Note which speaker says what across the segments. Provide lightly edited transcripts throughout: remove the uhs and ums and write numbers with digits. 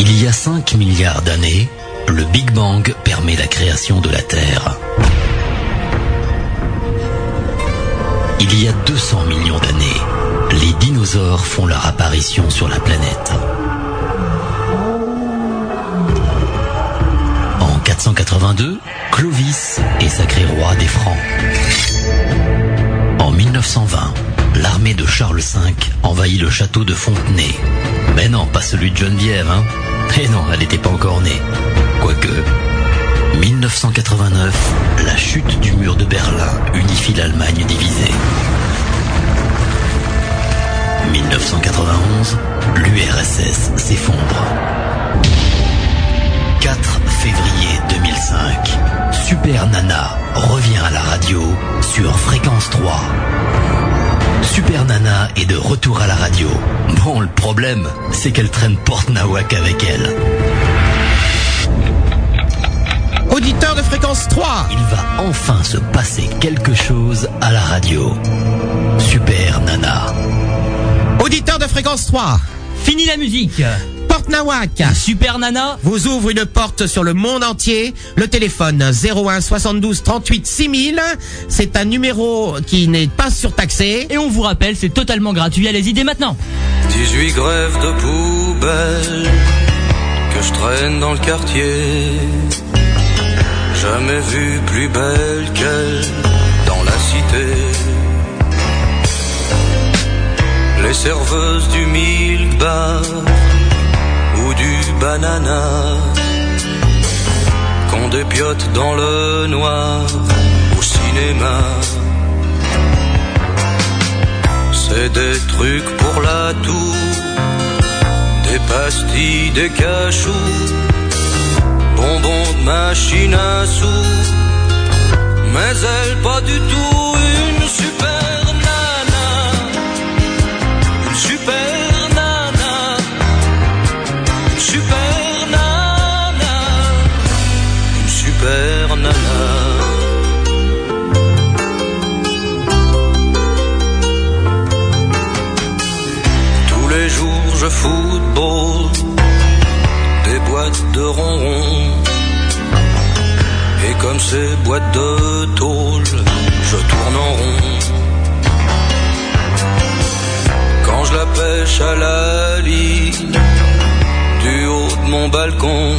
Speaker 1: Il y a 5 milliards d'années, le Big Bang permet la création de la Terre. Il y a 200 millions d'années, les dinosaures font leur apparition sur la planète. En 482, Clovis est sacré roi des Francs. En 1920, l'armée de Charles V envahit le château de Fontenay. Mais non, pas celui de Geneviève, hein. Et non, elle n'était pas encore née. Quoique. 1989, la chute du mur de Berlin unifie l'Allemagne divisée. 1991, l'URSS s'effondre. 4 février 2005, Super Nana revient à la radio sur Fréquence 3. Super Nana est de retour à la radio. Bon, le problème, c'est qu'elle traîne Porte Nawak avec elle.
Speaker 2: Auditeur de Fréquence 3,
Speaker 1: il va enfin se passer quelque chose à la radio. Super Nana.
Speaker 2: Auditeur de Fréquence 3,
Speaker 3: fini la musique.
Speaker 2: Porte Nawak,
Speaker 3: Super Nana
Speaker 2: vous ouvre une porte sur le monde entier. Le téléphone 01 72 38 6000. C'est un numéro qui n'est pas surtaxé.
Speaker 3: Et on vous rappelle, c'est totalement gratuit. Allez-y dès maintenant.
Speaker 4: 18 grèves de poubelle que je traîne dans le quartier. Jamais vu plus belle qu'elle dans la cité. Les serveuses du Milk Bar ou du Banana qu'on dépiote dans le noir au cinéma. C'est des trucs pour la toux, des pastilles, des cachous, bonbons de machine à sous. Mais elle pas du tout une super nana, une super nana, une super nana, une super nana. Tous les jours je football des boîtes de ronron. Et comme ces boîtes de tôle, je tourne en rond. Quand je la pêche à la ligne, du haut de mon balcon,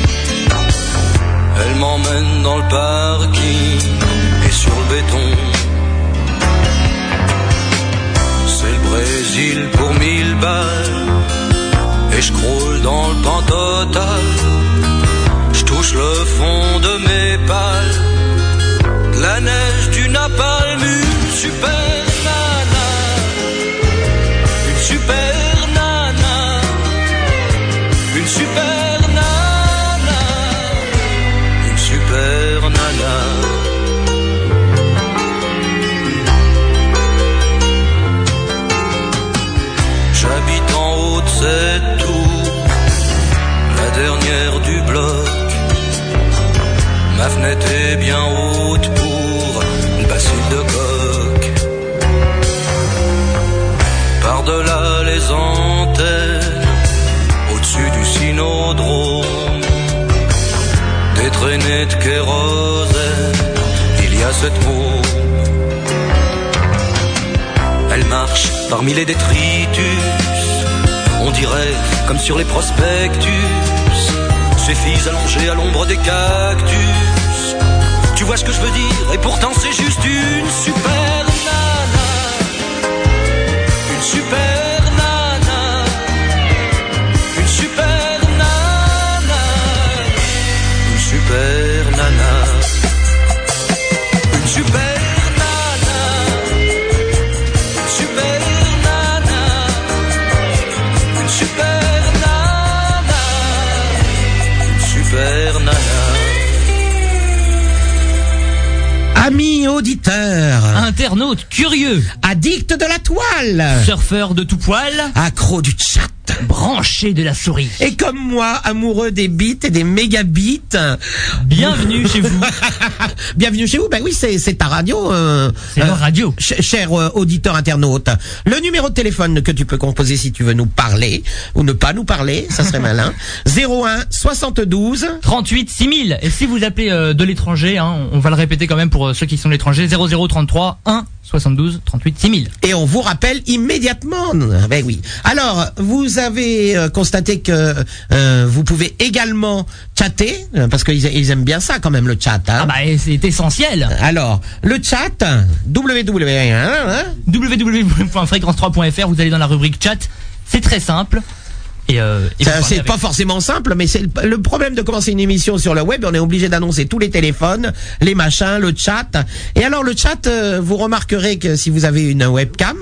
Speaker 4: elle m'emmène dans le parking et sur le béton. C'est le Brésil pour 1000 balles, et je croule dans le pan total. Je touche le fond de mes pales, de la neige, du napalm, une super nana, une super nana, une super nana, une super nana. J'habite en haut de cette tour, la dernière du bloc. Ma fenêtre est bien haute pour une bassine de coque. Par-delà les antennes, au-dessus du cynodrome, des traînées de kérosène, il y a cette môme. Elle marche parmi les détritus, on dirait comme sur les prospectus. Ces filles allongées à l'ombre des cactus. Tu vois ce que je veux dire, et pourtant c'est juste une super nana. Une super nana. Une super nana. Une super nana. Une super nana. Une super nana. Une super nana. Super nana.
Speaker 2: Amis auditeurs,
Speaker 3: Internautes curieux,
Speaker 2: addicts de la toile,
Speaker 3: surfeurs de tout poil,
Speaker 2: accros du chat,
Speaker 3: Branché de la souris.
Speaker 2: Et comme moi, amoureux des bits et des mégabits.
Speaker 3: Bienvenue chez vous.
Speaker 2: Bienvenue chez vous. Ben oui, c'est ta radio.
Speaker 3: C'est leur radio.
Speaker 2: Cher auditeur internaute. Le numéro de téléphone que tu peux composer si tu veux nous parler ou ne pas nous parler, ça serait malin. 01 72
Speaker 3: 38 6000. Et si vous appelez de l'étranger, hein, on va le répéter quand même pour ceux qui sont de l'étranger, 0033 1 72 38 6000.
Speaker 2: Et on vous rappelle immédiatement. Ben oui. Alors, vous avez constaté que vous pouvez également chatter, parce qu'ils aiment bien ça quand même, le chat. Hein.
Speaker 3: Ah bah c'est essentiel.
Speaker 2: Alors, le chat,
Speaker 3: www.fréquence3.fr, vous allez dans la rubrique chat, c'est très simple. Et
Speaker 2: c'est pas forcément simple, mais c'est le problème de commencer une émission sur le web. On est obligé d'annoncer tous les téléphones, les machins, le chat. Et alors le chat, vous remarquerez que si vous avez une webcam,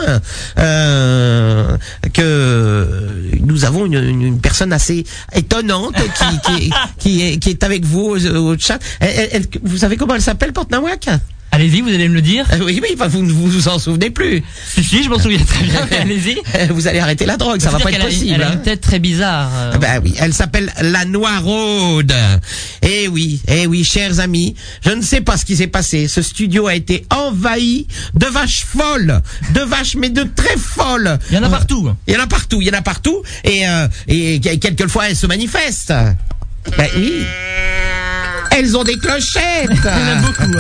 Speaker 2: que nous avons une personne assez étonnante qui est avec vous au chat. Vous savez comment elle s'appelle, Porte-Nawak?
Speaker 3: Allez-y, vous allez me le dire.
Speaker 2: Oui, vous ne vous en souvenez plus.
Speaker 3: Si, je m'en souviens très bien. Allez-y.
Speaker 2: Vous allez arrêter la drogue, ça va pas être possible.
Speaker 3: Elle a une tête très bizarre.
Speaker 2: Ben oui, elle s'appelle la Noiraude. Eh oui, chers amis, je ne sais pas ce qui s'est passé. Ce studio a été envahi de vaches folles, de vaches mais de très folles.
Speaker 3: Il y en a partout.
Speaker 2: Il y en a partout. Et quelquefois elles se manifestent. Ben oui. Elles ont des clochettes.
Speaker 3: Il y en a beaucoup.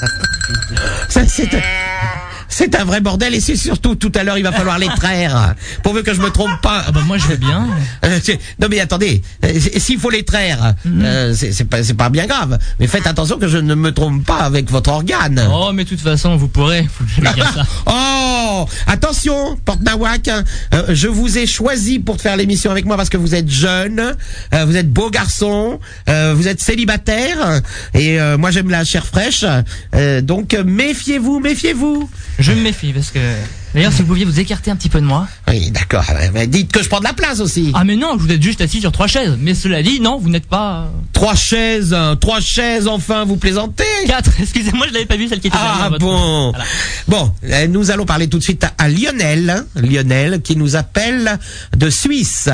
Speaker 2: Ça, c'est un vrai bordel, et c'est surtout tout à l'heure il va falloir les traire, pourvu que je me trompe pas.
Speaker 3: Ah bah moi je vais bien.
Speaker 2: Non mais attendez, s'il faut les traire, c'est pas bien grave, mais faites attention que je ne me trompe pas avec votre organe.
Speaker 3: Oh mais de toute façon vous pourrez. Faut que je regarde ça.
Speaker 2: Oh, attention, Porte-Nawak, je vous ai choisi pour faire l'émission avec moi parce que vous êtes jeune, vous êtes beau garçon, vous êtes célibataire, et moi j'aime la chair fraîche, donc méfiez-vous.
Speaker 3: Je me méfie parce que... D'ailleurs, si vous pouviez vous écarter un petit peu de moi.
Speaker 2: Oui, d'accord. Mais dites que je prends de la place aussi.
Speaker 3: Ah mais non, vous êtes juste assis sur 3 chaises. Mais cela dit, non, vous n'êtes pas...
Speaker 2: 3 chaises, enfin, vous plaisantez.
Speaker 3: 4, excusez-moi, je l'avais pas vu, celle qui était derrière
Speaker 2: Ah
Speaker 3: votre...
Speaker 2: bon.
Speaker 3: Voilà.
Speaker 2: Bon, nous allons parler tout de suite à Lionel. Lionel qui nous appelle de Suisse.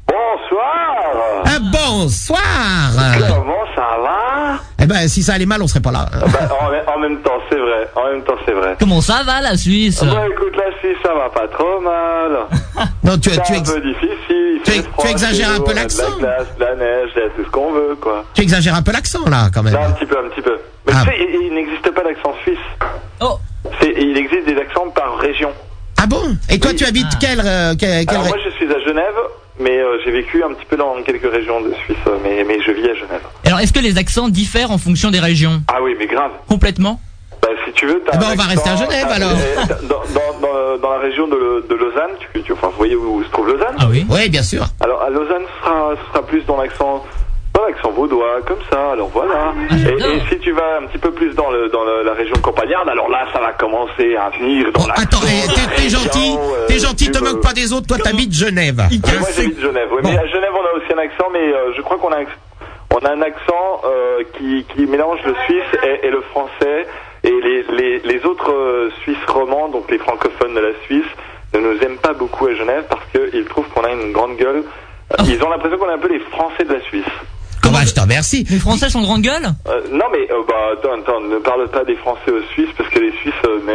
Speaker 5: Bonsoir.
Speaker 2: Bonsoir.
Speaker 5: Comment ça va?
Speaker 2: Eh ben, si ça allait mal, on serait pas là.
Speaker 5: En même temps, c'est vrai.
Speaker 3: Comment ça va la Suisse?
Speaker 5: Bah écoute, la Suisse, ça va pas trop mal.
Speaker 2: Non,
Speaker 5: C'est un peu difficile.
Speaker 2: tu exagères un peu l'accent.
Speaker 5: De la glace, de la neige, il y a tout ce qu'on veut, quoi.
Speaker 2: Tu exagères un peu l'accent, là, quand même.
Speaker 5: Là, un petit peu. Mais
Speaker 2: Ah.
Speaker 5: tu sais, il n'existe pas d'accent suisse.
Speaker 3: Oh.
Speaker 5: Il existe des accents par région.
Speaker 2: Ah bon? Et toi,
Speaker 5: Oui.
Speaker 2: tu habites quelle
Speaker 5: Alors moi, je suis à Genève, mais j'ai vécu un petit peu dans quelques régions de Suisse, mais je vis à Genève.
Speaker 3: Alors est-ce que les accents diffèrent en fonction des régions?
Speaker 5: Ah oui, mais grave.
Speaker 3: Complètement.
Speaker 5: Bah, si tu veux,
Speaker 2: Eh ben, on va rester à Genève, alors.
Speaker 5: Dans la région de Lausanne, enfin, vous voyez où se trouve Lausanne?
Speaker 3: Ah oui.
Speaker 2: Oui, bien sûr.
Speaker 5: Alors, à Lausanne, ce sera plus dans l'accent vaudois, comme ça, alors voilà. Et si tu vas un petit peu plus dans la région campagnarde, alors là, ça va commencer à venir dans l'accent.
Speaker 2: Attends, t'es gentil, te moque pas des autres, toi t'habites Genève.
Speaker 5: Moi, j'habite Genève, oui.
Speaker 2: Bon.
Speaker 5: Mais à Genève, on a aussi un accent, mais je crois qu'on a un accent qui mélange le suisse et le français. Et les autres Suisses romands, donc les francophones de la Suisse, ne nous aiment pas beaucoup à Genève parce qu'ils trouvent qu'on a une grande gueule. Ils ont l'impression qu'on est un peu les Français de la Suisse.
Speaker 2: Comment je te remercie.
Speaker 3: Les Français sont grande gueule?
Speaker 5: Non mais attends, ne parle pas des Français aux Suisses parce que les Suisses,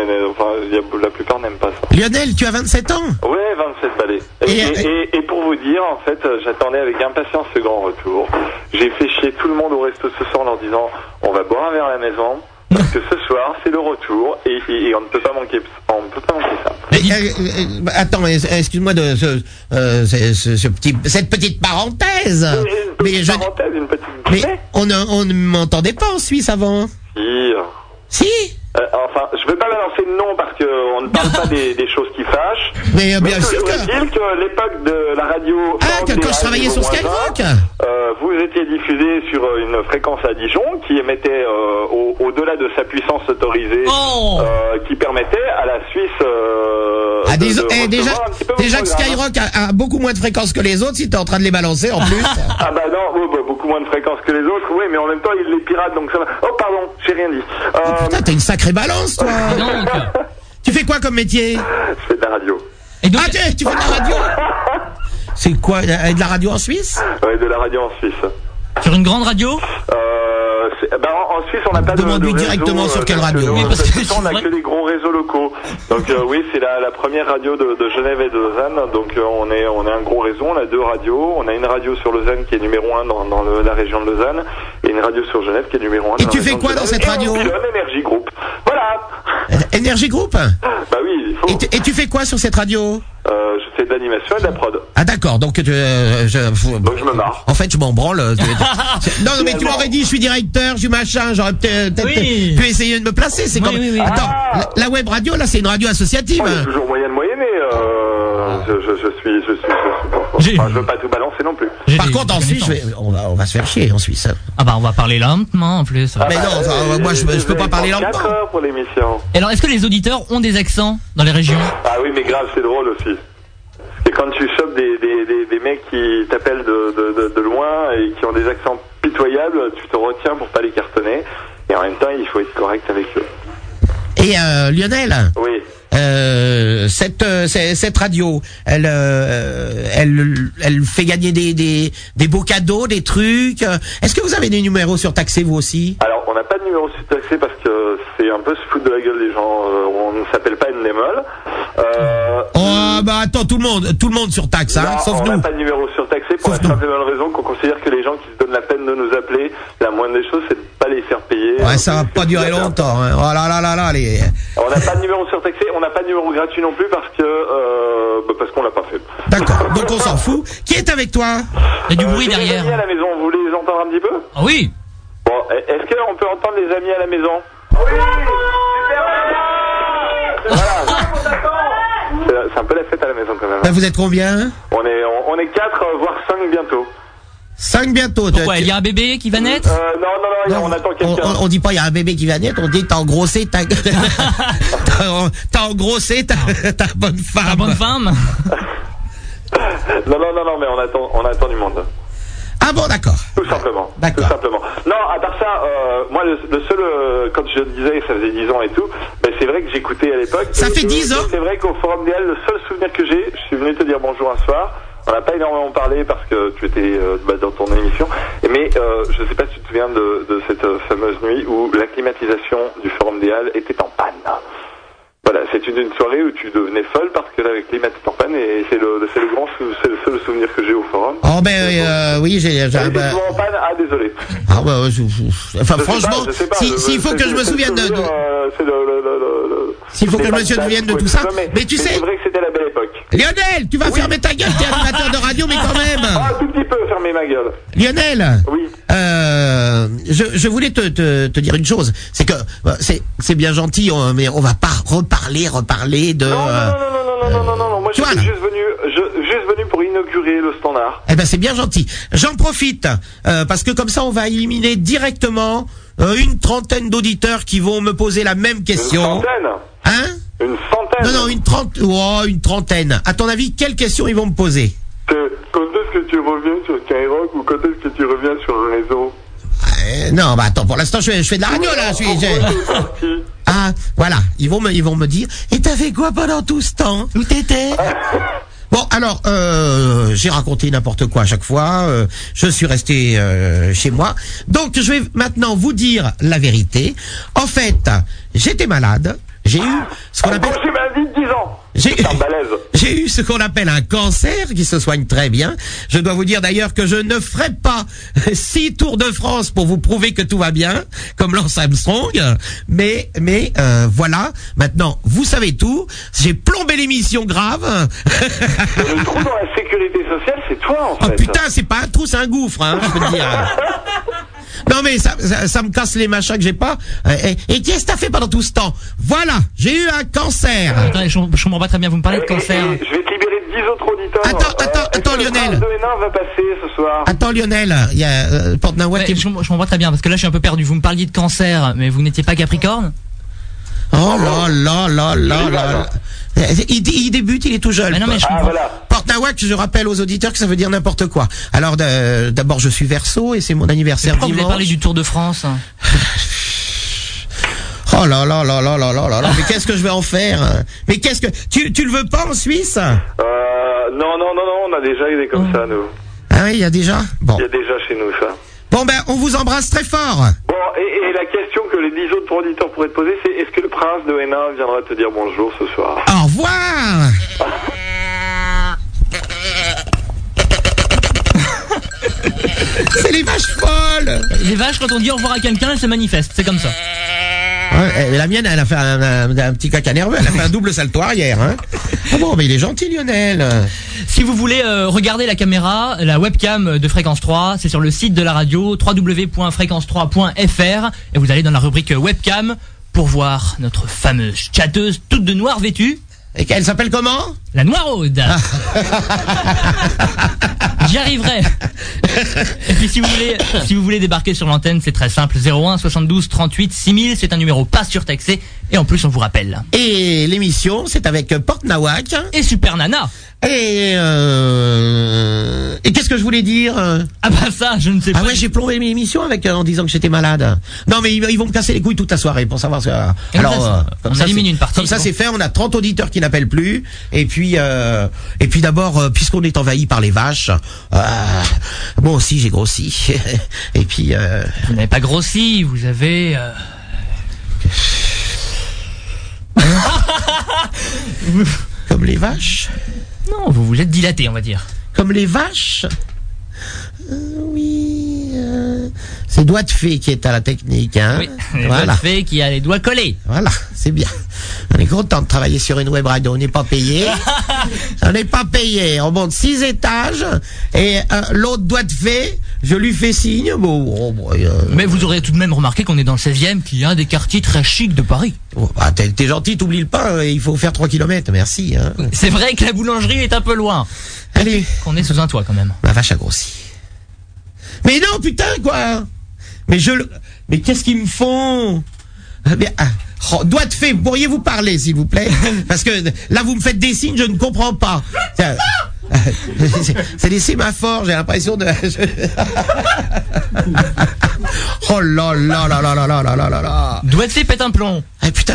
Speaker 5: la plupart n'aiment pas ça.
Speaker 2: Lionel, tu as 27 ans?
Speaker 5: Ouais, 27 balais. Et pour vous dire, en fait, j'attendais avec impatience ce grand retour. J'ai fait chier tout le monde au resto ce soir en leur disant on va boire un verre à la maison. Parce que ce soir, c'est le retour et on ne peut pas manquer ça.
Speaker 2: Mais, attends, excuse-moi de cette petite parenthèse.
Speaker 5: Une petite
Speaker 2: Mais
Speaker 5: guillemets.
Speaker 2: on ne m'entendait pas en Suisse avant.
Speaker 5: Si.
Speaker 2: Si?
Speaker 5: Enfin, je veux pas balancer de nom parce qu'on ne parle pas des choses qui fâchent.
Speaker 2: Mais bien sûr que...
Speaker 5: Toujours que l'époque de la radio...
Speaker 2: Ah, quand je travaillais sur Skyrock.
Speaker 5: Vous étiez diffusé sur une fréquence à Dijon qui émettait au-delà de sa puissance autorisée, qui permettait à la Suisse
Speaker 2: déjà que Skyrock a beaucoup moins de fréquences que les autres, si t'es en train de les balancer en plus.
Speaker 5: Ah bah non, beaucoup moins de fréquences que les autres, oui, mais en même temps ils les piratent, donc ça va. Oh pardon, j'ai rien dit.
Speaker 2: Putain, t'as une sacrée balance, toi.
Speaker 3: Donc,
Speaker 2: Tu fais quoi comme métier?
Speaker 5: Je fais de la radio.
Speaker 3: et donc,
Speaker 2: Ah, tu fais de la radio? C'est quoi, de la radio en Suisse?
Speaker 5: Ouais, de la radio en Suisse.
Speaker 3: Sur une grande radio?
Speaker 5: En Suisse, on n'a pas de
Speaker 2: Demande-lui
Speaker 5: réseau,
Speaker 2: directement sur quelle radio.
Speaker 3: Oui, parce que
Speaker 5: on n'a que des gros réseaux locaux. Donc oui, c'est la première radio de Genève et de Lausanne. Donc on est un gros réseau. On a 2 radios. On a une radio sur Lausanne qui est numéro 1 dans la région de Lausanne et une radio sur Genève qui est numéro 1.
Speaker 2: Et tu fais quoi dans cette radio?
Speaker 5: Énergie Group. Voilà.
Speaker 2: Energy Group?
Speaker 5: Bah oui, il faut.
Speaker 2: Et tu fais quoi sur cette radio?
Speaker 5: Je fais de l'animation et de la prod.
Speaker 2: Ah d'accord, donc
Speaker 5: Donc je me marre.
Speaker 2: En fait, je m'en branle. Non, mais tu m'aurais dit, je suis directeur, je suis machin, j'aurais peut-être
Speaker 3: Oui.
Speaker 2: pu essayer de me placer. C'est
Speaker 3: Oui,
Speaker 2: comme.
Speaker 3: oui, oui.
Speaker 2: Attends, la web radio, là, c'est une radio associative.
Speaker 5: Oh, il y a toujours moyen de moyenner.
Speaker 3: J'ai-
Speaker 5: Enfin, je veux pas tout balancer non plus.
Speaker 2: Par contre, en Suisse, on va se faire chier en Suisse.
Speaker 3: Ah bah on va parler lentement en plus.
Speaker 2: Mais non, enfin, moi, je peux pas parler lentement.
Speaker 5: 4 heures pour l'émission.
Speaker 3: Et alors est-ce que les auditeurs ont des accents dans les régions?
Speaker 5: Ah oui, mais grave, c'est drôle aussi. Et quand tu chopes des mecs qui t'appellent de loin et qui ont des accents pitoyables, tu te retiens pour pas les cartonner. Et en même temps, il faut être correct avec eux.
Speaker 2: Et Lionel,
Speaker 5: Oui.
Speaker 2: cette radio, elle fait gagner des beaux cadeaux, des trucs. Est-ce que vous avez des numéros surtaxés vous aussi?
Speaker 5: Alors, on n'a pas de numéro surtaxé parce que c'est un peu se foutre de la gueule des gens. On ne s'appelle pas Endemol.
Speaker 2: Oh bah attends, tout le monde surtaxe, hein,
Speaker 5: Non,
Speaker 2: sauf
Speaker 5: on
Speaker 2: nous.
Speaker 5: n'a pas de numéro surtaxé pour la
Speaker 2: Sauf nous.
Speaker 5: simple et bonne raison qu'on considère que les gens qui se donnent la peine de nous appeler, la moindre des choses, c'est de pas les faire payer.
Speaker 2: Ouais, ça va pas durer longtemps. Hein. Oh là là là là, les.
Speaker 5: On n'a pas de numéro surtaxé, on n'a pas de numéro gratuit non plus parce qu'on l'a pas fait.
Speaker 2: D'accord. Donc on s'en fout. Qui est avec toi?
Speaker 3: Il y a du bruit
Speaker 5: J'ai des
Speaker 3: derrière.
Speaker 5: amis à la maison, vous voulez les entendre un petit peu?
Speaker 3: Ah oui.
Speaker 5: Bon, est-ce qu'on peut entendre les amis à la maison? Oui. Voilà. C'est un peu la fête à la maison quand même.
Speaker 2: Vous êtes combien?
Speaker 5: On est 4, voire 5 bientôt.
Speaker 2: 5 bientôt.
Speaker 3: Pourquoi? Il y a un bébé qui va naître?
Speaker 5: Non, on attend quelqu'un.
Speaker 2: On dit pas il y a un bébé qui va naître, on dit t'as engrossé ta t'as engrossé ta bonne femme.
Speaker 3: La bonne femme?
Speaker 5: Non, mais on attend du monde.
Speaker 2: Ah bon, d'accord.
Speaker 5: Tout simplement.
Speaker 2: D'accord.
Speaker 5: Tout simplement. Non, à part ça, moi, le seul, quand je disais que ça faisait 10 ans et tout, ben, c'est vrai que j'écoutais à l'époque.
Speaker 2: Ça
Speaker 5: Et-
Speaker 2: fait 10
Speaker 5: et
Speaker 2: ans?
Speaker 5: C'est vrai qu'au Forum des Halles, le seul souvenir que j'ai, je suis venu te dire bonjour un soir. On n'a pas énormément parlé parce que tu étais dans ton émission. Mais je ne sais pas si tu te souviens de cette fameuse nuit où la climatisation du Forum des Halles était en panne. Voilà, c'est une soirée où tu devenais folle parce que la climat était en panne et c'est le seul souvenir que j'ai au Forum.
Speaker 2: Oh ben oui, j'ai
Speaker 5: Elle était
Speaker 2: bah,
Speaker 5: souvent en panne, désolé.
Speaker 2: ah bah enfin
Speaker 5: Je sais
Speaker 2: franchement,
Speaker 5: pas, je sais pas,
Speaker 2: s'il faut que je me souvienne de
Speaker 5: c'est
Speaker 2: s'il faut que je me souvienne de tout ça. Mais tu sais,
Speaker 5: c'est vrai que c'était la belle époque.
Speaker 2: Lionel, tu vas fermer ta gueule, t'es animateur de radio, mais quand même.
Speaker 5: Un tout petit peu fermer ma gueule.
Speaker 2: Lionel,
Speaker 5: Oui.
Speaker 2: je voulais te dire une chose, c'est que c'est bien gentil, mais on va pas reparler de.
Speaker 5: Non. Moi,
Speaker 2: tu vois,
Speaker 5: j'étais
Speaker 2: là.
Speaker 5: juste venu pour inaugurer le standard.
Speaker 2: Eh ben c'est bien gentil. J'en profite parce que comme ça on va éliminer directement une trentaine d'auditeurs qui vont me poser la même
Speaker 5: Une
Speaker 2: question.
Speaker 5: centaine.
Speaker 2: Hein?
Speaker 5: Une centaine.
Speaker 2: Non, une trentaine. À ton avis, quelles questions ils vont me poser?
Speaker 5: Quand est-ce que tu reviens sur Skyrock ou quand est-ce que tu reviens sur un réseau?
Speaker 2: Non, bah attends, pour l'instant je fais de la radio là. Ah, voilà, ils vont me dire. Et t'as fait quoi pendant tout ce temps? Où t'étais? Bon, alors, j'ai raconté n'importe quoi à chaque fois. Je suis resté chez moi. Donc, je vais maintenant vous dire la vérité. En fait, j'étais malade. J'ai eu ce qu'on appelle...
Speaker 5: J'ai maladie de 10 ans. Putain, balèze.
Speaker 2: J'ai eu ce qu'on appelle un cancer qui se soigne très bien. Je dois vous dire d'ailleurs que je ne ferai pas 6 tours de France pour vous prouver que tout va bien, comme Lance Armstrong. Mais voilà. Maintenant, vous savez tout. J'ai plombé l'émission grave.
Speaker 5: Le trou dans la sécurité sociale, c'est toi, en fait.
Speaker 2: Oh putain, c'est pas un trou, c'est un gouffre, hein, je peux te dire. Non mais ça me casse les machins que j'ai pas. Et qu'est-ce que t'as fait pendant tout ce temps? Voilà, j'ai eu un cancer.
Speaker 3: Attends, je comprends pas très bien, vous me parlez de cancer.
Speaker 5: Et je vais te libérer de 10 autres auditeurs.
Speaker 2: Attends, Lionel.
Speaker 5: Le Hénin va passer ce soir.
Speaker 2: Attends Lionel, il y a Porte-Nawak
Speaker 3: Ouais, je comprends pas très bien, parce que là je suis un peu perdu. Vous me parliez de cancer, mais vous n'étiez pas Capricorne?
Speaker 2: Oh là. Il débute, il est tout jeune.
Speaker 3: Mais non, mais je comprends.
Speaker 5: Voilà.
Speaker 2: Porte-Nawak, je rappelle aux auditeurs que ça veut dire n'importe quoi. Alors d'abord je suis Verseau et c'est mon anniversaire
Speaker 3: Pourquoi vous
Speaker 2: dimanche.
Speaker 3: avez parlé du Tour de France?
Speaker 2: Oh là, mais qu'est-ce que je vais en faire? Mais qu'est-ce que tu le veux pas en Suisse?
Speaker 5: Non, on a déjà aidé comme ça, nous.
Speaker 2: Ah oui, il y a déjà. Bon.
Speaker 5: Il y a déjà chez nous, ça.
Speaker 2: Bon, ben, on vous embrasse très fort.
Speaker 5: Bon, et la question que les 10 autres auditeurs pourraient te poser, c'est est-ce que le prince de Hénin viendra te dire bonjour ce soir?
Speaker 2: Au revoir. C'est les vaches folles.
Speaker 3: Les vaches, quand on dit au revoir à quelqu'un, elles se manifestent. C'est comme ça.
Speaker 2: Ouais, la mienne, elle a fait un petit caca nerveux. Elle a fait un double salto arrière. Hein. Ah bon, mais il est gentil, Lionel.
Speaker 3: Si vous voulez regarder la caméra, la webcam de Fréquence 3, c'est sur le site de la radio, www.fréquence3.fr, et vous allez dans la rubrique webcam pour voir notre fameuse chatteuse toute de noir vêtue.
Speaker 2: Et qu'elle s'appelle comment?
Speaker 3: La Noiraude. J'y arriverai. Et puis si vous voulez débarquer sur l'antenne, c'est très simple. 01 72 38 6000, c'est un numéro pas surtaxé. Et en plus, on vous rappelle.
Speaker 2: Et l'émission, c'est avec Porte Nawak.
Speaker 3: Et Super Nana.
Speaker 2: Et qu'est-ce que je voulais dire?
Speaker 3: Ah bah ça, je ne sais pas.
Speaker 2: Ah ouais, j'ai plombé l'émission avec en disant que j'étais malade. Non mais ils vont me casser les couilles toute la soirée pour savoir ce que...
Speaker 3: Alors, on élimine une partie.
Speaker 2: Comme ça c'est fait, on a 30 auditeurs qui n'appellent plus. Et puis d'abord, puisqu'on est envahi par les vaches, moi aussi j'ai grossi. Et puis...
Speaker 3: Vous n'avez pas grossi, vous avez...
Speaker 2: Comme les vaches?
Speaker 3: Non, vous vous êtes dilaté, on va dire.
Speaker 2: Comme les vaches? Oui. C'est Doigt de Fée qui est à la technique, hein.
Speaker 3: Oui, les
Speaker 2: voilà.
Speaker 3: Doigt de Fée qui a les doigts collés.
Speaker 2: Voilà, c'est bien. On est content de travailler sur une web radio. On n'est pas payé. On n'est pas payé. On monte 6 étages et l'autre Doigt de Fée, je lui fais signe.
Speaker 3: Mais vous aurez tout de même remarqué qu'on est dans le 16e, qui est un des quartiers très chics de Paris.
Speaker 2: Bah, t'es gentil, t'oublies le pain. Il faut faire 3 km. Merci. Hein.
Speaker 3: C'est vrai que la boulangerie est un peu loin.
Speaker 2: Allez.
Speaker 3: Qu'on est sous un toit quand même.
Speaker 2: Ma vache a grossi. Mais non, putain, quoi. Mais qu'est-ce qu'ils me font? Doigt de Fée, pourriez-vous parler, s'il vous plaît? Parce que là, vous me faites des signes, je ne comprends pas. C'est des sémaphores, j'ai l'impression de... Oh là là là là là là là là là.
Speaker 3: Doigt de Fée pète un plomb.
Speaker 2: Ah putain,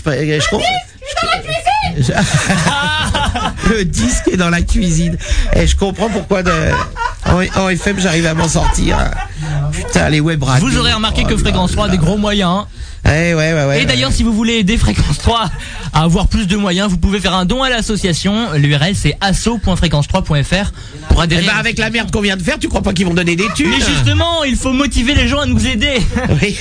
Speaker 2: le disque est dans la cuisine. Et je comprends pourquoi en FM j'arrive à m'en sortir. Putain, les web radios.
Speaker 3: Vous aurez remarqué que Fréquence 3 a des gros moyens.
Speaker 2: Ouais.
Speaker 3: Et d'ailleurs, si vous voulez aider Fréquence 3 à avoir plus de moyens, vous pouvez faire un don à l'association. L'URL c'est asso.fréquence3.fr pour adhérer.
Speaker 2: Avec la merde qu'on vient de faire, tu crois pas qu'ils vont donner des thunes?
Speaker 3: Mais justement, il faut motiver les gens à nous aider.
Speaker 2: Oui.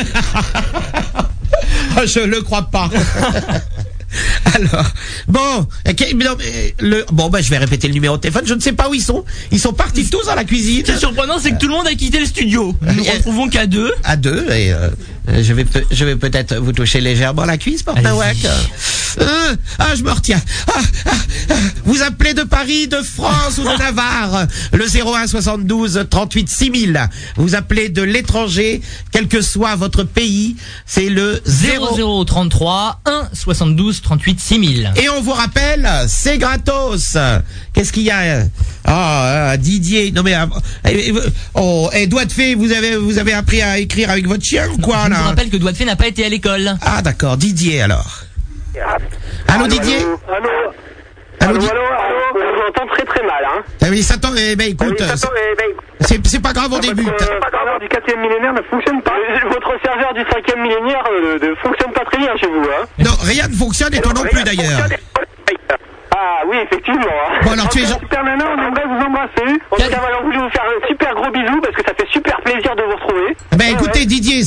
Speaker 2: Je le crois pas. Alors, bon, je vais répéter le numéro de téléphone. Je ne sais pas où ils sont. Ils sont partis tous dans la cuisine.
Speaker 3: Ce qui est surprenant, c'est que tout le monde a quitté le studio. Nous ne retrouvons qu'à deux.
Speaker 2: À deux, et je vais peut-être vous toucher légèrement la cuisse, Porte Nawak. Je me retiens. Vous appelez de Paris, de France ou de Navarre, le 01 72 38 6000. Vous appelez de l'étranger, quel que soit votre pays, c'est le
Speaker 3: 0033 1 72 38 6000.
Speaker 2: Et on vous rappelle, c'est gratos. Qu'est-ce qu'il y a? Didier. Non mais Doigt de Fée, vous avez appris à écrire avec votre chien ou quoi là?
Speaker 3: Je vous rappelle que Doigt de Fée n'a pas été à l'école.
Speaker 2: Ah d'accord, Didier alors. Allô Didier?
Speaker 6: Allô, je vous entends très très mal, hein.
Speaker 2: Oui, ça tombe, écoute, c'est pas grave, on débute.
Speaker 6: Le serveur du 4e millénaire ne fonctionne pas. Votre serveur du 5e millénaire ne fonctionne pas très bien chez vous, hein.
Speaker 2: Non, rien ne fonctionne et toi non plus d'ailleurs.
Speaker 6: Ah oui, effectivement.
Speaker 2: Bon alors tu es
Speaker 6: Super Nana, on aimerait vous embrasser. En tout cas, voilà, on voulait vous faire un super gros bisou parce que ça fait super plaisir de vous retrouver.
Speaker 2: Écoutez Didier,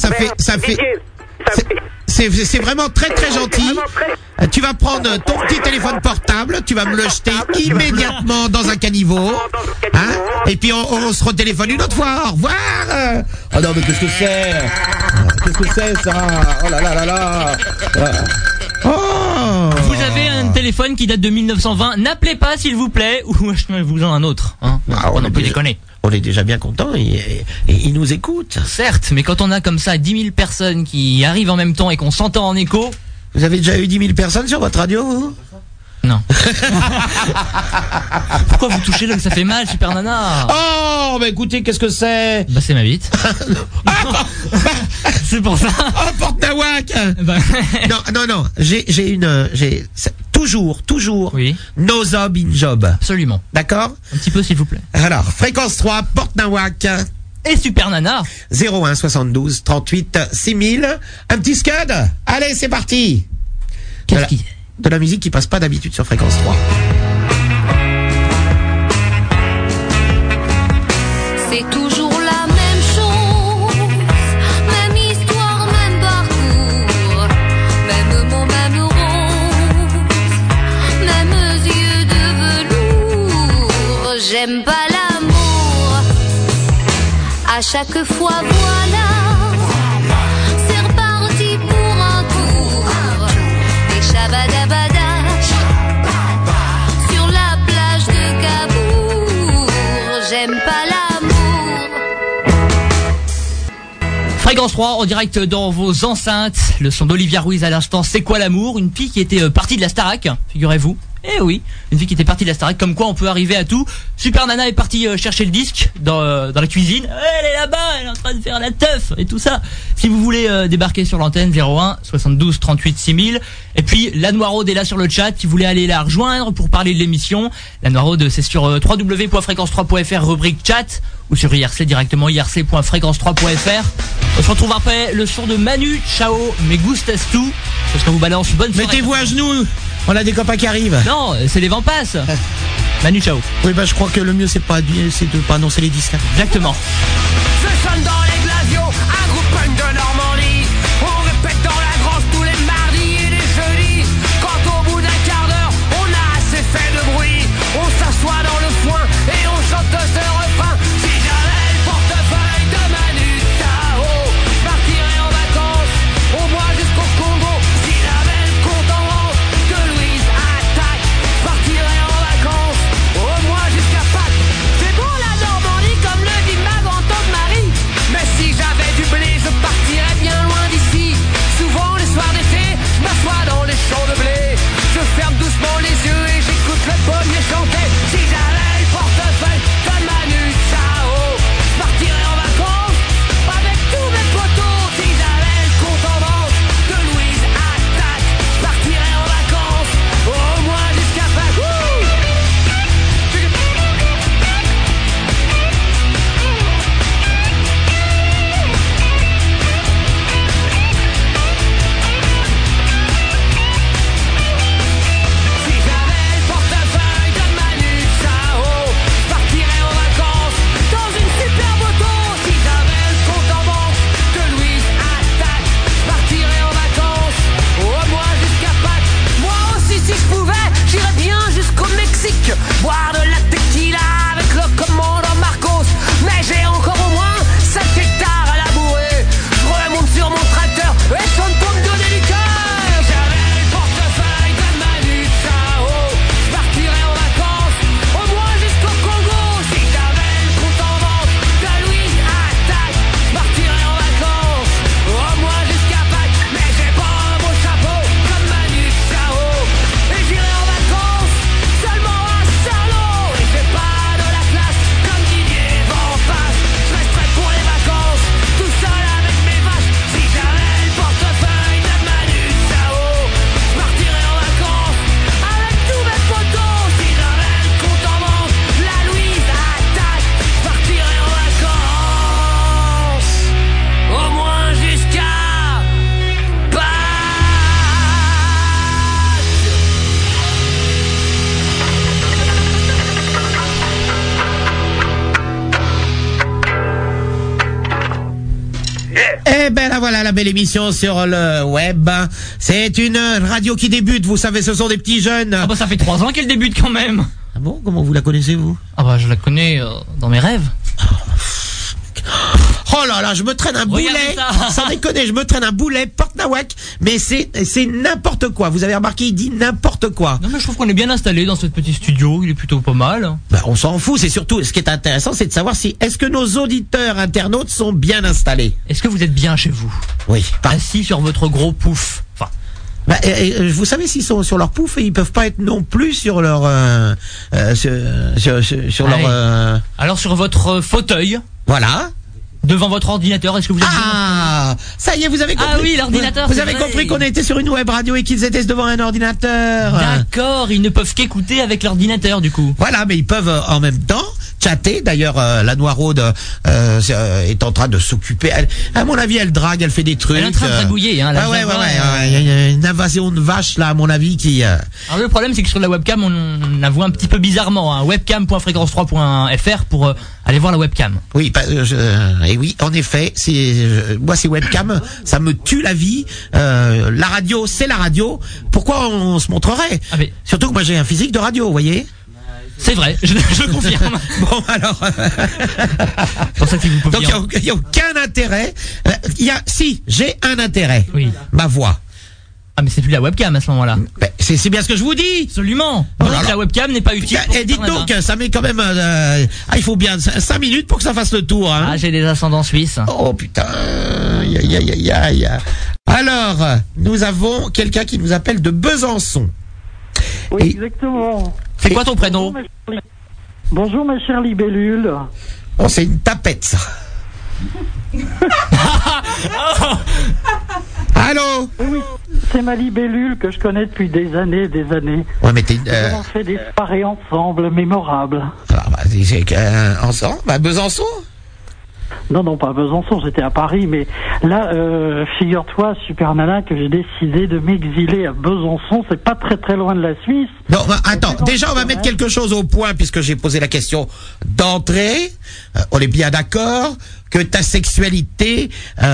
Speaker 2: c'est vraiment très très gentil. Tu vas prendre ton petit téléphone portable, tu vas me le jeter immédiatement dans un caniveau, hein, et puis on se retéléphone une autre fois. Au revoir. Oh non mais qu'est-ce que c'est? Qu'est-ce que c'est ça? Oh là là là là. Oh.
Speaker 3: Vous avez un téléphone qui date de 1920. N'appelez pas s'il vous plaît, ou achetez-vous-en un autre. Hein. On peut déconner.
Speaker 2: On est déjà bien content et ils nous écoutent.
Speaker 3: Certes, mais quand on a comme ça 10 000 personnes qui arrivent en même temps et qu'on s'entend en écho...
Speaker 2: Vous avez déjà eu 10 000 personnes sur votre radio, vous?
Speaker 3: Non. Pourquoi vous touchez là que ça fait mal, Super Nana?
Speaker 2: Oh, écoutez, qu'est-ce que c'est?
Speaker 3: C'est ma bite. C'est pour ça.
Speaker 2: Oh, Porte Nawak. Non. toujours.
Speaker 3: Oui.
Speaker 2: No job in job.
Speaker 3: Absolument.
Speaker 2: D'accord?
Speaker 3: Un petit peu, s'il vous plaît.
Speaker 2: Alors, fréquence 3, Porte Nawak.
Speaker 3: Et Super Nana.
Speaker 2: 01 72 38 6000. Un petit scud. Allez, c'est parti.
Speaker 3: Qu'est-ce qui...
Speaker 2: De la musique qui passe pas d'habitude sur fréquence 3.
Speaker 7: C'est toujours la même chose, même histoire, même parcours, même mot, même rose, mêmes yeux de velours. J'aime pas l'amour, à chaque fois voilà, c'est reparti pour un tour, des shabadabada sur la plage de Cabourg. J'aime pas l'amour.
Speaker 3: Fréquence 3 en direct dans vos enceintes. Le son d'Olivia Ruiz à l'instant. C'est quoi l'amour? Une fille qui était partie de la Starac, figurez-vous. Eh oui, une fille qui était partie de la Starac. Comme quoi on peut arriver à tout. Super Nana est partie chercher le disque dans la cuisine. Elle est là-bas, elle est en train de faire la teuf et tout ça. Si vous voulez débarquer sur l'antenne, 01 72 38 6000. Et puis la Noiraude est là sur le chat. Si vous voulez aller la rejoindre pour parler de l'émission, la Noiraude c'est sur www.fréquence3.fr rubrique chat ou sur IRC directement irc.fréquence3.fr. On se retrouve après le son de Manu Chao, Me Gustas Tu, parce qu'on vous balance bonne soirée.
Speaker 2: Mettez-vous à genoux. On a des copains qui arrivent.
Speaker 3: Non, c'est les vents passent. Manu Chao.
Speaker 2: Oui, bah je crois que le mieux c'est de pas annoncer les disques.
Speaker 3: Exactement.
Speaker 8: Ce sonne dans les glaciaux, un groupe punk de Normandie. On répète dans la grange tous les mardis et les jeudis. Quand au bout d'un quart d'heure, on a assez fait de bruit, on s'assoit dans le foin et on chante ce refrain. Si j'avais le portefeuille de Manu Chao, je partirais en vacances, au moins jusqu'au Congo. Si j'avais le compte en banque de Louise Attaque, je partirais en vacances, au moins jusqu'à Pâques. C'est bon la Normandie comme le dit ma grand-tante Marie. Mais si j'avais du blé, je partirais bien loin d'ici. Souvent les soirs d'été, je m'assois dans les champs de blé. Je ferme doucement les yeux et j'écoute le pommier chanter. Si j'avais le portefeuille de Manu Chao, je partirais en vacances avec tous mes potos. Si j'avais le compte en banque de Louise Attaque, je partirais en vacances, au moins jusqu'à Pâques. Si j'avais le portefeuille de Manu Chao, je partirais en vacances dans une superbe auto. Si j'avais le compte en banque de Louise Attaque, je partirais en vacances, au moins jusqu'à Pâques. Moi aussi si je pouvais, j'irais bien jusqu'au Mexique, boire de la tequila avec le commandant Marcos. Mais j'ai encore au moins 7 hectares à labourer. Je remonte sur mon tracteur et sonne pour me donner du cœur. J'avais le portefeuille de Manu Chao, je partirais en vacances, au moins jusqu'au Congo. Si j'avais le compte en banque de Louise Attaque, je partirais en vacances, au moins jusqu'à Pâques. Mais j'ai pas un beau chapeau comme Manu Chao, et j'irai en vacances seulement à Saint-Lô. Et j'ai pas de la classe comme Didier Van Passe, je resterai pour les vacances tout seul avec mes vaches. Si j'avais le portefeuille de Manu Chao, je partirais en vacances avec tous mes potos. Si j'avais le compte en banque de la Louise Attaque, je partirais en vacances, au moins jusqu'à Pâques.
Speaker 2: Eh ben là voilà la belle émission sur le web. C'est une radio qui débute, vous savez, ce sont des petits jeunes.
Speaker 3: Ah bah ça fait 3 ans qu'elle débute quand même.
Speaker 2: Ah bon, comment vous la connaissez vous?
Speaker 3: Ah bah je la connais dans mes rêves.
Speaker 2: Oh là là, je me traîne un
Speaker 3: Regardez
Speaker 2: boulet.
Speaker 3: ça.
Speaker 2: Sans déconner, je me traîne un boulet Porte Nawak, mais c'est n'importe quoi. Vous avez remarqué, il dit n'importe quoi.
Speaker 3: Non mais je trouve qu'on est bien installé dans ce petit studio, il est plutôt pas mal.
Speaker 2: Bah, on s'en fout, c'est surtout ce qui est intéressant, c'est de savoir si est-ce que nos auditeurs internautes sont bien installés.
Speaker 3: Est-ce que vous êtes bien chez vous?
Speaker 2: Oui.
Speaker 3: Assis sur votre gros pouf. Enfin,
Speaker 2: Bah, vous savez s'ils sont sur leur pouf et ils peuvent pas être non plus sur leur sur
Speaker 3: Allez.
Speaker 2: leur
Speaker 3: alors sur votre fauteuil.
Speaker 2: voilà.
Speaker 3: Devant votre ordinateur, est-ce que vous êtes
Speaker 2: Ah, ça y est, vous avez compris.
Speaker 3: Ah oui, l'ordinateur,
Speaker 2: Vous
Speaker 3: c'est
Speaker 2: avez
Speaker 3: vrai.
Speaker 2: compris qu'on était sur une web radio et qu'ils étaient devant un ordinateur.
Speaker 3: D'accord, ils ne peuvent qu'écouter avec l'ordinateur du coup.
Speaker 2: Voilà, mais ils peuvent en même temps chatter. D'ailleurs, la Noiraude est en train de s'occuper. À mon avis, elle drague, elle fait des trucs.
Speaker 3: Elle est en train de dragouiller, hein, la
Speaker 2: Ah ouais,
Speaker 3: Java,
Speaker 2: il y a une invasion de vaches là, à mon avis, qui.
Speaker 3: Alors le problème c'est que sur la webcam on la voit un petit peu bizarrement, hein. Webcam.fréquence3.fr pour aller voir la webcam.
Speaker 2: Oui, et oui, en effet, moi ces webcams, ça me tue la vie. La radio, c'est la radio. Pourquoi on se montrerait?
Speaker 3: Ah, mais
Speaker 2: Surtout que moi j'ai un physique de radio, vous voyez.
Speaker 3: c'est vrai, je confirme.
Speaker 2: Bon alors,
Speaker 3: C'est pour ça que vous pouvez
Speaker 2: donc il y a aucun intérêt. Si, j'ai un intérêt.
Speaker 3: Oui.
Speaker 2: Ma voix.
Speaker 3: Ah mais c'est plus la webcam à ce moment-là.
Speaker 2: Ben, c'est bien ce que je vous dis.
Speaker 3: Absolument.
Speaker 2: Oh
Speaker 3: Donc
Speaker 2: là là.
Speaker 3: la webcam n'est pas utile.
Speaker 2: Et dites donc, ça met quand même. Il faut bien 5 minutes pour que ça fasse le tour. Hein.
Speaker 3: Ah j'ai des ascendants suisses.
Speaker 2: Oh putain. Aïe. Alors, nous avons quelqu'un qui nous appelle de Besançon.
Speaker 9: Oui,
Speaker 2: Et-
Speaker 9: exactement.
Speaker 3: C'est quoi ton prénom?
Speaker 9: Bonjour ma chère libellule.
Speaker 2: Oh, c'est une tapette, ça. Allô?
Speaker 9: Oui, c'est ma libellule que je connais depuis des années.
Speaker 2: Ouais, mais t'es.
Speaker 9: On fait des soirées ensemble mémorables.
Speaker 2: Ensemble? Bah, Besançon?
Speaker 9: Non, pas à Besançon, j'étais à Paris, mais là, figure-toi, Super Nana, que j'ai décidé de m'exiler à Besançon, c'est pas très loin de la Suisse.
Speaker 2: Non, bah, attends, déjà on va mettre quelque chose au point puisque j'ai posé la question d'entrée. On est bien d'accord que ta sexualité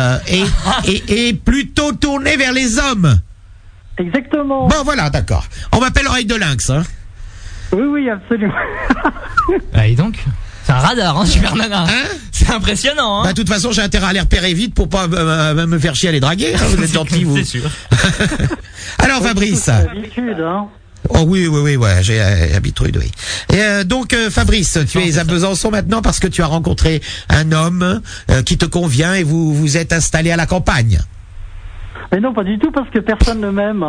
Speaker 2: est plutôt tournée vers les hommes.
Speaker 9: Exactement.
Speaker 2: Bon voilà, d'accord. On m'appelle Oreille de Lynx, hein.
Speaker 9: Oui, absolument.
Speaker 3: Ah, et donc c'est un radar, hein, Super Nana.
Speaker 2: Hein?
Speaker 3: C'est impressionnant, hein.
Speaker 2: Bah de toute façon j'ai intérêt à les repérer vite pour pas me faire chier à les draguer. Hein, vous êtes gentil vous.
Speaker 3: C'est sûr.
Speaker 2: Alors Fabrice.
Speaker 9: C'est l'habitude, hein.
Speaker 2: Oh oui, ouais, j'ai habitude, oui. Et donc Fabrice, tu es à Besançon maintenant parce que tu as rencontré un homme qui te convient et vous êtes installé à la campagne.
Speaker 9: Mais non, pas du tout, parce que personne ne m'aime.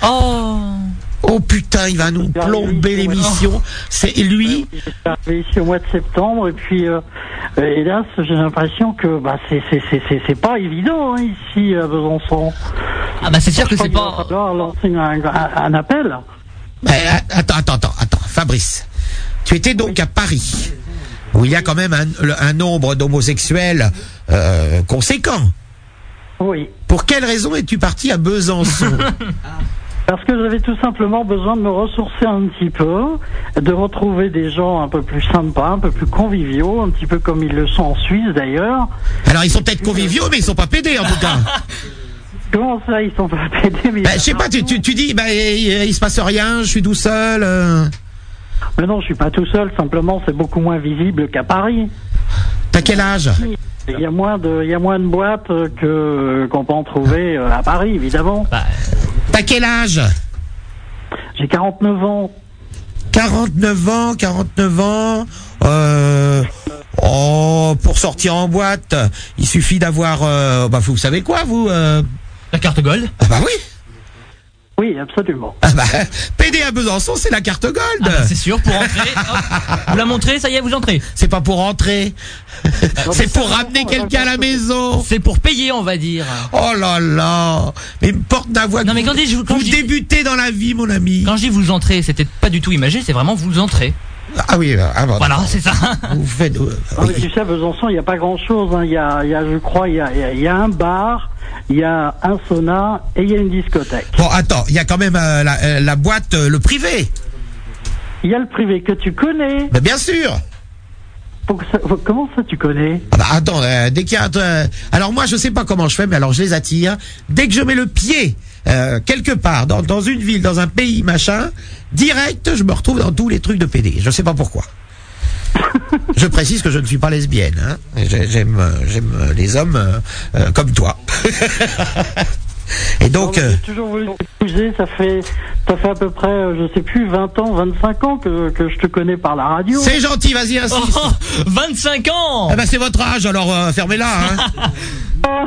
Speaker 2: Oh putain, il va nous plomber l'émission. C'est lui.
Speaker 9: Je suis arrivé ici au mois de septembre, et puis hélas, j'ai l'impression que c'est pas évident, hein, ici à Besançon.
Speaker 3: Ah bah c'est sûr que
Speaker 9: Je crois
Speaker 3: c'est
Speaker 9: qu'il va
Speaker 3: pas.
Speaker 9: falloir lancer un appel.
Speaker 2: Attends, Fabrice. Tu étais donc à Paris, où il y a quand même un nombre d'homosexuels conséquent.
Speaker 9: Oui.
Speaker 2: Pour quelle raison es-tu parti à Besançon?
Speaker 9: Parce que j'avais tout simplement besoin de me ressourcer un petit peu, de retrouver des gens un peu plus sympas, un peu plus conviviaux, un petit peu comme ils le sont en Suisse d'ailleurs.
Speaker 2: Alors ils sont peut-être conviviaux, mais ils sont pas pédés en tout cas.
Speaker 9: Comment ça, ils sont pas pédés? Mais
Speaker 2: Je sais pas, tu dis, il se passe rien, je suis tout seul.
Speaker 9: Mais non, je suis pas tout seul, simplement c'est beaucoup moins visible qu'à Paris.
Speaker 2: T'as quel âge?
Speaker 9: Il y a moins de boîtes qu'on peut en trouver à Paris, évidemment.
Speaker 2: T'as quel âge?
Speaker 9: J'ai 49 ans.
Speaker 2: 49 ans. Pour sortir en boîte, il suffit d'avoir, vous savez quoi, vous
Speaker 3: La carte Gold.
Speaker 2: Ah bah oui.
Speaker 9: Oui, absolument.
Speaker 2: Ah bah, PD à Besançon, c'est la carte Gold.
Speaker 3: Ah bah, c'est sûr, pour entrer. Hop, vous la montrez, ça y est, vous entrez.
Speaker 2: C'est pas pour rentrer. C'est pour ramener quelqu'un à la maison.
Speaker 3: C'est pour payer, on va dire.
Speaker 2: Oh là là. Mais porte la voix.
Speaker 3: Non mais quand
Speaker 2: vous débutez dans la vie, mon ami.
Speaker 3: Quand je dis vous entrez, c'était pas du tout imagé, c'est vraiment vous entrez.
Speaker 2: Ah oui, bon,
Speaker 3: voilà, c'est ça.
Speaker 2: Vous faites.
Speaker 9: Ah, mais tu sais, à Besançon, il n'y a pas grand-chose. Hein. Il y a, je crois, il y a un bar, il y a un sauna et il y a une discothèque.
Speaker 2: Bon, attends, il y a quand même la boîte, le privé.
Speaker 9: Il y a le privé que tu connais.
Speaker 2: Mais bien sûr.
Speaker 9: Comment ça, tu connais?
Speaker 2: Ah bah attends, dès qu'il y a, alors moi je sais pas comment je fais, mais alors je les attire. Dès que je mets le pied quelque part dans une ville, dans un pays, machin, direct, je me retrouve dans tous les trucs de PD. Je sais pas pourquoi. Je précise que je ne suis pas lesbienne. Hein. J'aime les hommes comme toi. Et donc,
Speaker 9: j'ai toujours voulu t'épouser, ça fait à peu près, je sais plus, 20 ans, 25 ans que je te connais par la radio.
Speaker 2: C'est gentil, vas-y, insiste.
Speaker 3: 25 ans.
Speaker 2: Eh ben c'est votre âge, alors fermez-la. Hein.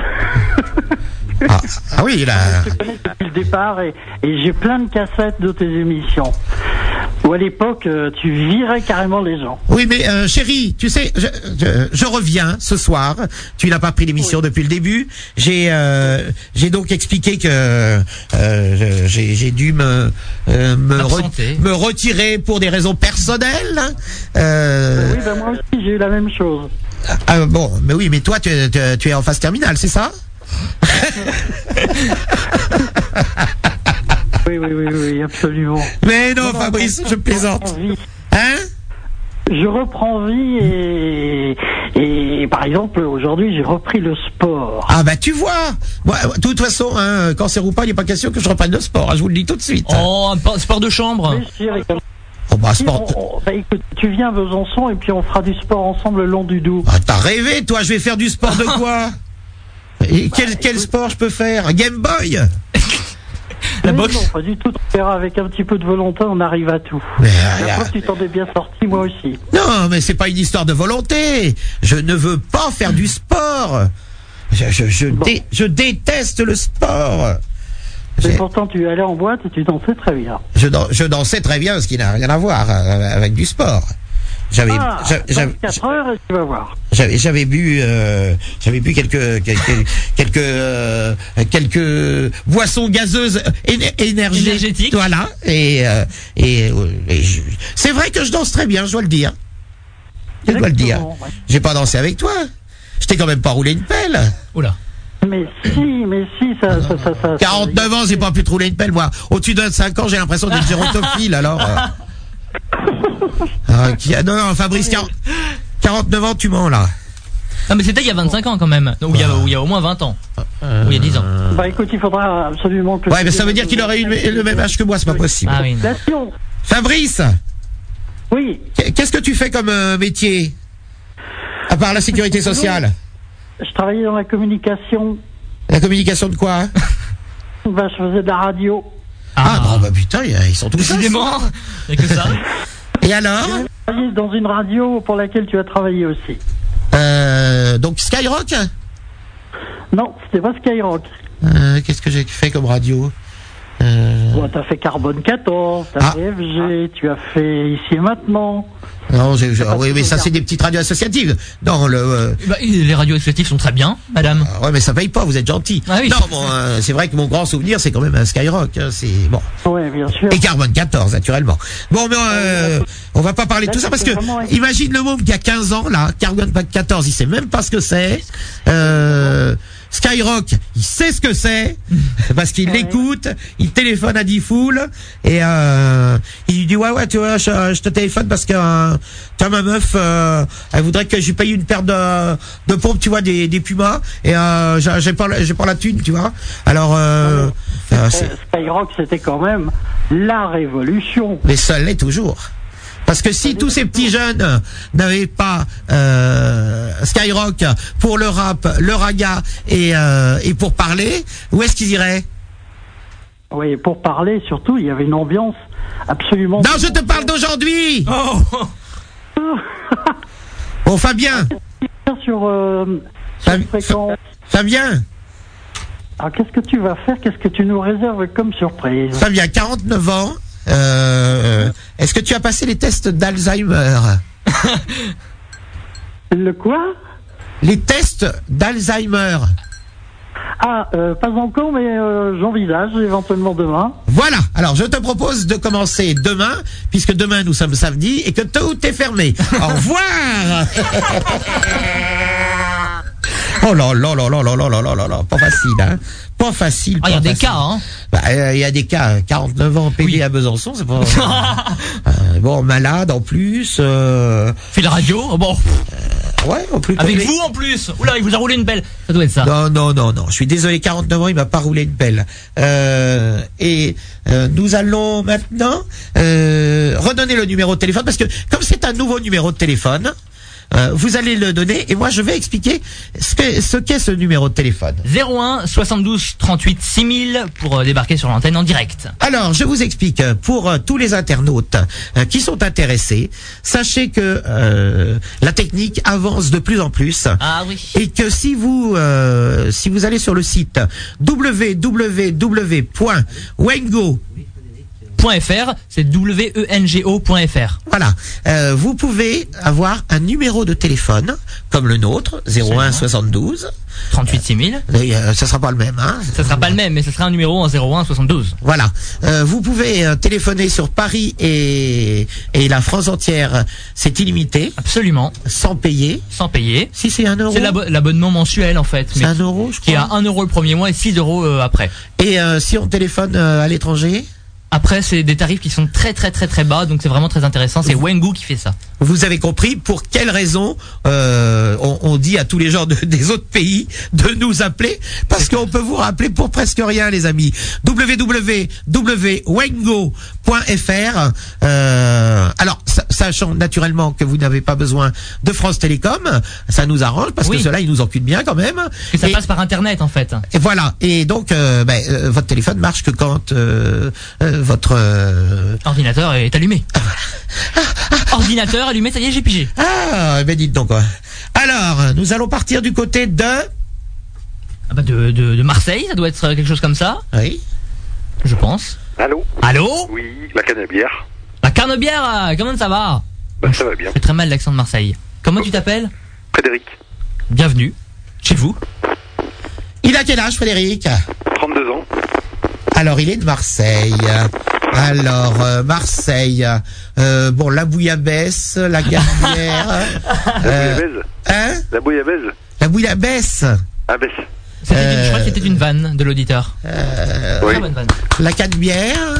Speaker 2: Ah oui, là.
Speaker 9: Je te connais depuis le départ et j'ai plein de cassettes de tes émissions. où à l'époque, tu virais carrément les gens.
Speaker 2: Oui, mais chérie, tu sais, je reviens ce soir. Tu n'as pas pris l'émission depuis le début. J'ai donc expliqué que j'ai dû me retirer pour des raisons personnelles.
Speaker 9: Oui, ben moi aussi j'ai eu la même chose.
Speaker 2: Bon, mais oui, mais toi tu es en phase terminale, c'est ça?
Speaker 9: Oui, absolument.
Speaker 2: Mais non, Fabrice, je plaisante. Hein?
Speaker 9: Je reprends vie et par exemple aujourd'hui j'ai repris le sport.
Speaker 2: Ah bah tu vois, moi, de toute façon, hein, cancer ou pas, il n'est pas question que je reprenne le sport, hein, je vous le dis tout de suite.
Speaker 3: Oh, un sport de chambre.
Speaker 9: Mais si, avec un-
Speaker 2: Oh bah sport.
Speaker 9: Bah, écoute, tu viens à Besançon et puis on fera du sport ensemble le long du Doubs.
Speaker 2: Ah, t'as rêvé, toi, je vais faire du sport de quoi? Et quel sport je peux faire? Un Game Boy?
Speaker 3: La
Speaker 9: Mais
Speaker 3: boxe?
Speaker 9: Non, pas du tout. Tu verras, avec un petit peu de volonté, on arrive à tout.
Speaker 2: Mais,
Speaker 9: La preuve, tu t'en es bien sorti, moi aussi.
Speaker 2: non, mais c'est pas une histoire de volonté. Je ne veux pas faire du sport. Je déteste le sport.
Speaker 9: Mais pourtant, tu es allé en boîte et tu dansais très bien.
Speaker 2: Je dansais très bien, ce qui n'a rien à voir avec du sport. J'avais
Speaker 9: 24 heures et tu vas voir.
Speaker 2: j'avais bu quelques boissons gazeuses énergétiques, voilà, et c'est vrai que je danse très bien, je dois le dire. Ouais. J'ai pas dansé avec toi. Je t'ai quand même pas roulé une pelle.
Speaker 3: Oula.
Speaker 9: Mais si, ça
Speaker 2: 49 ans, j'ai pas pu te rouler une pelle, moi. Au-dessus de 25 ans, j'ai l'impression d'être gérontophile, alors. Non, Fabrice, 49 ans, tu mens, là.
Speaker 3: Ah, mais c'était il y a 25 ans quand même. Ou il y a au moins 20 ans. Ou il y a 10 ans.
Speaker 9: Bah écoute, il faudra absolument que...
Speaker 2: Ouais, mais ça veut dire qu'il aurait eu le même âge que moi, c'est pas possible.
Speaker 3: Ah oui.
Speaker 9: Attention.
Speaker 2: Fabrice,
Speaker 9: Oui.
Speaker 2: qu'est-ce que tu fais comme métier? À part la sécurité sociale?
Speaker 9: Je travaillais dans la communication.
Speaker 2: La communication de quoi?
Speaker 9: Bah, je faisais de la radio.
Speaker 2: Ah, bon, bah putain, ils sont tous
Speaker 3: Décidément. Il n'y a que ça.
Speaker 2: Et alors?
Speaker 9: Je travaillais dans une radio pour laquelle tu as travaillé aussi.
Speaker 2: Donc Skyrock?
Speaker 9: Non, c'était pas Skyrock.
Speaker 2: Qu'est-ce que j'ai fait comme radio?
Speaker 9: Bon, t'as fait Carbone 14, t'as fait FG, tu as fait Ici et Maintenant.
Speaker 2: Non, oui, mais ça c'est des petites radios associatives. Non,
Speaker 3: les radios associatives sont très bien, madame.
Speaker 2: Ouais, mais ça paye pas, vous êtes gentil.
Speaker 3: Ah oui.
Speaker 2: Non, bon, c'est vrai que mon grand souvenir, c'est quand même un Skyrock. Hein, c'est bon.
Speaker 9: Ouais, bien sûr.
Speaker 2: Et Carbone 14, naturellement. Bon, mais on va pas parler de tout ça parce que imagine le môme qui a 15 ans là, Carbone 14, il sait même pas ce que c'est. Skyrock, il sait ce que c'est parce qu'il l'écoute, il téléphone à Diffoul et il lui dit ouais tu vois je te téléphone parce que tu as ma meuf elle voudrait que je lui paye une paire de pompes, tu vois, des Pumas et j'ai pas la thune, tu vois. Alors
Speaker 9: Skyrock, c'était quand même la révolution.
Speaker 2: mais ça l'est toujours. Parce que si tous ces petits jeunes n'avaient pas Skyrock pour le rap, le raga et pour parler, où est-ce qu'ils iraient?
Speaker 9: Oui, pour parler, surtout, il y avait une ambiance absolument...
Speaker 2: Non, je te parle d'aujourd'hui. Bon, Fabien.
Speaker 9: Sur fréquence.
Speaker 2: Fabien.
Speaker 9: Alors, qu'est-ce que tu vas faire? Qu'est-ce que tu nous réserves comme surprise?
Speaker 2: Fabien, 49 ans. Est-ce que tu as passé les tests d'Alzheimer?
Speaker 9: Le quoi?
Speaker 2: Les tests d'Alzheimer.
Speaker 9: Ah, pas encore, mais j'envisage éventuellement demain.
Speaker 2: Voilà, alors je te propose de commencer demain, puisque demain nous sommes samedi et que tout est fermé. Au revoir. Oh là là là là là là là là là, pas facile, hein. Pas facile.
Speaker 3: Ah, il y a des cas, hein.
Speaker 2: Il y a des cas, 49 ans, PD à Besançon, c'est pas... bon, malade en plus.
Speaker 3: Fait de radio, bon.
Speaker 2: Ouais, en plus.
Speaker 3: Avec vous en plus. Oula, il vous a roulé une belle. Ça doit être ça.
Speaker 2: Non. Je suis désolé, 49 ans, il m'a pas roulé une pelle. Nous allons maintenant redonner le numéro de téléphone parce que comme c'est un nouveau numéro de téléphone, vous allez le donner et moi je vais expliquer ce qu'est ce numéro de téléphone.
Speaker 3: 01 72 38 6000 pour débarquer sur l'antenne en direct.
Speaker 2: Alors, je vous explique, pour tous les internautes qui sont intéressés, sachez que la technique avance de plus en plus.
Speaker 3: Ah oui.
Speaker 2: Et que si vous allez sur le site www.wengo.fr,
Speaker 3: .fr, c'est wengo.fr.
Speaker 2: Voilà. Vous pouvez avoir un numéro de téléphone comme le nôtre, 01 72
Speaker 3: 38 6000.
Speaker 2: Ça sera pas le même, hein.
Speaker 3: Ça sera pas le même, mais ça sera un numéro en 01 72.
Speaker 2: Voilà. Vous pouvez téléphoner sur Paris et la France entière. C'est illimité.
Speaker 3: Absolument.
Speaker 2: Sans payer.
Speaker 3: Sans payer.
Speaker 2: Si c'est 1 euro.
Speaker 3: C'est l'abonnement mensuel en fait.
Speaker 2: C'est 1 euro, je crois.
Speaker 3: Qui est à 1 euro le premier mois et 6 euros après.
Speaker 2: Et si on téléphone à l'étranger?
Speaker 3: Après, c'est des tarifs qui sont très très très très bas, donc c'est vraiment très intéressant. C'est Wengo qui fait ça.
Speaker 2: Vous avez compris pour quelle raison on dit à tous les gens des autres pays de nous appeler, parce qu'on peut vous rappeler pour presque rien, les amis. www.wengo.fr. Alors, sachant naturellement que vous n'avez pas besoin de France Télécom, ça nous arrange parce que cela, ils nous enculent bien quand même.
Speaker 3: Et ça passe par Internet en fait.
Speaker 2: Et voilà. Et donc, votre téléphone marche que quand votre
Speaker 3: ordinateur est allumé. Ordinateur allumé, ça y est, j'ai pigé.
Speaker 2: Ah, ben dites donc quoi. Alors, nous allons partir du côté de...
Speaker 3: de Marseille, ça doit être quelque chose comme ça.
Speaker 2: Oui.
Speaker 3: Je pense.
Speaker 10: Allô?
Speaker 3: Allô?
Speaker 10: Oui, la Canebière.
Speaker 3: La Canebière, comment ça va?
Speaker 10: Bah ça va bien.
Speaker 3: C'est très mal l'accent de Marseille. Comment tu t'appelles?
Speaker 10: Frédéric.
Speaker 3: Bienvenue. Chez vous.
Speaker 2: Il a quel âge, Frédéric?
Speaker 10: 32 ans.
Speaker 2: Alors, il est de Marseille. Alors, Marseille. Bon, la bouillabaisse, la Canebière.
Speaker 10: La bouillabaisse.
Speaker 2: Hein?
Speaker 10: La bouillabaisse.
Speaker 2: La bouillabaisse.
Speaker 10: Ah, baisse.
Speaker 3: Je crois que c'était une vanne de l'auditeur.
Speaker 10: Oui.
Speaker 3: Bonne vanne.
Speaker 2: La Canebière.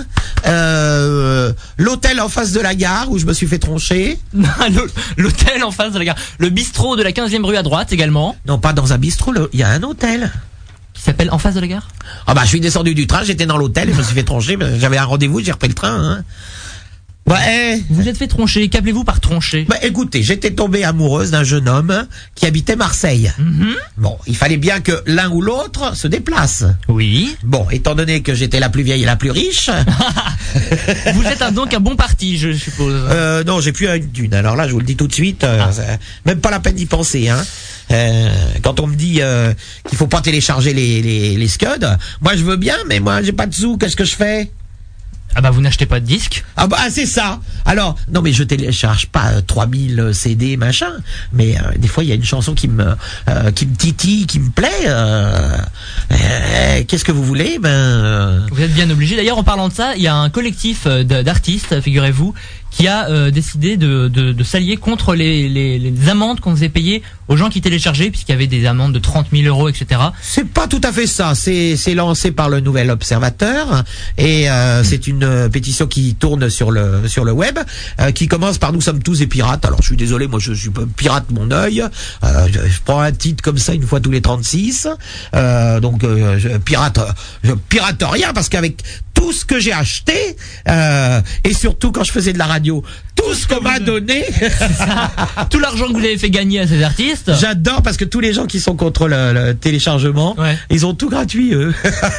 Speaker 2: L'hôtel en face de la gare où je me suis fait troncher.
Speaker 3: L'hôtel en face de la gare. Le bistrot de la 15e rue à droite également.
Speaker 2: Non, pas dans un bistrot, il y a un hôtel.
Speaker 3: Qui s'appelle en face de la gare?
Speaker 2: Ah bah je suis descendu du train, j'étais dans l'hôtel et je me suis fait troncher, j'avais un rendez-vous, j'ai repris le train. Hein. Ouais.
Speaker 3: Vous êtes fait troncher, qu'appelez-vous par troncher?
Speaker 2: Bah écoutez, j'étais tombée amoureuse d'un jeune homme qui habitait Marseille. Bon, il fallait bien que l'un ou l'autre se déplace.
Speaker 3: Oui.
Speaker 2: Bon, étant donné que j'étais la plus vieille et la plus riche...
Speaker 3: Vous êtes donc un bon parti, je suppose.
Speaker 2: Non, j'ai plus une thune. Alors là, je vous le dis tout de suite, même pas la peine d'y penser. Hein. Quand on me dit qu'il faut pas télécharger les scuds, moi je veux bien, mais moi j'ai pas de sous, qu'est-ce que je fais?
Speaker 3: Ah bah vous n'achetez pas de disque?
Speaker 2: Ah bah c'est ça. Alors non mais je télécharge pas 3000 CD machin, mais des fois il y a une chanson qui me titille, qui me plaît. Qu'est-ce que vous voulez?
Speaker 3: Vous êtes bien obligé. D'ailleurs en parlant de ça, il y a un collectif d'artistes, figurez-vous, qui a décidé de s'allier contre les amendes qu'on faisait payer aux gens qui téléchargeaient, puisqu'il y avait des amendes de 30 000 euros, etc.
Speaker 2: C'est pas tout à fait ça. C'est lancé par le Nouvel Observateur et c'est une pétition qui tourne sur le web, qui commence par nous sommes tous des pirates. Alors je suis désolé, moi je suis pas pirate mon œil. Je prends un titre comme ça une fois tous les 36. Donc je pirate rien parce qu'avec tout ce que j'ai acheté et surtout quand je faisais de la radio, tout ce qu'on m'a donné,
Speaker 3: tout l'argent que vous avez fait gagner à ces artistes.
Speaker 2: J'adore parce que tous les gens qui sont contre le téléchargement, ils ont tout gratuit eux.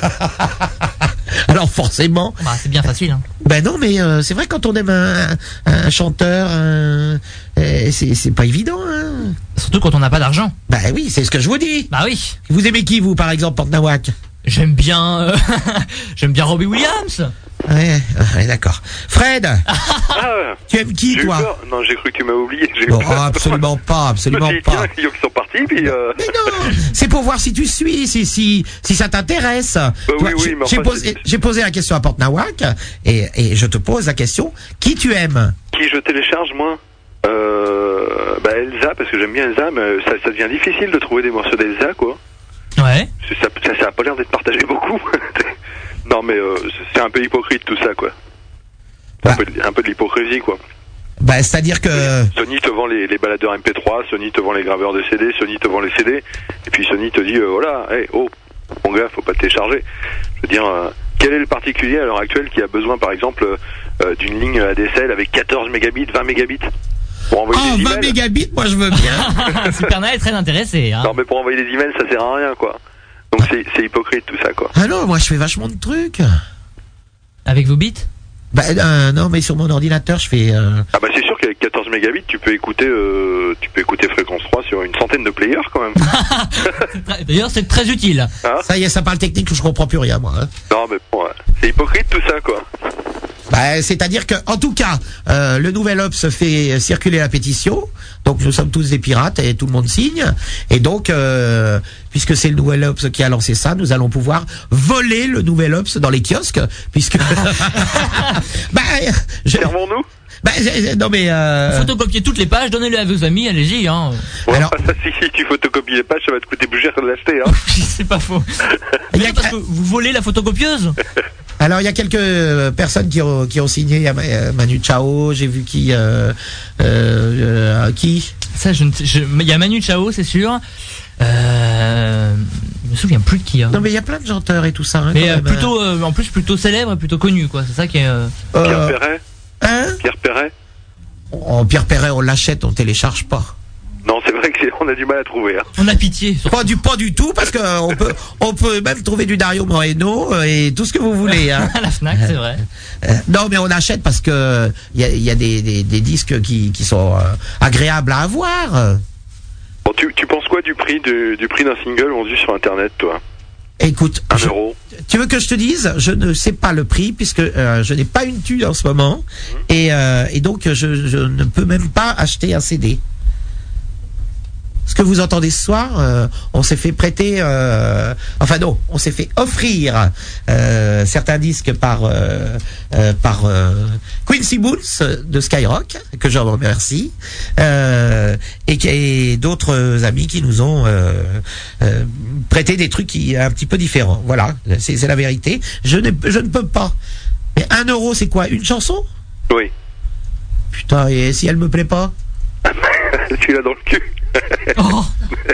Speaker 2: Alors forcément.
Speaker 3: Bah, c'est bien facile. Hein.
Speaker 2: Ben non, mais c'est vrai quand on aime un chanteur, c'est pas évident. Hein.
Speaker 3: Surtout quand on n'a pas d'argent.
Speaker 2: Bah oui, c'est ce que je vous dis.
Speaker 3: Bah oui.
Speaker 2: Vous aimez qui vous par exemple, Porte Nawak?
Speaker 3: J'aime bien Robbie Williams.
Speaker 2: Ouais, d'accord. Fred, tu aimes qui toi?
Speaker 10: Non, j'ai cru que tu m'as oublié.
Speaker 2: Bon, absolument pas.
Speaker 10: Tiens, ils sont partis, puis.
Speaker 2: Mais non, c'est pour voir si tu suis, si ça t'intéresse.
Speaker 10: Oui,
Speaker 2: j'ai posé la question à Porte Nawak et je te pose la question, qui tu aimes?
Speaker 10: Qui je télécharge moi? Elsa, parce que j'aime bien Elsa, mais ça devient difficile de trouver des morceaux d'Elsa, quoi.
Speaker 3: Ouais.
Speaker 10: Ça a pas l'air d'être partagé beaucoup. Non, mais c'est un peu hypocrite tout ça, quoi. Un peu de l'hypocrisie, quoi.
Speaker 2: Bah, c'est-à-dire que...
Speaker 10: Sony te vend les baladeurs MP3, Sony te vend les graveurs de CD, Sony te vend les CD, et puis Sony te dit, voilà, mon gars, faut pas te télécharger. Je veux dire, quel est le particulier à l'heure actuelle qui a besoin, par exemple, d'une ligne ADSL avec 14 mégabits, 20 mégabits? Pour envoyer des
Speaker 2: 20 mégabits, moi je veux bien.
Speaker 3: Superna est très intéressé. Hein.
Speaker 10: Non, mais pour envoyer des emails, ça sert à rien, quoi. Donc c'est hypocrite tout ça, quoi.
Speaker 2: Ah non, moi je fais vachement de trucs.
Speaker 3: Avec vos bits?
Speaker 2: Non, mais sur mon ordinateur, je fais...
Speaker 10: Ah bah c'est sûr qu'avec 14 mégabits, tu peux écouter Fréquence 3 sur une centaine de players, quand même.
Speaker 3: D'ailleurs, c'est très utile.
Speaker 2: Hein? Ça y est, ça parle technique, je comprends plus rien, moi. Hein.
Speaker 10: Non, mais bon, c'est hypocrite tout ça, quoi.
Speaker 2: Bah, c'est-à-dire que, en tout cas, le Nouvel Obs fait circuler la pétition. Donc nous sommes tous des pirates et tout le monde signe. Et donc, puisque c'est le Nouvel Obs qui a lancé ça, nous allons pouvoir voler le Nouvel Obs dans les kiosques, puisque.
Speaker 10: Servons-nous.
Speaker 2: Bah, non mais.
Speaker 3: Photocopiez toutes les pages, donnez-les à vos amis, allez-y. Hein.
Speaker 10: Ouais, alors, si tu photocopies les pages, ça va te coûter plus cher que de l'acheter. Hein.
Speaker 3: C'est pas faux. Parce que vous volez la photocopieuse.
Speaker 2: Alors il y a quelques personnes qui ont signé. Il y a Manu Chao, j'ai vu qui.
Speaker 3: Ça, il y a Manu Chao, c'est sûr. Je me souviens plus de qui. Hein.
Speaker 2: Non mais il y a plein de chanteurs et tout ça. Hein,
Speaker 3: mais plutôt, en plus plutôt célèbre et plutôt connu, quoi. C'est ça qui est.
Speaker 10: Pierre Perret.
Speaker 2: Hein?
Speaker 10: Pierre Perret.
Speaker 2: Oh, Pierre Perret, on l'achète, on télécharge pas.
Speaker 10: Non, c'est vrai qu'on a du mal à trouver. Hein.
Speaker 3: On a pitié.
Speaker 2: Pas du tout, parce que on peut même trouver du Dario Moreno et tout ce que vous voulez. Hein.
Speaker 3: À la Fnac, c'est vrai.
Speaker 2: Non, mais on achète parce que il y a des disques qui sont agréables à avoir.
Speaker 10: Bon, tu penses quoi du prix d'un single vendu sur Internet, toi?
Speaker 2: Écoute,
Speaker 10: 1 euro.
Speaker 2: Tu veux que je te dise? Je ne sais pas le prix puisque je n'ai pas une thune en ce moment et donc je ne peux même pas acheter un CD. Ce que vous entendez ce soir, on s'est fait prêter, enfin non, on s'est fait offrir certains disques par Quincy Moons de Skyrock, que je remercie, et d'autres amis qui nous ont prêté des trucs un petit peu différents. Voilà, c'est la vérité. Je ne peux pas. Mais 1 euro, c'est quoi? Une chanson?
Speaker 10: Oui.
Speaker 2: Putain, et si elle me plaît pas?
Speaker 10: Tu l'as dans le cul.
Speaker 2: Oh.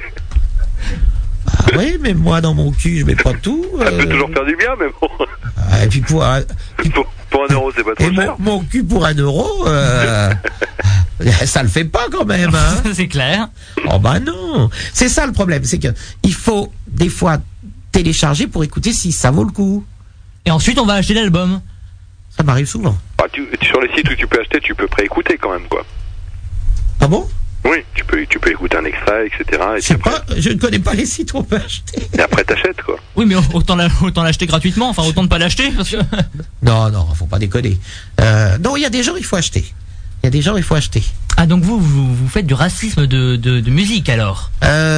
Speaker 2: Ah oui, mais moi dans mon cul je mets pas tout.
Speaker 10: Ça peut toujours faire du bien, mais bon.
Speaker 2: Et puis pour 1
Speaker 10: euro, c'est pas trop cher.
Speaker 2: Mon cul pour 1 euro, ça le fait pas quand même. Hein.
Speaker 3: C'est clair.
Speaker 2: Oh bah non. C'est ça le problème, c'est que il faut des fois télécharger pour écouter si ça vaut le coup.
Speaker 3: Et ensuite on va acheter l'album.
Speaker 2: Ça m'arrive souvent.
Speaker 10: Ah, sur les sites où tu peux acheter, tu peux préécouter quand même, quoi.
Speaker 2: Ah bon?
Speaker 10: Oui, tu peux écouter un extrait, etc. Et
Speaker 2: je ne connais pas les sites où on peut acheter.
Speaker 10: Et après t'achètes, quoi.
Speaker 3: Oui, mais autant l'acheter gratuitement, enfin autant ne pas l'acheter parce que.
Speaker 2: Non, faut pas déconner. Non, il y a des gens, il faut acheter.
Speaker 3: Ah, donc vous faites du racisme de musique alors?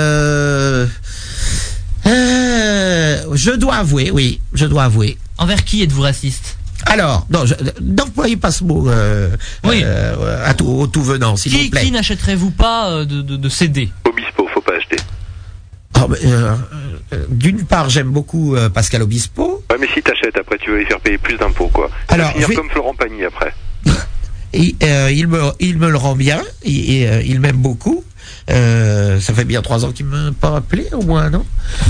Speaker 2: Je dois avouer.
Speaker 3: Envers qui êtes-vous raciste?
Speaker 2: Alors, non, n'employez pas ce mot au tout venant, s'il vous plaît.
Speaker 3: Qui n'achèterez-vous pas de CD?
Speaker 10: Obispo, faut pas acheter.
Speaker 2: D'une part, j'aime beaucoup Pascal Obispo.
Speaker 10: Ouais, mais si t'achètes, après tu vas lui faire payer plus d'impôts, quoi.
Speaker 2: Alors,
Speaker 10: finir comme Florent Pagny après.
Speaker 2: Et, il me le rend bien, il m'aime beaucoup. Ça fait bien 3 ans qu'il m'a pas appelé, au moins, non?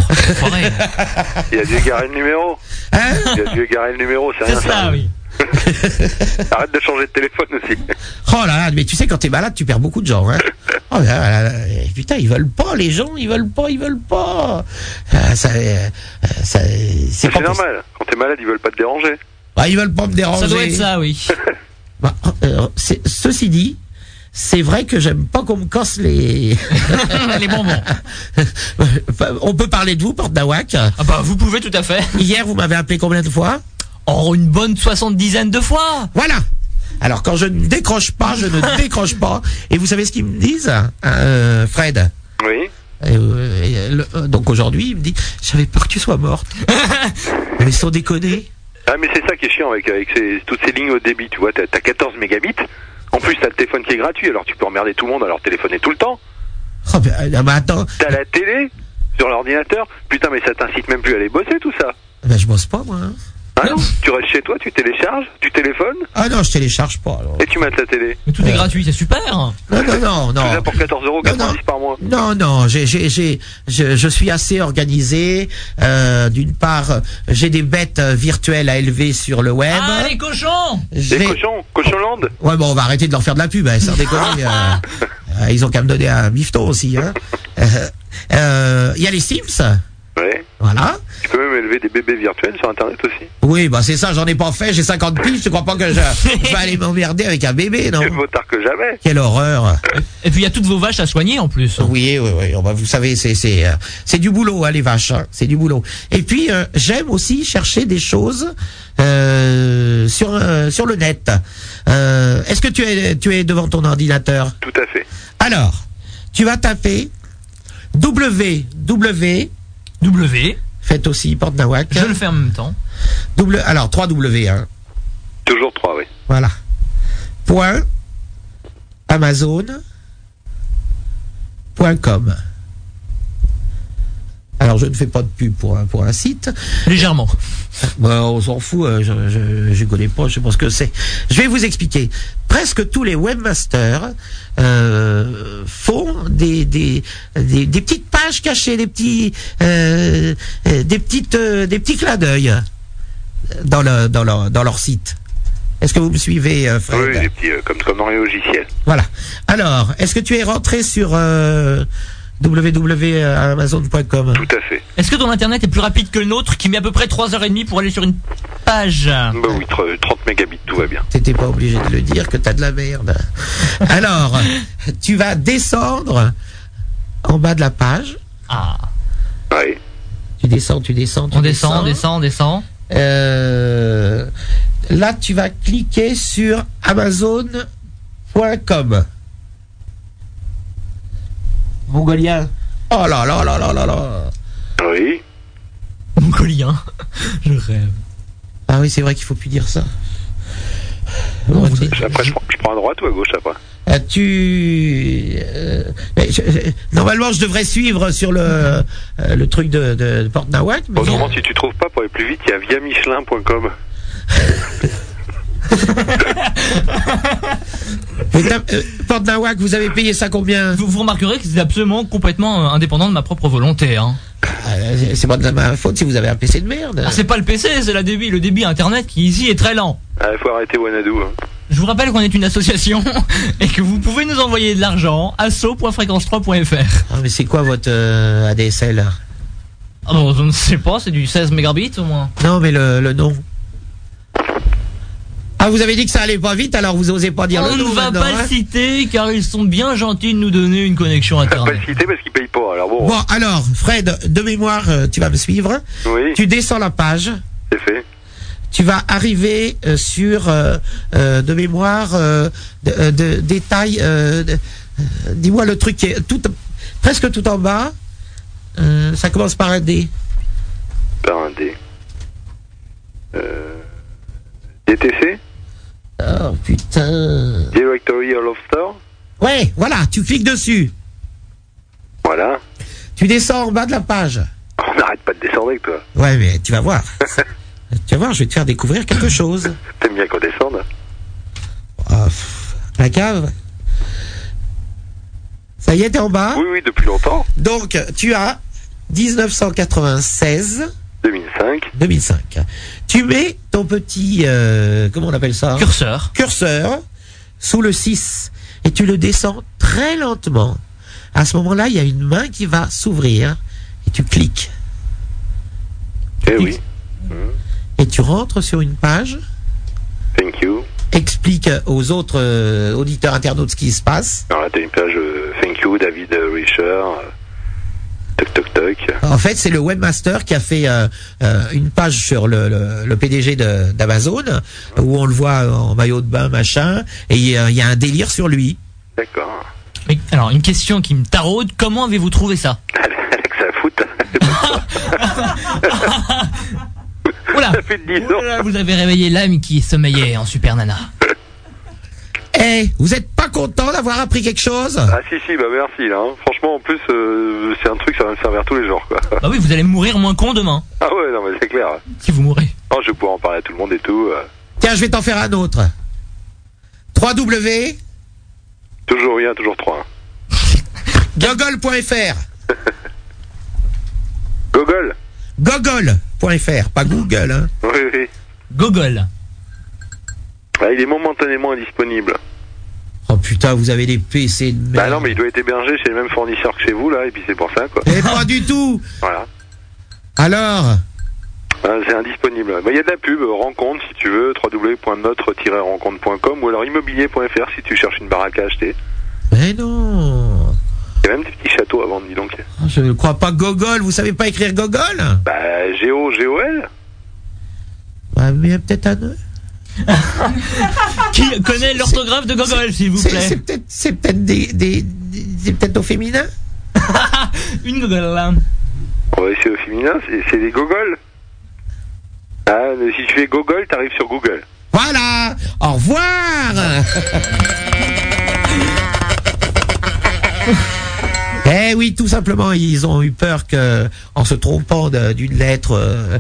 Speaker 10: Il a dû égarer le numéro.
Speaker 2: Hein?
Speaker 10: Il a dû égarer le numéro, c'est rien
Speaker 3: ça, oui.
Speaker 10: Arrête de changer de téléphone aussi.
Speaker 2: Oh là là, mais tu sais, quand t'es malade, tu perds beaucoup de gens, hein. Oh là là, putain, ils veulent pas, les gens, ils veulent pas. C'est
Speaker 10: normal. Quand t'es malade, ils veulent pas te déranger.
Speaker 2: Bah, ils veulent pas me déranger.
Speaker 3: Ça doit être ça, oui.
Speaker 2: Bah, ceci dit, c'est vrai que j'aime pas qu'on me casse les
Speaker 3: bonbons.
Speaker 2: On peut parler de vous, Porte d'Awak.
Speaker 3: Ah bah vous pouvez tout à fait.
Speaker 2: Hier, vous m'avez appelé combien de fois?
Speaker 3: Oh, une bonne 70aine de fois.
Speaker 2: Voilà. Alors quand je ne décroche pas, je ne décroche pas. Et vous savez ce qu'ils me disent, Fred?
Speaker 10: Oui.
Speaker 2: Donc aujourd'hui, il me dit, j'avais peur que tu sois morte. Mais sans déconner.
Speaker 10: Ah, mais c'est ça qui est chiant avec toutes ces lignes au débit, tu vois, t'as 14 mégabits. En plus, t'as le téléphone qui est gratuit, alors tu peux emmerder tout le monde à leur téléphoner tout le temps.
Speaker 2: Oh, mais attends.
Speaker 10: T'as la télé sur l'ordinateur. Putain, mais ça t'incite même plus à aller bosser, tout ça.
Speaker 2: Ben, je bosse pas, moi. Hein.
Speaker 10: Ah non, tu restes chez toi, tu télécharges, tu téléphones.
Speaker 2: Ah non, je télécharge pas. Alors.
Speaker 10: Et tu mates la télé.
Speaker 3: Mais tout est gratuit, c'est super.
Speaker 2: Non.
Speaker 10: Tout ça pour 14,90 € par mois.
Speaker 2: Non, je suis assez organisé. D'une part, j'ai des bêtes virtuelles à élever sur le web.
Speaker 3: Ah, les cochons.
Speaker 10: Les cochonland.
Speaker 2: Ouais, bon, on va arrêter de leur faire de la pub, sans déconner. Ils ont qu'à me donner un bifton aussi. Hein. Y a les Sims.
Speaker 10: Ouais.
Speaker 2: Voilà.
Speaker 10: Tu peux même élever des bébés virtuels sur Internet aussi.
Speaker 2: Oui, bah c'est ça, j'en ai pas fait, j'ai 50 piges, tu crois pas que je vais aller m'emmerder avec un bébé, non?
Speaker 10: Mieux vaut tard que jamais.
Speaker 2: Quelle horreur.
Speaker 3: Et puis il y a toutes vos vaches à soigner en plus.
Speaker 2: Oui, oui, oui. Bah, vous savez, c'est du boulot, hein, les vaches. Hein, c'est du boulot. Et puis j'aime aussi chercher des choses sur le net. Est-ce que tu es devant ton ordinateur?
Speaker 10: Tout à fait.
Speaker 2: Alors, tu vas taper www. Faites aussi Porte Nawak.
Speaker 3: Je le fais en même temps.
Speaker 2: Alors 3W. Hein.
Speaker 10: Toujours 3, oui.
Speaker 2: Voilà. Point Amazon.com. Alors je ne fais pas de pub pour un site.
Speaker 3: Légèrement.
Speaker 2: Bah, on s'en fout, je connais pas, je sais pas ce que c'est. Je vais vous expliquer. Presque tous les webmasters font des petites pages cachées, des petits clins d'œil dans leur site. Est-ce que vous me suivez, Fred?
Speaker 10: Oui, des petits, comme dans les logiciels.
Speaker 2: Voilà. Alors, est-ce que tu es rentré sur www.amazon.com?
Speaker 10: Tout à fait.
Speaker 3: Est-ce que ton internet est plus rapide que le nôtre qui met à peu près 3h30 pour aller sur une page?
Speaker 10: Bah oui, 30 mégabits, tout va bien.
Speaker 2: T'étais pas obligé de le dire que t'as de la merde. Alors, tu vas descendre en bas de la page.
Speaker 3: Ah.
Speaker 10: Oui.
Speaker 2: Tu descends.
Speaker 3: On descend.
Speaker 2: Là, tu vas cliquer sur Amazon.com. Mongolien. Oh là là là là là là.
Speaker 10: Oui.
Speaker 3: Mongolien. Je rêve.
Speaker 2: Ah oui, c'est vrai qu'il faut plus dire ça.
Speaker 3: Non,
Speaker 10: Après, je prends à droite ou à gauche après?
Speaker 2: Normalement, je devrais suivre sur le truc de Porte Nawak. Mais
Speaker 10: Autrement, si tu trouves pas, pour aller plus vite, il y a viamichelin.com.
Speaker 2: Porte Nawak, vous avez payé ça combien?
Speaker 3: Vous remarquerez que c'est absolument complètement indépendant de ma propre volonté. Hein.
Speaker 2: C'est pas de ma faute si vous avez un PC de merde.
Speaker 3: Ah, c'est pas le PC, c'est le débit internet qui ici est très lent.
Speaker 10: Il faut arrêter Wanadu. Hein.
Speaker 3: Je vous rappelle qu'on est une association et que vous pouvez nous envoyer de l'argent à asso.fréquence3.fr.
Speaker 2: Ah, mais c'est quoi votre ADSL?
Speaker 3: Ah bon, je ne sais pas, c'est du 16 mégabits au moins.
Speaker 2: Non, mais le nom. Ah, vous avez dit que ça allait pas vite, alors vous osez pas dire
Speaker 3: On
Speaker 2: le nom.
Speaker 3: ne va
Speaker 2: maintenant,
Speaker 3: pas
Speaker 2: hein.
Speaker 3: le citer car ils sont bien gentils de nous donner une connexion
Speaker 10: On va pas
Speaker 3: internet.
Speaker 10: le citer parce qu'ils payent pas. Alors bon.
Speaker 2: Bon, alors, Fred, de mémoire, tu vas me suivre.
Speaker 10: Oui.
Speaker 2: Tu descends la page.
Speaker 10: C'est fait.
Speaker 2: Tu vas arriver sur, de mémoire, détail. Dis-moi le truc qui est presque tout en bas. Ça commence par un D.
Speaker 10: Par un D. DTC?
Speaker 2: Oh putain.
Speaker 10: Directory All of Store?
Speaker 2: Ouais, voilà, tu cliques dessus.
Speaker 10: Voilà.
Speaker 2: Tu descends en bas de la page.
Speaker 10: On n'arrête pas de descendre avec toi.
Speaker 2: Ouais, mais tu vas voir. Tu vas voir, je vais te faire découvrir quelque chose.
Speaker 10: T'aimes bien qu'on descende?
Speaker 2: Oh, la cave. Ça y est, t'es en bas.
Speaker 10: Oui, oui, depuis longtemps.
Speaker 2: Donc, tu as 1996. 2005. Tu mets ton petit, comment on appelle ça? Curseur sous le 6 et tu le descends très lentement. À ce moment-là, il y a une main qui va s'ouvrir et tu cliques.
Speaker 10: Eh oui.
Speaker 2: Et tu rentres sur une page.
Speaker 10: Thank you.
Speaker 2: Explique aux autres auditeurs internautes ce qui se passe.
Speaker 10: Alors là, t'as une page Thank you, David Richer. Toc toc toc.
Speaker 2: En fait, c'est le webmaster qui a fait une page sur le PDG d'Amazon où on le voit en maillot de bain, machin, et il y a un délire sur lui.
Speaker 10: D'accord.
Speaker 3: Oui, alors, une question qui me taraude, comment avez-vous trouvé ça?
Speaker 10: Avec sa foot.
Speaker 3: Oula,
Speaker 10: Ça fait 10 ans.
Speaker 3: oula, vous avez réveillé l'âme qui sommeillait en Super Nana.
Speaker 2: Eh, vous êtes pas content d'avoir appris quelque chose?
Speaker 10: Ah si, bah merci là. Hein. Franchement, en plus, c'est un truc, ça va me servir tous les jours quoi.
Speaker 3: Bah oui, vous allez mourir moins con demain,
Speaker 10: Ah ouais, non mais c'est clair.
Speaker 3: si vous mourrez.
Speaker 10: Non, je vais pouvoir en parler à tout le monde et tout.
Speaker 2: Tiens, je vais t'en faire un autre. 3W.
Speaker 10: Toujours rien, toujours 3.
Speaker 2: Google.fr.
Speaker 10: Google.
Speaker 2: Google.fr, pas Google, hein.
Speaker 10: Oui, oui.
Speaker 3: Google.
Speaker 10: Ah, il est momentanément indisponible.
Speaker 2: Oh putain, vous avez des PC de merde.
Speaker 10: Bah non, mais il doit être hébergé chez le même fournisseur que chez vous là, et puis c'est pour ça quoi.
Speaker 2: Mais pas du tout.
Speaker 10: Voilà.
Speaker 2: Alors
Speaker 10: C'est indisponible. Il y a de la pub, rencontre si tu veux, www.notre-rencontre.com ou alors immobilier.fr si tu cherches une baraque à acheter.
Speaker 2: Mais non.
Speaker 10: Il y a même des petits châteaux à vendre, dis donc.
Speaker 2: Je ne crois pas. Gogol, vous savez pas écrire Gogol?
Speaker 10: Bah, G-O-G-O-L.
Speaker 2: Ouais, mais il y a peut-être un nœud.
Speaker 3: Qui connaît l'orthographe de Gogol, s'il vous plaît?
Speaker 2: C'est peut-être c'est peut-être au féminin.
Speaker 3: Une Gogol.
Speaker 10: Ouais, c'est au féminin, c'est des gogoles. Ah, mais si tu fais Gogol, t'arrives sur Google.
Speaker 2: Voilà. Au revoir. Eh oui, tout simplement, ils ont eu peur que, en se trompant d'une lettre,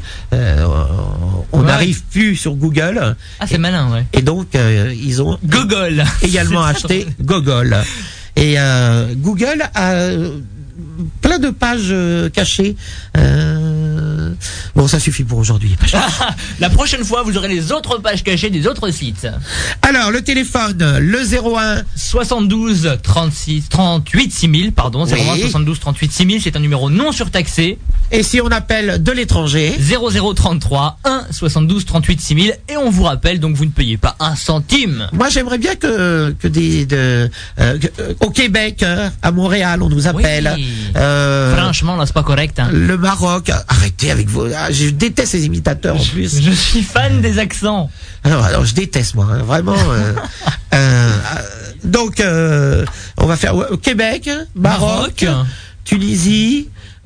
Speaker 2: on n'arrive plus sur Google.
Speaker 3: Ah, c'est malin, ouais.
Speaker 2: Et donc, ils ont
Speaker 3: Gogol
Speaker 2: également acheté Gogol. Et Google a plein de pages cachées. Bon, ça suffit pour aujourd'hui.
Speaker 3: La prochaine fois, vous aurez les autres pages cachées des autres sites.
Speaker 2: Alors, le téléphone, le 01
Speaker 3: 72 36 38 6000, pardon, 01 72 38 6000, c'est un numéro non surtaxé.
Speaker 2: Et si on appelle de l'étranger,
Speaker 3: 0033 1 72 38 6000, et on vous rappelle, donc vous ne payez pas un centime.
Speaker 2: Moi, j'aimerais bien que au Québec, à Montréal, on nous appelle.
Speaker 3: Oui. Franchement, là, c'est pas correct. Hein.
Speaker 2: Le Maroc, arrêtez avec vos. Je déteste ces imitateurs en plus.
Speaker 3: Je suis fan des accents.
Speaker 2: Alors je déteste moi, hein, vraiment. Donc, on va faire Québec, Maroc. Tunisie.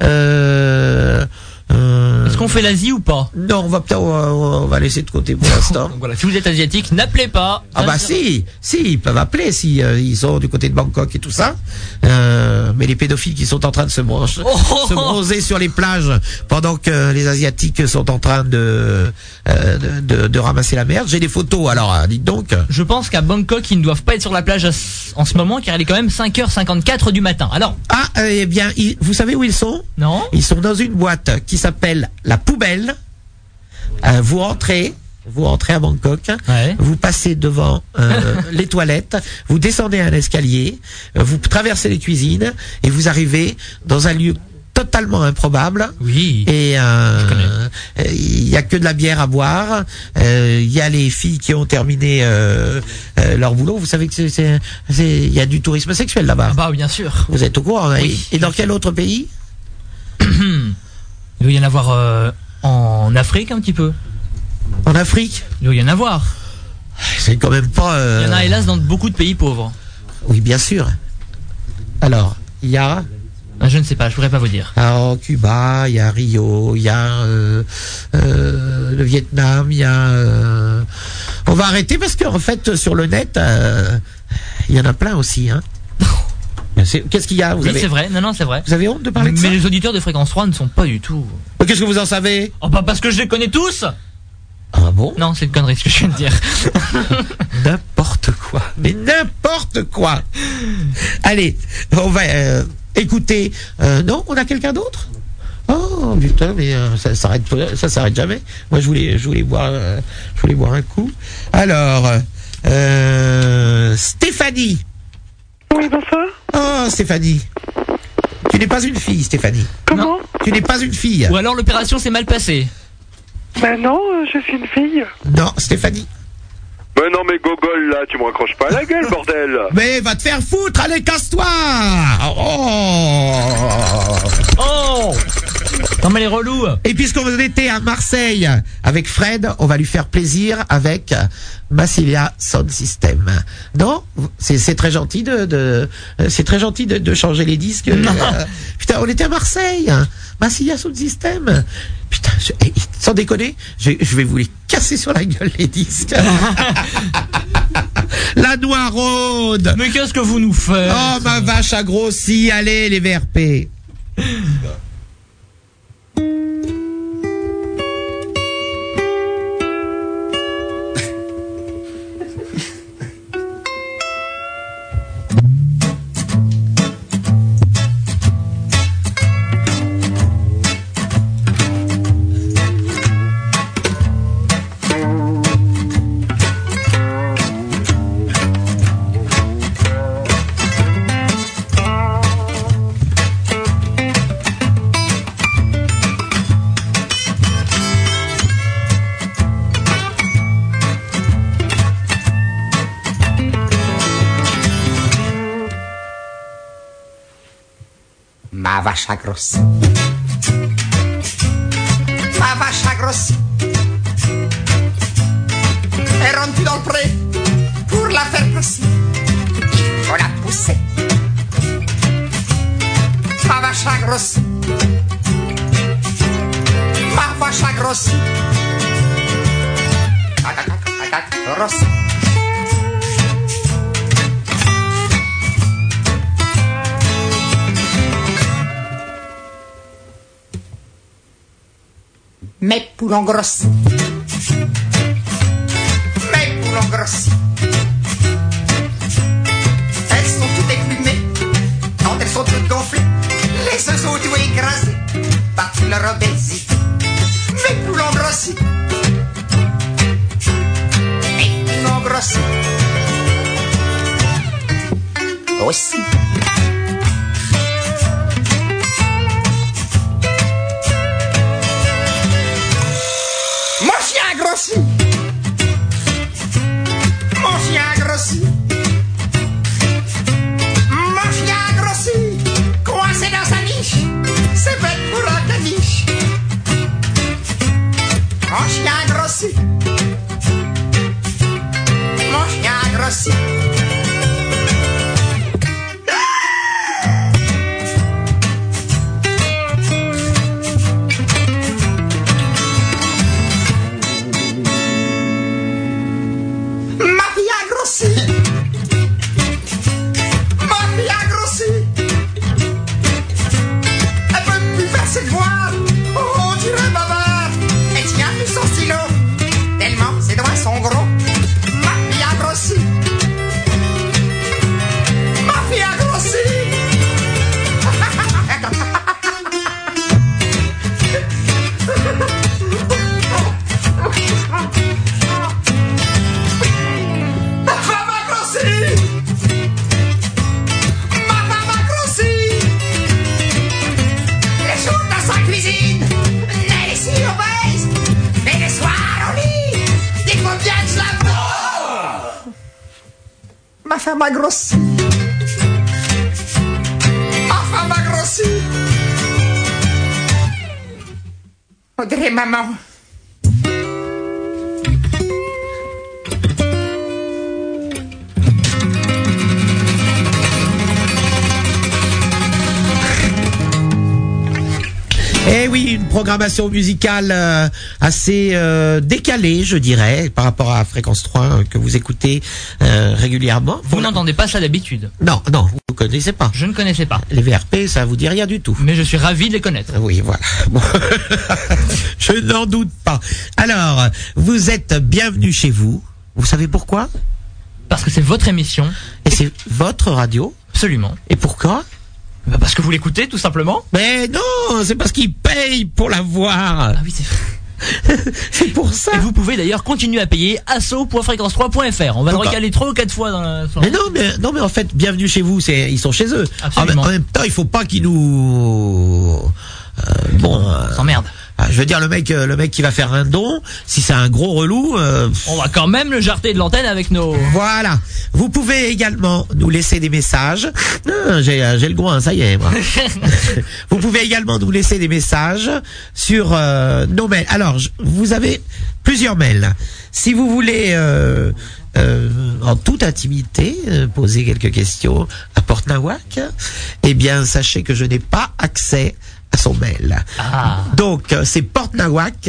Speaker 3: Est-ce qu'on fait l'Asie ou pas?
Speaker 2: Non, on va laisser de côté pour l'instant.
Speaker 3: Donc voilà, si vous êtes asiatique, n'appelez pas.
Speaker 2: Ah bah si, ils peuvent appeler si ils sont du côté de Bangkok et tout ça. Mais les pédophiles qui sont en train de se bronzer sur les plages pendant que les asiatiques sont en train de ramasser la merde. J'ai des photos, alors dites donc.
Speaker 3: Je pense qu'à Bangkok, ils ne doivent pas être sur la plage en ce moment, car il est quand même 5h54 du matin. Alors.
Speaker 2: Ah, eh bien, vous savez où ils sont?
Speaker 3: Non.
Speaker 2: Ils sont dans une boîte qui s'appelle La Poubelle. Vous rentrez à Bangkok,
Speaker 3: ouais.
Speaker 2: Vous passez devant les toilettes, vous descendez un escalier, vous traversez les cuisines et vous arrivez dans un lieu totalement improbable.
Speaker 3: Oui.
Speaker 2: Et il y a que de la bière à boire. Il y a les filles qui ont terminé leur boulot. Vous savez que il y a du tourisme sexuel là-bas.
Speaker 3: Ah bah bien sûr.
Speaker 2: Vous êtes au courant.
Speaker 3: Oui.
Speaker 2: Et dans quel autre pays?
Speaker 3: Il doit y en avoir en Afrique un petit peu.
Speaker 2: En Afrique?
Speaker 3: Il doit y en avoir.
Speaker 2: C'est quand même pas.
Speaker 3: Il y en a hélas dans beaucoup de pays pauvres.
Speaker 2: Oui, bien sûr. Alors, il y a.
Speaker 3: Je ne sais pas, je pourrais pas vous dire.
Speaker 2: Alors, Cuba, il y a Rio, il y a le Vietnam, il y a. On va arrêter parce qu'en fait, sur le net, il y en a plein aussi, hein. Qu'est-ce qu'il y a?
Speaker 3: Oui, c'est vrai. Non, c'est vrai.
Speaker 2: Vous avez honte de parler de ça?
Speaker 3: Mais les auditeurs de Fréquence 3 ne sont pas du tout.
Speaker 2: Qu'est-ce que vous en savez?
Speaker 3: Oh, bah parce que je les connais tous.
Speaker 2: Ah bon?
Speaker 3: Non, c'est une connerie ce que je viens de dire.
Speaker 2: N'importe quoi. Mais n'importe quoi. Allez, on va écouter. Non, on a quelqu'un d'autre? Oh putain, mais ça s'arrête jamais. Moi, je voulais boire un coup. Alors, Stéphanie.
Speaker 11: Oui, bonsoir.
Speaker 2: Oh, Stéphanie. Tu n'es pas une fille, Stéphanie.
Speaker 11: Comment?
Speaker 2: Tu n'es pas une fille.
Speaker 3: Ou alors l'opération s'est mal passée.
Speaker 11: Ben non, je suis une fille.
Speaker 2: Non, Stéphanie.
Speaker 10: Mais non, mais Gogol, là, tu me raccroches pas à la gueule, bordel.
Speaker 2: Mais va te faire foutre, allez, casse-toi.
Speaker 3: Oh non, mais les relous.
Speaker 2: Et puisqu'on était à Marseille avec Fred, on va lui faire plaisir avec Massilia Sound System. Non, c'est très gentil c'est très gentil de changer les disques. Putain, on était à Marseille. Massilia Sound System. Putain, sans déconner, je vais vous les casser sur la gueule les disques. La Noiraude.
Speaker 3: Mais qu'est-ce que vous nous faites?
Speaker 2: Oh, ma vache a grossi. Allez, les VRP.
Speaker 12: Ma vache a grossi. Ma vache a grossi. Elle rentre plus dans le pré. Pour la faire pousser, il faut la pousser. Ma vache a grossi. Ma vache a grossi. Grossi. Mes poulons grossis. Mes poulons grossis. Elles sont toutes éplumées. Quand elles sont toutes gonflées, les œufs sont tout écrasés par toute leur obésité. Mes poulons grossis. Mes poulons grossis. Aussi. Mon chien a grossi. Mon chien a grossi. Mon chien a grossi. Coincé dans sa niche. C'est bête pour un caniche. Mon chien a grossi. Mon chien a grossi. Ma femme a grossi. Ma femme a grossi. Audrey, maman.
Speaker 2: Eh oui, une programmation musicale assez décalée, je dirais, par rapport à Fréquence 3 que vous écoutez régulièrement.
Speaker 3: Vous n'entendez pas ça d'habitude?
Speaker 2: Non, vous ne connaissez pas.
Speaker 3: Je ne connaissais pas.
Speaker 2: Les VRP, ça vous dit rien du tout.
Speaker 3: Mais je suis ravi de les connaître.
Speaker 2: Oui, voilà. Bon. Je n'en doute pas. Alors, vous êtes bienvenue chez vous. Vous savez pourquoi?
Speaker 3: Parce que c'est votre émission.
Speaker 2: Et c'est votre radio?
Speaker 3: Absolument.
Speaker 2: Et pourquoi?
Speaker 3: Parce que vous l'écoutez, tout simplement.
Speaker 2: Mais non, c'est parce qu'ils payent pour la voir.
Speaker 3: Ah oui, c'est vrai.
Speaker 2: C'est pour ça.
Speaker 3: Et vous pouvez d'ailleurs continuer à payer asso.fréquence3.fr. On va le recaler 3 ou 4 fois dans la soirée.
Speaker 2: Mais non, mais en fait, bienvenue chez vous, ils sont chez eux.
Speaker 3: Absolument.
Speaker 2: En même temps, il faut pas qu'ils nous
Speaker 3: s'emmerde.
Speaker 2: Je veux dire, le mec qui va faire un don, si c'est un gros relou,
Speaker 3: on va quand même le jarter de l'antenne avec nos...
Speaker 2: Voilà. Vous pouvez également nous laisser des messages. J'ai le groin, ça y est, moi. Vous pouvez également nous laisser des messages sur nos mails. Alors, vous avez plusieurs mails. Si vous voulez, en toute intimité, poser quelques questions à Porte Nawak, eh bien, sachez que je n'ai pas accès à son mail. Donc, c'est portenawak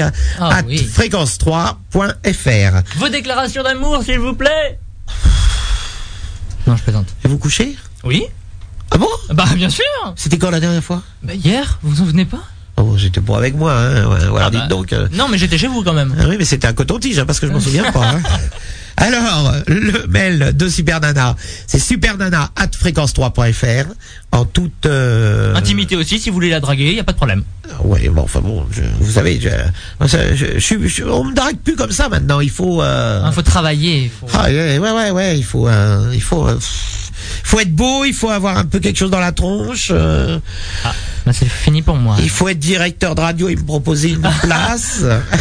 Speaker 2: @fréquence3.fr.
Speaker 3: Vos déclarations d'amour, s'il vous plaît. Non, je plaisante.
Speaker 2: Et vous couchez?
Speaker 3: Oui.
Speaker 2: Ah bon?
Speaker 3: Bah, bien sûr.
Speaker 2: C'était quand la dernière fois?
Speaker 3: Bah, hier, vous vous en souvenez pas?
Speaker 2: Oh, j'étais pas avec moi, hein. Voilà, dites donc.
Speaker 3: Non, mais j'étais chez vous quand même.
Speaker 2: Ah oui, mais c'était un coton-tige, hein, parce que je m'en souviens pas. Hein. Alors, le mail de Super Nana, c'est supernana@fréquence3.fr en toute
Speaker 3: intimité aussi, si vous voulez la draguer, y a pas de problème.
Speaker 2: Ouais, bon, enfin bon, vous savez, on me drague plus comme ça maintenant. Il faut.
Speaker 3: Faut travailler.
Speaker 2: Ouais, il faut être beau, il faut avoir un peu quelque chose dans la tronche.
Speaker 3: Bah c'est fini pour moi.
Speaker 2: Il faut être directeur de radio et me proposer une place.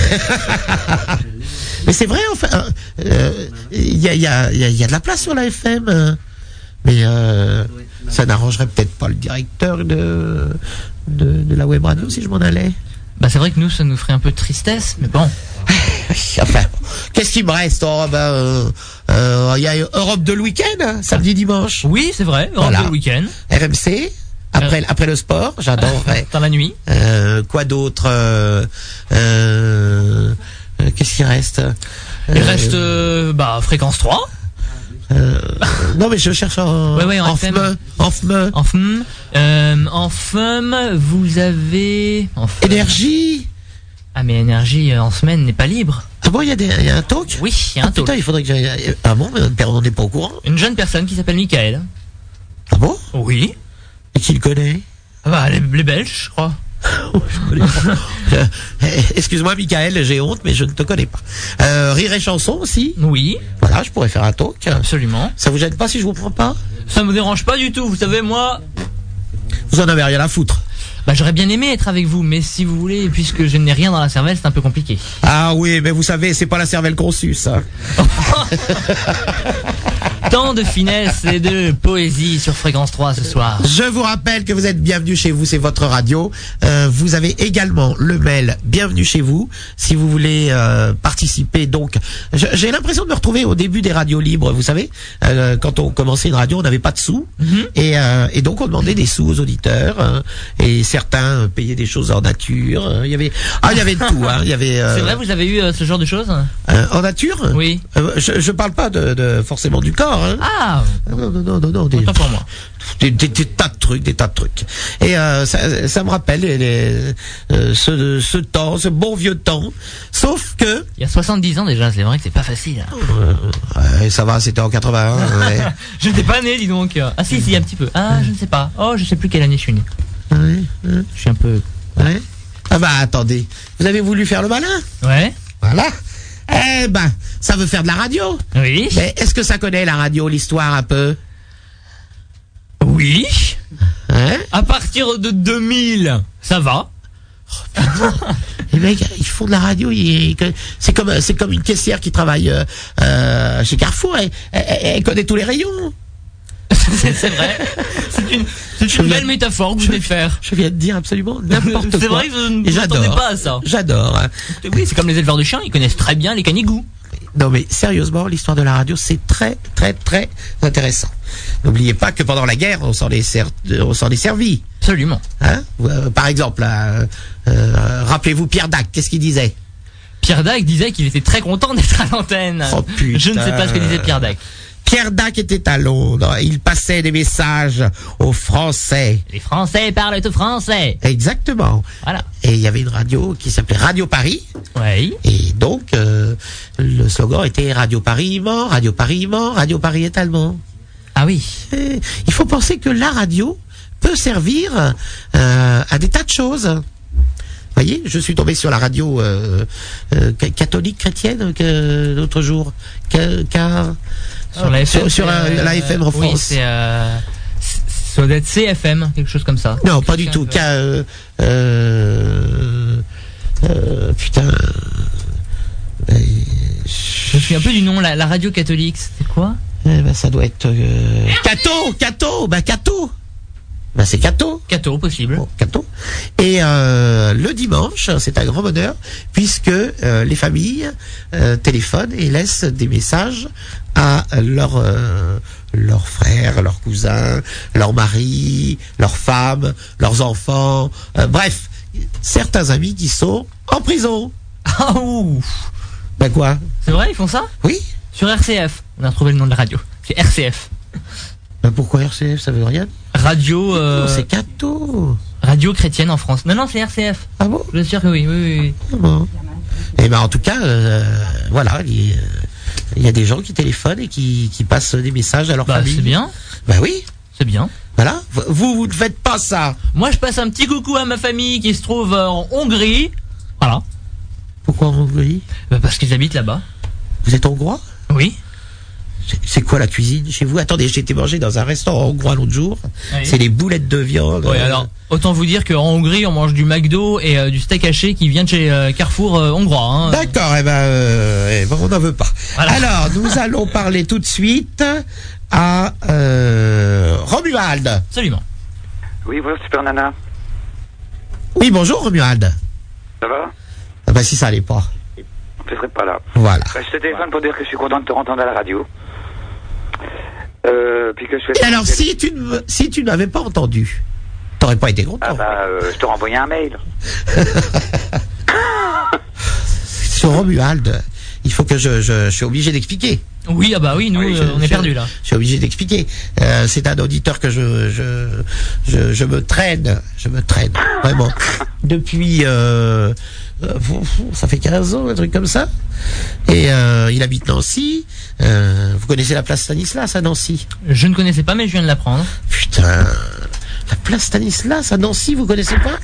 Speaker 2: Mais c'est vrai, enfin, il y a de la place sur la FM. Mais Ça n'arrangerait peut-être pas le directeur de la web radio si je m'en allais.
Speaker 3: Bah c'est vrai que nous, ça nous ferait un peu de tristesse, mais bon.
Speaker 2: Enfin, qu'est-ce qui me reste? Il y a Europe de le week-end, samedi, dimanche.
Speaker 3: Oui, c'est vrai, Europe de le week-end.
Speaker 2: RMC. Après le sport, j'adorerais.
Speaker 3: Dans la nuit.
Speaker 2: Quoi d'autre? Qu'est-ce qu'il reste?
Speaker 3: Il reste Fréquence 3.
Speaker 2: Non mais je cherche en FM.
Speaker 3: En FM, vous avez
Speaker 2: Énergie.
Speaker 3: Ah mais Énergie en semaine n'est pas libre.
Speaker 2: Ah bon, il y a un talk?
Speaker 3: Oui, il y a un talk.
Speaker 2: Putain, il faudrait que j'aille. Ah bon, mais on n'est pas au courant.
Speaker 3: Une jeune personne qui s'appelle Michael.
Speaker 2: Ah bon?
Speaker 3: Oui.
Speaker 2: Et qui le connaît?
Speaker 3: Ah bah les Belges, je crois.
Speaker 2: Je connais pas. Excuse-moi Michael, j'ai honte, mais je ne te connais pas. Rire et chanson aussi?
Speaker 3: Oui.
Speaker 2: Voilà, je pourrais faire un talk.
Speaker 3: Absolument.
Speaker 2: Ça vous gêne pas si je vous prends pas?
Speaker 3: Ça me dérange pas du tout, vous savez, moi...
Speaker 2: Vous en avez rien à foutre.
Speaker 3: Bah j'aurais bien aimé être avec vous, mais si vous voulez, puisque je n'ai rien dans la cervelle, c'est un peu compliqué.
Speaker 2: Ah oui, mais vous savez, c'est pas la cervelle qu'on suce. Hein.
Speaker 3: Tant de finesse et de poésie sur Fréquence 3 ce soir.
Speaker 2: Je vous rappelle que vous êtes bienvenue chez vous, c'est votre radio. Vous avez également le mail bienvenue chez vous si vous voulez participer. Donc, j'ai l'impression de me retrouver au début des radios libres, vous savez, quand on commençait une radio, on n'avait pas de sous et donc on demandait des sous aux auditeurs et certains payaient des choses en nature. Il y avait de tout. Hein. Il y avait.
Speaker 3: C'est vrai, vous avez eu ce genre de choses
Speaker 2: en nature?
Speaker 3: Oui.
Speaker 2: Je parle pas de forcément du corps. Hein.
Speaker 3: Ah
Speaker 2: non,
Speaker 3: autant pour moi.
Speaker 2: Des tas de trucs. Et ça me rappelle ce temps, ce bon vieux temps. Sauf que
Speaker 3: il y a 70 ans déjà, c'est vrai que c'est pas facile.
Speaker 2: Ouais, ça va, c'était en 81. Ouais.
Speaker 3: Je n'étais pas né, dis donc. Ah si, un petit peu. Ah, je ne sais pas. Oh, je sais plus quelle année je suis né.
Speaker 2: Ouais.
Speaker 3: Je suis un peu...
Speaker 2: Ouais. Ah bah attendez, vous avez voulu faire le malin?
Speaker 3: Ouais.
Speaker 2: Voilà. Eh ben, ça veut faire de la radio.
Speaker 3: Oui.
Speaker 2: Mais est-ce que ça connaît la radio, l'histoire un peu?
Speaker 3: Oui.
Speaker 2: Hein?
Speaker 3: À partir de 2000, ça va.
Speaker 2: Les mecs, ils font de la radio. C'est comme une caissière qui travaille chez Carrefour. Elle connaît tous les rayons.
Speaker 3: C'est vrai. C'est une belle métaphore que vous venez de faire.
Speaker 2: Je viens de dire absolument n'importe quoi.
Speaker 3: C'est vrai que je ne m'attendais pas à ça.
Speaker 2: J'adore.
Speaker 3: Oui, c'est comme les éleveurs de chiens, ils connaissent très bien les canigous.
Speaker 2: Non mais sérieusement, l'histoire de la radio, c'est très très très intéressant. N'oubliez pas que pendant la guerre, on s'en est servi.
Speaker 3: Absolument.
Speaker 2: Hein? Par exemple, rappelez-vous Pierre Dac, qu'est-ce qu'il disait?
Speaker 3: Pierre Dac disait qu'il était très content d'être à l'antenne.
Speaker 2: Oh putain.
Speaker 3: Je ne sais pas ce que disait Pierre Dac.
Speaker 2: Pierre Dac était à Londres, il passait des messages aux Français.
Speaker 3: Les Français parlent tout français.
Speaker 2: Exactement.
Speaker 3: Voilà.
Speaker 2: Et il y avait une radio qui s'appelait Radio Paris.
Speaker 3: Oui.
Speaker 2: Et donc, le slogan était Radio Paris ment, Radio Paris ment, Radio Paris est allemand.
Speaker 3: Ah oui.
Speaker 2: Et il faut penser que la radio peut servir à des tas de choses. Vous voyez, je suis tombé sur la radio catholique chrétienne l'autre jour.
Speaker 3: Sur la FM,
Speaker 2: la FM en France.
Speaker 3: Oui, ça doit être CFM, quelque chose comme ça.
Speaker 2: Non, pas du tout. Putain.
Speaker 3: Je me souviens un peu du nom, la radio catholique, c'était quoi?
Speaker 2: Ça doit être Cato. C'est Cato.
Speaker 3: Cato, possible.
Speaker 2: Bon, Cato. Et le dimanche, c'est un grand bonheur, puisque les familles téléphonent et laissent des messages à leurs frères, leurs cousins, leurs maris, leurs femmes, leurs enfants, bref, certains amis qui sont en prison.
Speaker 3: Ah ouh.
Speaker 2: Ben quoi?
Speaker 3: C'est vrai, ils font ça?
Speaker 2: Oui.
Speaker 3: Sur RCF, on a retrouvé le nom de la radio. C'est RCF.
Speaker 2: Ben pourquoi RCF? Ça veut rien?
Speaker 3: Radio...
Speaker 2: c'est Cato.
Speaker 3: Radio chrétienne en France. Non, c'est RCF.
Speaker 2: Ah bon?
Speaker 3: Je suis sûr que oui.
Speaker 2: Ah bon. Et ben en tout cas, voilà, il y a des gens qui téléphonent et qui passent des messages à leur famille.
Speaker 3: C'est bien.
Speaker 2: Ben oui.
Speaker 3: C'est bien.
Speaker 2: Voilà. Vous ne faites pas ça.
Speaker 3: Moi, je passe un petit coucou à ma famille qui se trouve en Hongrie. Voilà.
Speaker 2: Pourquoi en Hongrie?
Speaker 3: Parce qu'ils habitent là-bas.
Speaker 2: Vous êtes hongrois?
Speaker 3: Oui.
Speaker 2: C'est quoi la cuisine chez vous? Attendez, j'ai été manger dans un restaurant hongrois l'autre jour.
Speaker 3: Oui.
Speaker 2: C'est les boulettes de viande.
Speaker 3: Ouais, alors, autant vous dire qu'en Hongrie, on mange du McDo et du steak haché qui vient de chez Carrefour hongrois. Hein.
Speaker 2: D'accord, on n'en veut pas.
Speaker 3: Voilà.
Speaker 2: Alors, nous allons parler tout de suite à Romuald.
Speaker 3: Absolument.
Speaker 13: Oui, bonjour Super Nana.
Speaker 2: Oui, bonjour Romuald.
Speaker 13: Ça va?
Speaker 2: Ah bah si ça allait pas.
Speaker 13: Je serais pas là.
Speaker 2: Voilà.
Speaker 13: Je te téléphone pour dire que je suis content de te entendre à la radio. Puis que je
Speaker 2: Et alors, si tu ne m'avais pas entendu, t'aurais pas été content.
Speaker 13: Je te renvoyais un mail.
Speaker 2: Sur Romuald, il faut que je suis obligé d'expliquer.
Speaker 3: Oui, ah bah oui, nous, on est perdus là.
Speaker 2: Je suis obligé d'expliquer. C'est un auditeur que je me traîne, vraiment. Depuis, ça fait 15 ans, un truc comme ça. Et il habite Nancy. Vous connaissez la place Stanislas à Nancy?
Speaker 3: Je ne connaissais pas, mais je viens de l'apprendre.
Speaker 2: Putain, la place Stanislas à Nancy, vous connaissez pas?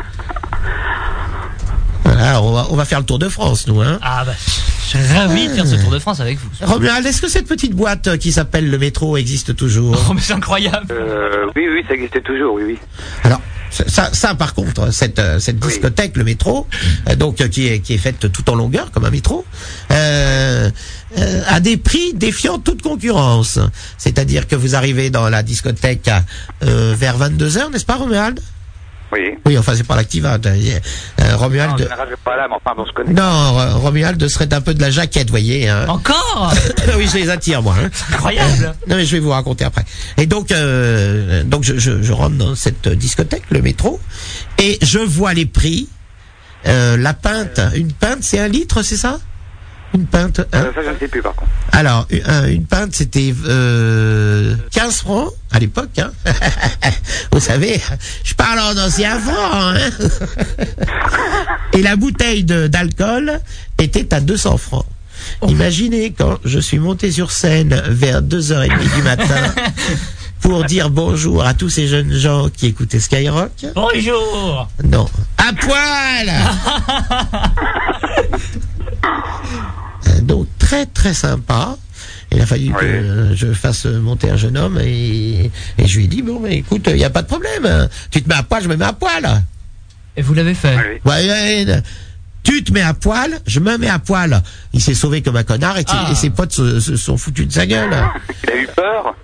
Speaker 2: Voilà, on va faire le tour de France, nous, hein.
Speaker 3: Ah bah, je suis ravi de faire ce tour de France avec vous.
Speaker 2: Romuald, est-ce que cette petite boîte qui s'appelle le métro existe toujours?
Speaker 3: Oh, mais c'est incroyable.
Speaker 13: Oui, ça existait toujours, oui.
Speaker 2: Alors, ça par contre, cette discothèque, le métro, donc qui est faite tout en longueur comme un métro, à des prix défiant toute concurrence. C'est-à-dire que vous arrivez dans la discothèque vers 22h, n'est-ce pas, Romuald?
Speaker 13: Oui.
Speaker 2: Oui, enfin, c'est pas l'Activa. Romuald.
Speaker 13: Non, je ne pas là, mais enfin, on se connaît.
Speaker 2: Non, Romuald serait un peu de la jaquette, voyez. Hein.
Speaker 3: Encore?
Speaker 2: Oui, je les attire, moi. Hein.
Speaker 3: C'est incroyable.
Speaker 2: Non, mais je vais vous raconter après. Et donc je rentre dans cette discothèque, le métro, et je vois les prix. La pinte, une pinte, c'est 1 litre, c'est ça? Une pinte, hein?
Speaker 13: Ça, je ne sais plus, par contre.
Speaker 2: Alors, une pinte, c'était 15 francs à l'époque. Hein. Vous savez, je parle en ancien francs. Hein. Et la bouteille d'alcool était à 200 francs. Oh. Imaginez quand je suis monté sur scène vers 2h30 du matin pour dire bonjour à tous ces jeunes gens qui écoutaient Skyrock.
Speaker 3: Bonjour.
Speaker 2: Non, à poil. Donc très très sympa. Il a fallu que je fasse monter un jeune homme et je lui ai dit bon mais écoute, il n'y a pas de problème. Tu te mets à poil, je me mets à poil.
Speaker 3: Et vous l'avez fait?
Speaker 2: Ouais, tu te mets à poil, je me mets à poil. Il s'est sauvé comme un connard et ses potes se sont foutus de sa gueule.
Speaker 13: Il a eu peur?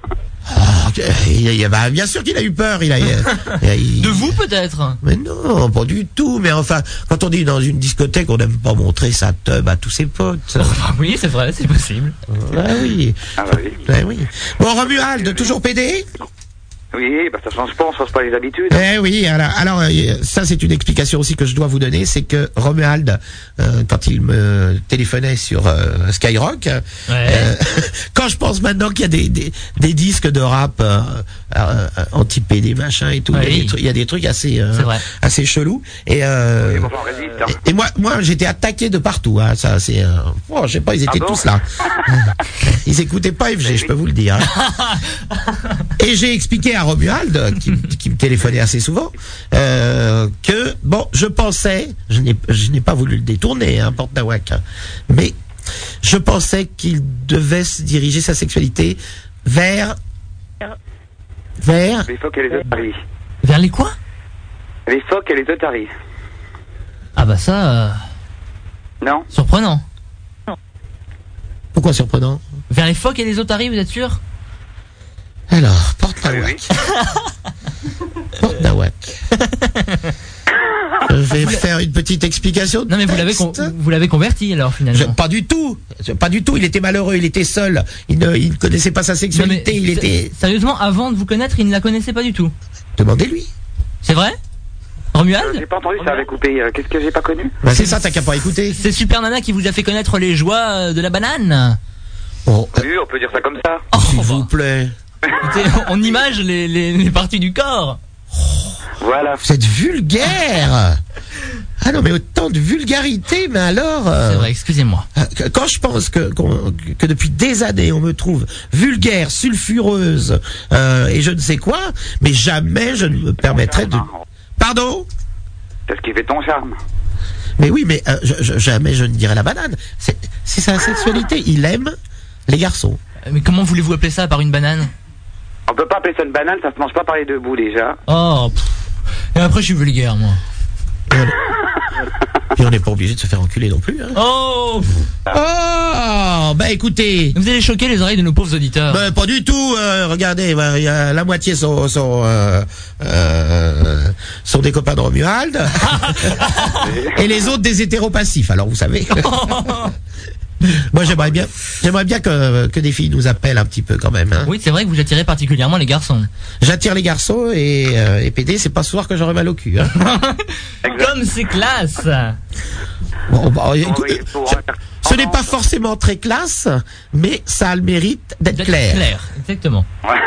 Speaker 2: Bien sûr qu'il a eu peur.
Speaker 3: De vous peut-être?
Speaker 2: Mais non, pas du tout. Mais enfin, quand on est dans une discothèque, on n'aime pas montrer sa teub à tous ses potes.
Speaker 3: Oui, c'est vrai, c'est possible.
Speaker 2: Oui. Oui. Bon, Romuald, toujours pédé?
Speaker 13: Oui, bah ça change pas, on change pas les habitudes.
Speaker 2: Oui, alors ça c'est une explication aussi que je dois vous donner, c'est que Romuald, quand il me téléphonait sur Skyrock, quand je pense maintenant qu'il y a des disques de rap anti-PD machin et tout, il y a des trucs assez chelous. Et moi j'étais attaqué de partout. Hein, ça c'est, je sais pas, ils étaient tous là. Ils écoutaient pas FG, je peux vous le dire. Hein. Et j'ai expliqué à Romuald, qui me téléphonait assez souvent, que bon, je pensais, je n'ai pas voulu le détourner, hein, Porte Nawak, mais je pensais qu'il devait se diriger sa sexualité vers
Speaker 13: les phoques et les otaries.
Speaker 3: Vers les quoi?
Speaker 13: Les phoques et les otaries.
Speaker 3: Ah bah ça.
Speaker 13: Non.
Speaker 3: Surprenant.
Speaker 13: Non.
Speaker 2: Pourquoi surprenant?
Speaker 3: Vers les phoques et les otaries, vous êtes sûr?
Speaker 2: Alors, Porte Nawak. Porte Nawak. Je vais faire une petite explication.
Speaker 3: Non mais vous l'avez converti alors finalement.
Speaker 2: Pas du tout. Il était malheureux, il était seul. Il ne connaissait pas sa sexualité.
Speaker 3: Non, mais sérieusement, avant de vous connaître, il ne la connaissait pas du tout.
Speaker 2: Demandez-lui.
Speaker 3: C'est vrai? Romuald?
Speaker 13: J'ai pas entendu, ça avait coupé. Qu'est-ce que j'ai pas connu?
Speaker 2: C'est ça, t'as qu'à pas écouter.
Speaker 3: C'est Super Nana qui vous a fait connaître les joies de la banane.
Speaker 2: Oh,
Speaker 13: oui, on peut dire ça comme ça.
Speaker 2: S'il vous plaît.
Speaker 3: On image les parties du corps.
Speaker 13: Voilà.
Speaker 2: Vous êtes vulgaire. Ah non, mais autant de vulgarité, mais alors...
Speaker 3: C'est vrai, excusez-moi.
Speaker 2: Quand je pense que depuis des années, on me trouve vulgaire, sulfureuse, et je ne sais quoi, mais jamais je ne me permettrais de... Pardon?
Speaker 13: C'est ce qui fait ton charme.
Speaker 2: Mais oui, mais jamais je ne dirais la banane. C'est sa sexualité. Il aime les garçons.
Speaker 3: Mais comment voulez-vous appeler ça, par une banane?
Speaker 13: On peut pas appeler ça une banane, ça se mange pas par les deux bouts déjà.
Speaker 3: Oh, et après je suis vulgaire, moi.
Speaker 2: Et on n'est pas obligé de se faire enculer non plus. Hein.
Speaker 3: Oh,
Speaker 2: bah écoutez.
Speaker 3: Vous allez choquer les oreilles de nos pauvres auditeurs.
Speaker 2: Bah, pas du tout. Regardez, il y a la moitié sont des copains de Romuald et les autres des hétéropassifs. Alors vous savez. Moi j'aimerais bien que des filles nous appellent un petit peu quand même. Hein.
Speaker 3: Oui, c'est vrai que vous attirez particulièrement les garçons.
Speaker 2: J'attire les garçons et PD, c'est pas ce soir que j'aurai mal au cul. Hein.
Speaker 3: Comme c'est classe.
Speaker 2: Bon, bah, écoute, ce n'est pas forcément très classe, mais ça a le mérite d'être clair.
Speaker 3: Exactement.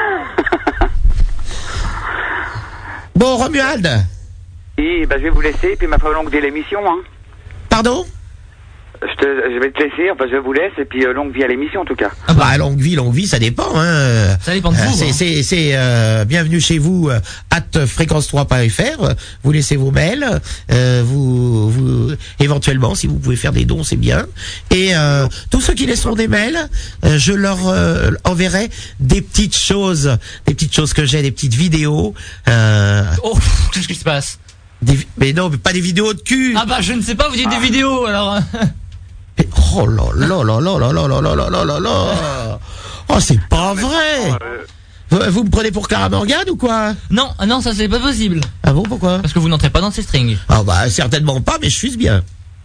Speaker 2: Bon, Romuald.
Speaker 13: Oui, bah je vais vous laisser, puis il m'a fallu longue vie l'émission. Hein.
Speaker 2: Pardon?
Speaker 13: Je vais te laisser, enfin je vous laisse, et puis longue vie à l'émission en tout cas.
Speaker 2: Ah bah longue vie, ça dépend. Hein.
Speaker 3: Ça dépend de vous.
Speaker 2: C'est bienvenue chez vous @fréquence3.fr. Vous laissez vos mails, vous éventuellement si vous pouvez faire des dons, c'est bien. Et tous ceux qui laisseront des mails, je leur enverrai des petites choses que j'ai, des petites vidéos.
Speaker 3: Oh, qu'est-ce qui se passe?
Speaker 2: Mais non, mais pas des vidéos de cul.
Speaker 3: Ah bah je ne sais pas, vous dites des vidéos alors.
Speaker 2: Mais, oh là là là là là là là là là là là. Oh, c'est pas vrai. Vous me prenez pour Clara Morgan ou quoi?
Speaker 3: Non, non, ça c'est pas possible.
Speaker 2: Ah bon, pourquoi?
Speaker 3: Parce que vous n'entrez pas dans ces strings.
Speaker 2: Ah bah certainement pas, mais je suis bien.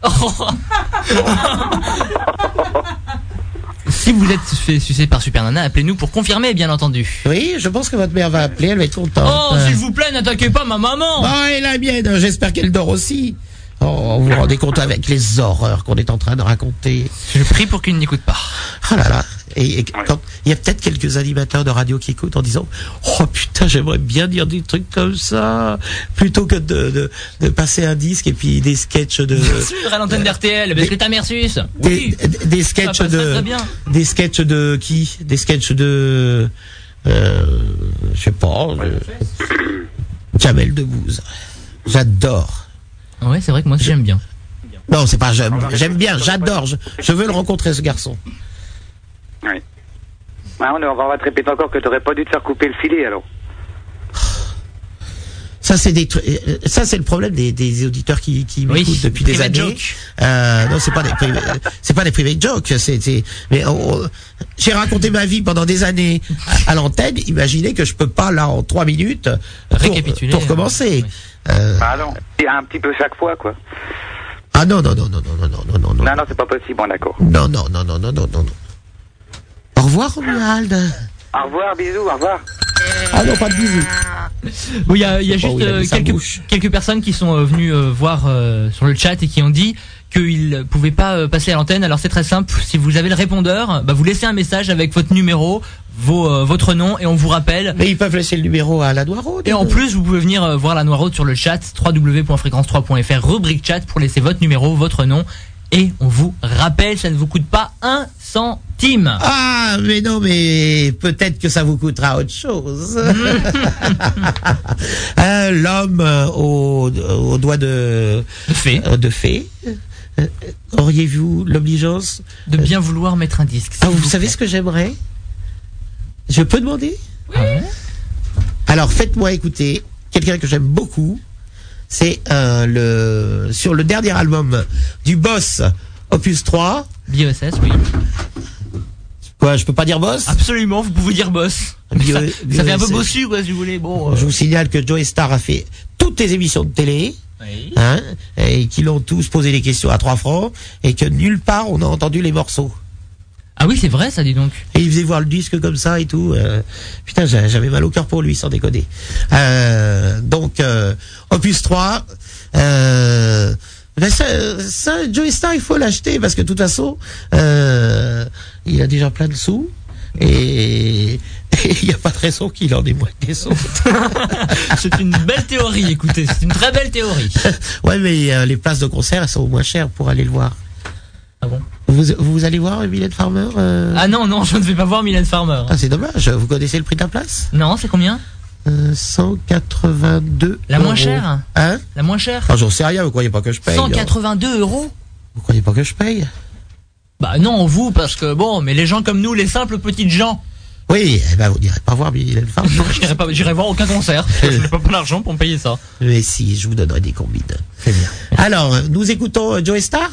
Speaker 3: Si vous êtes fait sucer par Super Nana, appelez-nous pour confirmer, bien entendu.
Speaker 2: Oui, je pense que votre mère va appeler, elle va être contente.
Speaker 3: Oh, s'il vous plaît, n'attaquez pas ma maman.
Speaker 2: Ah, et la mienne, j'espère qu'elle dort aussi. Oh, vous vous rendez compte avec les horreurs qu'on est en train de raconter.
Speaker 3: Je prie pour qu'il n'écoute pas.
Speaker 2: Ah là là. Et quand il y a peut-être quelques animateurs de radio qui écoutent en disant oh putain, j'aimerais bien dire des trucs comme ça plutôt que de passer un disque et puis des sketchs de
Speaker 3: bien sûr, à l'antenne d'RTL parce que t'as Mersus. Oui.
Speaker 2: Des sketchs des sketchs de qui? Des sketchs de je sais pas, Jamel Debbouze. J'adore.
Speaker 3: Ouais, c'est vrai que moi j'aime bien.
Speaker 2: Non, c'est pas j'aime bien, j'adore. Je veux le rencontrer, ce garçon.
Speaker 13: Oui. Ah, on va te répéter encore que t'aurais pas dû te faire couper le filet alors.
Speaker 2: Ça c'est le problème des auditeurs qui m'écoutent depuis des années. Non, c'est pas des private jokes, mais j'ai raconté ma vie pendant des années à l'antenne. Imaginez que je peux pas là en 3 minutes
Speaker 3: récapituler,
Speaker 2: tout recommencer.
Speaker 13: Ah non, un petit peu chaque fois quoi.
Speaker 2: Ah non.
Speaker 13: Non, c'est pas possible, bon d'accord.
Speaker 2: Non. Au revoir, Romuald.
Speaker 13: Au revoir, bisous, au revoir.
Speaker 2: Ah non, pas de bisous.
Speaker 3: Oui, il y a juste quelques personnes qui sont venues voir sur le chat et qui ont dit qu'ils pouvaient pas passer à l'antenne. Alors c'est très simple, si vous avez le répondeur, bah vous laissez un message avec votre numéro, votre nom et on vous rappelle.
Speaker 2: Mais ils peuvent laisser le numéro à la Noiraude.
Speaker 3: Et en plus, vous pouvez venir voir la Noiraude sur le chat www.fréquence3.fr rubrique chat pour laisser votre numéro, votre nom et on vous rappelle, ça ne vous coûte pas un centime.
Speaker 2: Ah, mais non, mais peut-être que ça vous coûtera autre chose. L'homme au doigt de fée. Auriez-vous l'obligeance
Speaker 3: de bien vouloir mettre un disque?
Speaker 2: Vous savez ce que j'aimerais? Je peux demander?
Speaker 3: Oui.
Speaker 2: Alors faites-moi écouter quelqu'un que j'aime beaucoup. C'est sur le dernier album du Boss, Opus 3.
Speaker 3: BOSS, oui.
Speaker 2: Quoi, je peux pas dire Boss?
Speaker 3: Absolument, vous pouvez dire Boss. Ça fait un peu bossu, quoi, si vous voulez. Bon.
Speaker 2: Je vous signale que Joey Star a fait toutes les émissions de télé.
Speaker 3: Oui.
Speaker 2: Hein, et qu'ils ont tous posé des questions à 3 francs et que nulle part on a entendu les morceaux.
Speaker 3: Ah oui, c'est vrai, ça, dis donc.
Speaker 2: Et il faisait voir le disque comme ça et tout. Putain, j'avais mal au cœur pour lui, sans déconner. Donc, Opus 3. Ben ça, Joey Star, il faut l'acheter parce que de toute façon, il a déjà plein de sous et il n'y a pas de raison qu'il en ait moins que les autres.
Speaker 3: C'est une belle théorie, écoutez, c'est une très belle théorie.
Speaker 2: Ouais, mais les places de concert, elles sont moins chères pour aller le voir.
Speaker 3: Ah bon?
Speaker 2: Vous allez voir Mylène Farmer
Speaker 3: Ah non, je ne vais pas voir Mylène Farmer.
Speaker 2: Ah, c'est dommage. Vous connaissez le prix de la place?
Speaker 3: Non, c'est combien?
Speaker 2: 182.
Speaker 3: La moins chère?
Speaker 2: Hein?
Speaker 3: La moins chère?
Speaker 2: Ah, j'en sais rien, vous croyez pas que je paye?
Speaker 3: 182 €?
Speaker 2: Vous croyez pas que je paye?
Speaker 3: Bah non, vous, parce que bon, mais les gens comme nous, les simples petites gens.
Speaker 2: Oui, eh ben, vous n'irez pas voir Billy Farm.
Speaker 3: J'irai voir aucun concert. Je n'ai pas l'argent pour me payer ça.
Speaker 2: Mais si, je vous donnerai des combines. C'est bien. Alors, nous écoutons Joey Star.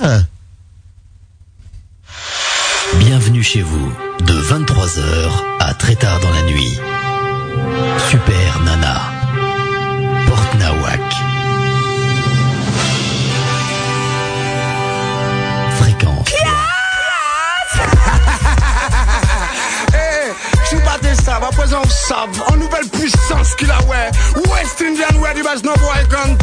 Speaker 1: Bienvenue chez vous, de 23h à très tard dans la nuit. Super Nana, Porte Nawak. Fréquence.
Speaker 14: Si battez ça, va présent savent, en nouvelle puissance qu'il a, ouais. West Indian, ouais, du bas, no boy, gun.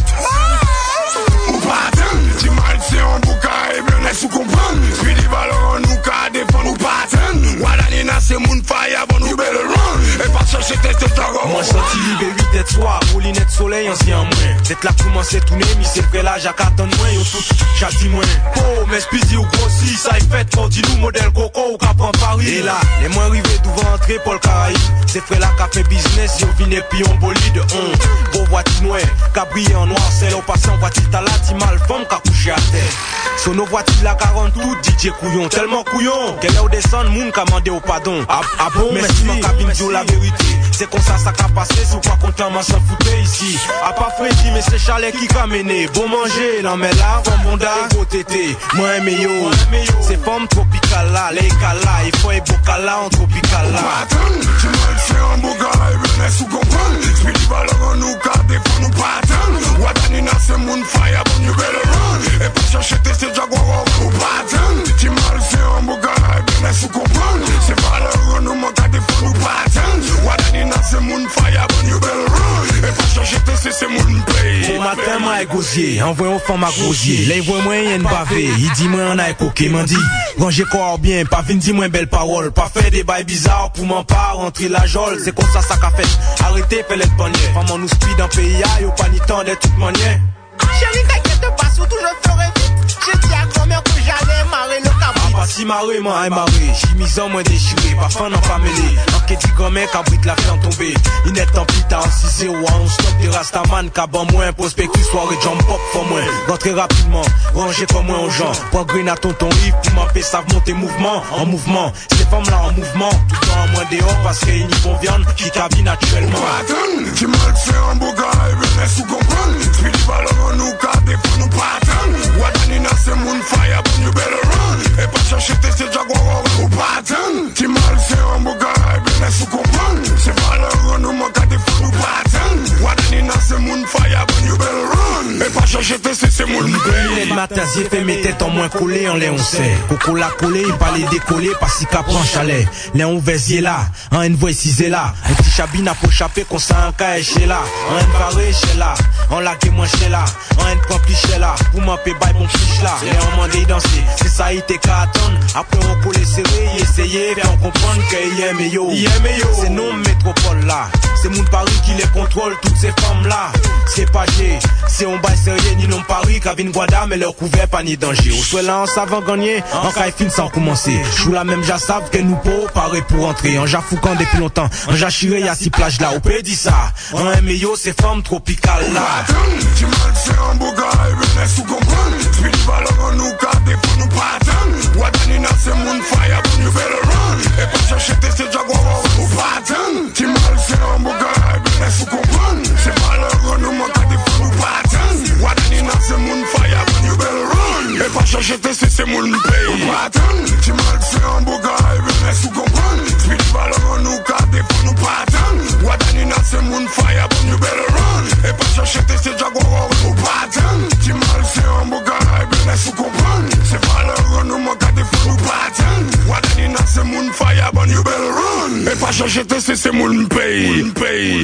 Speaker 14: Ou pas attendre, tu mal, c'est un bouca, et bien, est-ce qu'on comprend? Puis les valeurs, nous, qu'à défendre, ou pas attendre. Wadanina, c'est mon faille, avant nous, belle run. Et pas chercher tester de dragon.
Speaker 15: Moi, senti libé 8 têtes soir, moulinette soleil, ancien moins. Tête là, commencé tourner, mi c'est prêt là, j'accattonne moins, yo tout, châti moins. Oh, mais spizi ou grossi, ça est fait, quand dis-nous, modèle coco, ou qu'apprend Paris. Et là, les moins rivés devant entrer, Paul Caraïbe. C'est frère là qui a fait business, yo vine puis on bolide. Beau voiture noire, cabrier en noir, c'est là, au passant voiture t'as là, ti mal femme qui a couché à terre. Sur nos voitures là, 40 tout, DJ couillon, tellement couillon. Qu'elle est au descendre, moun qu'a mandé au pardon. Ah bon, mais si ma cabine dit la vérité. C'est comme ça qu'a passé, si ou pas content, m'en s'en foutait ici. A pas Freddy, mais c'est Chalet qui qu'a mené. Bon manger, non mais là, bon bonda, beau tété. Moi aimé yo, c'est forme tropicale là, les cala, il faut un beau cala en tropical là.
Speaker 14: Tu mal, c'est un beau gars, et bien, est-ce qu'on comprend? Spili valeur, nous, qu'à défendre, nous pas attendre. Wadanina, c'est mon faille, bon, you better run. Et pas chercher tester Jaguar, ou pas attendre. Tu mal, c'est un beau gars, et bien, est-ce qu'on comprend? C'est valeur, nous, qu'à défendre, nous pas attendre. Wadanina, c'est mon faille, bon, you better run. Et pas chercher tester, c'est mon paye.
Speaker 15: Au matin, moi, gosier, envoyé aux femmes à gosier. Là, il voit moi, y'en bavé. Il dit, moi, on a coqué, m'en dit. Rangez corps bien, pas vin dit, moi, belle parole. Pas faire des bails bizarres pour m'en pas rentrer la jole. C'est comme ça qu'a fait. Arrêtez, fais les bonnes. Femme, nous speed en pays, y'a pas ni temps de toute manière.
Speaker 8: Chérie, t'inquiète pas, surtout je ferai vite. J'ai dit à grand-mère que j'allais marrer le cabri.
Speaker 15: Ah bah si marrer, moi, marrer. J'ai mis en moins déchiré, pas fin, non pas mêlé. Enquête dit grand-mère, cabrit la faire tomber. Il n'est en pita, en 6-0, on stop des rastaman, caban moins, prospectus, soirée, jump pop, pour moins. Rentrez rapidement, rangez comme moi aux gens. Prends green à tonton Yves, pour m'appeler, savent monter mouvement, en mouvement. Ces femmes là en mouvement, tout le temps en moins dehors, parce qu'ils n'y font viande, qui cabine actuellement.
Speaker 14: Tu mal, c'est un beau gars, et bien, est-ce qu'on comprend? Spili valeur, nous, qu'à défendre, nous pas attendre. Wadanina, c'est mon faille, bon, you better run. Et pas chercher tester Jaguar, ou pas attendre. Tu mal, c'est un beau gars, et bien, est-ce qu'on comprend? C'est valeur, nous, qu'à défendre, nous pas attendre. Wadanina, c'est mon faille, bon, you better run. Et pas chercher tester, c'est mon paye.
Speaker 15: Le matin, j'ai fait mes têtes en moins collées, en les on sait. Coco l'a collé, il pas les décoller, parce qu'il capre en chalet. Les on versier là, en une voix cisée là. Un petit chabine à pochaper, qu'on s'en un cas chez là. En une barré chez là, en lagué moins chez là. En une pompe chez là, pour m'appeler bail mon fiche là. Les on mandé danser, c'est ça, il t'est qu'à attendre. Après on collé serré, essayer, faire comprendre qu'il y a meilleur. C'est non métropole là. C'est mon Paris qui les contrôle, toutes ces femmes là. C'est pas G, c'est on bail sérieux, ni non Paris, Kavin Guada, mais leur couvert pas ni danger. Au soit là, on savant gagner, en caïfine sans commencer. J'joue la même jassave que nous pour parer pour entrer. En jafoucan depuis longtemps, en jachiré, y'a 6 plages là, au pays dit ça. En MIO, c'est femmes tropicales là.
Speaker 14: Tu mal, c'est un beau gars, et bien, est-ce qu'on comprend? Spili valeur, nous, qu'à défendre, nous pas attendre. Wadanina, c'est mon faille, bon, you better run. Et pas chercher tester Jaguar, ou pas attendre. Tu mal, c'est un beau gars, et bien, est-ce qu'on comprend? C'est valeur, nous, qu'à défendre, nous pas attendre. Wadanina, c'est mon faille, bon, you better run. Et pas chercher tester, c'est mon paye. Ou pas attendre. Tu mal, c'est un beau gars, et bien, est-ce qu'on comprend? Spili valeur, nous, qu'à défendre, nous pas attendre. Wadanina, c'est mon faille, bon, you better run. Et pas chercher tester Jaguar, ou pas attendre. Tu mal, c'est un beau gars, et bien, est-ce qu'on comprend? C'est valeur, nous, qu'à défendre, nous pas attendre. Wadanina, c'est mon faille, bon, you better run. Et pas chercher tester, c'est mon paye.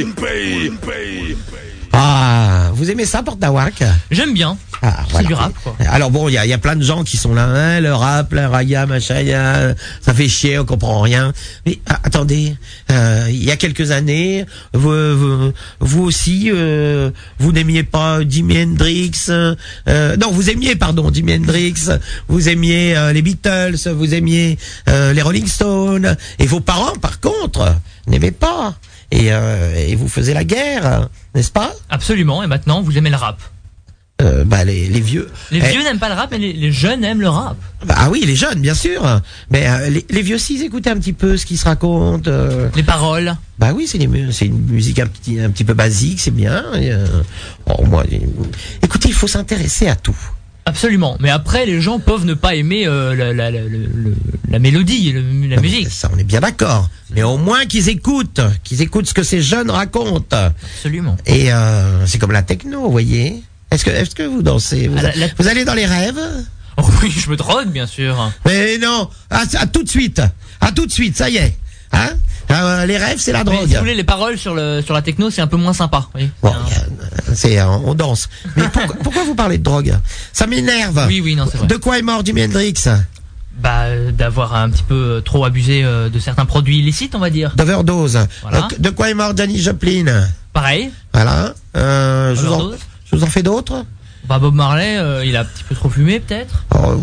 Speaker 2: Ah, vous aimez ça, Porte Nawak?
Speaker 3: J'aime bien.
Speaker 2: Ah,
Speaker 3: C'est
Speaker 2: voilà.
Speaker 3: du rap, quoi.
Speaker 2: Alors bon, il y a plein de gens qui sont là, hein, le rap, la raga, machin, ça fait chier, on comprend rien. Mais attendez, il y a quelques années, vous aussi, vous n'aimiez pas Jimi Hendrix, non, vous aimiez, pardon, Jimi Hendrix, vous aimiez les Beatles, vous aimiez les Rolling Stones, et vos parents, par contre, n'aimaient pas. Et vous faisiez la guerre, n'est-ce pas?
Speaker 3: Absolument, et maintenant, vous aimez le rap.
Speaker 2: les vieux.
Speaker 3: Les vieux n'aiment pas le rap, mais les jeunes aiment le rap.
Speaker 2: Ah oui, les jeunes, bien sûr. Mais les vieux, s'ils écoutaient un petit peu ce qui se raconte.
Speaker 3: Les paroles.
Speaker 2: Bah oui, c'est une musique un petit peu basique, c'est bien. Écoutez, il faut s'intéresser à tout.
Speaker 3: Absolument. Mais après, les gens peuvent ne pas aimer la mélodie, la musique.
Speaker 2: Ça, on est bien d'accord. Mais au moins qu'ils écoutent ce que ces jeunes racontent.
Speaker 3: Absolument.
Speaker 2: Et c'est comme la techno, vous voyez. Est-ce que vous dansez vous allez dans les rêves?
Speaker 3: Oh oui, je me drogue, bien sûr.
Speaker 2: Mais non, à tout de suite, ça y est. Hein? Les rêves, c'est la drogue.
Speaker 3: Mais si vous voulez, les paroles sur la techno, c'est un peu moins sympa. Oui.
Speaker 2: Bon, on danse. Mais pourquoi vous parlez de drogue? Ça m'énerve.
Speaker 3: Oui, non, c'est vrai.
Speaker 2: De quoi est mort Jimi Hendrix?
Speaker 3: D'avoir un petit peu trop abusé de certains produits illicites, on va dire.
Speaker 2: D'overdose.
Speaker 3: Voilà.
Speaker 2: De quoi est mort Janis Joplin?
Speaker 3: Pareil.
Speaker 2: Voilà. Je vous en fais d'autres?
Speaker 3: Bob Marley, il a un petit peu trop fumé, peut-être.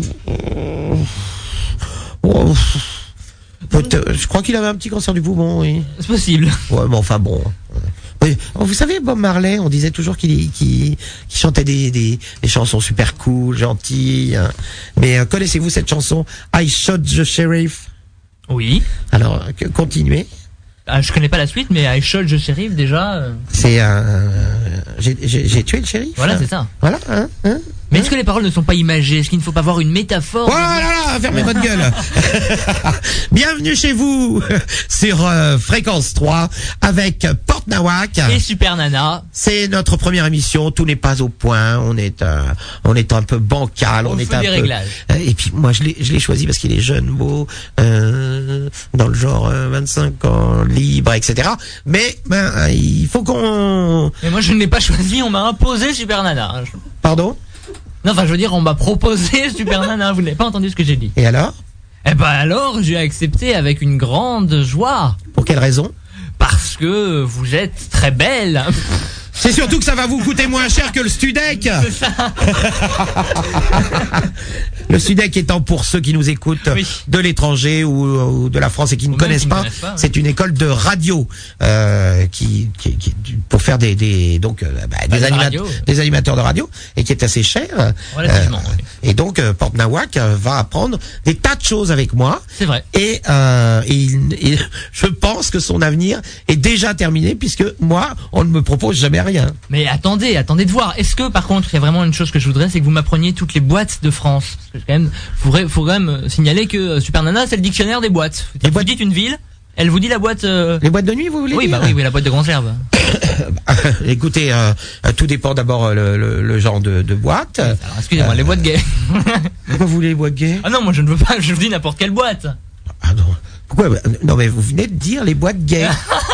Speaker 2: Je crois qu'il avait un petit cancer du poumon, oui.
Speaker 3: C'est possible.
Speaker 2: Ouais, mais enfin bon. Oui. Vous savez, Bob Marley, on disait toujours qu'il chantait des chansons super cool, gentilles. Mais connaissez-vous cette chanson I Shot the Sheriff?
Speaker 3: Oui.
Speaker 2: Alors, continuez.
Speaker 3: Je connais pas la suite, mais I Shot the Sheriff, déjà.
Speaker 2: C'est j'ai tué le shérif.
Speaker 3: Voilà, c'est ça.
Speaker 2: Voilà.
Speaker 3: Mais est-ce que les paroles ne sont pas imagées? Est-ce qu'il ne faut pas avoir une métaphore?
Speaker 2: Oh là là, fermez votre gueule. Bienvenue chez vous sur Fréquence 3 avec Porte Nawak
Speaker 3: et Super Nana.
Speaker 2: C'est notre première émission, tout n'est pas au point, on est un peu bancal, on est un peu
Speaker 3: réglages.
Speaker 2: Et puis moi je l'ai choisi parce qu'il est jeune, beau, dans le genre 25 ans, libre, etc. Mais il faut qu'on...
Speaker 3: Mais moi je ne l'ai pas choisi, on m'a imposé Super Nana.
Speaker 2: Pardon?
Speaker 3: Non, enfin, je veux dire, on m'a proposé Super Nana. Vous n'avez pas entendu ce que j'ai dit.
Speaker 2: Et alors?
Speaker 3: Alors, j'ai accepté avec une grande joie.
Speaker 2: Pour quelle raison?
Speaker 3: Parce que vous êtes très belle.
Speaker 2: C'est surtout que ça va vous coûter moins cher que le Studec.
Speaker 3: C'est ça.
Speaker 2: Le Studec étant, pour ceux qui nous écoutent de l'étranger ou de la France et qui ne connaissent pas, c'est une école de radio qui pour faire des animateurs de radio et qui est assez cher.
Speaker 3: Relativement.
Speaker 2: Et donc Porte Nawak va apprendre des tas de choses avec moi.
Speaker 3: C'est vrai.
Speaker 2: Et je pense que son avenir est déjà terminé puisque moi, on ne me propose jamais rien.
Speaker 3: Mais attendez de voir. Est-ce que par contre, il y a vraiment une chose que je voudrais, c'est que vous m'appreniez toutes les boîtes de France. Parce que quand même, faut quand même signaler que Super Nana, c'est le dictionnaire des boîtes. Vous dites une ville, elle vous dit la boîte.
Speaker 2: Les boîtes de nuit, vous voulez dire?
Speaker 3: Oui, la boîte de conserve.
Speaker 2: Écoutez, tout dépend d'abord le genre de boîte.
Speaker 3: Alors, excusez-moi, les boîtes gays.
Speaker 2: Pourquoi vous voulez les boîtes gays?
Speaker 3: Ah non, moi je ne veux pas, je vous dis n'importe quelle boîte.
Speaker 2: Ah non. Pourquoi? Non mais vous venez de dire les boîtes gays.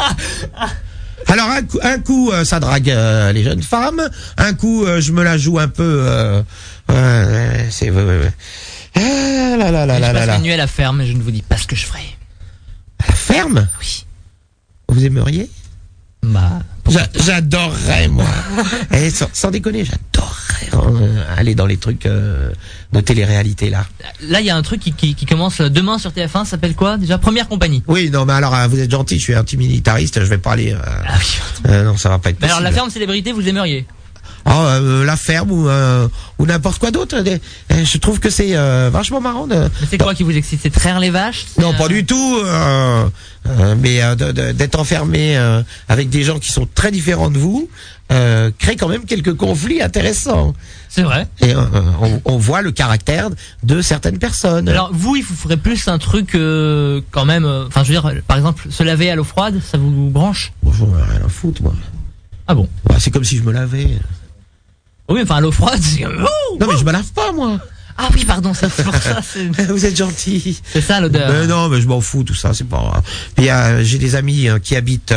Speaker 2: Alors un coup ça drague les jeunes femmes, un coup je me la joue un peu c'est
Speaker 3: Je passe la nuit à la ferme et je ne vous dis pas ce que je ferai.
Speaker 2: À la ferme?
Speaker 3: Oui.
Speaker 2: Vous aimeriez? J'adorerais moi. Et sans déconner, j'adorerais aller dans les trucs de télé-réalité là.
Speaker 3: Là, il y a un truc qui commence demain sur TF1, ça s'appelle quoi déjà? Première compagnie.
Speaker 2: Oui, non, mais alors vous êtes gentil, je suis anti-militariste, je vais pas aller. Non, ça va pas être possible.
Speaker 3: Mais alors la ferme célébrité, vous aimeriez?
Speaker 2: La ferme ou n'importe quoi d'autre. Je trouve que c'est vachement marrant.
Speaker 3: Mais c'est quoi qui vous excite? C'est traire les vaches?
Speaker 2: Non, pas du tout. Mais d'être enfermé avec des gens qui sont très différents de vous crée quand même quelques conflits intéressants.
Speaker 3: C'est vrai.
Speaker 2: Et on voit le caractère de certaines personnes.
Speaker 3: Alors vous, il vous ferait plus un truc quand même. Enfin, je veux dire, par exemple, se laver à l'eau froide, ça vous branche?
Speaker 2: Bonjour, rien à foutre, moi.
Speaker 3: Ah bon?
Speaker 2: C'est comme si je me lavais.
Speaker 3: Oui, enfin, à l'eau froide, c'est...
Speaker 2: Non, mais je me lave pas, moi.
Speaker 3: Ah oui, pardon, c'est pour ça.
Speaker 2: Vous êtes gentil.
Speaker 3: C'est ça l'odeur.
Speaker 2: Mais non, mais je m'en fous, tout ça, c'est pas... Puis j'ai des amis qui habitent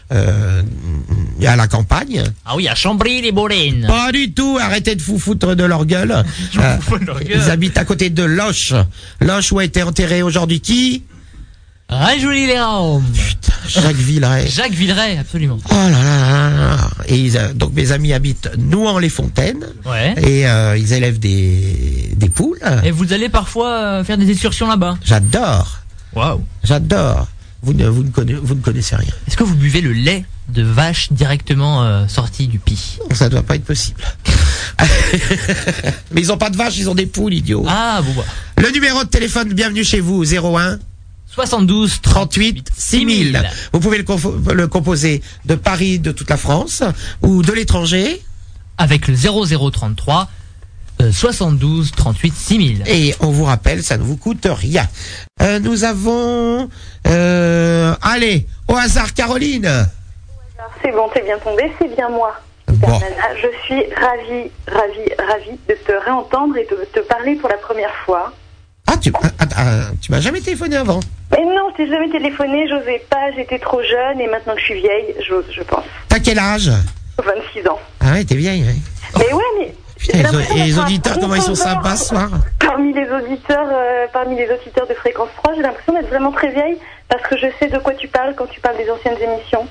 Speaker 2: à la campagne.
Speaker 3: Ah oui, à Chambry-les-Baulènes.
Speaker 2: Pas du tout, arrêtez de vous foutre de leur gueule. Ils habitent à côté de Loches. Loches où a été enterré aujourd'hui qui?
Speaker 3: Rajoulis-les-Raumes.
Speaker 2: Putain, Jacques Villeray.
Speaker 3: Jacques Villeray, absolument.
Speaker 2: Oh là là là. Et donc mes amis habitent Nouan-les-Fontaines.
Speaker 3: Ouais.
Speaker 2: Et ils élèvent des poules.
Speaker 3: Et vous allez parfois faire des excursions là-bas?
Speaker 2: J'adore.
Speaker 3: Waouh.
Speaker 2: J'adore. Vous ne connaissez rien.
Speaker 3: Est-ce que vous buvez le lait de vache directement sorti du pis?
Speaker 2: Ça doit pas être possible. Mais ils ont pas de vaches, ils ont des poules, idiots.
Speaker 3: Ah, bon, bah.
Speaker 2: Le numéro de téléphone, bienvenue chez vous, 01
Speaker 3: 72
Speaker 2: 38 6000. Vous pouvez le composer de Paris, de toute la France, ou de l'étranger.
Speaker 3: Avec le 0033 72 38 6000.
Speaker 2: Et on vous rappelle, ça ne vous coûte rien. Nous avons, allez, au hasard, Caroline.
Speaker 16: C'est bon, t'es bien tombé, c'est bien moi.
Speaker 2: Bon.
Speaker 16: Nana, je suis ravie de te réentendre et de te parler pour la première fois.
Speaker 2: Ah, tu m'as jamais téléphoné avant?
Speaker 16: Mais non, je t'ai jamais téléphoné, j'osais pas, j'étais trop jeune et maintenant que je suis vieille, j'ose, je pense.
Speaker 2: T'as quel âge?
Speaker 16: 26 ans.
Speaker 2: Ah ouais, t'es vieille, ouais.
Speaker 16: Mais ouais, mais...
Speaker 2: Putain, et les auditeurs, comment ils sont sympas ce soir?
Speaker 16: Parmi les auditeurs de Fréquence 3, j'ai l'impression d'être vraiment très vieille parce que je sais de quoi tu parles quand tu parles des anciennes émissions.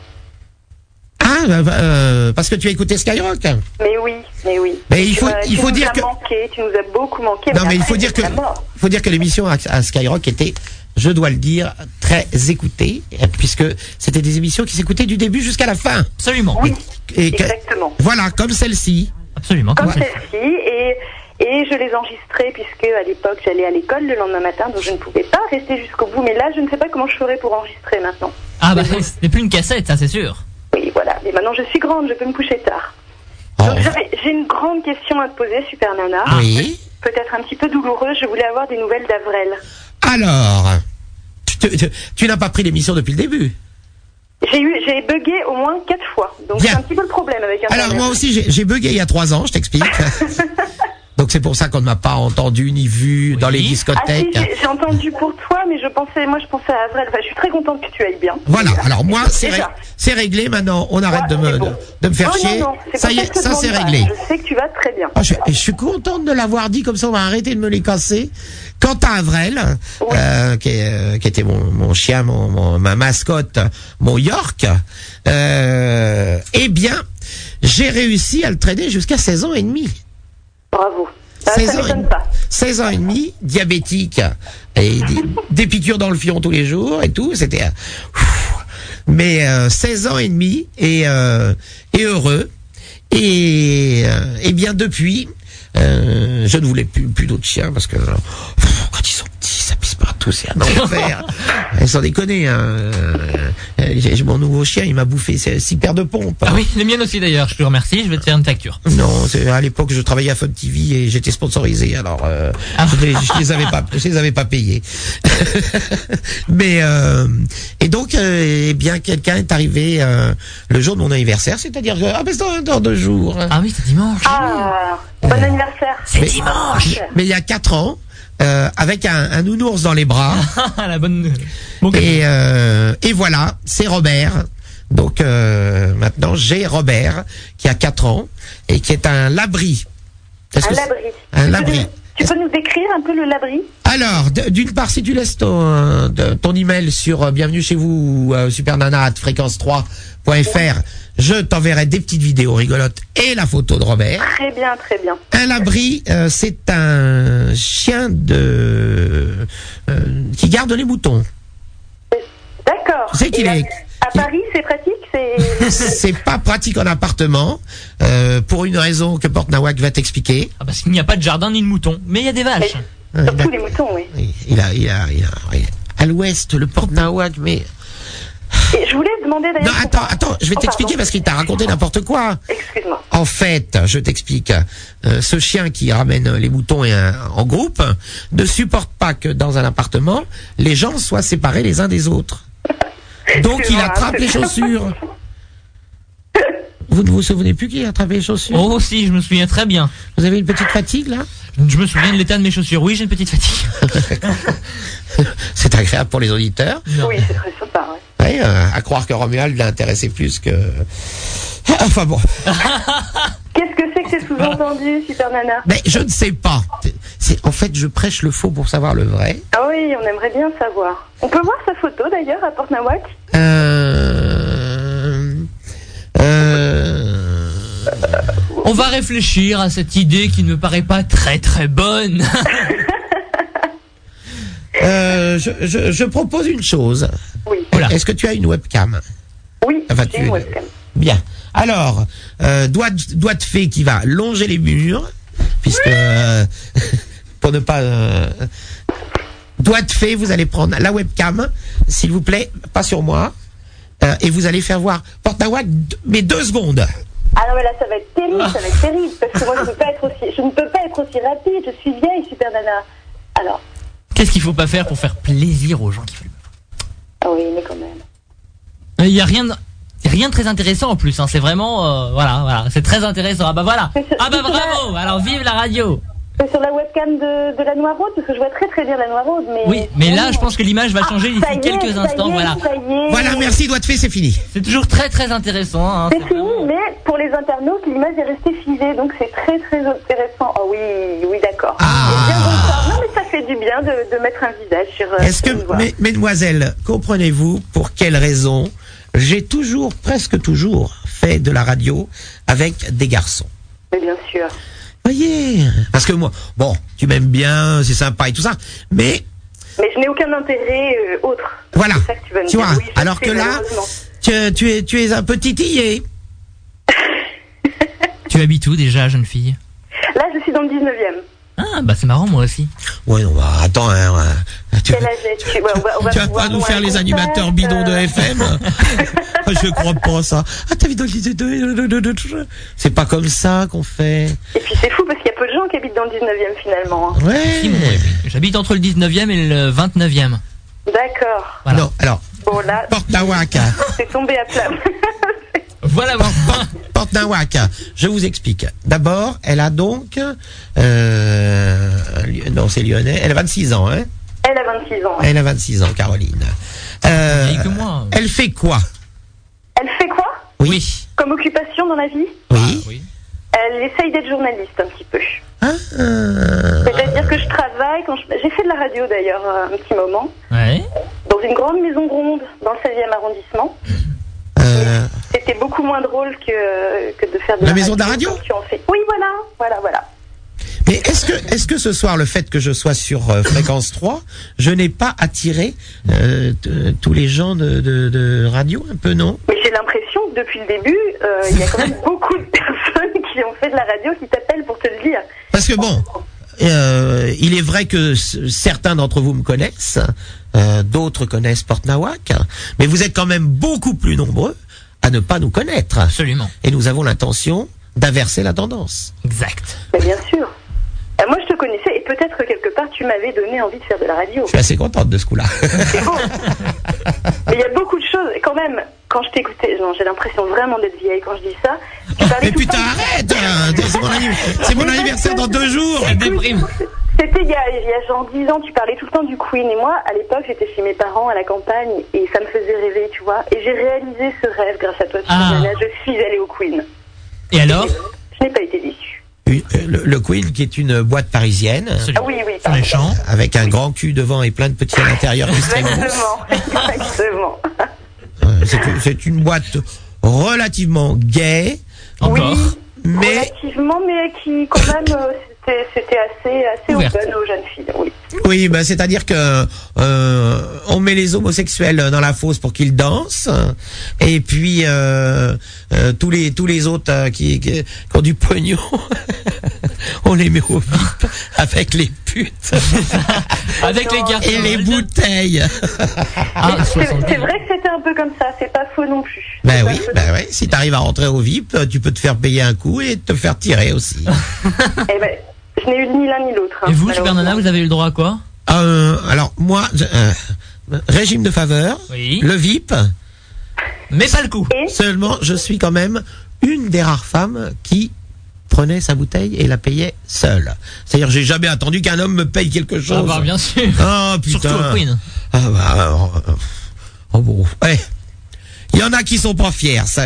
Speaker 2: Ah, parce que tu as écouté Skyrock.
Speaker 16: Mais oui.
Speaker 2: Mais il faut dire que
Speaker 16: tu nous as beaucoup manqué.
Speaker 2: Non, mais il faut dire que l'émission à Skyrock était, je dois le dire, très écoutée, puisque c'était des émissions qui s'écoutaient du début jusqu'à la fin.
Speaker 3: Absolument.
Speaker 16: Oui, exactement.
Speaker 2: Voilà, comme celle-ci.
Speaker 3: Absolument.
Speaker 16: Comme celle-ci, et je les enregistrais puisque à l'époque j'allais à l'école le lendemain matin, donc je ne pouvais pas rester jusqu'au bout. Mais là, je ne sais pas comment je ferais pour enregistrer maintenant.
Speaker 3: Ah bah, c'est plus une cassette, ça c'est sûr.
Speaker 16: Oui, voilà. Mais maintenant, je suis grande, je peux me coucher tard. Donc, j'ai une grande question à te poser, Super Nana.
Speaker 2: Oui.
Speaker 16: Peut-être un petit peu douloureuse. Je voulais avoir des nouvelles d'Avrel.
Speaker 2: Alors, tu n'as pas pris l'émission depuis le début?
Speaker 16: J'ai bugué au moins 4 fois. Donc, c'est un petit peu le problème avec Internet.
Speaker 2: Alors, moi aussi, j'ai bugué il y a 3 ans, je t'explique. Donc c'est pour ça qu'on ne m'a pas entendu ni vu dans les discothèques.
Speaker 16: Ah, si, j'ai entendu pour toi, mais je pensais à Avrel. Enfin, je suis très contente que tu ailles bien.
Speaker 2: Voilà. Alors moi, c'est réglé maintenant. On arrête de me faire chier.
Speaker 16: Non,
Speaker 2: ça y est, ça c'est réglé.
Speaker 16: Je sais que tu vas très bien.
Speaker 2: Je suis contente de l'avoir dit, comme ça on va arrêter de me les casser. Quant à Avrel, qui était mon chien, ma mascotte, mon York, eh bien, j'ai réussi à le traîner jusqu'à 16 ans et demi.
Speaker 16: Bravo. Ça m'étonne pas.
Speaker 2: 16 ans et demi, diabétique, et des piqûres dans le fion tous les jours et tout, c'était... Mais 16 ans et demi, et heureux. Et bien depuis, je ne voulais plus d'autres chiens, parce que quand ils sont petits, ça pisse partout, c'est un enfer. Sans déconner, hein. Mon nouveau chien, il m'a bouffé 6 paires de pompes.
Speaker 3: Ah oui, les miennes aussi d'ailleurs, je te remercie, je vais te faire une facture.
Speaker 2: Non, à l'époque, je travaillais à Fun TV et j'étais sponsorisé, alors je les avais pas payés. Mais et donc, eh bien, quelqu'un est arrivé le jour de mon anniversaire, c'est-à-dire dans 2 jours.
Speaker 3: Ah oui, c'est dimanche.
Speaker 16: Ah, bon anniversaire.
Speaker 3: C'est dimanche.
Speaker 2: Mais il y a 4 ans. Avec un nounours dans les bras.
Speaker 3: La bonne.
Speaker 2: Et voilà, c'est Robert. Donc maintenant j'ai Robert qui a 4 ans et qui est un labri. Un labri.
Speaker 16: Tu peux nous décrire un peu le labri?
Speaker 2: Alors, d'une part, si tu laisses ton email sur bienvenue chez vous supernana@fréquence3.fr, je t'enverrai des petites vidéos rigolotes et la photo de Robert.
Speaker 16: Très bien, très bien.
Speaker 2: Un labri, c'est un chien qui garde les moutons.
Speaker 16: D'accord.
Speaker 2: Tu sais qu'il est...
Speaker 16: À Paris, c'est pratique,
Speaker 2: c'est pas pratique en appartement, pour une raison que Porte Nawak va t'expliquer.
Speaker 3: Ah, parce qu'il n'y a pas de jardin ni de moutons, mais il y a des vaches.
Speaker 16: Surtout les moutons, oui.
Speaker 2: Il a à l'ouest le Porte Nawak, mais...
Speaker 16: Et je voulais demander d'ailleurs...
Speaker 2: Non, attends, je vais t'expliquer parce qu'il t'a raconté n'importe quoi.
Speaker 16: Excuse-moi.
Speaker 2: En fait, je t'explique. Ce chien qui ramène les moutons en groupe ne supporte pas que dans un appartement, les gens soient séparés les uns des autres. Donc il attrape les chaussures. Vous ne vous souvenez plus qui a attrapé les chaussures?
Speaker 3: Oh si, je me souviens très bien.
Speaker 2: Vous avez une petite fatigue là?
Speaker 3: Je me souviens de l'état de mes chaussures. Oui, j'ai une petite fatigue.
Speaker 2: C'est agréable pour les auditeurs.
Speaker 16: Oui, c'est très sympa.
Speaker 2: Ouais, à croire que Romuald l'a intéressé plus que... Enfin bon.
Speaker 16: Qu'est-ce que c'est que c'est sous-entendu, Super Nana?
Speaker 2: Mais je ne sais pas. En fait, je prêche le faux pour savoir le vrai.
Speaker 16: Ah oui, on aimerait bien savoir. On peut voir sa photo d'ailleurs à Porte Nawak?
Speaker 3: On va réfléchir à cette idée qui ne me paraît pas très très bonne.
Speaker 2: Je propose une chose.
Speaker 16: Oui.
Speaker 2: Voilà. Est-ce que tu as une webcam?
Speaker 16: Oui, j'ai une webcam.
Speaker 2: Bien. Alors, doigt de fée qui va longer les murs, puisque pour ne pas doigt de fée, vous allez prendre la webcam, s'il vous plaît, pas sur moi, et vous allez faire voir Porte Nawak, mais 2 secondes.
Speaker 16: Ah non, mais là, ça va être terrible, parce que moi, je ne peux pas être aussi rapide, je suis vieille, Super Nana. Alors.
Speaker 3: Qu'est-ce qu'il faut pas faire pour faire plaisir aux gens qui fument?
Speaker 16: Ah oui, mais quand même.
Speaker 3: Il y a rien de très intéressant en plus, hein. C'est vraiment, voilà, c'est très intéressant. Ah bah voilà. Ah bah bravo. Alors vive la radio.
Speaker 16: C'est sur la webcam de la Noiraude, parce que je vois très très bien la Noiraude, mais...
Speaker 3: Oui, mais là, je pense que l'image va changer d'ici quelques instants, voilà.
Speaker 2: Voilà, merci, doigt de fée, c'est fini.
Speaker 3: C'est toujours très très intéressant, hein.
Speaker 16: C'est fini, mais pour les internautes, l'image est restée figée, donc c'est très très intéressant. Oh oui, d'accord. Non, mais ça fait du bien de mettre un visage sur...
Speaker 2: Est-ce que, mesdemoiselles, comprenez-vous pour quelle raison j'ai presque toujours, fait de la radio avec des garçons?
Speaker 16: Mais bien sûr.
Speaker 2: Voyez, parce que moi, bon, tu m'aimes bien, c'est sympa et tout ça, mais
Speaker 16: je n'ai aucun intérêt autre.
Speaker 2: Voilà.
Speaker 16: C'est ça que tu vas me
Speaker 2: tu
Speaker 16: dire.
Speaker 2: vois,
Speaker 16: Oui,
Speaker 2: alors que là, tu es un petit titillé.
Speaker 3: Tu habites où déjà, jeune fille?
Speaker 16: Là, je suis dans le 19e.
Speaker 3: Ah, bah c'est marrant, moi aussi.
Speaker 2: Ouais, non, bah attends,
Speaker 16: Quel âge es-tu?
Speaker 2: Tu vas pas nous faire les animateurs bidons de FM? Je crois pas ça. Ah, t'habites dans le 19e? C'est pas comme ça qu'on fait.
Speaker 16: Et puis c'est fou parce qu'il y a peu de gens qui habitent dans le 19e finalement. Hein.
Speaker 2: Ouais.
Speaker 3: J'habite entre le 19e et le 29e.
Speaker 16: D'accord.
Speaker 3: Voilà.
Speaker 2: Non, alors.
Speaker 16: Bon là.
Speaker 2: Porte Nawak.
Speaker 16: C'est tombé à plat.
Speaker 3: Voilà.
Speaker 2: Porte Nawak. Je vous explique. D'abord, elle a donc, non, c'est lyonnais. Elle a 26 ans, hein?
Speaker 16: Elle a 26 ans.
Speaker 2: Elle a 26 ans, Caroline.
Speaker 3: Que moi.
Speaker 2: Elle fait quoi?
Speaker 16: Elle fait quoi?
Speaker 2: Oui.
Speaker 16: Comme occupation dans la vie?
Speaker 2: Oui.
Speaker 16: Elle essaye d'être journaliste un petit peu.
Speaker 2: Ah.
Speaker 16: C'est-à-dire que je travaille, j'ai fait de la radio d'ailleurs un petit moment, dans une grande maison ronde dans le 16e arrondissement. C'était beaucoup moins drôle que de faire de
Speaker 2: la maison de la radio.
Speaker 16: Oui, voilà.
Speaker 2: Mais est-ce que ce soir, le fait que je sois sur Fréquence 3, je n'ai pas attiré tous les gens de radio un peu, non?
Speaker 16: Mais j'ai l'impression que depuis le début, il y a quand même beaucoup de personnes qui ont fait de la radio qui t'appellent pour te le dire.
Speaker 2: Parce que bon, il est vrai que certains d'entre vous me connaissent, d'autres connaissent Porte Nawak, mais vous êtes quand même beaucoup plus nombreux à ne pas nous connaître.
Speaker 3: Absolument.
Speaker 2: Et nous avons l'intention d'inverser la tendance.
Speaker 3: Exact.
Speaker 16: Mais bien sûr. Moi, je te connaissais et peut-être que quelque part, tu m'avais donné envie de faire de la radio.
Speaker 2: Je suis assez contente de ce coup-là.
Speaker 16: C'est beau. Mais il y a beaucoup de choses. Et quand même, quand je t'écoutais, j'ai l'impression vraiment d'être vieille quand je dis ça.
Speaker 2: Mais putain, arrête! C'est mon anniversaire dans 2 jours!
Speaker 3: Ça déprime.
Speaker 16: C'était il y a genre 10 ans, tu parlais tout le temps du Queen. Et moi, à l'époque, j'étais chez mes parents à la campagne et ça me faisait rêver, tu vois. Et j'ai réalisé ce rêve grâce à toi, Susanna. Je suis allée au Queen.
Speaker 3: Et alors?
Speaker 16: Je n'ai pas été déçue.
Speaker 2: Le Queen, qui est une boîte parisienne.
Speaker 16: Ah oui,
Speaker 3: sur les champs.
Speaker 2: Avec un grand cul devant et plein de petits à l'intérieur qui se
Speaker 16: Exactement.
Speaker 2: C'est une boîte relativement gaie.
Speaker 3: Encore.
Speaker 2: Mais
Speaker 16: relativement, mais qui quand même c'était assez open aux jeunes filles. Oui.
Speaker 2: Oui, bah c'est-à-dire que on met les homosexuels dans la fosse pour qu'ils dansent, et puis tous les autres qui ont du pognon, on les met au VIP avec les putes,
Speaker 3: avec les cartes
Speaker 2: et les bouteilles.
Speaker 16: C'est vrai que c'était un peu comme ça, c'est pas faux non plus.
Speaker 2: Ben oui. Si t'arrives à rentrer au VIP, tu peux te faire payer un coup et te faire tirer aussi.
Speaker 16: Eh ben, je n'ai eu ni l'un ni l'autre.
Speaker 3: Et vous, Super Nana, vous avez eu le droit à quoi?
Speaker 2: Alors moi, régime de faveur, le VIP,
Speaker 3: mais pas le coup.
Speaker 2: Seulement, je suis quand même une des rares femmes qui prenait sa bouteille et la payait seule. C'est-à-dire, j'ai jamais attendu qu'un homme me paye quelque chose.
Speaker 3: Ah bah bien sûr.
Speaker 2: Ah putain.
Speaker 3: Surtout au Queen.
Speaker 2: Ah bah oh bon. Ouais. Il y en a qui sont pas fiers, ça.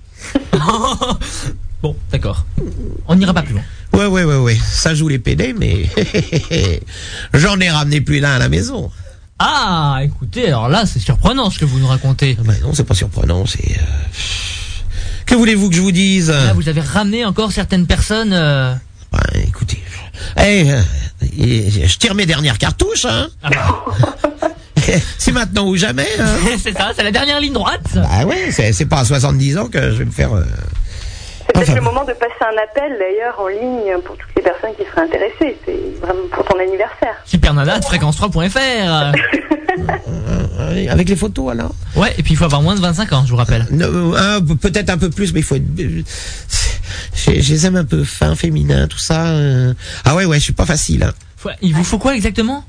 Speaker 3: Bon, d'accord. On n'ira pas plus loin.
Speaker 2: Ouais. Ça joue les PD, mais j'en ai ramené plus d'un à la maison.
Speaker 3: Ah, écoutez, alors là, c'est surprenant ce que vous nous racontez.
Speaker 2: Ben non, c'est pas surprenant, c'est... Que voulez-vous que je vous dise?
Speaker 3: Là, vous avez ramené encore certaines personnes...
Speaker 2: Ouais, écoutez... je tire mes dernières cartouches, hein.
Speaker 3: Ah bah.
Speaker 2: c'est maintenant ou jamais. Hein.
Speaker 3: C'est ça, c'est la dernière ligne droite.
Speaker 2: Ah ouais, c'est pas à 70 ans que je vais me faire.
Speaker 16: C'est peut-être le moment de passer un appel d'ailleurs en ligne pour toutes les personnes qui seraient intéressées. C'est vraiment pour ton anniversaire.
Speaker 3: Super Nana de fréquence3.fr.
Speaker 2: Avec les photos alors.
Speaker 3: Ouais, et puis il faut avoir moins de 25 ans, je vous rappelle.
Speaker 2: Peut-être un peu plus, mais il faut être. Je les aime un peu fin, féminin, tout ça. Ah ouais, je suis pas facile. Hein.
Speaker 3: Il vous faut quoi exactement?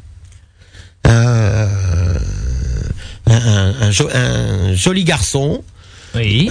Speaker 2: Un joli garçon.
Speaker 3: Oui.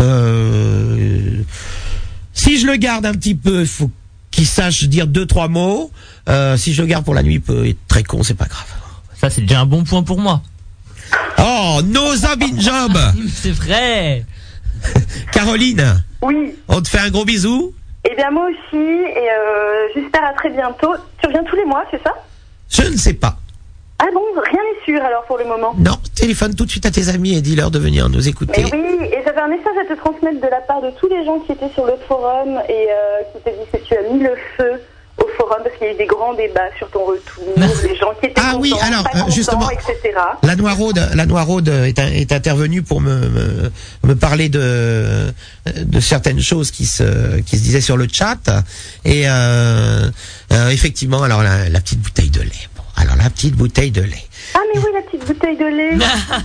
Speaker 2: Si je le garde un petit peu, il faut qu'il sache dire 2-3 mots. Si je le garde pour la nuit, il peut être très con, c'est pas grave.
Speaker 3: Ça, c'est déjà un bon point pour moi.
Speaker 2: Oh, nose up in job.
Speaker 3: C'est vrai.
Speaker 2: Caroline.
Speaker 16: Oui.
Speaker 2: On te fait un gros bisou.
Speaker 16: Eh bien, moi aussi, et j'espère à très bientôt. Tu reviens tous les mois, c'est ça?
Speaker 2: Je ne sais pas.
Speaker 16: Ah bon, rien n'est sûr alors pour le moment.
Speaker 2: Non, téléphone tout de suite à tes amis et dis-leur de venir nous écouter.
Speaker 16: Mais oui, et j'avais un message à te transmettre de la part de tous les gens qui étaient sur le forum et qui te disent que tu as mis le feu au forum parce qu'il y a eu des grands débats sur ton retour, les gens qui étaient contents,
Speaker 2: oui, alors
Speaker 16: pas contents,
Speaker 2: justement,
Speaker 16: etc.
Speaker 2: La Noiraude est intervenue pour me parler de certaines choses qui se disaient sur le chat et effectivement, alors la petite bouteille de lait. Alors la petite bouteille de lait.
Speaker 16: Ah mais oui, la petite bouteille de lait.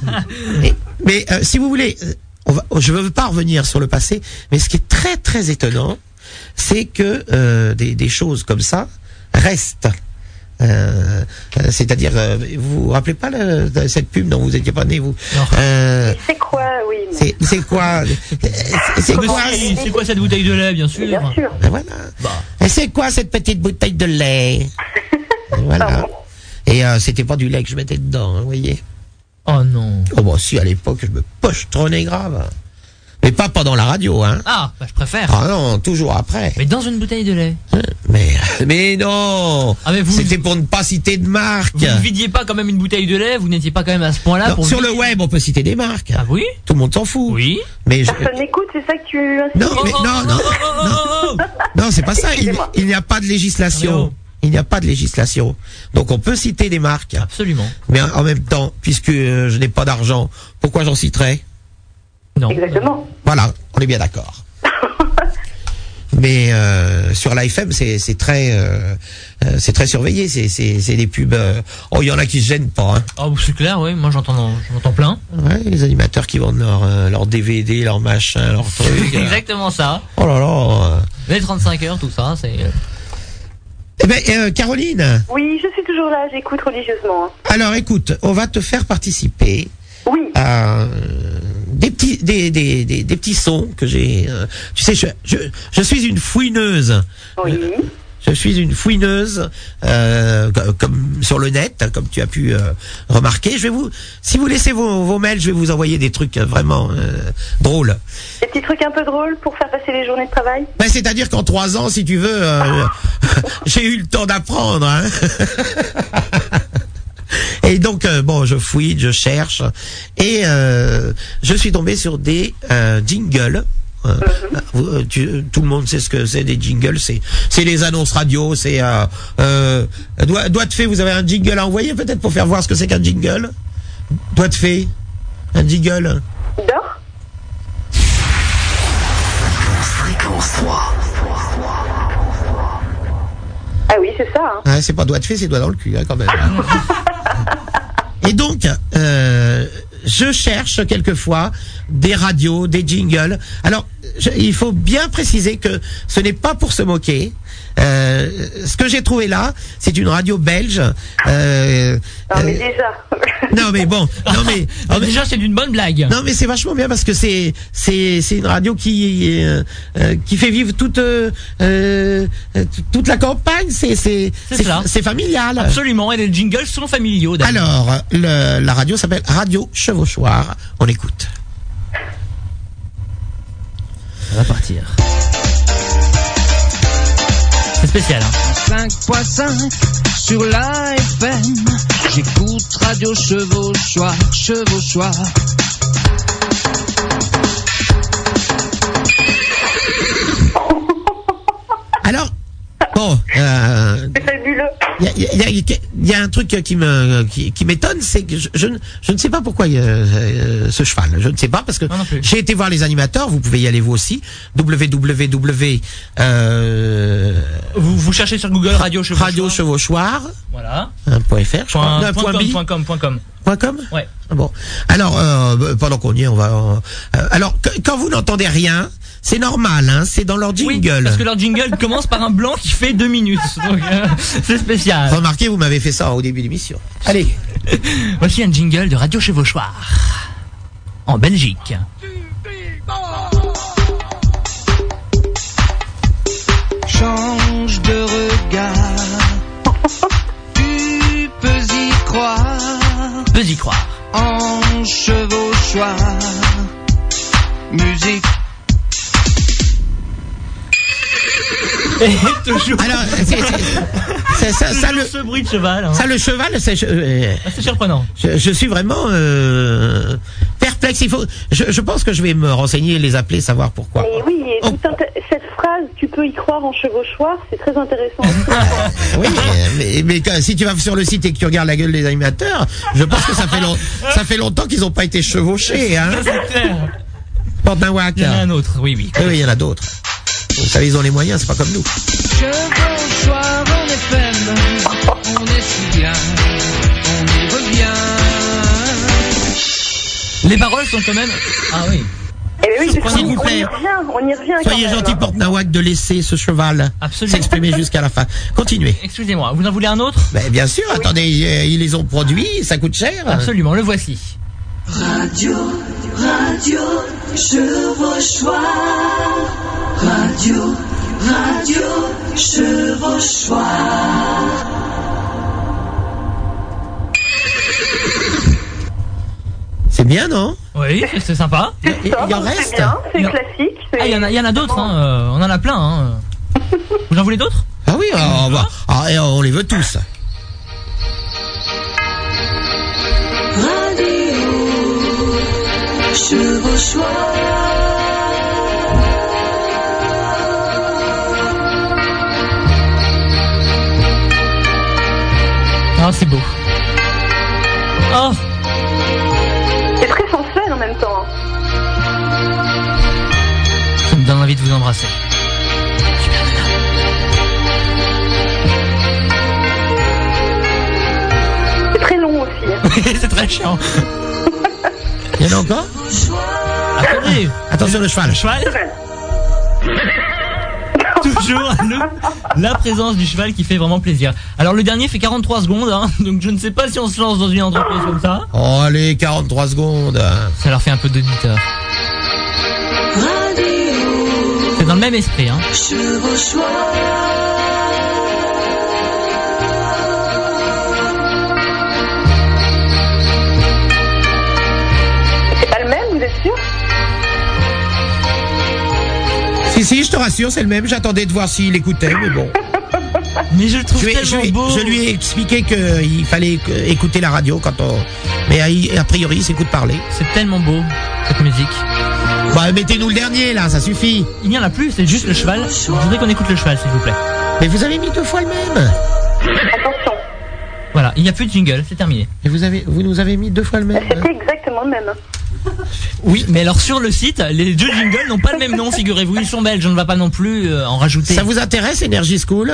Speaker 2: mais si vous voulez, je ne veux pas revenir sur le passé, mais ce qui est très très étonnant, c'est que des choses comme ça restent. C'est-à-dire, vous vous rappelez pas cette pub dont vous étiez pas né, vous?
Speaker 16: C'est quoi, oui. Mais...
Speaker 2: C'est quoi?
Speaker 3: C'est quoi cette bouteille de lait, bien sûr.
Speaker 16: Bien sûr.
Speaker 2: Ben voilà. Et c'est quoi cette petite bouteille de lait? Voilà. Et c'était pas du lait que je mettais dedans, hein, vous voyez.
Speaker 3: Oh non.
Speaker 2: Oh bah si, à l'époque, je me pochetronnais grave. Mais pas pendant la radio, hein.
Speaker 3: Ah, bah je préfère.
Speaker 2: Ah non, toujours après.
Speaker 3: Mais dans une bouteille de lait.
Speaker 2: Mais non.
Speaker 3: Ah mais
Speaker 2: c'était pour ne pas citer de marque.
Speaker 3: Vous ne vidiez pas quand même une bouteille de lait, vous n'étiez pas quand même à ce point-là pour
Speaker 2: sur le web, on peut citer des marques.
Speaker 3: Ah oui?
Speaker 2: Tout le monde s'en fout.
Speaker 3: Oui.
Speaker 2: Mais
Speaker 16: personne n'écoute, c'est ça que tu...
Speaker 2: Non, mais non, c'est pas ça. Il n'y a pas de législation. Il n'y a pas de législation. Donc on peut citer des marques.
Speaker 3: Absolument.
Speaker 2: Mais en même temps, puisque je n'ai pas d'argent, pourquoi j'en citerais?
Speaker 3: Non.
Speaker 16: Exactement.
Speaker 2: Voilà, on est bien d'accord. Mais sur l'AFM, c'est très surveillé. C'est des pubs. Oh, il y en a qui se gênent pas. Hein.
Speaker 3: Oh, c'est clair, oui. Moi, j'entends plein.
Speaker 2: Ouais, les animateurs qui vendent leur DVD, leur machin, leur truc.
Speaker 3: Exactement ça.
Speaker 2: Oh là là.
Speaker 3: Les 35 heures, tout ça, c'est.
Speaker 2: Eh ben, Caroline.
Speaker 16: Oui, je suis toujours là. J'écoute religieusement.
Speaker 2: Alors, écoute, on va te faire participer.
Speaker 16: Oui.
Speaker 2: À des petits sons que j'ai. Tu sais, je suis une fouineuse.
Speaker 16: Oui.
Speaker 2: Je suis une fouineuse, comme sur le net, comme tu as pu remarquer. Si vous laissez vos mails, je vais vous envoyer des trucs vraiment drôles.
Speaker 16: Des petits trucs un peu drôles pour faire passer les journées de travail.
Speaker 2: Ben, c'est-à-dire qu'en 3 ans, si tu veux, j'ai eu le temps d'apprendre. Hein. Et donc, je fouille, je cherche, et je suis tombé sur des jingles. Tout le monde sait ce que c'est des jingles, c'est les annonces radio, c'est Doigt de fée, vous avez un jingle à envoyer peut-être pour faire voir ce que c'est qu'un jingle? Doigt de fée, un jingle.
Speaker 16: D'or.
Speaker 1: Fréquence 3.
Speaker 16: Ah oui, c'est ça. Hein.
Speaker 2: Ah, c'est pas doigt de fée, c'est doigt dans le cul, hein, quand même. Et donc, je cherche quelquefois des radios, des jingles. Alors, il faut bien préciser que ce n'est pas pour se moquer. Ce que j'ai trouvé là, c'est une radio belge.
Speaker 16: Non mais déjà.
Speaker 2: Non mais bon,
Speaker 3: déjà c'est une bonne blague.
Speaker 2: Non mais c'est vachement bien parce que c'est une radio qui fait vivre toute la campagne. C'est familial.
Speaker 3: Absolument, et les jingles sont familiaux.
Speaker 2: Alors la radio s'appelle Radio Chevauchoir. On écoute.
Speaker 3: On va partir. C'est spécial. Hein.
Speaker 8: 5.5 sur la FM. J'écoute Radio Chevauchoir, Chevauchoir.
Speaker 2: Alors, bon,
Speaker 16: c'est fabuleux.
Speaker 2: Il y a un truc qui m'étonne, c'est que je ne sais pas pourquoi ce cheval. Je ne sais pas parce que j'ai été voir les animateurs. Vous pouvez y aller vous aussi. www.
Speaker 3: Vous cherchez sur Google Radio
Speaker 2: Chevauchoir.
Speaker 3: Voilà.
Speaker 2: .fr. Je crois.
Speaker 3: .com.
Speaker 2: Ouais. Bon. Alors pendant qu'on y est, on va. Alors quand vous n'entendez rien. C'est normal, hein, c'est dans leur jingle.
Speaker 3: Oui, parce que leur jingle commence par un blanc qui fait 2 minutes. Donc, c'est spécial.
Speaker 2: Remarquez, vous m'avez fait ça au début de l'émission. Allez.
Speaker 3: Voici un jingle de Radio Chevauchoir. En Belgique.
Speaker 8: Change de regard. Tu peux y croire.
Speaker 3: Peux y croire.
Speaker 8: En chevauchoir. Musique.
Speaker 3: Et toujours.
Speaker 2: Alors, ça le
Speaker 3: ce bruit de cheval. Hein.
Speaker 2: Ça le cheval, c'est
Speaker 3: surprenant.
Speaker 2: Je suis vraiment perplexe. Je pense que je vais me renseigner, les appeler, savoir pourquoi.
Speaker 16: Et oui, cette phrase, tu peux y croire en chevauchoir, c'est très intéressant.
Speaker 2: Oui, mais si tu vas sur le site et que tu regardes la gueule des animateurs, je pense que ça fait longtemps qu'ils n'ont pas été chevauchés. Hein.
Speaker 3: C'est clair.
Speaker 2: Porte d'un wack.
Speaker 3: Il y en a un autre, oui.
Speaker 2: Oui, il y en a d'autres. Vous savez, ils ont les moyens, c'est pas comme nous.
Speaker 8: Chevauchoir en FM, on est si bien, on y revient.
Speaker 3: Les paroles sont quand même. Ah oui.
Speaker 16: Eh oui,
Speaker 2: S'il vous plaît.
Speaker 16: On y revient.
Speaker 2: Soyez gentil, Porte Nawak, de laisser ce cheval s'exprimer jusqu'à la fin. Continuez.
Speaker 3: Excusez-moi, vous en voulez un autre?
Speaker 2: Bien sûr, attendez, ils les ont produits, ça coûte cher.
Speaker 3: Absolument, le voici.
Speaker 8: Radio Chevauchoir. Radio Chevauchoir.
Speaker 2: C'est bien, non?
Speaker 3: Oui, c'est sympa.
Speaker 2: Il en reste?
Speaker 16: C'est bien, c'est classique.
Speaker 3: Ah, il y en a d'autres, hein. On en a plein. Hein. Vous en voulez d'autres?
Speaker 2: Ah oui, on les veut tous.
Speaker 8: Radio Chevauchoir.
Speaker 3: Oh, c'est beau. Oh.
Speaker 16: C'est très sensuel en même temps.
Speaker 3: Ça me donne envie de vous embrasser.
Speaker 16: C'est très long aussi.
Speaker 3: C'est très chiant.
Speaker 2: Il y en a encore?
Speaker 3: Attendez.
Speaker 2: Attention, le cheval.
Speaker 3: Toujours la présence du cheval qui fait vraiment plaisir. Alors le dernier fait 43 secondes, hein, donc je ne sais pas si on se lance dans une entreprise comme ça.
Speaker 2: Oh allez, 43 secondes.
Speaker 3: Ça leur fait un peu d'auditeurs. C'est dans le même esprit, hein.
Speaker 16: C'est pas le même, vous êtes sûr?
Speaker 2: Si, je te rassure, c'est le même. J'attendais de voir s'il écoutait, mais bon.
Speaker 3: Mais je le trouve tellement beau.
Speaker 2: Je lui ai expliqué qu'il fallait écouter la radio quand on... Mais a priori, il s'écoute parler.
Speaker 3: C'est tellement beau, cette musique.
Speaker 2: Mettez-nous le dernier, là, ça suffit.
Speaker 3: Il n'y en a plus, c'est juste le cheval. Je voudrais qu'on écoute le cheval, s'il vous plaît.
Speaker 2: Mais vous avez mis 2 fois le même.
Speaker 16: Attention.
Speaker 3: Voilà, il n'y a plus de jingle, c'est terminé.
Speaker 2: Et vous nous avez mis 2 fois le même.
Speaker 16: C'était exactement le même.
Speaker 3: Oui, mais alors sur le site, les 2 jingles n'ont pas le même nom, figurez-vous. Ils sont belges, on ne va pas non plus en rajouter.
Speaker 2: Ça vous intéresse, Energy School?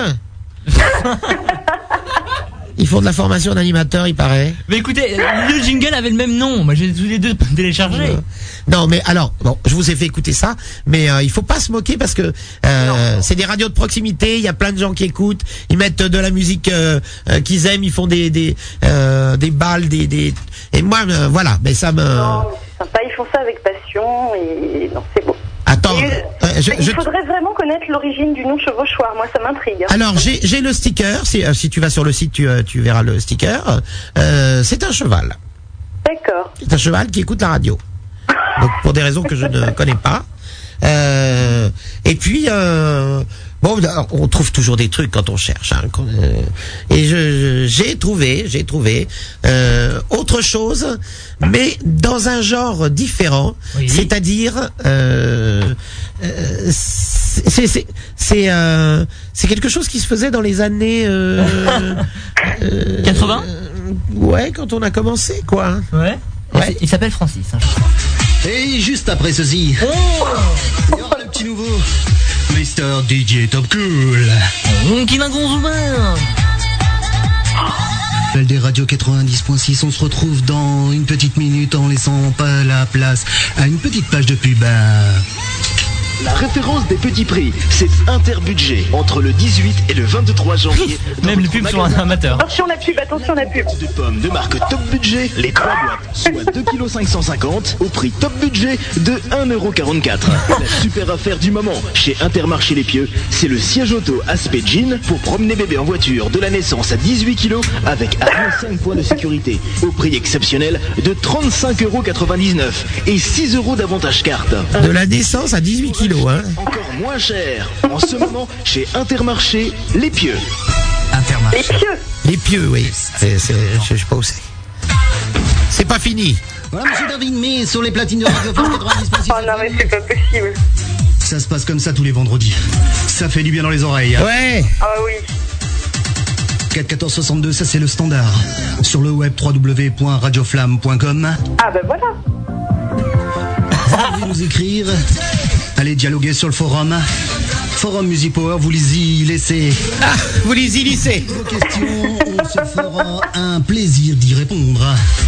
Speaker 2: Ils font de la formation d'animateur, il paraît.
Speaker 3: Mais écoutez, le jingle avait le même nom. Moi, j'ai tous les deux téléchargés.
Speaker 2: Non, mais alors, bon, je vous ai fait écouter ça, mais il faut pas se moquer parce que c'est des radios de proximité. Il y a plein de gens qui écoutent. Ils mettent de la musique qu'ils aiment. Ils font des balles, et moi, voilà. Mais ça me.
Speaker 16: Non, c'est sympa. Ils font ça avec passion et non, c'est beau.
Speaker 2: Attends,
Speaker 16: il faudrait vraiment connaître l'origine du nom Chevauchoir. Moi, ça m'intrigue. Hein.
Speaker 2: Alors, j'ai le sticker. Si tu vas sur le site, tu verras le sticker. C'est un cheval.
Speaker 16: D'accord.
Speaker 2: C'est un cheval qui écoute la radio. Donc, pour des raisons que je ne connais pas. Et puis, bon, on trouve toujours des trucs quand on cherche. Hein, et j'ai trouvé autre chose, mais dans un genre différent. Oui. C'est-à-dire, c'est quelque chose qui se faisait dans les années
Speaker 3: 80.
Speaker 2: Ouais, quand on a commencé, quoi.
Speaker 3: Ouais. Il s'appelle Francis. Hein.
Speaker 1: Et juste après ceci, il y aura le petit nouveau Mr. DJ Top Cool.
Speaker 3: Qui n'a qu'on
Speaker 1: Des radios 90.6, on se retrouve dans une petite minute en laissant pas la place à une petite page de pub.
Speaker 17: La référence des petits prix, c'est Interbudget entre le 18 et le 23 janvier.
Speaker 3: Même les pubs sont un amateur.
Speaker 16: Attention la pub, attention la pub.
Speaker 17: De pommes de marque Top Budget, les 3 boîtes, soit 2,550 kg au prix Top Budget de 1,44 €. La super affaire du moment chez Intermarché Les Pieux, c'est le siège auto Aspect Jean pour promener bébé en voiture de la naissance à 18 kg avec à 5 points de sécurité au prix exceptionnel de 35,99 € et 6 € d'avantage carte.
Speaker 2: De la naissance à 18 kg. Hein.
Speaker 17: Encore moins cher en ce moment chez Intermarché Les Pieux.
Speaker 2: Intermarché. Les Pieux, oui. Je sais pas où c'est. C'est pas fini.
Speaker 1: Voilà, monsieur David, mais sur les platines de Radio 90.6.
Speaker 16: Oh non, mais c'est pas possible.
Speaker 1: Ça se passe comme ça tous les vendredis. Ça fait du bien dans les oreilles.
Speaker 2: Ouais.
Speaker 16: Ah oui.
Speaker 1: 41462, ça c'est le standard. Sur le web www.radioflamme.com.
Speaker 16: Ah ben voilà.
Speaker 1: Vous pouvez nous écrire. Allez dialoguer sur le forum. Forum Music Power, vous les y laissez.
Speaker 2: Ah, vous les y laissez.
Speaker 1: Vos questions, on se fera un plaisir d'y répondre.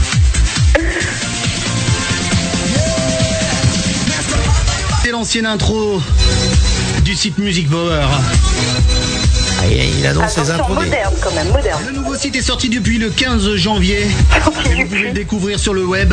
Speaker 1: C'est l'ancienne intro du site Music Power.
Speaker 2: Il annonce ses intros.
Speaker 16: Moderne quand même, moderne.
Speaker 1: Le nouveau site est sorti depuis le 15 janvier. Vous pouvez le découvrir sur le web.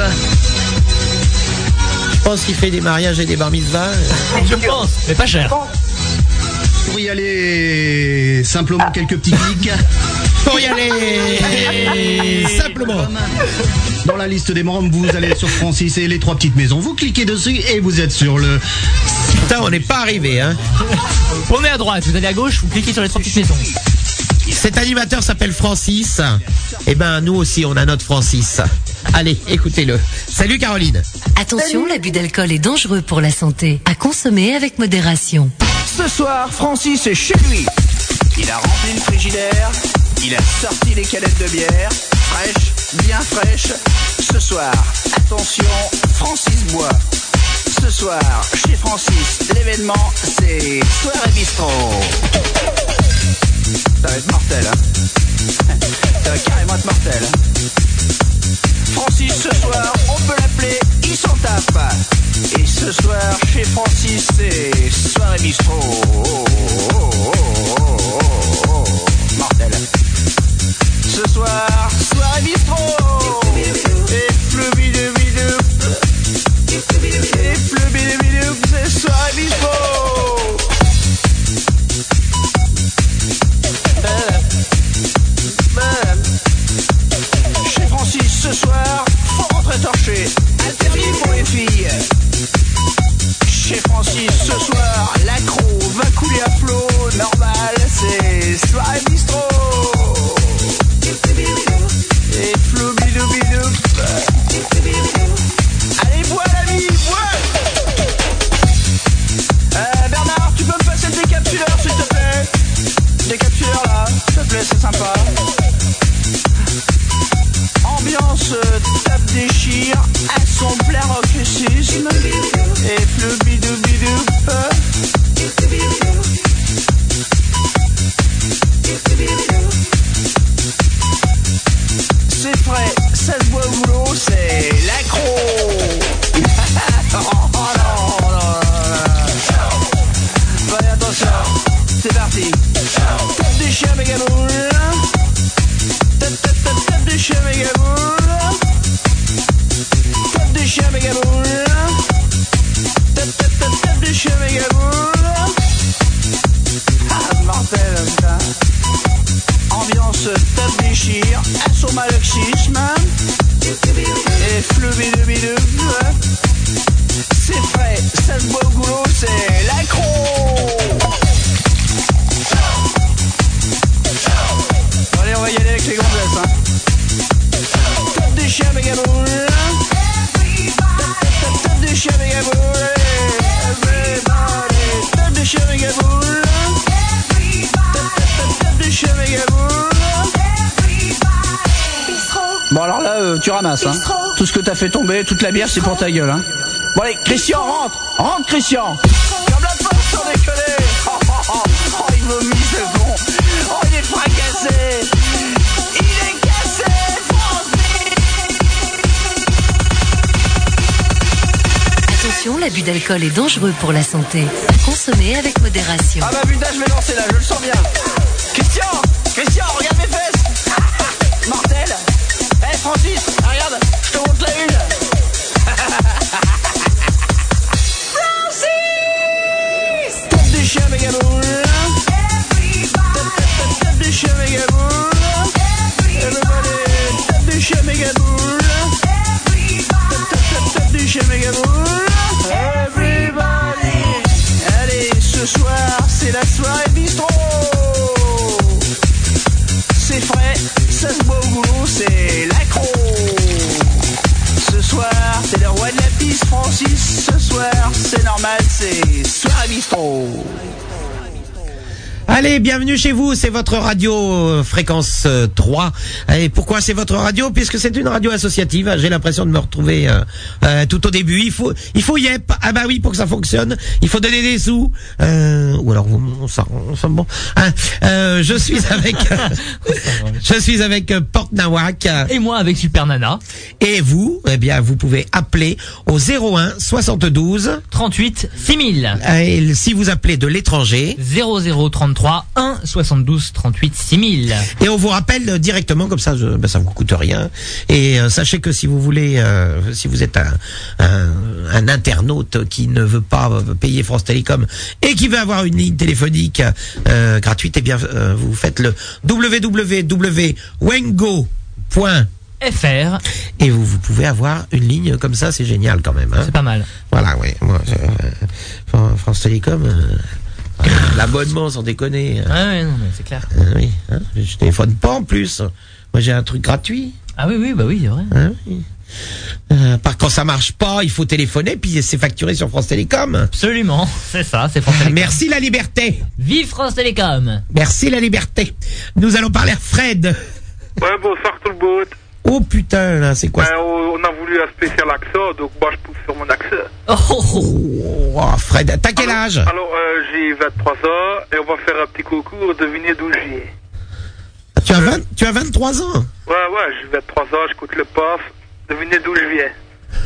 Speaker 2: Je pense qu'il fait des mariages et des bar mitzvahs.
Speaker 3: Je pense, mais pas cher.
Speaker 1: Pour y aller, simplement quelques petits clics.
Speaker 2: Pour y aller, simplement.
Speaker 1: Dans la liste des membres, vous allez sur Francis et les 3 petites maisons. Vous cliquez dessus et vous êtes sur le...
Speaker 2: Putain, on n'est pas arrivé, hein.
Speaker 3: Prenez à droite, vous allez à gauche, vous cliquez sur les 3 petites maisons.
Speaker 2: Cet animateur s'appelle Francis. Eh ben, nous aussi, on a notre Francis. Allez, écoutez-le. Salut Caroline.
Speaker 18: Attention, l'abus d'alcool est dangereux pour la santé. À consommer avec modération.
Speaker 19: Ce soir, Francis est chez lui. Il a rempli le frigidaire. Il a sorti les canettes de bière. Fraîche, bien fraîche. Ce soir, attention, Francis boit. Ce soir, chez Francis, l'événement, c'est Soirée Bistrot. Ça va être mortel, hein. Ça va carrément être mortel. Francis, ce soir, on peut l'appeler, il s'en tape. Et ce soir, chez Francis, c'est Soirée Bistrot. Mortel. Ce soir, Soirée Bistrot. Et flou-bidou-bidou. Et flou-bidou-bidou, c'est Soirée Bistrot. Chez Francis ce soir, faut rentrer torché, interdit pour les filles. Chez Francis ce soir, l'accro va tu ramasses. Hein. Tout ce que t'as fait tomber, toute la bière, c'est pour ta gueule. Hein. Bon allez, Christian, rentre Christian. Comme la porte, sans déconner. Oh, il vomit, c'est bon. Oh, il est fracassé. Il est cassé,
Speaker 18: Attention, l'abus d'alcool est dangereux pour la santé. À consommer avec modération.
Speaker 19: Ah bah putain, je vais lancer là, je le sens bien. Christian, regarde mes fesses. Mortel. Eh Francis, regarde, je te montre la une. Francis. Tête du chien mégaboule. Tête du chien mégaboule. Everybody. Tête du chien mégaboule. Tête du chien mégaboule. Everybody. Allez, ce soir, c'est la soirée bistrot. C'est frais, ça se boit au goulot, c'est l'accro. Ce soir, c'est le roi de la piste, Francis. Ce soir, c'est normal, c'est soirée bistrot.
Speaker 2: Allez, bienvenue chez vous, c'est votre radio fréquence 3. Et pourquoi c'est votre radio? Puisque c'est une radio associative. J'ai l'impression de me retrouver tout au début. Il faut yep. Ah bah oui, pour que ça fonctionne, il faut donner des sous. Ou alors on s'en bon. Je suis avec Porte Nawak.
Speaker 3: Et moi avec Super Nana.
Speaker 2: Et vous, eh bien, vous pouvez appeler au 01 72
Speaker 3: 38 6000.
Speaker 2: Et si vous appelez de l'étranger,
Speaker 3: 0033 1 72 38 6000.
Speaker 2: Et on vous rappelle directement, comme ça, ça vous coûte rien. Et sachez que si vous voulez, si vous êtes un internaute qui ne veut pas payer France Télécom et qui veut avoir une ligne téléphonique gratuite, eh bien, vous faites le www.wengo.fr et vous pouvez avoir une ligne comme ça. C'est génial quand même. Hein.
Speaker 3: C'est pas mal.
Speaker 2: Voilà, oui. Moi, France Télécom. L'abonnement, sans déconner.
Speaker 3: Ah ouais, non, mais c'est clair.
Speaker 2: Oui, hein, je téléphone pas en plus. Moi, j'ai un truc gratuit.
Speaker 3: Ah oui, bah oui, c'est vrai.
Speaker 2: Ah, oui. Quand ça marche pas, il faut téléphoner, puis c'est facturé sur France Télécom.
Speaker 3: Absolument, c'est ça, c'est France Télécom.
Speaker 2: Merci la liberté.
Speaker 3: Vive France Télécom.
Speaker 2: Merci la liberté. Nous allons parler à Fred.
Speaker 20: Ouais, bonsoir tout le monde.
Speaker 2: Oh putain, là, c'est quoi
Speaker 20: on a voulu un spécial accent, donc moi je pousse sur mon accent.
Speaker 2: Oh, Fred, t'as quel âge?
Speaker 20: Alors, j'ai 23 ans, et on va faire un petit concours, devinez d'où je viens.
Speaker 2: Tu as 23 ans?
Speaker 20: Ouais, j'ai 23 ans, j'écoute le PAF, devinez d'où je viens.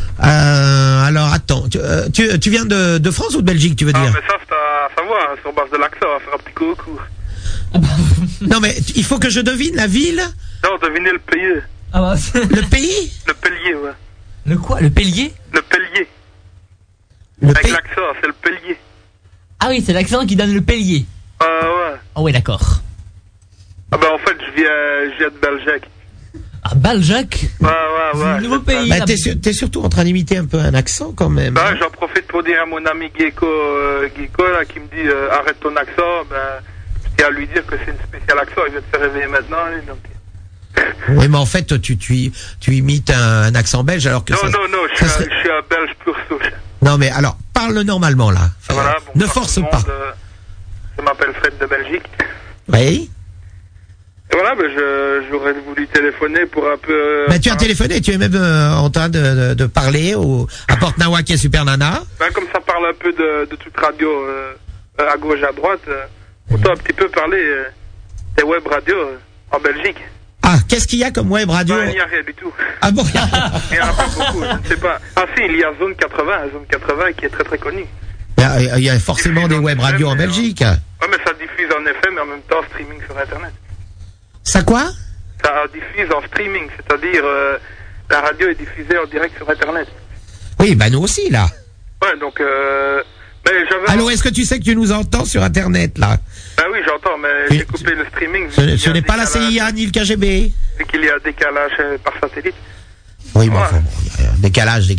Speaker 2: Alors, attends, tu viens de France ou de Belgique, tu veux dire?
Speaker 20: Ah, mais ça, c'est à savoir, sur base de l'accent, on va faire un petit concours.
Speaker 2: Non, mais il faut que je devine la ville?
Speaker 20: Non, devinez le pays.
Speaker 3: Ah bah,
Speaker 2: le pays?
Speaker 20: Le Pellier, ouais.
Speaker 3: Le quoi? Le Pellier?
Speaker 20: Le Pellier. Avec l'accent, c'est le Pellier.
Speaker 3: Ah oui, c'est l'accent qui donne le Pellier.
Speaker 20: Ouais.
Speaker 3: Ah ouais, d'accord.
Speaker 20: Ah bah en fait, je viens de Belgique.
Speaker 3: Ah, Belgique?
Speaker 20: Ouais.
Speaker 3: C'est un nouveau pays.
Speaker 2: Bah, t'es surtout en train d'imiter un peu un accent quand même.
Speaker 20: Bah, j'en profite pour dire à mon ami Gecko là, qui me dit arrête ton accent. Ben, je tiens à lui dire que c'est une spéciale accent. Il vient de se réveiller maintenant. Lui, donc.
Speaker 2: Oui, mais en fait, tu imites un accent belge alors que
Speaker 20: non, je suis un belge pur souche.
Speaker 2: Non, mais alors, parle normalement, là.
Speaker 20: Voilà,
Speaker 2: ne force pas.
Speaker 20: Je m'appelle Fred de Belgique.
Speaker 2: Oui.
Speaker 20: Et voilà, ben, j'aurais voulu téléphoner pour un peu...
Speaker 2: Mais tu as téléphoné, tu es même en train de parler à Porte Nawak et Super Nana.
Speaker 20: Ben, comme ça parle un peu de toute radio à gauche, à droite, autant un petit peu parler des web radios en Belgique.
Speaker 2: Ah, qu'est-ce qu'il y a comme web radio?
Speaker 20: Il n'y a rien du tout.
Speaker 2: Ah bon?
Speaker 20: Il n'y en a pas beaucoup, je ne sais pas. Ah si, il y a Zone 80 qui est très très connue.
Speaker 2: Il y a forcément des web radios en Belgique.
Speaker 20: Ouais, mais ça diffuse en FM et en même temps streaming sur Internet.
Speaker 2: Ça quoi?
Speaker 20: Ça diffuse en streaming, c'est-à-dire la radio est diffusée en direct sur Internet.
Speaker 2: Oui, bah nous aussi, là.
Speaker 20: Ouais, donc...
Speaker 2: Allô, est-ce que tu sais que tu nous entends sur Internet, là?
Speaker 20: Ben oui, j'entends, mais j'ai coupé le streaming.
Speaker 2: Ce n'est pas la CIA ni le KGB.
Speaker 20: Vu qu'il y a un décalage par satellite.
Speaker 2: Oui, bon, décalage.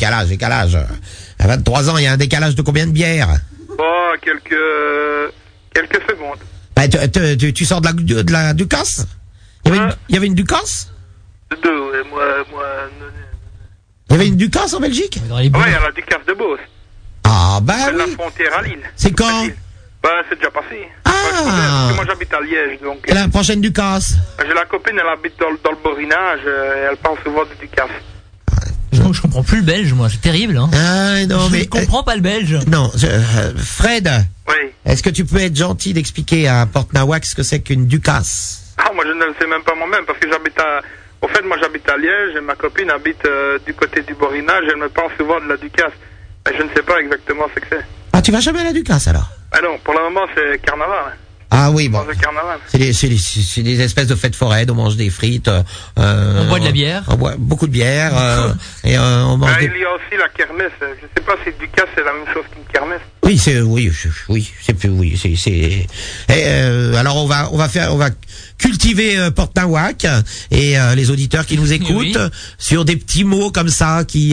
Speaker 2: À 23 ans, il y a un décalage de combien de bières?
Speaker 20: Oh, quelques secondes.
Speaker 2: Bah, tu sors de la Ducasse? Il y avait une Ducasse?
Speaker 20: Deux, et moi...
Speaker 2: Il y avait une Ducasse en Belgique?
Speaker 20: Ouais, il y a la Ducasse de Beauce.
Speaker 2: Ah, bah
Speaker 20: c'est
Speaker 2: oui.
Speaker 20: la frontière à Lille.
Speaker 2: C'est quand?
Speaker 20: Bah, c'est déjà passé.
Speaker 2: Ah,
Speaker 20: Parce que moi j'habite à Liège, donc.
Speaker 2: Et la prochaine Ducasse.
Speaker 20: J'ai la copine, elle habite dans le Borinage, et elle parle souvent de Ducasse.
Speaker 3: Je comprends plus le belge, moi, c'est terrible. Hein.
Speaker 2: Ah, non,
Speaker 3: je
Speaker 2: mais.
Speaker 3: ne comprends pas le belge.
Speaker 2: Non, Fred.
Speaker 20: Oui.
Speaker 2: Est-ce que tu peux être gentil d'expliquer à Porte-Nawak ce que c'est qu'une Ducasse?
Speaker 20: Ah, moi je ne le sais même pas moi-même, parce que j'habite à. Au fait, moi j'habite à Liège, et ma copine habite du côté du Borinage, et elle me parle souvent de la Ducasse. Mais je ne sais pas exactement ce que c'est.
Speaker 2: Ah, tu vas jamais à la Ducasse alors?
Speaker 20: Ah non, pour le moment c'est carnaval.
Speaker 2: Ah oui, bon.
Speaker 20: Carnaval.
Speaker 2: C'est des espèces de fêtes foraines, on mange des frites.
Speaker 3: On boit de la bière.
Speaker 2: On boit beaucoup de bière. Et on mange
Speaker 20: Il y a aussi la kermesse. Je ne sais pas si Ducasse c'est la même chose qu'une kermesse.
Speaker 2: Oui, alors on va cultiver Porte-Nawak et les auditeurs qui nous écoutent sur des petits mots comme ça qui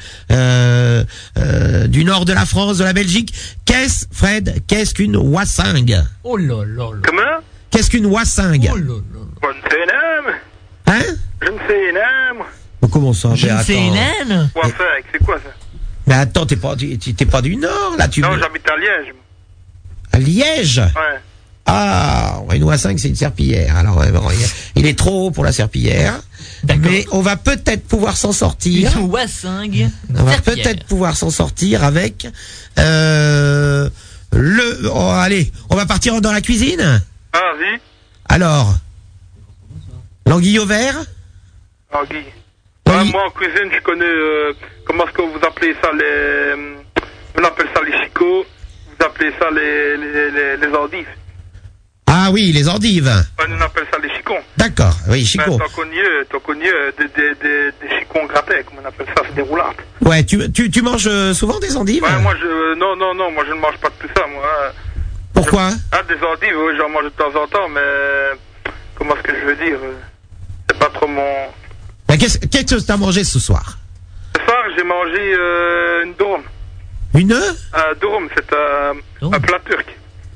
Speaker 2: du nord de la France, de la Belgique. Qu'est-ce qu'une wassingue?
Speaker 3: Oh là là.
Speaker 20: Comment?
Speaker 2: Qu'est-ce qu'une wassingue?
Speaker 20: Oh là là. Je ne sais pas.
Speaker 2: Hein?
Speaker 20: Je ne sais pas.
Speaker 2: Comment ça?
Speaker 3: Je ne sais pas.
Speaker 20: Wassingue, c'est quoi ça?
Speaker 2: Mais attends, t'es pas du nord là,
Speaker 20: Non, j'habite à Liège.
Speaker 2: À Liège?
Speaker 20: Ouais.
Speaker 2: Ah, une wassingue, c'est une serpillière. Alors, il est trop haut pour la serpillière. Mais on va peut-être pouvoir s'en sortir.
Speaker 3: Une wassingue.
Speaker 2: On va peut-être pouvoir s'en sortir avec allez, on va partir dans la cuisine.
Speaker 20: Ah, vas-y.
Speaker 2: Alors, l'anguille au vert?
Speaker 20: Anguille. Moi en cuisine, je connais comment est-ce que vous appelez ça on appelle ça les chicots. Vous appelez ça les endives.
Speaker 2: Ah oui, les endives.
Speaker 20: On appelle ça les chicons.
Speaker 2: D'accord, oui, chicots.
Speaker 20: T'as connu des chicons grattés, comme on appelle ça, c'est des roulades.
Speaker 2: Ouais, tu manges souvent des endives?
Speaker 20: Ouais, moi moi je ne mange pas de tout ça, moi.
Speaker 2: Pourquoi?
Speaker 20: Des endives, oui, j'en mange de temps en temps, mais comment est-ce que je veux dire? C'est pas trop mon...
Speaker 2: Mais qu'est-ce que tu as mangé ce soir?
Speaker 20: Ce soir, j'ai mangé une durum.
Speaker 2: Une?
Speaker 20: Un durum, c'est un plat turc.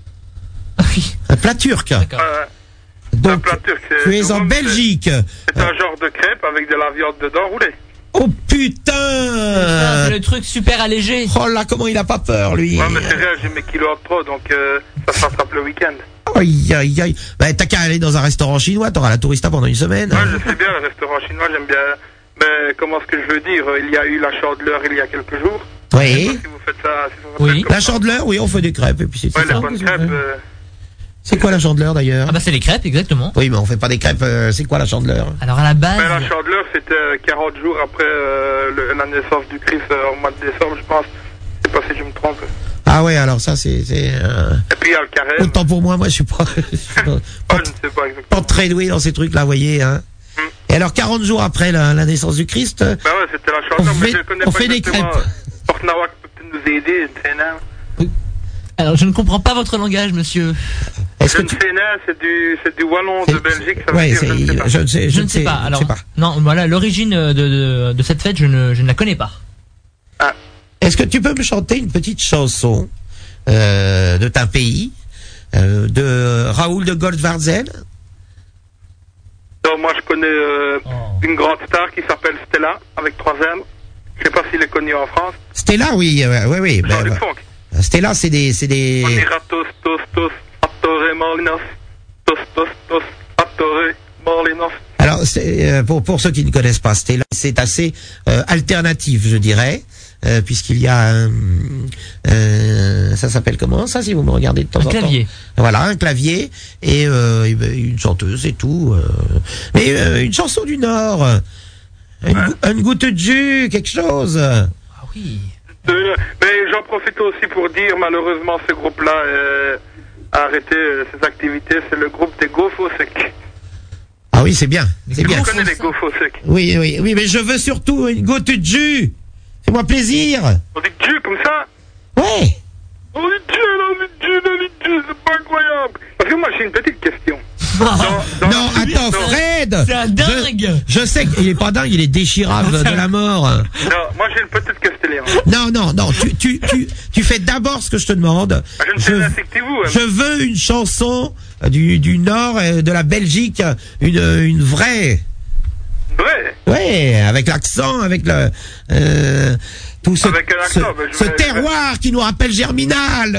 Speaker 2: Un plat turc? Donc,
Speaker 20: un plat turc,
Speaker 2: tu es en Belgique.
Speaker 20: C'est un genre de crêpe avec de la viande dedans roulée.
Speaker 2: Oh putain!
Speaker 3: C'est le truc super allégé.
Speaker 2: Oh là, comment il a pas peur, lui?
Speaker 20: Ouais, mais c'est vrai, j'ai mes kilos en trop, donc ça se rattrape le week-end.
Speaker 2: Aïe, aïe, aïe. Bah, t'as qu'à aller dans un restaurant chinois, t'auras la tourista pendant une semaine.
Speaker 20: Ouais, je sais bien, le restaurant chinois, j'aime bien. Mais comment est-ce que je veux dire? Il y a eu la Chandeleur il y a quelques jours.
Speaker 2: Oui.
Speaker 20: Je sais pas si vous faites ça.
Speaker 2: Oui. La Chandeleur, oui, on fait des crêpes, et puis c'est
Speaker 20: ouais,
Speaker 2: ça.
Speaker 20: les bonnes crêpes.
Speaker 2: C'est quoi la Chandeleur d'ailleurs?
Speaker 3: Ah bah c'est les crêpes, exactement.
Speaker 2: Oui, mais on fait pas des crêpes, c'est quoi la Chandeleur?
Speaker 3: Alors à la base...
Speaker 20: la Chandeleur, c'était 40 jours après la naissance du Christ, au mois de décembre, je pense. Je sais pas si je me trompe.
Speaker 2: Ah ouais, alors ça c'est...
Speaker 20: Et puis il y a le carême.
Speaker 2: Autant pour moi je suis pas...
Speaker 20: je ne sais pas exactement.
Speaker 2: Pas très doué dans ces trucs-là, vous voyez, hein. Et alors 40 jours après la naissance du Christ...
Speaker 20: Bah ouais, c'était la Chandeleur, mais je connais
Speaker 2: on
Speaker 20: pas
Speaker 2: fait des crêpes.
Speaker 20: Porte-Nawak peut peut-être nous aider,
Speaker 3: Alors je ne comprends pas votre langage, monsieur.
Speaker 20: C'est du wallon de Belgique, ça veut dire,
Speaker 3: je ne sais pas. Alors, non, voilà, l'origine de cette fête, je ne la connais pas.
Speaker 20: Ah.
Speaker 2: Est-ce que tu peux me chanter une petite chanson de ta pays, de Raoul de Goldwarzel?
Speaker 20: Non, moi je connais une grande star qui s'appelle Stella, avec 3 M. Je sais pas s'il est connu en France.
Speaker 2: Stella, oui.
Speaker 20: Jean-Luc Fonck.
Speaker 2: Stella, c'est des...
Speaker 20: On ira tous, attore molinos. Tous, attore molinos.
Speaker 2: Alors, pour ceux qui ne connaissent pas Stella, c'est assez alternatif, je dirais, puisqu'il y a ça s'appelle comment ça, si vous me regardez de temps en temps? Un
Speaker 3: clavier.
Speaker 2: Voilà, un clavier et une chanteuse et tout. Mais une chanson du Nord, une goutte de jus, quelque chose.
Speaker 3: Ah oui.
Speaker 20: Mais j'en profite aussi pour dire, malheureusement, ce groupe-là a arrêté ses activités. C'est le groupe des Gaufos Secs.
Speaker 2: Ah oui, c'est bien. C'est bien.
Speaker 20: Je connais les Gaufos Secs.
Speaker 2: Oui, mais je veux surtout une goutte de jus. Fais-moi plaisir.
Speaker 20: On dit jus comme ça?
Speaker 2: Ouais.
Speaker 20: On dit jus, c'est pas incroyable. Parce que moi, j'ai une petite question.
Speaker 2: Non, attends, Fred.
Speaker 3: C'est un dingue.
Speaker 2: Je sais qu'il est pas dingue, il est déchirable de la mort.
Speaker 20: Non, moi j'ai une petite question.
Speaker 2: Non, tu fais d'abord ce que je te demande.
Speaker 20: Je ne sais pas si c'est vous.
Speaker 2: Je veux une chanson du Nord et de la Belgique, une vraie.
Speaker 20: Vrai?
Speaker 2: Ouais, avec l'accent, avec tout ce terroir qui nous rappelle Germinal.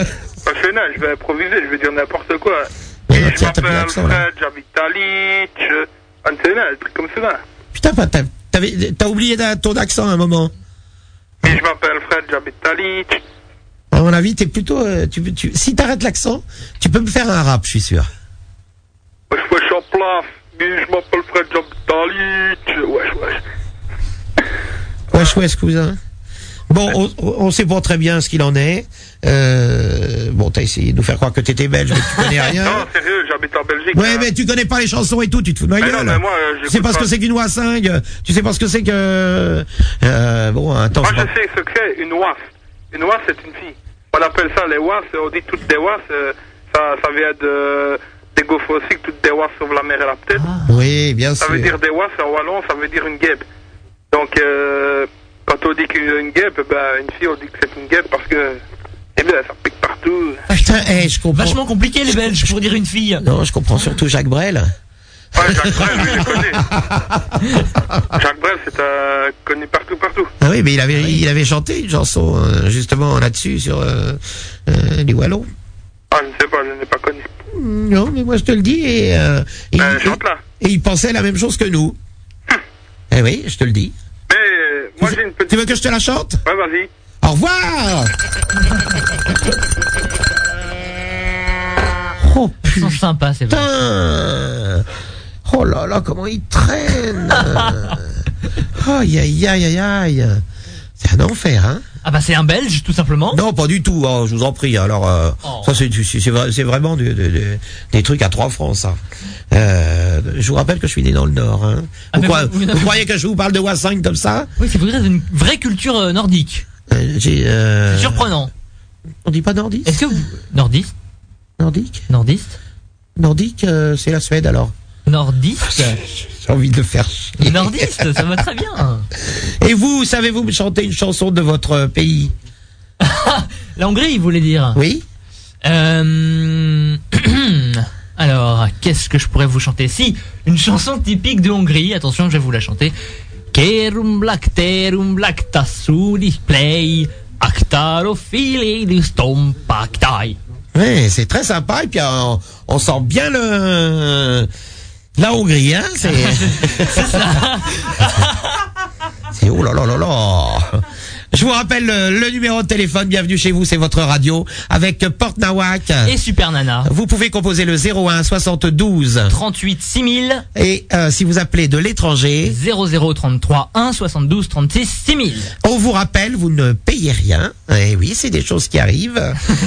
Speaker 20: professionnel, je vais improviser, je vais dire n'importe quoi. Et je m'appelle Fred, j'habite à Leach, un truc comme ça.
Speaker 2: Putain, t'as oublié ton accent à un moment.
Speaker 20: Et je m'appelle Fred, j'habite à Leach.
Speaker 2: À mon avis, t'es plutôt... si t'arrêtes l'accent, tu peux me faire un rap, je suis sûr.
Speaker 20: Wesh, en place. Je m'appelle Fred, j'habite à Leach.
Speaker 2: Wesh, cousin. Bon, on sait pas très bien ce qu'il en est. Bon, t'as essayé de nous faire croire que t'étais belge, mais tu connais rien.
Speaker 20: Non, sérieux, j'habite en Belgique.
Speaker 2: Ouais, mais tu connais pas les chansons et tout, tu te fous de ma gueule.
Speaker 20: Non, mais moi,
Speaker 2: tu sais pas ce que c'est qu'une oie 5, tu sais pas ce que c'est que... bon, attends.
Speaker 20: Moi, je sais ce que c'est, une oie. Une oie, c'est une fille. On appelle ça les oies, on dit toutes des oies, ça vient des gaufres aussi, que toutes des oies sauvent la mer et la tête.
Speaker 2: Oui, bien sûr.
Speaker 20: Ça veut dire des oies, c'est en wallon, ça veut dire une guêpe. Donc, quand on dit qu'une guêpe, une fille, on dit que c'est une guêpe parce que, ça pique partout.
Speaker 2: Putain, je comprends.
Speaker 3: Vachement compliqué les Belges pour dire une fille.
Speaker 2: Non, je comprends surtout Jacques Brel.
Speaker 20: Ouais, Jacques Brel, oui, je connais. Jacques Brel, c'est connu partout.
Speaker 2: Ah oui, mais il avait chanté une chanson, justement, là-dessus, sur les Wallons.
Speaker 20: Ah, je ne sais pas, je n'ai pas connu.
Speaker 2: Non, mais moi je te le dis, et il pensait la même chose que nous. Eh oui, je te le dis.
Speaker 20: Mais, moi j'ai une petite...
Speaker 2: Tu veux que je te la chante?
Speaker 20: Ouais, vas-y.
Speaker 2: Au revoir. Oh putain.
Speaker 3: Ils sont sympas, c'est vrai.
Speaker 2: Oh là là, comment ils traînent. Aïe, aïe, aïe, aïe. C'est un enfer, hein.
Speaker 3: Ah bah c'est un Belge, tout simplement.
Speaker 2: Non, pas du tout, je vous en prie. Alors, ça c'est vraiment des trucs à 3 francs, ça. Je vous rappelle que je suis né dans le Nord, hein. Vous croyez que je vous parle de Wassingue comme ça?
Speaker 3: Oui, c'est vrai, une vraie culture nordique. C'est surprenant.
Speaker 2: On dit pas nordiste?
Speaker 3: Est-ce que vous... Nordiste?
Speaker 2: Nordique?
Speaker 3: Nordiste?
Speaker 2: Nordique, c'est la Suède, alors.
Speaker 3: Nordiste?
Speaker 2: J'ai envie de le faire chier.
Speaker 3: Nordiste, ça va très bien.
Speaker 2: Et vous, savez-vous me chanter une chanson de votre pays?
Speaker 3: La Hongrie, il voulait dire.
Speaker 2: Oui.
Speaker 3: Alors, qu'est-ce que je pourrais vous chanter? Si, une chanson typique de Hongrie. Attention, je vais vous la chanter. Kerum black tassu display actarophile du stompactai.
Speaker 2: Ouais, c'est très sympa, et puis on sent bien la Hongrie, hein, c'est
Speaker 3: ça.
Speaker 2: C'est oh là là là là. Je vous rappelle le numéro de téléphone, bienvenue chez vous, c'est votre radio, avec Porte Nawak
Speaker 3: et Super Nana.
Speaker 2: Vous pouvez composer le 01 72
Speaker 3: 38 6000
Speaker 2: et si vous appelez de l'étranger
Speaker 3: 0033 1 72 36 6000.
Speaker 2: On vous rappelle, vous ne payez rien. Et oui, c'est des choses qui arrivent.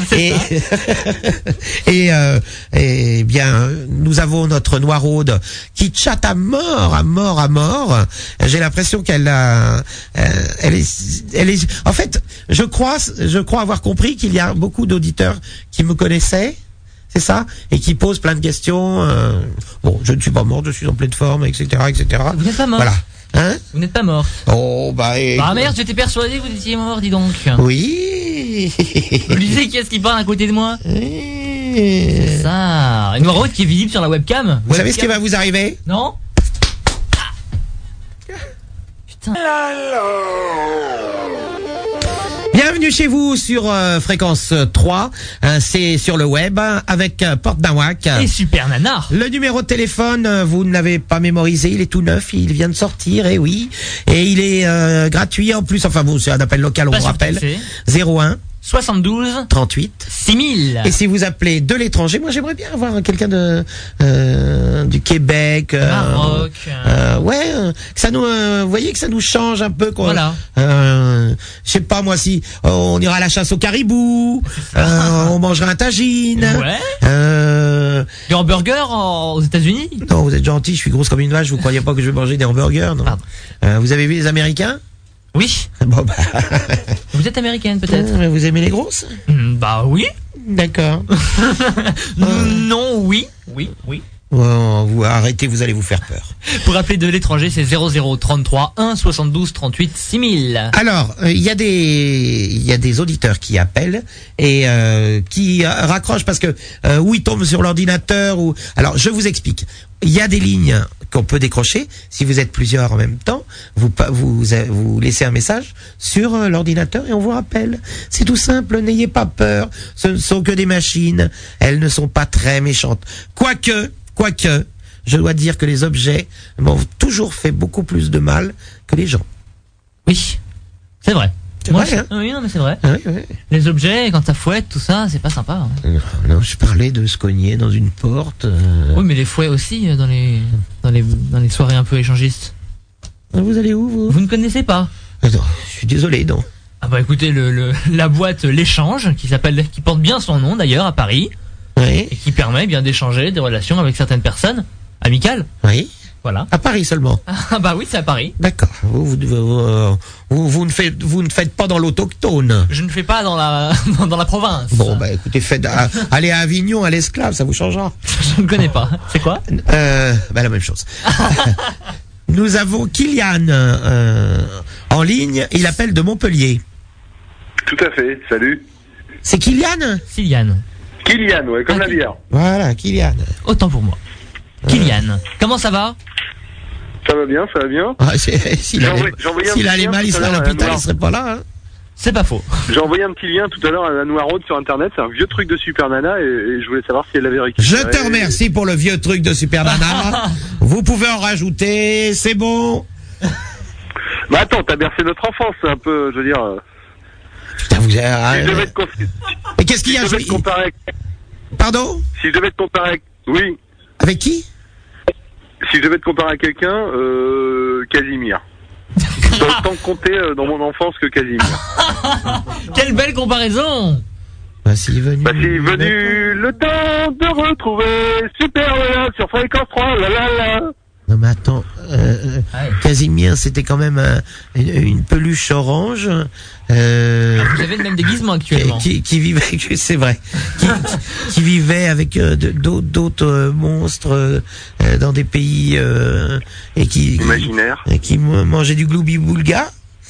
Speaker 2: et bien, nous avons notre Noiraude qui chatte à mort. J'ai l'impression qu'elle est. En fait, je crois avoir compris qu'il y a beaucoup d'auditeurs qui me connaissaient, c'est ça, et qui posent plein de questions. Bon, je ne suis pas mort, je suis en pleine forme, etc., etc.
Speaker 3: Vous n'êtes pas mort.
Speaker 2: Voilà. Hein?
Speaker 3: Vous n'êtes pas mort.
Speaker 2: Oh bah.
Speaker 3: Ah merde, j'étais persuadé que vous étiez mort, dis donc.
Speaker 2: Oui.
Speaker 3: Vous lisez qui est-ce qui parle à côté de moi? C'est ça. Une Noiraude qui est visible sur la webcam.
Speaker 2: Vous savez ce qui va vous arriver?
Speaker 3: Non. Putain.
Speaker 2: Bienvenue chez vous sur Fréquence 3, c'est sur le web avec Porte Nawak
Speaker 3: et Super Nana.
Speaker 2: Le numéro de téléphone, vous ne l'avez pas mémorisé, il est tout neuf, il vient de sortir, et oui, et il est gratuit en plus, enfin bon, c'est un appel local, on vous rappelle, 01
Speaker 3: 72
Speaker 2: 38
Speaker 3: 6000.
Speaker 2: Et si vous appelez de l'étranger, moi j'aimerais bien avoir quelqu'un du Québec,
Speaker 3: Maroc,
Speaker 2: ouais, que ça nous, vous voyez que ça nous change un peu, quoi.
Speaker 3: Voilà.
Speaker 2: Je sais pas moi, si on ira à la chasse au caribou, on mangera un tagine.
Speaker 3: Ouais. Des hamburgers aux États-Unis.
Speaker 2: Non, vous êtes gentil, je suis grosse comme une vache, vous croyez pas que je vais manger des hamburgers, non? Vous avez vu les Américains?
Speaker 3: Oui.
Speaker 2: Bon bah.
Speaker 3: Vous êtes américaine peut-être.
Speaker 2: Vous aimez les grosses?
Speaker 3: Bah oui.
Speaker 2: D'accord.
Speaker 3: Non, oui.
Speaker 2: Vous arrêtez, vous allez vous faire peur.
Speaker 3: Pour appeler de l'étranger, c'est 0033 1 72 38 6000.
Speaker 2: Alors, il y a des auditeurs qui appellent et qui raccrochent parce que ou ils tombent sur l'ordinateur ou. Alors, je vous explique. Il y a des lignes qu'on peut décrocher. Si vous êtes plusieurs en même temps, vous laissez un message sur l'ordinateur et on vous rappelle. C'est tout simple, n'ayez pas peur. Ce ne sont que des machines. Elles ne sont pas très méchantes. Quoique, je dois dire que les objets m'ont toujours fait beaucoup plus de mal que les gens.
Speaker 3: Oui, c'est vrai.
Speaker 2: C'est vrai, hein?
Speaker 3: Oui, non, mais c'est vrai.
Speaker 2: Oui, oui.
Speaker 3: Les objets, quand ça fouette, tout ça, c'est pas sympa. Hein.
Speaker 2: Non, je parlais de se cogner dans une porte.
Speaker 3: Oui, mais les fouets aussi, dans les soirées un peu échangistes.
Speaker 2: Vous allez où, vous?
Speaker 3: Vous ne connaissez pas?
Speaker 2: Non, je suis désolé, non.
Speaker 3: Ah bah écoutez, la boîte L'Échange, qui porte bien son nom d'ailleurs à Paris,
Speaker 2: oui.
Speaker 3: Et qui permet bien d'échanger des relations avec certaines personnes amicales.
Speaker 2: Oui.
Speaker 3: Voilà.
Speaker 2: À Paris seulement.
Speaker 3: Ah bah oui, c'est à Paris.
Speaker 2: D'accord. Vous ne faites pas dans l'autochtone.
Speaker 3: Je ne fais pas dans la province.
Speaker 2: Bon bah écoutez, allez à Avignon, à l'Esclave, ça vous changera.
Speaker 3: Je ne connais pas. C'est quoi?
Speaker 2: La même chose. Nous avons Kylian en ligne. Il appelle de Montpellier.
Speaker 10: Tout à fait. Salut.
Speaker 2: C'est Kylian?
Speaker 3: Kylian,
Speaker 10: ouais, comme la bière.
Speaker 2: Voilà, Kylian.
Speaker 3: Autant pour moi. Kylian, comment ça va?
Speaker 10: Ça va bien, ça va bien.
Speaker 2: Ah, s'il allait mal, il serait à l'hôpital, il serait pas là. Hein.
Speaker 3: C'est pas faux.
Speaker 10: J'ai envoyé un petit lien tout à l'heure à la Noiraude sur internet, c'est un vieux truc de Super Nana et je voulais savoir si elle l'avait récupéré.
Speaker 2: Je te remercie pour le vieux truc de Super Nana. Vous pouvez en rajouter, c'est bon.
Speaker 10: Bah attends, t'as bercé notre enfance, un peu, je veux dire.
Speaker 2: Putain, vous avez...
Speaker 10: Si je devais te
Speaker 2: Mais qu'est-ce qu'il y a? Pardon?
Speaker 10: Si je devais te comparer avec... Oui.
Speaker 2: Avec qui?
Speaker 10: Si je devais te comparer à quelqu'un, Casimir. Dans le temps compté dans mon enfance que Casimir.
Speaker 3: Quelle belle comparaison!
Speaker 2: Bah s'il est venu
Speaker 10: le temps de retrouver Super Nana sur Fréquence 3, la la la.
Speaker 2: Non mais attends, Casimir c'était quand même une peluche orange.
Speaker 3: Vous avez le même déguisement actuellement.
Speaker 2: Qui vivait, c'est vrai, qui vivait avec d'autres monstres dans des pays et qui
Speaker 10: imaginaire
Speaker 2: et qui mangeait du gloubi-boulga.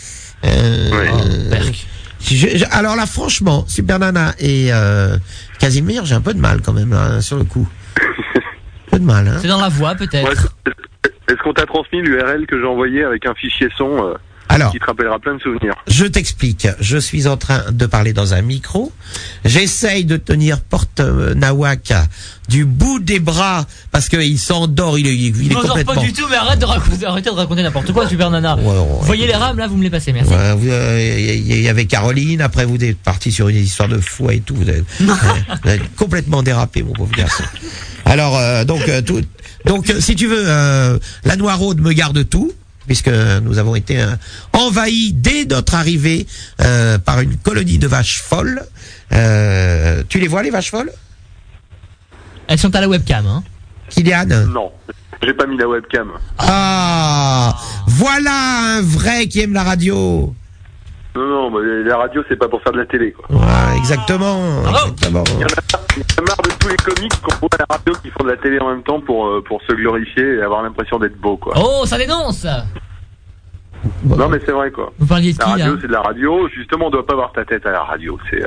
Speaker 2: Alors là franchement, Super Nana et Casimir, j'ai un peu de mal quand même là, sur le coup. Un peu de mal. Hein.
Speaker 3: C'est dans la voix peut-être.
Speaker 10: Ouais, est-ce qu'on t'a transmis l'URL que j'ai envoyé avec un fichier son qui te rappellera plein de souvenirs?
Speaker 2: Je t'explique. Je suis en train de parler dans un micro. J'essaye de tenir porte Nawak du bout des bras parce qu'il s'endort. Il est complètement.
Speaker 3: Pas du tout, mais arrêtez de raconter n'importe quoi, Super Nana. Vous voyez les rames là, vous me les passez, merci.
Speaker 2: Il y avait Caroline. Après, vous êtes parti sur une histoire de fouet et tout. Vous êtes complètement dérapé, mon pauvre garçon. Alors, donc, si tu veux, la Noiraude me garde tout, puisque nous avons été envahis dès notre arrivée par une colonie de vaches folles. Tu les vois, les vaches folles?
Speaker 3: Elles sont à la webcam, hein?
Speaker 2: Kylian?
Speaker 10: Non, j'ai pas mis la webcam.
Speaker 2: Ah, voilà un vrai qui aime la radio.
Speaker 10: Non, mais la radio, c'est pas pour faire de la télé, quoi.
Speaker 2: Ouais, exactement. Exactement.
Speaker 10: Il y en a marre de tous les comiques qu'on voit à la radio qui font de la télé en même temps pour se glorifier et avoir l'impression d'être beau, quoi.
Speaker 3: Oh, ça dénonce!
Speaker 10: Non, mais c'est vrai, quoi.
Speaker 3: Vous parliez de qui,
Speaker 10: la radio,
Speaker 3: là?
Speaker 10: c'est de la radio. Justement, on doit pas avoir ta tête à la radio. C'est.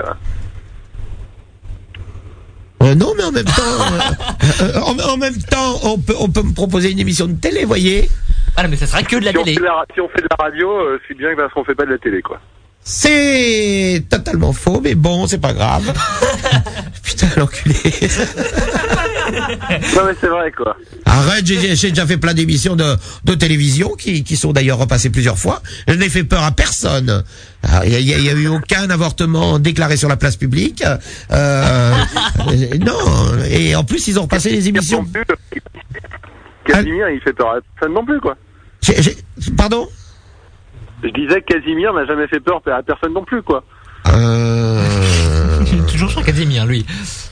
Speaker 2: Non, mais en même temps, en même temps, on peut me proposer une émission de télé, voyez.
Speaker 3: Ah non, mais ça sera que de la télé.
Speaker 10: Si on fait de la radio, c'est bien parce qu'on fait pas de la télé, quoi.
Speaker 2: C'est totalement faux, mais bon, c'est pas grave. Putain, l'enculé.
Speaker 10: Non, mais c'est vrai, quoi.
Speaker 2: Arrête, j'ai déjà fait plein d'émissions de télévision qui sont d'ailleurs repassées plusieurs fois. Je n'ai fait peur à personne. Il y a eu aucun avortement déclaré sur la place publique. Non, et en plus ils ont repassé les émissions.
Speaker 10: Casimir, il fait peur à personne non plus, quoi.
Speaker 2: Pardon?
Speaker 10: Je disais que Casimir n'a jamais fait peur à personne non plus, quoi.
Speaker 3: Toujours sur Casimir, lui.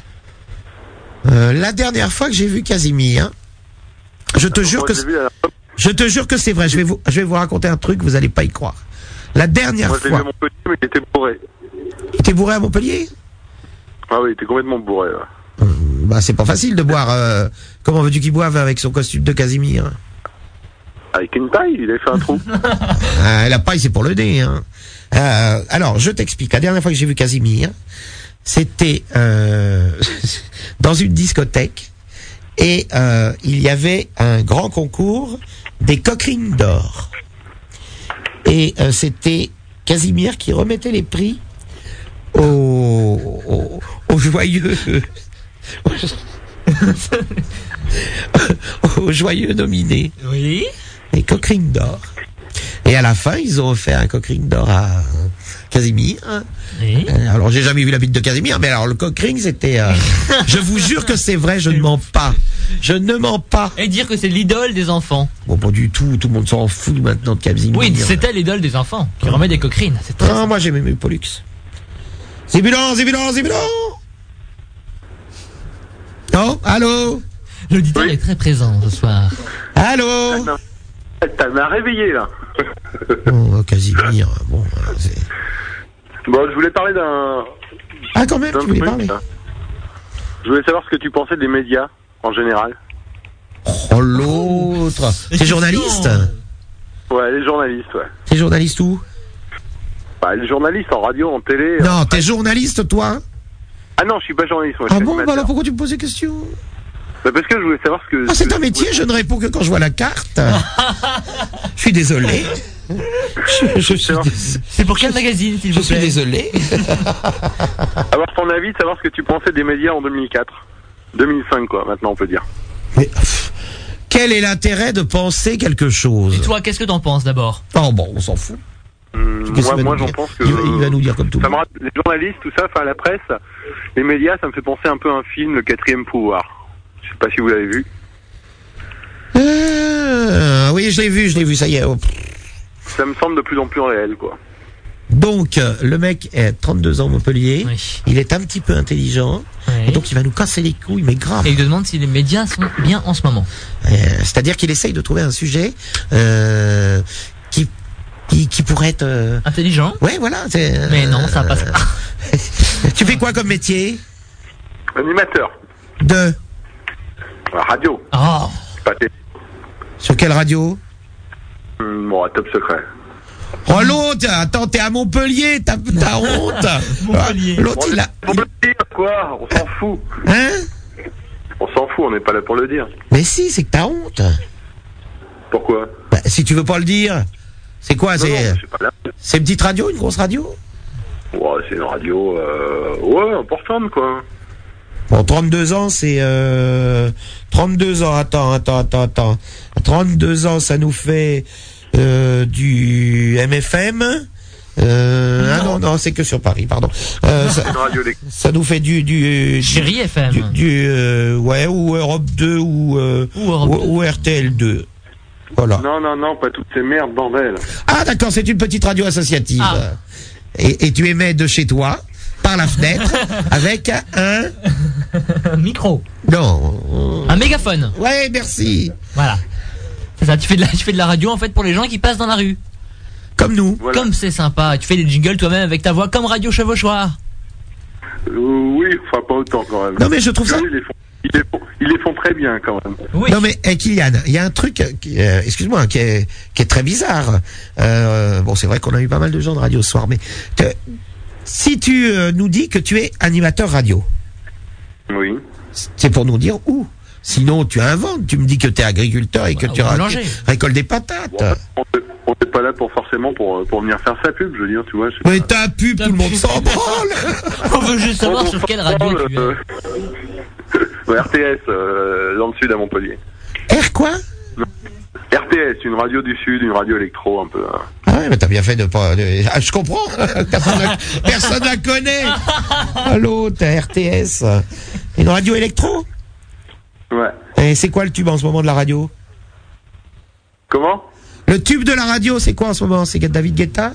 Speaker 2: La dernière fois que j'ai vu Casimir, je te jure que c'est vrai. Je vais vous raconter un truc, vous allez pas y croire. La dernière fois.
Speaker 10: Moi, je l'ai vu à Montpellier, mais il était bourré.
Speaker 2: Il était bourré à Montpellier?
Speaker 10: Ah oui, il était complètement bourré. Ouais.
Speaker 2: Bah, c'est pas facile de boire. Comment veux-tu qu'il boive avec son costume de Casimir?
Speaker 10: Avec une paille, il avait fait un trou.
Speaker 2: La paille, c'est pour le nez. Hein. Alors, je t'explique. La dernière fois que j'ai vu Casimir, c'était dans une discothèque. Et il y avait un grand concours des coquerines d'or. Et c'était Casimir qui remettait les prix aux joyeux aux joyeux nominés.
Speaker 3: Oui.
Speaker 2: Les coquerines d'or. Et à la fin, ils ont offert un coquering d'or à Casimir.
Speaker 3: Oui.
Speaker 2: Alors, j'ai jamais vu la bite de Casimir, mais alors le coquering, c'était... je vous jure que c'est vrai, je ne mens pas. Je ne mens pas.
Speaker 3: Et dire que c'est l'idole des enfants.
Speaker 2: Bon, pas du tout le monde s'en fout maintenant de Casimir.
Speaker 3: Oui, c'était l'idole des enfants qui remet des coquerines. C'est très
Speaker 2: moi j'ai même eu Pollux. Zébulon. Non, allô?
Speaker 3: L'auditeur est très présent ce soir.
Speaker 2: Allô?
Speaker 6: T'as m'a réveillé là.
Speaker 2: Oh, Casimir, bon, c'est...
Speaker 6: Bon, je voulais parler d'un...
Speaker 2: Ah, quand même, tu voulais parler?
Speaker 6: Je voulais savoir ce que tu pensais des médias, en général.
Speaker 2: Oh, l'autre. T'es journaliste?
Speaker 6: Ouais, les journalistes, ouais.
Speaker 2: T'es journaliste où?
Speaker 6: Bah, les journalistes en radio, en télé...
Speaker 2: Non, t'es journaliste, toi?
Speaker 6: Ah non, je suis pas journaliste, moi.
Speaker 2: Ah bon, bah alors pourquoi tu me poses des questions?
Speaker 6: Bah parce que je voulais savoir ce que...
Speaker 2: Ah, c'est un métier, je ne réponds que quand je vois la carte. Je suis désolé.
Speaker 3: C'est pour quel magazine, s'il vous plaît?
Speaker 2: Je suis désolé.
Speaker 6: Avoir ton avis, savoir ce que tu pensais des médias en 2004. 2005, quoi, maintenant on peut dire.
Speaker 2: Mais quel est l'intérêt de penser quelque chose?
Speaker 3: Et toi, qu'est-ce que t'en penses d'abord?
Speaker 2: Oh bon, on s'en fout.
Speaker 6: Moi j'en pense que...
Speaker 2: Il va nous dire comme tout le monde.
Speaker 6: Les journalistes, tout ça, enfin la presse, les médias, ça me fait penser un peu à un film, Le Quatrième Pouvoir. Je sais pas si vous l'avez vu.
Speaker 2: Oui, je l'ai vu, ça y est. Oh.
Speaker 6: Ça me semble de plus en plus réel, quoi.
Speaker 2: Donc, le mec est 32 ans, Montpellier.
Speaker 3: Oui.
Speaker 2: Il est un petit peu intelligent.
Speaker 3: Oui.
Speaker 2: Et donc, il va nous casser les couilles, mais grave.
Speaker 3: Et il demande si les médias sont bien en ce moment.
Speaker 2: C'est-à-dire qu'il essaye de trouver un sujet qui pourrait être...
Speaker 3: Intelligent.
Speaker 2: Ouais, voilà.
Speaker 3: Mais non, ça passe pas.
Speaker 2: Tu fais quoi comme métier?
Speaker 6: Animateur.
Speaker 2: De
Speaker 6: radio.
Speaker 3: Oh.
Speaker 6: Pas télé.
Speaker 2: Sur quelle radio?
Speaker 6: Bon, à Top Secret.
Speaker 2: Oh l'autre, attends, t'es à Montpellier, t'as honte.
Speaker 3: Montpellier.
Speaker 2: L'autre, il a...
Speaker 6: Pour le dire, quoi, on s'en fout.
Speaker 2: Hein?
Speaker 6: On s'en fout, on n'est pas là pour le dire.
Speaker 2: Mais si, c'est que t'as honte.
Speaker 6: Pourquoi?
Speaker 2: Bah, si tu veux pas le dire, c'est quoi? C'est une petite radio, une grosse radio?
Speaker 6: Ouais, c'est une radio, ouais, importante, quoi.
Speaker 2: Bon, 32 ans, c'est 32 ans, attends. 32 ans, ça nous fait du MFM. Ah non, c'est que sur Paris, pardon. Ça nous fait du
Speaker 3: Chérie FM.
Speaker 2: Ouais, ou Europe 2 ou RTL 2. Voilà.
Speaker 6: Non, pas toutes ces merdes, bordel.
Speaker 2: Ah d'accord, c'est une petite radio associative. Ah. Et tu émets de chez toi, par la fenêtre, avec un
Speaker 3: micro.
Speaker 2: Non.
Speaker 3: Un mégaphone.
Speaker 2: Ouais, merci.
Speaker 3: Voilà. C'est ça, tu fais de la radio en fait pour les gens qui passent dans la rue.
Speaker 2: Comme nous.
Speaker 3: Voilà. Comme c'est sympa. Tu fais des jingles toi-même avec ta voix comme Radio Chevauchoir.
Speaker 6: Oui, enfin pas autant quand même.
Speaker 2: Non mais je trouve ça...
Speaker 6: Ils les font très bien quand même.
Speaker 2: Oui. Non mais Kylian, il y a un truc, excuse-moi, qui est très bizarre. Bon, c'est vrai qu'on a eu pas mal de gens de radio ce soir, mais si tu nous dis que tu es animateur radio,
Speaker 6: oui, c'est
Speaker 2: pour nous dire où. Sinon, tu inventes. Tu me dis que tu es agriculteur et que tu récoltes des patates.
Speaker 6: Bon, on n'est pas là forcément pour venir faire sa pub, je veux dire, tu vois.
Speaker 2: Mais ta pub, tout le monde s'en branle.
Speaker 3: On veut juste savoir sur quelle radio tu es.
Speaker 6: RTS, dans le sud à Montpellier.
Speaker 2: R quoi?
Speaker 6: RTS, une radio du sud, une radio électro un peu.
Speaker 2: Ah ouais, mais t'as bien fait de pas... Ah, je comprends. Personne la connaît. Allô, t'as RTS. Une radio électro?
Speaker 6: Ouais.
Speaker 2: Et c'est quoi le tube en ce moment de la radio?
Speaker 6: Comment?
Speaker 2: Le tube de la radio, c'est quoi en ce moment? C'est David Guetta?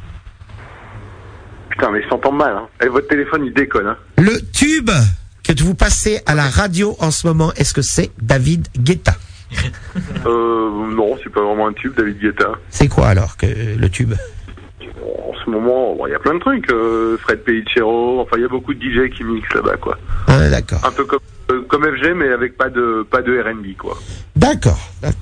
Speaker 6: Putain, mais je t'entends mal, hein. Et votre téléphone, il déconne, hein.
Speaker 2: Le tube que vous passez à la radio en ce moment, est-ce que c'est David Guetta?
Speaker 6: Non, c'est pas vraiment un tube, David Guetta.
Speaker 2: C'est quoi alors que le tube?
Speaker 6: En ce moment, il y a plein de trucs. Fred Pellicero, enfin, il y a beaucoup de DJ qui mixent là-bas, quoi.
Speaker 2: Ah, d'accord.
Speaker 6: Un peu comme FG, mais avec pas de R&B, quoi.
Speaker 2: D'accord.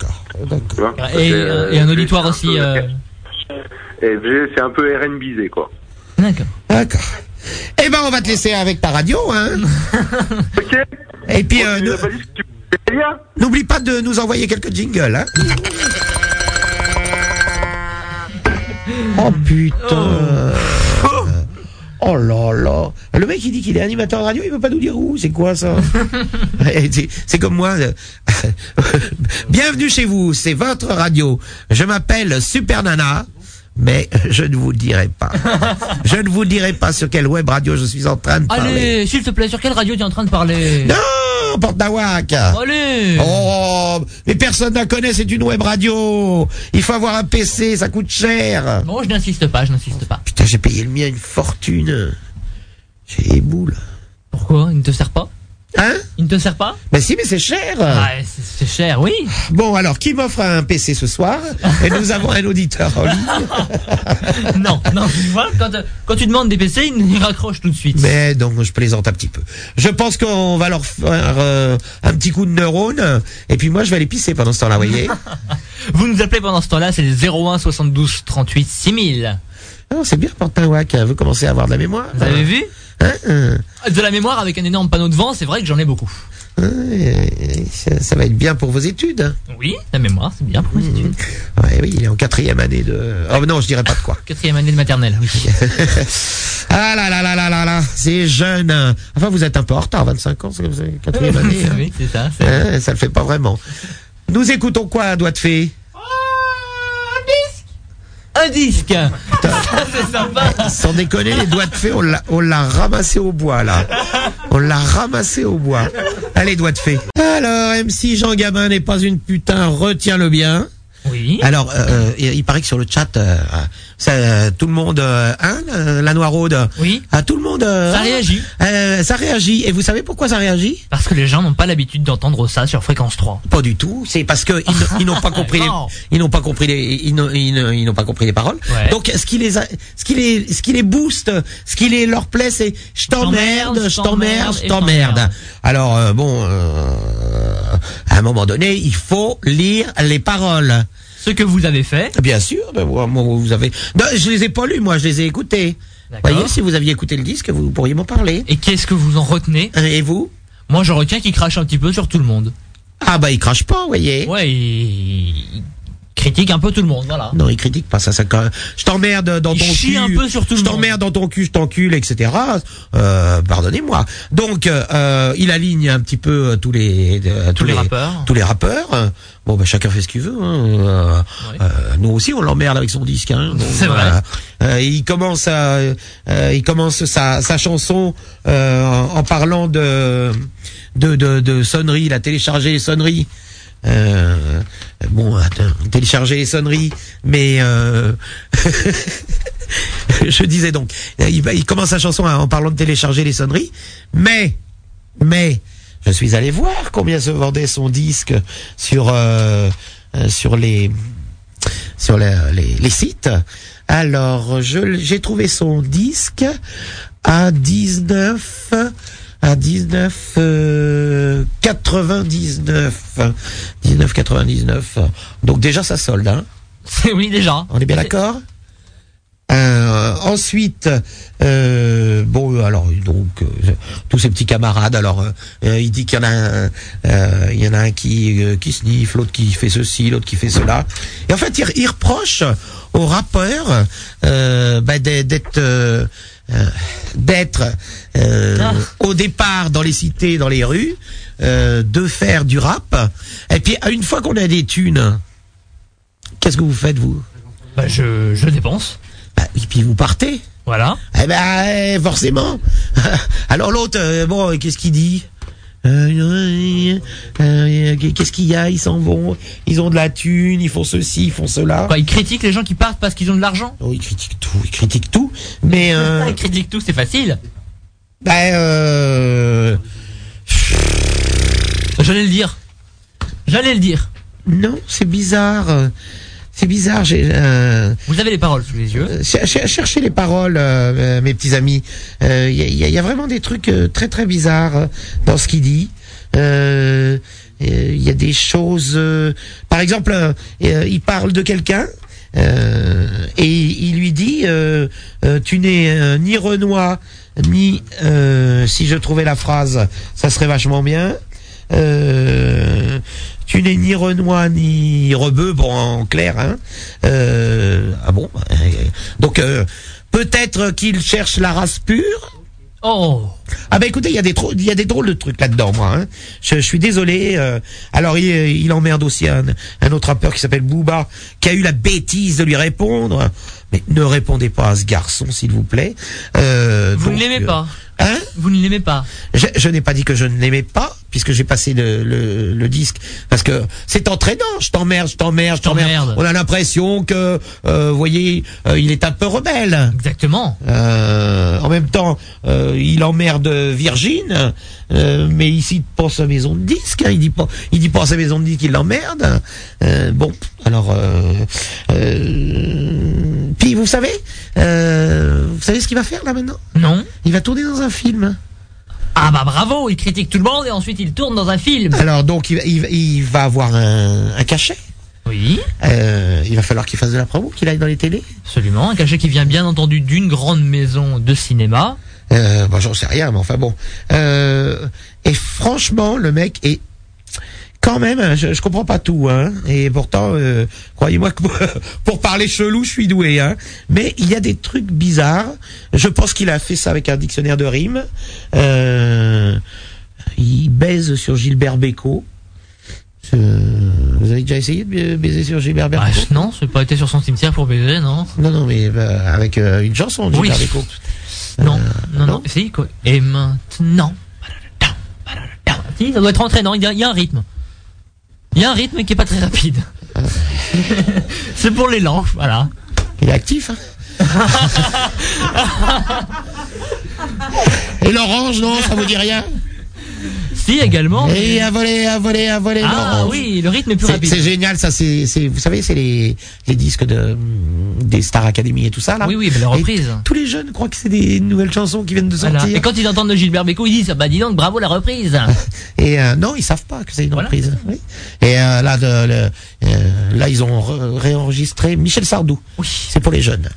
Speaker 3: Et un auditoire aussi.
Speaker 6: FG, c'est un peu R&Bisé, quoi.
Speaker 3: D'accord.
Speaker 2: Eh ben, on va te laisser avec ta radio, hein.
Speaker 6: Ok.
Speaker 2: Et puis,
Speaker 11: C'est bien.
Speaker 2: N'oublie pas de nous envoyer quelques jingles, hein. Oh putain. Oh là là. Le mec il dit qu'il est animateur de radio, il veut pas nous dire où. C'est quoi ça? C'est comme moi. Bienvenue chez vous, c'est votre radio. Je m'appelle Super Nana. Mais je ne vous le dirai pas. Je ne vous dirai pas sur quelle web radio je suis en train de parler.
Speaker 3: Allez, s'il te plaît, sur quelle radio tu es en train de parler?
Speaker 2: Non, Porte Nawak.
Speaker 3: Allez.
Speaker 2: Oh, mais personne ne la connaît, c'est une web radio. Il faut avoir un PC, ça coûte cher.
Speaker 3: Non, je n'insiste pas.
Speaker 2: Putain, j'ai payé le mien une fortune. J'ai les boules.
Speaker 3: Pourquoi? Il ne te sert pas?
Speaker 2: Hein?
Speaker 3: Il ne te sert pas?
Speaker 2: Ben si, mais c'est cher.
Speaker 3: Ah, c'est cher, oui.
Speaker 2: Bon, alors, qui m'offre un PC ce soir? Et nous avons un auditeur en ligne.
Speaker 3: Non, tu vois, quand tu demandes des PC, ils raccrochent tout de suite.
Speaker 2: Mais donc, je plaisante un petit peu. Je pense qu'on va leur faire un petit coup de neurone. Et puis moi, je vais aller pisser pendant ce temps-là, vous voyez.
Speaker 3: Vous nous appelez pendant ce temps-là, c'est le 01 72 38 6000.
Speaker 2: Non, c'est bien, Porte Nawak. Vous commencez à avoir de la mémoire.
Speaker 3: Vous avez vu?
Speaker 2: Hein?
Speaker 3: De la mémoire avec un énorme panneau devant, c'est vrai que j'en ai beaucoup.
Speaker 2: Ça va être bien pour vos études.
Speaker 3: Oui, la mémoire, c'est bien pour mes études.
Speaker 2: Ouais, oui, il est en 4e année de... Oh non, je dirais pas de quoi.
Speaker 3: 4e année de maternelle, oui.
Speaker 2: Ah là là là là là là, c'est jeune. Enfin, vous êtes un peu en retard, 25 ans, c'est 4e année. Hein.
Speaker 3: Oui, c'est ça.
Speaker 2: Ça le fait pas vraiment. Nous écoutons quoi, Doigt de Fée?
Speaker 3: Un disque. Ça, c'est sympa.
Speaker 2: Sans déconner, les Doigts de Fée, on l'a ramassé au bois, là. On l'a ramassé au bois. Allez, Doigts de Fée. Alors, MC Jean Gabin n'est pas une putain, retiens-le bien.
Speaker 3: Oui.
Speaker 2: Alors, il paraît que sur le chat, tout le monde, la Noiraude.
Speaker 3: Oui.
Speaker 2: Tout le monde.
Speaker 3: Ça réagit.
Speaker 2: Ça réagit. Et vous savez pourquoi ça réagit?
Speaker 3: Parce que les gens n'ont pas l'habitude d'entendre ça sur Fréquence 3.
Speaker 2: Pas du tout. C'est parce que ils n'ont pas compris ils n'ont pas compris ils n'ont pas compris les paroles.
Speaker 3: Ouais.
Speaker 2: Donc, ce qui les booste, ce qui leur plaît, c'est je t'emmerde. Alors, à un moment donné, il faut lire les paroles.
Speaker 3: Ce que vous avez fait.
Speaker 2: Bien sûr, moi, vous avez... Non, je les ai pas lus, moi, je les ai écoutés. Voyez, si vous aviez écouté le disque, vous pourriez m'en parler.
Speaker 3: Et qu'est-ce que vous en retenez?
Speaker 2: Et vous?
Speaker 3: Moi, je retiens qu'il crache un petit peu sur tout le monde.
Speaker 2: Ah bah, il crache pas, vous voyez.
Speaker 3: Ouais, il critique un peu tout le monde, voilà.
Speaker 2: Non, il critique pas ça. Je t'emmerde dans ton cul.
Speaker 3: Chie un peu sur tout le monde.
Speaker 2: Je t'emmerde dans ton cul, je t'encule, etc. Pardonnez-moi. Donc, il aligne un petit peu tous les
Speaker 3: rappeurs.
Speaker 2: Tous les rappeurs. Bon, bah, chacun fait ce qu'il veut. Hein. Nous aussi, on l'emmerde avec son disque. Hein.
Speaker 3: C'est vrai.
Speaker 2: Il commence sa chanson en parlant de sonneries. Il a téléchargé les sonneries. Télécharger les sonneries, mais je disais donc, il commence sa chanson en parlant de télécharger les sonneries, mais je suis allé voir combien se vendait son disque sur les sites. Alors j'ai trouvé son disque à 19,99. Donc déjà ça solde, hein.
Speaker 3: Oui, déjà.
Speaker 2: On est bien d'accord. Ensuite, tous ces petits camarades. Alors, il dit qu'il y en a un qui sniffe, l'autre qui fait ceci, l'autre qui fait cela. Et en fait, il reproche aux rappeurs d'être au départ dans les cités, dans les rues, de faire du rap. Et puis, une fois qu'on a des thunes, qu'est-ce que vous faites, vous?
Speaker 3: Bah, je dépense.
Speaker 2: Et puis vous partez.
Speaker 3: Voilà.
Speaker 2: Eh ben, forcément. Alors l'autre, qu'est-ce qu'il dit? Qu'est-ce qu'il y a? Ils s'en vont, ils ont de la thune, ils font ceci, ils font cela.
Speaker 3: Quoi, ils critiquent les gens qui partent parce qu'ils ont de l'argent?
Speaker 2: Oh, ils critiquent tout, mais
Speaker 3: ils critiquent tout, c'est facile.
Speaker 2: J'allais
Speaker 3: le dire.
Speaker 2: Non, c'est bizarre. C'est bizarre.
Speaker 3: Vous avez les paroles sous les yeux.
Speaker 2: Cherchez les paroles, mes petits amis. Il y a vraiment des trucs très très bizarres dans ce qu'il dit. Il y a des choses. Par exemple, il parle de quelqu'un et il lui dit tu n'es ni Renoir ni si je trouvais la phrase, ça serait vachement bien. Tu n'es ni Renoir ni Rebeu, bon, en clair, hein. Ah bon. Donc peut-être qu'il cherche la race pure.
Speaker 3: Oh.
Speaker 2: Ah bah écoutez, il y a des drôles de trucs là-dedans, moi. Hein. Je suis désolé. Alors il emmerde aussi un autre rappeur qui s'appelle Booba, qui a eu la bêtise de lui répondre. Mais ne répondez pas à ce garçon, s'il vous plaît.
Speaker 3: Vous ne l'aimez pas.
Speaker 2: Hein?
Speaker 3: Vous ne l'aimez pas.
Speaker 2: Je n'ai pas dit que je ne l'aimais pas, puisque j'ai passé le disque, parce que c'est entraînant. Je t'emmerde. On a l'impression que, vous voyez, il est un peu rebelle.
Speaker 3: Exactement.
Speaker 2: En même temps, il emmerde Virgin, mais ici pas sa maison de disque. Hein, il dit pas à sa maison de disque qu'il l'emmerde. Bon, alors, puis vous savez ce qu'il va faire là maintenant?
Speaker 3: Non.
Speaker 2: Il va tourner dans un film.
Speaker 3: Ah bah bravo, il critique tout le monde et ensuite il tourne dans un film.
Speaker 2: Alors donc il va avoir un cachet.
Speaker 3: Oui.
Speaker 2: Il va falloir qu'il fasse de la promo, qu'il aille dans les télés.
Speaker 3: Absolument, un cachet qui vient bien entendu d'une grande maison de cinéma.
Speaker 2: Bon, j'en sais rien, mais enfin bon. Et franchement, le mec est quand même, je comprends pas tout, hein. Et pourtant, croyez-moi que pour parler chelou, je suis doué, hein. Mais il y a des trucs bizarres. Je pense qu'il a fait ça avec un dictionnaire de rimes. Il baise sur Gilbert Bécaud. Vous avez déjà essayé de baiser sur Gilbert Bécaud?
Speaker 3: Non, c'est pas été sur son cimetière pour baiser, non.
Speaker 2: Non, mais avec une chanson de Gilbert Bécaud.
Speaker 3: Non. Si, quoi. Et maintenant. Si, ça doit être entraînant, il y a un rythme. Il y a un rythme qui est pas très rapide. C'est pour les langues, voilà.
Speaker 2: Il est actif, hein. Et l'orange, non, ça vous dit rien?
Speaker 3: Si, également.
Speaker 2: Et à voler, l'orange.
Speaker 3: Ah oui, le rythme est plus rapide.
Speaker 2: C'est génial, ça, c'est, vous savez, c'est les disques des Star Academy et tout ça, là.
Speaker 3: Oui, mais la reprise.
Speaker 2: Tous les jeunes croient que c'est des nouvelles chansons qui viennent de sortir.
Speaker 3: Voilà. Et quand ils entendent de Gilbert Bécaud, ils disent, bah dis donc, bravo la reprise.
Speaker 2: Et non, ils savent pas que c'est une reprise. Oui. Et là, ils ont réenregistré Michel Sardou. Oui. C'est pour les jeunes.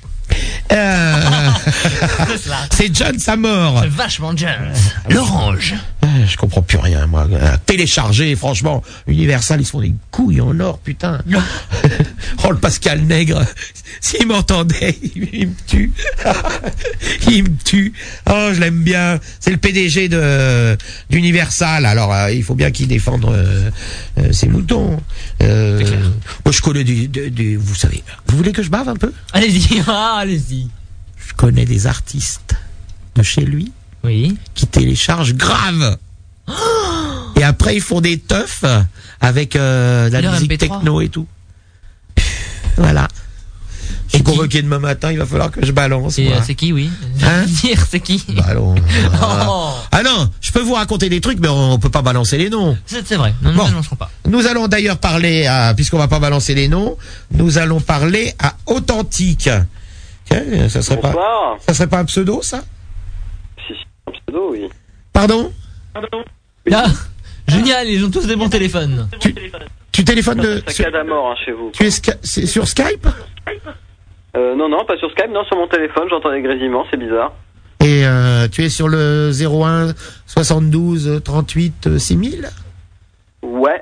Speaker 2: C'est John Samor.
Speaker 3: C'est vachement John. L'orange.
Speaker 2: Je comprends plus rien, moi. Télécharger, franchement, Universal, ils se font des couilles en or, putain. Oh, le Pascal Nègre, s'il m'entendait, il me tue. Il me tue. Oh, je l'aime bien. C'est le PDG d'Universal. Alors, il faut bien qu'il défende ses moutons. Moi, je connais vous savez. Vous voulez que je bave un peu?
Speaker 3: Allez-y, allez-y.
Speaker 2: Je connais des artistes de chez lui.
Speaker 3: Oui.
Speaker 2: Qui téléchargent grave. Et après, ils font des teufs avec la musique MP3. Techno et tout. Voilà. Je suis convoqué demain matin, il va falloir que je balance.
Speaker 3: Et c'est qui, oui?
Speaker 2: Hein?
Speaker 3: Dire, c'est qui?
Speaker 2: Voilà. Ah non, je peux vous raconter des trucs, mais on peut pas balancer les noms.
Speaker 3: C'est vrai, nous ne balancerons pas.
Speaker 2: Nous allons d'ailleurs parler puisqu'on va pas balancer les noms, nous allons parler à Authentique. Tiens, ça serait pas un pseudo, ça?
Speaker 21: Si, un pseudo, oui.
Speaker 2: Pardon?
Speaker 3: Ah, génial, ils ont tous des bons téléphones.
Speaker 2: Tu téléphones de...
Speaker 21: Saccade à mort, hein, chez vous.
Speaker 2: Tu es sur Skype?
Speaker 21: Non, pas sur Skype, non, sur mon téléphone, j'entends des grésillements, c'est bizarre.
Speaker 2: Et tu es sur le 01 72 38 6000?
Speaker 21: Ouais.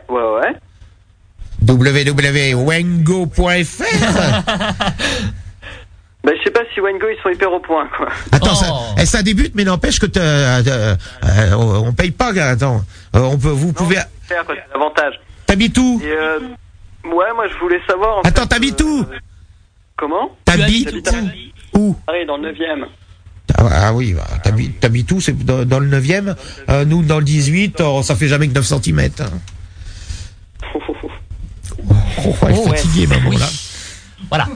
Speaker 2: www.wengo.fr.
Speaker 21: Bah, je sais pas si Wengo, ils sont hyper au point, quoi.
Speaker 2: Attends, ça débute, mais n'empêche que on paye pas, attends. Vous pouvez...
Speaker 21: C'est l'avantage.
Speaker 2: T'habites où?
Speaker 21: Ouais, moi, je voulais savoir...
Speaker 2: Attends, t'habites où?
Speaker 21: Comment?
Speaker 2: T'habites où?
Speaker 21: Paris, dans le 9e.
Speaker 2: Ah oui, bah, t'habites où? C'est dans le 9e. Nous, dans le 18, ça fait jamais que 9 cm. Hein. Elle est fatiguée, maman, là.
Speaker 3: Voilà.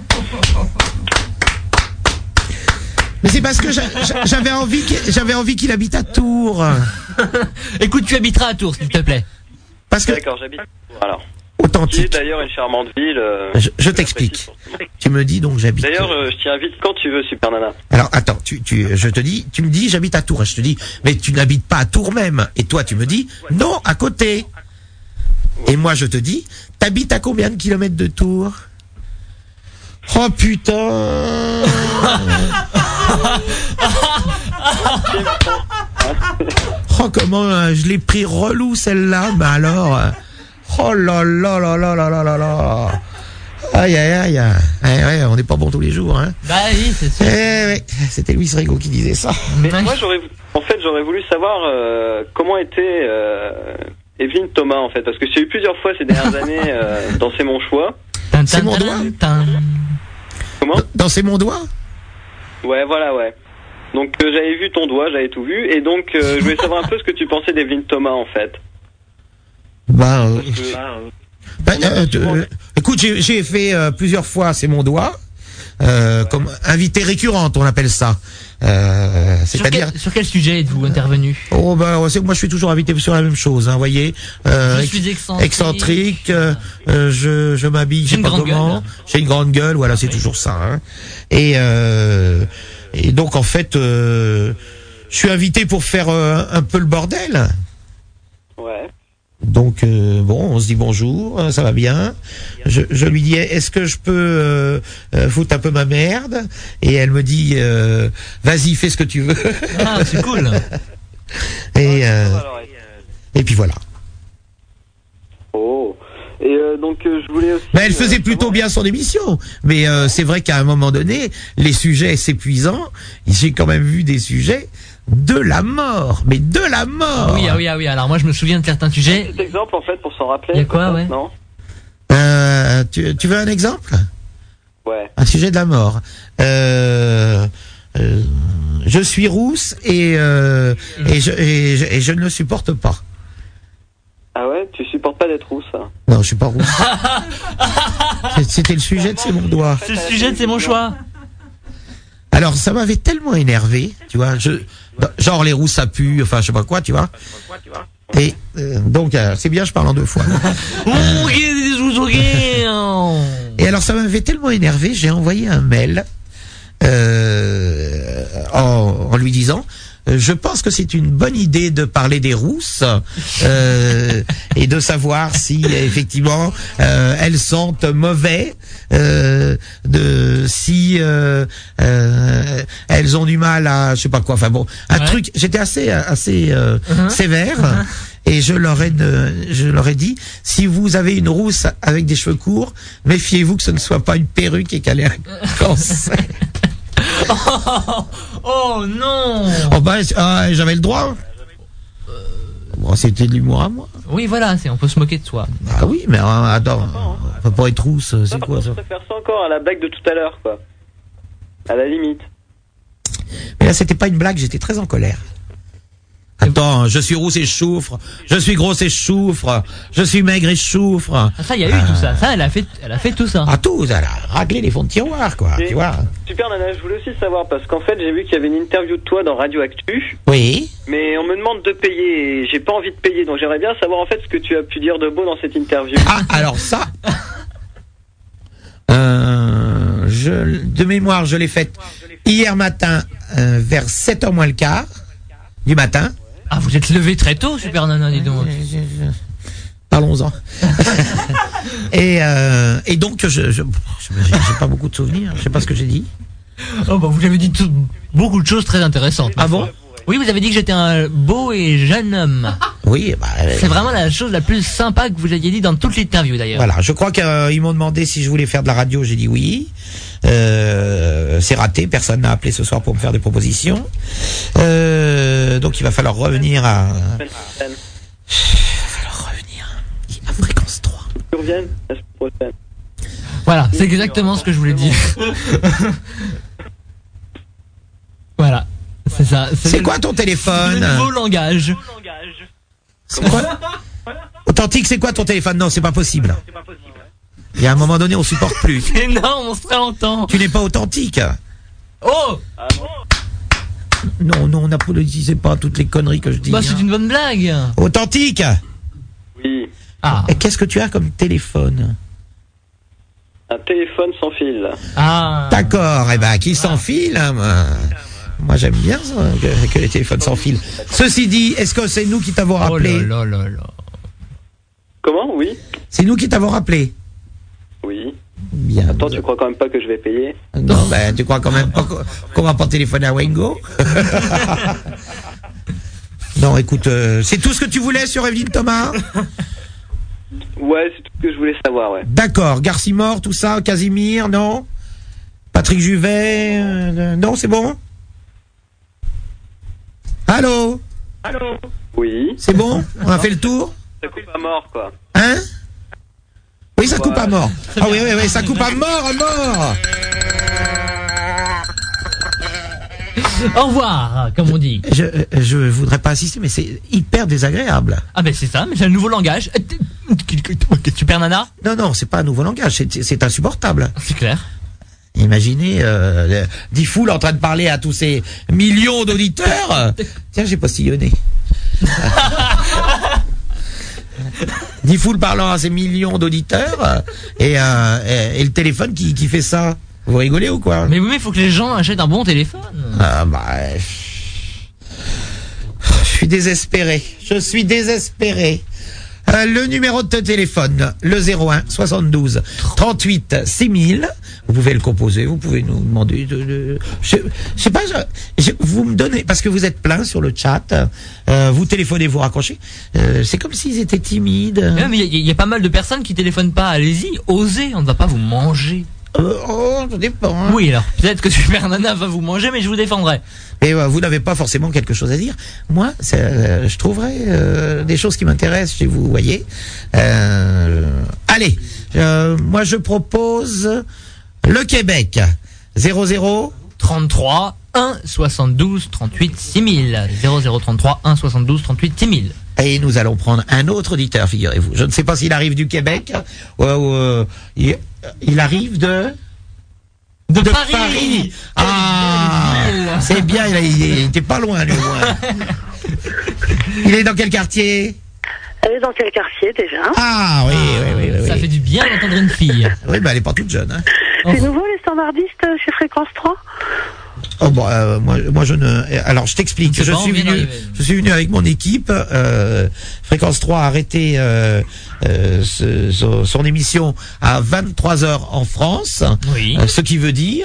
Speaker 2: Mais c'est parce que j'avais envie qu'il habite à Tours.
Speaker 3: Écoute, tu habiteras à Tours, s'il te plaît.
Speaker 21: Parce que... D'accord, j'habite à Tours, alors.
Speaker 2: Authentique.
Speaker 21: Qui est d'ailleurs une charmante ville.
Speaker 2: Je t'explique. Tu me dis donc j'habite.
Speaker 21: D'ailleurs, je t'y invite quand tu veux, Super Nana.
Speaker 2: Alors attends, tu me dis j'habite à Tours. Je te dis, mais tu n'habites pas à Tours même. Et toi, tu me dis non, à côté. Et moi, je te dis, t'habites à combien de kilomètres de Tours? Oh putain. Oh comment je l'ai pris relou celle-là. Bah alors. Oh là là là là là là là là. Aïe aïe aïe. Ouais, on n'est pas bon tous les jours, hein.
Speaker 3: Bah oui, c'est sûr.
Speaker 2: Ouais. C'était Louis Rigaud qui disait ça.
Speaker 21: Mais moi, j'aurais voulu savoir comment était Evelyne Thomas, en fait, parce que j'ai eu plusieurs fois ces dernières années dans C'est mon choix.
Speaker 2: C'est mon doigt.
Speaker 21: Comment ?
Speaker 2: Dans C'est mon doigt.
Speaker 21: Ouais, voilà, ouais. Donc j'avais vu ton doigt, j'avais tout vu, et donc je voulais savoir un peu ce que tu pensais d'Evelyne Thomas, en fait.
Speaker 2: Écoute, j'ai fait plusieurs fois C'est mon doigt, comme invité récurrente, on appelle ça. C'est-à-dire
Speaker 3: sur quel sujet êtes-vous intervenu?
Speaker 2: Oh bah moi je suis toujours invité sur la même chose, hein, voyez.
Speaker 3: Je suis excentrique.
Speaker 2: Je m'habille, je sais pas comment. J'ai une grande gueule, voilà, c'est toujours ça. Hein. Et donc en fait, je suis invité pour faire un peu le bordel.
Speaker 21: Ouais.
Speaker 2: Donc bon, on se dit bonjour, ça va bien. Je lui dis est-ce que je peux foutre un peu ma merde, et elle me dit vas-y, fais ce que tu veux.
Speaker 3: Ah, c'est cool.
Speaker 2: Et puis voilà.
Speaker 21: Oh. Et donc je voulais aussi.
Speaker 2: Mais elle faisait plutôt bien son émission. Mais c'est vrai qu'à un moment donné, les sujets s'épuisant, j'ai quand même vu des sujets de la mort, mais de la mort.
Speaker 3: Ah oui. Alors moi je me souviens de certains sujets.
Speaker 21: Un petit exemple en fait pour s'en rappeler.
Speaker 3: Il y a quoi, ouais.
Speaker 21: Non.
Speaker 2: Tu veux un exemple?
Speaker 21: Ouais.
Speaker 2: Un sujet de la mort. Je suis rousse et je ne le supporte pas.
Speaker 21: Ah ouais, tu supportes pas d'être rousse, hein?
Speaker 2: Non, je suis pas rousse. C'était le sujet de C'est mon doigt.
Speaker 3: C'est le sujet de C'est mon choix.
Speaker 2: Alors ça m'avait tellement énervé, tu vois, genre les rousses ça pue, enfin je sais pas quoi, tu vois. Et donc c'est bien, je parle en deux fois. Et alors ça m'avait tellement énervé, j'ai envoyé un mail en lui disant je pense que c'est une bonne idée de parler des rousses et de savoir si effectivement elles sentent mauvais, si elles ont du mal à je sais pas quoi. Enfin bon, un truc. J'étais assez sévère. Et je leur ai dit, si vous avez une rousse avec des cheveux courts, méfiez-vous que ce ne soit pas une perruque et qu'elle ait un cancer.
Speaker 3: Oh non.
Speaker 2: Oh bah j'avais le droit. Bon, c'était de l'humour à moi.
Speaker 3: Oui voilà, on peut se moquer de soi.
Speaker 2: Ah oui, mais attends, on peut pas être rousse, c'est quoi ça?
Speaker 21: Je préfère ça encore à la blague de tout à l'heure, quoi. À la limite.
Speaker 2: Mais là c'était pas une blague, j'étais très en colère. Attends, je suis rousse et je souffre, je suis grosse et je souffre, je suis maigre et je souffre.
Speaker 3: Ah, ça, il y a eu tout ça. Ça, elle a fait tout ça.
Speaker 2: Ah, tout, elle a réglé les fonds de tiroir, quoi, tu vois.
Speaker 21: Super Nana, je voulais aussi savoir, parce qu'en fait, j'ai vu qu'il y avait une interview de toi dans Radio Actu.
Speaker 2: Oui.
Speaker 21: Mais on me demande de payer, et j'ai pas envie de payer, donc j'aimerais bien savoir en fait ce que tu as pu dire de beau dans cette interview.
Speaker 2: Ah, alors ça... de mémoire, je l'ai faite hier matin, vers 7h moins le quart du matin.
Speaker 3: Ah, vous êtes levé très tôt, Super Nana, dis donc.
Speaker 2: Parlons-en. Et donc, j'ai pas beaucoup de souvenirs. Je sais pas ce que j'ai dit.
Speaker 3: Oh, bah, vous avez dit beaucoup de choses très intéressantes.
Speaker 2: Ah bon?
Speaker 3: Oui, vous avez dit que j'étais un beau et jeune homme.
Speaker 2: Oui, bah.
Speaker 3: C'est vraiment la chose la plus sympa que vous ayez dit dans toute l'interview, d'ailleurs.
Speaker 2: Voilà. Je crois qu'ils m'ont demandé si je voulais faire de la radio. J'ai dit oui. C'est raté, personne n'a appelé ce soir pour me faire des propositions. Donc il va falloir revenir à Fréquence 3.
Speaker 21: Tu reviennes la semaine prochaine.
Speaker 3: Voilà, c'est exactement ce que je voulais dire. Voilà, c'est ça.
Speaker 2: C'est quoi ton téléphone?
Speaker 3: Le nouveau langage.
Speaker 2: C'est quoi? Authentique, c'est quoi ton téléphone? Non, c'est pas possible. Il y a un moment donné, on supporte plus.
Speaker 3: Mais non, on se réentend.
Speaker 2: Tu n'es pas authentique.
Speaker 3: Oh!
Speaker 2: Non, n'applaudissez pas toutes les conneries que je dis.
Speaker 3: Bah, c'est une bonne blague.
Speaker 2: Authentique.
Speaker 21: Oui.
Speaker 2: Ah. Et qu'est-ce que tu as comme téléphone?
Speaker 21: Un téléphone sans fil.
Speaker 3: Ah.
Speaker 2: D'accord. Eh ben, qui sans fil, hein, moi j'aime bien ça, que les téléphones sans fil. Ceci dit, est-ce que c'est nous qui t'avons rappelé?
Speaker 3: Oh là là là.
Speaker 21: Comment? Oui.
Speaker 2: C'est nous qui t'avons rappelé.
Speaker 21: Oui.
Speaker 2: Bien.
Speaker 21: Attends, tu crois quand même pas que je vais payer?
Speaker 2: Non, ben, tu crois quand même pas qu'on va pas téléphoner à Wengo? Non, écoute, c'est tout ce que tu voulais sur Evelyne Thomas?
Speaker 21: Ouais, c'est tout ce que je voulais savoir, ouais.
Speaker 2: D'accord, Garcimore, tout ça, Casimir, non? Patrick Juvet, non, c'est bon? Allô?
Speaker 21: Allô? Oui.
Speaker 2: C'est bon? On a fait le tour?
Speaker 21: Ça coupe à mort, quoi.
Speaker 2: Hein? Oui, ça coupe à mort. Ah oui, oui, oui, ça coupe à mort, à mort.
Speaker 3: Au revoir, comme on dit.
Speaker 2: Je voudrais pas insister, mais c'est hyper désagréable.
Speaker 3: Ah ben c'est ça, mais c'est un nouveau langage. Super Nana?
Speaker 2: Non, non, c'est pas un nouveau langage, c'est insupportable.
Speaker 3: C'est clair.
Speaker 2: Imaginez Diffoul en train de parler à tous ces millions d'auditeurs. Tiens, j'ai postillonné. Diffoul parlant à ces millions d'auditeurs et le téléphone qui fait ça. Vous rigolez ou quoi?
Speaker 3: Mais oui, mais il faut que les gens achètent un bon téléphone.
Speaker 2: Ah bah... Je suis désespéré. Je suis désespéré. Le numéro de téléphone, le 01 72 38 6000. Vous pouvez le composer, vous pouvez nous demander je sais pas, vous me donnez, parce que vous êtes plein sur le chat, vous téléphonez, vous raccrochez, c'est comme s'ils étaient timides.
Speaker 3: Mais il y a pas mal de personnes qui téléphonent pas, allez-y, osez, on ne va pas vous manger.
Speaker 2: Ça dépend. Hein.
Speaker 3: Oui, alors peut-être que Super Nana va vous manger, mais je vous défendrai.
Speaker 2: Et vous n'avez pas forcément quelque chose à dire. Moi, je trouverai des choses qui m'intéressent chez vous, voyez. Allez, moi je propose le Québec. 00
Speaker 3: 33 1 72 38 6000. 0033 1 72 38 6000.
Speaker 2: Et nous allons prendre un autre auditeur, figurez-vous. Je ne sais pas s'il arrive du Québec ou il arrive de
Speaker 3: Paris.
Speaker 2: Ah, c'est bien, il était pas loin, lui, au moins. Il est dans quel quartier?
Speaker 11: Elle est dans quel quartier, déjà?
Speaker 2: Ah, oui.
Speaker 3: Ça fait du bien d'entendre une fille.
Speaker 2: Oui, elle est pas toute jeune. Hein.
Speaker 11: C'est nouveau, les standardistes chez Fréquence 3?
Speaker 2: Oh bon, moi je ne. Alors je t'explique. Je suis venu avec mon équipe. Fréquence 3 a arrêté son émission à 23h en France.
Speaker 3: Oui.
Speaker 2: Ce qui veut dire.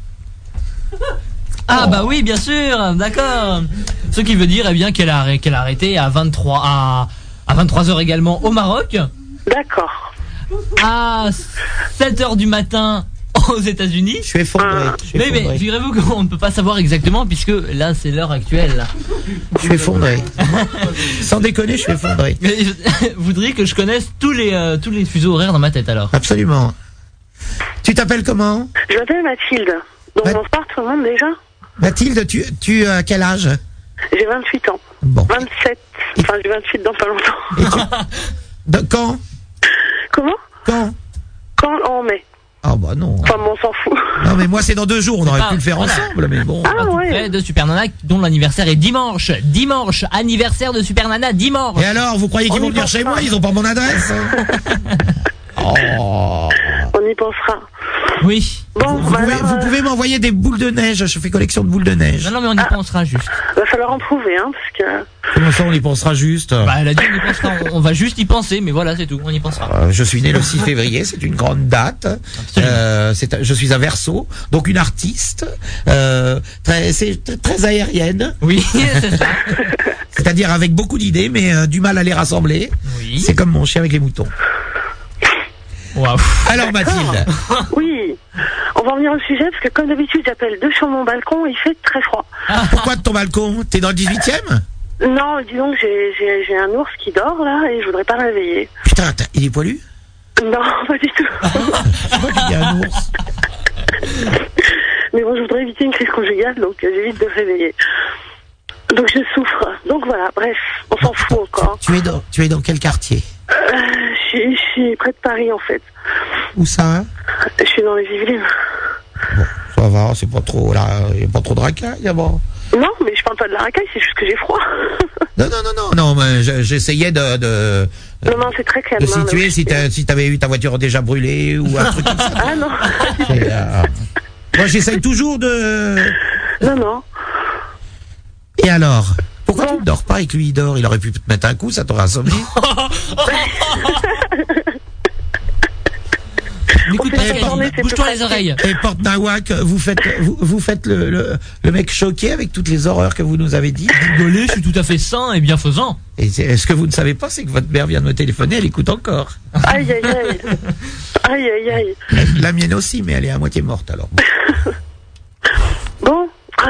Speaker 3: Ah bah oui, bien sûr, d'accord. Ce qui veut dire, eh bien, qu'elle a arrêté à 23h également au Maroc.
Speaker 11: D'accord.
Speaker 3: À 7h du matin aux États-Unis.
Speaker 2: Je suis effondré.
Speaker 3: Mais figurez-vous qu'on ne peut pas savoir exactement puisque là c'est l'heure actuelle.
Speaker 2: Je suis effondré. Sans déconner, je suis effondré.
Speaker 3: Mais vous voudriez que je connaisse tous les fuseaux horaires dans ma tête alors?
Speaker 2: Absolument. Tu t'appelles comment?
Speaker 11: Je m'appelle Mathilde. Donc bonsoir tout le monde déjà.
Speaker 2: Mathilde, tu as quel âge?
Speaker 11: J'ai 28 ans.
Speaker 2: Bon.
Speaker 11: 27. Enfin, j'ai 28 dans pas longtemps.
Speaker 2: Quand?
Speaker 11: Comment? Quand en mai.
Speaker 2: Ah bah non.
Speaker 11: Enfin, on s'en fout.
Speaker 2: Non mais moi c'est dans 2 jours, on aurait pu le faire ensemble, mais bon.
Speaker 11: Ah ouais.
Speaker 3: De Super Nana dont l'anniversaire est dimanche. Dimanche, anniversaire de Super Nana, dimanche.
Speaker 2: Et alors, vous croyez qu'ils vont venir chez moi? Ils ont pas mon adresse. Oh.
Speaker 11: On y pensera.
Speaker 3: Oui.
Speaker 11: Bon,
Speaker 2: vous pouvez m'envoyer des boules de neige, je fais collection de boules de neige.
Speaker 3: Non mais on y pensera juste.
Speaker 11: Va falloir en trouver, hein, parce que...
Speaker 2: Comment ça on y pensera juste?
Speaker 3: Bah elle a dit on y pensera, on va juste y penser, mais voilà c'est tout, on y pensera.
Speaker 2: Je suis né le 6 février, c'est une grande date. Je suis un Verseau, donc une artiste, très aérienne.
Speaker 3: Oui, c'est ça.
Speaker 2: C'est-à-dire avec beaucoup d'idées, mais du mal à les rassembler.
Speaker 3: Oui.
Speaker 2: C'est comme mon chien avec les moutons.
Speaker 3: Wow.
Speaker 2: Alors Mathilde.
Speaker 11: Oui, on va revenir au sujet parce que comme d'habitude j'appelle sur mon balcon, il fait très froid.
Speaker 2: Pourquoi de ton balcon? T'es dans le 18e?
Speaker 11: Non, disons que j'ai un ours qui dort là et je voudrais pas le réveiller.
Speaker 2: Putain, il est poilu?
Speaker 11: Non, pas du tout.
Speaker 2: Il y a un ours.
Speaker 11: Mais bon, je voudrais éviter une crise conjugale, donc j'évite de le réveiller. Donc je souffre. Donc voilà, bref, on s'en fout encore.
Speaker 2: Tu es dans quel quartier?
Speaker 11: Je suis près de Paris en fait.
Speaker 2: Où ça hein?
Speaker 11: Je suis dans les Yvelines.
Speaker 2: Bon, ça va, c'est pas trop là, y a pas trop de racaille d'abord.
Speaker 11: Non, mais je parle pas de la racaille, c'est juste que j'ai froid.
Speaker 2: Non, mais j'essayais de
Speaker 11: non, c'est très clair.
Speaker 2: De situer si t'avais eu ta voiture déjà brûlée ou un truc comme ça.
Speaker 11: Ah non.
Speaker 2: Moi j'essaye toujours de...
Speaker 11: Non.
Speaker 2: Et alors? Pourquoi tu ne dors pas et que lui il dort? Il aurait pu te mettre un coup, ça t'aurait assommé.
Speaker 3: N'écoute pas ce qu'elle dit. Bouge-toi les oreilles.
Speaker 2: Et Porte Nawak, vous faites le mec choqué avec toutes les horreurs que vous nous avez dit.
Speaker 3: Rigolez, je suis tout à fait sain et bienfaisant.
Speaker 2: Et ce que vous ne savez pas, c'est que votre mère vient de me téléphoner, elle écoute encore.
Speaker 11: Aïe, aïe, aïe. Aïe, aïe, aïe.
Speaker 2: La mienne aussi, mais elle est à moitié morte alors.
Speaker 11: Bon.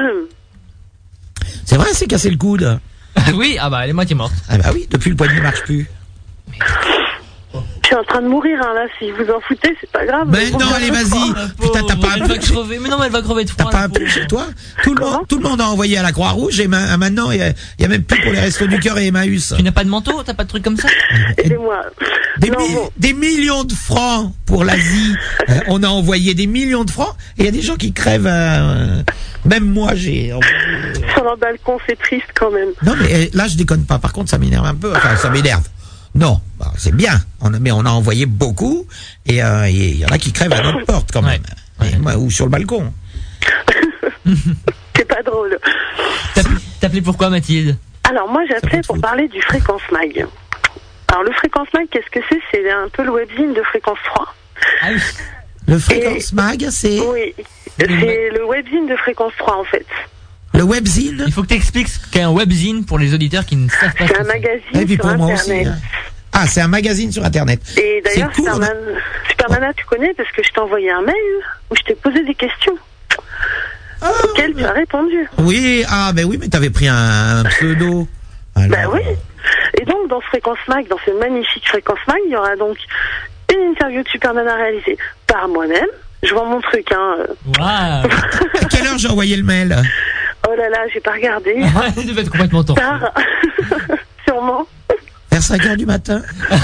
Speaker 2: C'est vrai, c'est cassé le coude.
Speaker 3: Oui, ah bah elle est moitié morte.
Speaker 2: Ah bah oui, depuis le poignet ne marche plus.
Speaker 11: Je suis en train de mourir, hein, là. Si vous en foutez, c'est pas grave.
Speaker 2: Mais non, allez, vas-y. Putain, t'as pas
Speaker 3: Elle va crever. Mais non, mais elle va crever de froid.
Speaker 2: T'as pas un pull chez toi? Tout le monde a envoyé à la Croix-Rouge et maintenant, il y a même plus pour les Restos du Cœur et Emmaüs.
Speaker 3: Tu n'as pas de manteau? T'as pas de truc comme ça?
Speaker 11: Aidez-moi.
Speaker 2: Des millions de francs pour l'Asie. On a envoyé des millions de francs et il y a des gens qui crèvent. Même moi, j'ai envoyé.
Speaker 11: Sur leur balcon, c'est triste quand même.
Speaker 2: Non, mais là, je déconne pas. Par contre, ça m'énerve un peu. Enfin, ça m'énerve. Non, c'est bien. Mais on a envoyé beaucoup et il y en a qui crèvent à notre porte quand même. Ouais. Ou sur le balcon.
Speaker 11: C'est pas drôle.
Speaker 3: T'appelais pourquoi, Mathilde?
Speaker 11: Alors moi, j'appelais pour parler du Fréquence Mag. Alors le Fréquence Mag, qu'est-ce que c'est? C'est un peu le webzine de Fréquence 3.
Speaker 3: Ah oui.
Speaker 2: Le Fréquence Mag, c'est...
Speaker 11: Oui, c'est le webzine de Fréquence 3 en fait.
Speaker 2: Le webzine?
Speaker 3: Il faut que tu expliques ce qu'est un webzine pour les auditeurs qui ne savent pas.
Speaker 11: C'est un magazine sur
Speaker 2: moi
Speaker 11: Internet.
Speaker 2: Aussi, ah, c'est un magazine sur Internet.
Speaker 11: Et d'ailleurs, Supermana, tu connais parce que je t'ai envoyé un mail où je t'ai posé des questions auxquelles tu as répondu.
Speaker 2: Oui, mais t'avais pris un pseudo. Alors...
Speaker 11: Bah oui. Et donc, dans Fréquence Mag, dans ce magnifique Fréquence Mag, il y aura donc une interview de Supermana réalisée par moi-même. Je vois mon truc, hein.
Speaker 3: Wow.
Speaker 2: À quelle heure j'ai envoyé le mail?
Speaker 11: Oh là là, j'ai pas regardé.
Speaker 3: Il devait être complètement tort.
Speaker 11: Tard. Sûrement.
Speaker 2: Vers 5h du matin.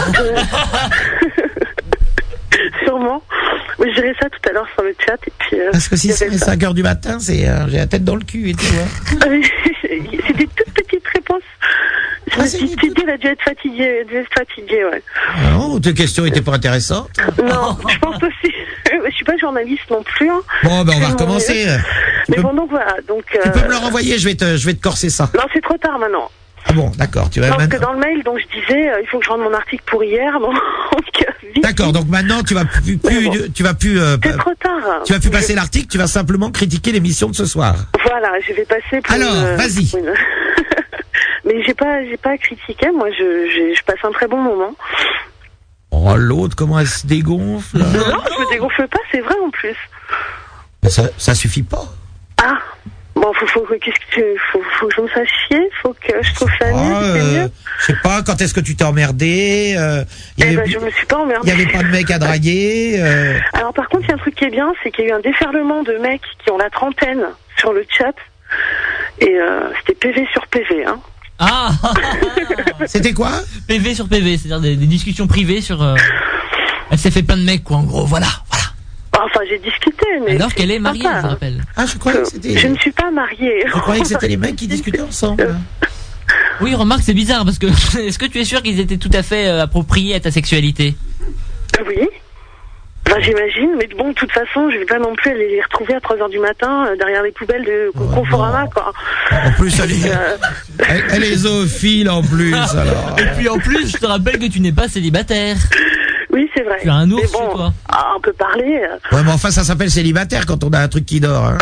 Speaker 11: Sûrement. Oui, je dirai ça tout à l'heure sur le chat. Et puis,
Speaker 2: parce que si c'est 5h du matin, j'ai la tête dans le cul et tout.
Speaker 11: C'est des toutes petites réponses. Je me suis dit, elle a dû être fatiguée. Ouais.
Speaker 2: Non, tes questions étaient pas intéressantes.
Speaker 11: Non, je pense aussi. Je suis pas journaliste non plus. Hein.
Speaker 2: Bon, on va recommencer.
Speaker 11: Bon, donc voilà. Donc,
Speaker 2: tu peux me le renvoyer, je vais te corser ça.
Speaker 11: Non, c'est trop tard maintenant.
Speaker 2: Ah bon, d'accord.
Speaker 11: Parce que dans le mail, donc je disais, il faut que je rende mon article pour hier.
Speaker 2: D'accord, donc maintenant tu vas plus.
Speaker 11: C'est trop tard.
Speaker 2: Tu vas plus passer l'article, tu vas simplement critiquer l'émission de ce soir.
Speaker 11: Voilà, je vais passer pour.
Speaker 2: Alors, vas-y.
Speaker 11: Mais j'ai pas critiqué. Moi, je passe un très bon moment.
Speaker 2: Oh, l'autre, comment elle se dégonfle?
Speaker 11: Non, je me dégonfle pas, c'est vrai en plus.
Speaker 2: Mais ça suffit pas.
Speaker 11: Ah. Bon, faut que je me fasse chier, faut que je trouve ça nul, c'est mieux.
Speaker 2: Je sais pas, quand est-ce que tu t'es emmerdé?
Speaker 11: Je me suis pas emmerdé.
Speaker 2: Il y avait pas de mec à draguer.
Speaker 11: Alors par contre, il y a un truc qui est bien, c'est qu'il y a eu un déferlement de mecs qui ont la trentaine sur le chat. Et c'était PV sur PV, hein.
Speaker 3: Ah.
Speaker 2: C'était quoi?
Speaker 3: PV sur PV, c'est-à-dire des discussions privées sur... Elle s'est fait plein de mecs, quoi, en gros, voilà.
Speaker 11: Enfin, j'ai discuté, mais...
Speaker 3: Alors qu'elle est mariée, je vous rappelle.
Speaker 2: Ah, je croyais que c'était...
Speaker 11: Je ne suis pas mariée.
Speaker 2: Je croyais que c'était les mecs qui discutaient ensemble.
Speaker 3: Oui, remarque, c'est bizarre, parce que... Est-ce que tu es sûr qu'ils étaient tout à fait appropriés à ta sexualité?
Speaker 11: Oui. Enfin, j'imagine, mais bon, de toute façon, je vais pas non plus aller les retrouver à 3h du matin derrière les poubelles de Conforama, quoi.
Speaker 2: En plus, elle est zoophile, en plus, alors.
Speaker 3: Et puis, en plus, je te rappelle que tu n'es pas célibataire.
Speaker 11: Oui, c'est vrai.
Speaker 3: Tu as un ours,
Speaker 11: mais bon,
Speaker 3: chez toi.
Speaker 11: On peut parler.
Speaker 2: Ouais, mais enfin, ça s'appelle célibataire quand on a un truc qui dort. Hein.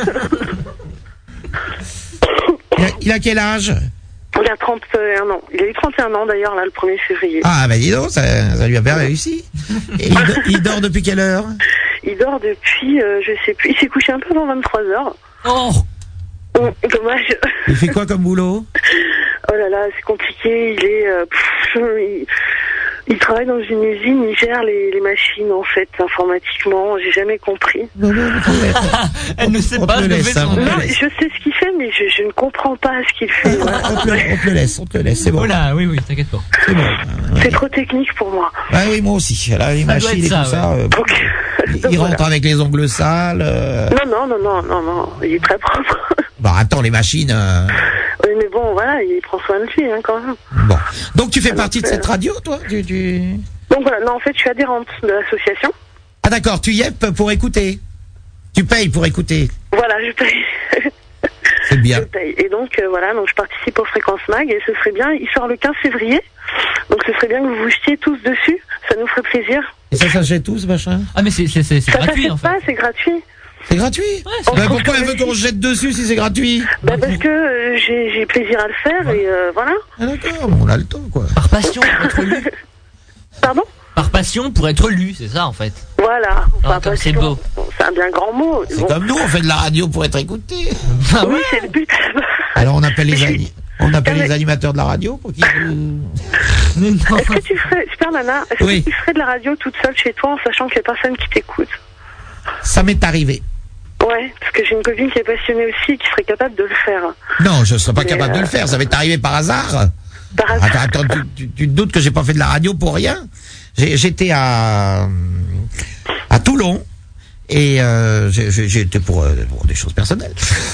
Speaker 2: Il a quel âge?
Speaker 11: Il a 31 ans. Il a eu 31 ans, d'ailleurs, là, le 1er février.
Speaker 2: Ah, bah dis donc, ça lui a bien réussi. Et il dort depuis quelle heure?
Speaker 11: Il dort depuis, je sais plus, il s'est couché un peu avant 23h.
Speaker 3: Oh!
Speaker 11: Dommage.
Speaker 2: Il fait quoi comme boulot?
Speaker 11: Oh là là, c'est compliqué. Il travaille dans une usine, il gère les machines, en fait, informatiquement. J'ai jamais compris.
Speaker 3: Elle ne sait pas.
Speaker 11: Non, je sais ce qu'il fait, mais je ne comprends pas ce qu'il fait.
Speaker 2: On te le laisse, c'est bon.
Speaker 3: Oh là, oui, t'inquiète pas.
Speaker 2: C'est bon.
Speaker 11: C'est trop technique pour moi.
Speaker 2: Ah oui, moi aussi. Là, les machines et tout ça. Il rentre avec les ongles sales.
Speaker 11: Non, il est très propre.
Speaker 2: Bah attends, les machines...
Speaker 11: Oui, mais bon, voilà, il prend soin de lui, hein, quand même.
Speaker 2: Bon. Donc tu fais partie de cette radio, toi?
Speaker 11: Donc voilà, non, en fait, je suis adhérente de l'association.
Speaker 2: Ah d'accord, tu y es pour écouter. Tu payes pour écouter.
Speaker 11: Voilà, je paye.
Speaker 2: C'est bien.
Speaker 11: Je paye. Et donc, voilà, donc je participe au Fréquence Mag, et ce serait bien, il sort le 15 février, donc ce serait bien que vous vous jetiez tous dessus, ça nous ferait plaisir.
Speaker 2: Et ça s'achète tout, ce machin?
Speaker 3: Ah, mais c'est
Speaker 11: Ça
Speaker 3: gratuit,
Speaker 11: s'achète
Speaker 3: en fait.
Speaker 11: pas, c'est gratuit.
Speaker 2: C'est gratuit?
Speaker 11: c'est
Speaker 2: pourquoi elle veut qu'on se jette dessus si c'est gratuit?
Speaker 11: Bah parce que j'ai plaisir à le faire et voilà.
Speaker 2: Ah d'accord, on a le temps, quoi.
Speaker 3: Par passion, pour être lu.
Speaker 11: Pardon?
Speaker 3: Par passion pour être lu, c'est ça, en fait.
Speaker 11: Voilà.
Speaker 3: Ah, comme c'est beau.
Speaker 11: C'est un bien grand mot.
Speaker 2: C'est comme nous, on fait de la radio pour être écouté.
Speaker 3: Ah
Speaker 11: oui, c'est le but.
Speaker 2: Alors on appelle les animateurs de la radio pour qu'ils...
Speaker 11: Est-ce que tu ferais, Super Nana, est-ce que tu ferais de la radio toute seule chez toi en sachant qu'il n'y a personne qui t'écoute?
Speaker 2: Ça m'est arrivé.
Speaker 11: Ouais, parce que j'ai une copine qui est passionnée aussi qui serait capable de le faire.
Speaker 2: Non, je ne serais pas capable de le faire, ça m'est arrivé par hasard.
Speaker 11: Par hasard.
Speaker 2: Attends, tu te doutes que j'ai pas fait de la radio pour rien? J'étais à Toulon. Et j'étais pour des choses personnelles.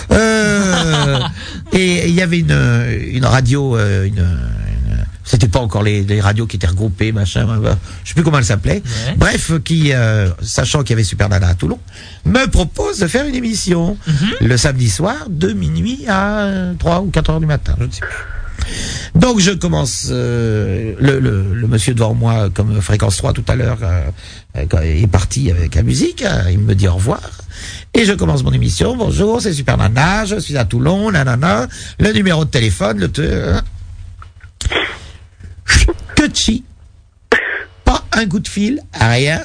Speaker 2: Et il y avait une radio, c'était pas encore les radios qui étaient regroupées, machin, je sais plus comment elle s'appelait. Ouais. Bref, qui, sachant qu'il y avait Super Nana à Toulon, me propose de faire une émission le samedi soir de minuit à 3 ou 4 heures du matin, je ne sais plus. Donc je commence, le monsieur devant moi, comme Fréquence 3 tout à l'heure, est parti avec la musique, il me dit au revoir, et je commence mon émission. Bonjour, c'est Super Nana, je suis à Toulon, nanana, le numéro de téléphone, que chi, pas un coup de fil, rien.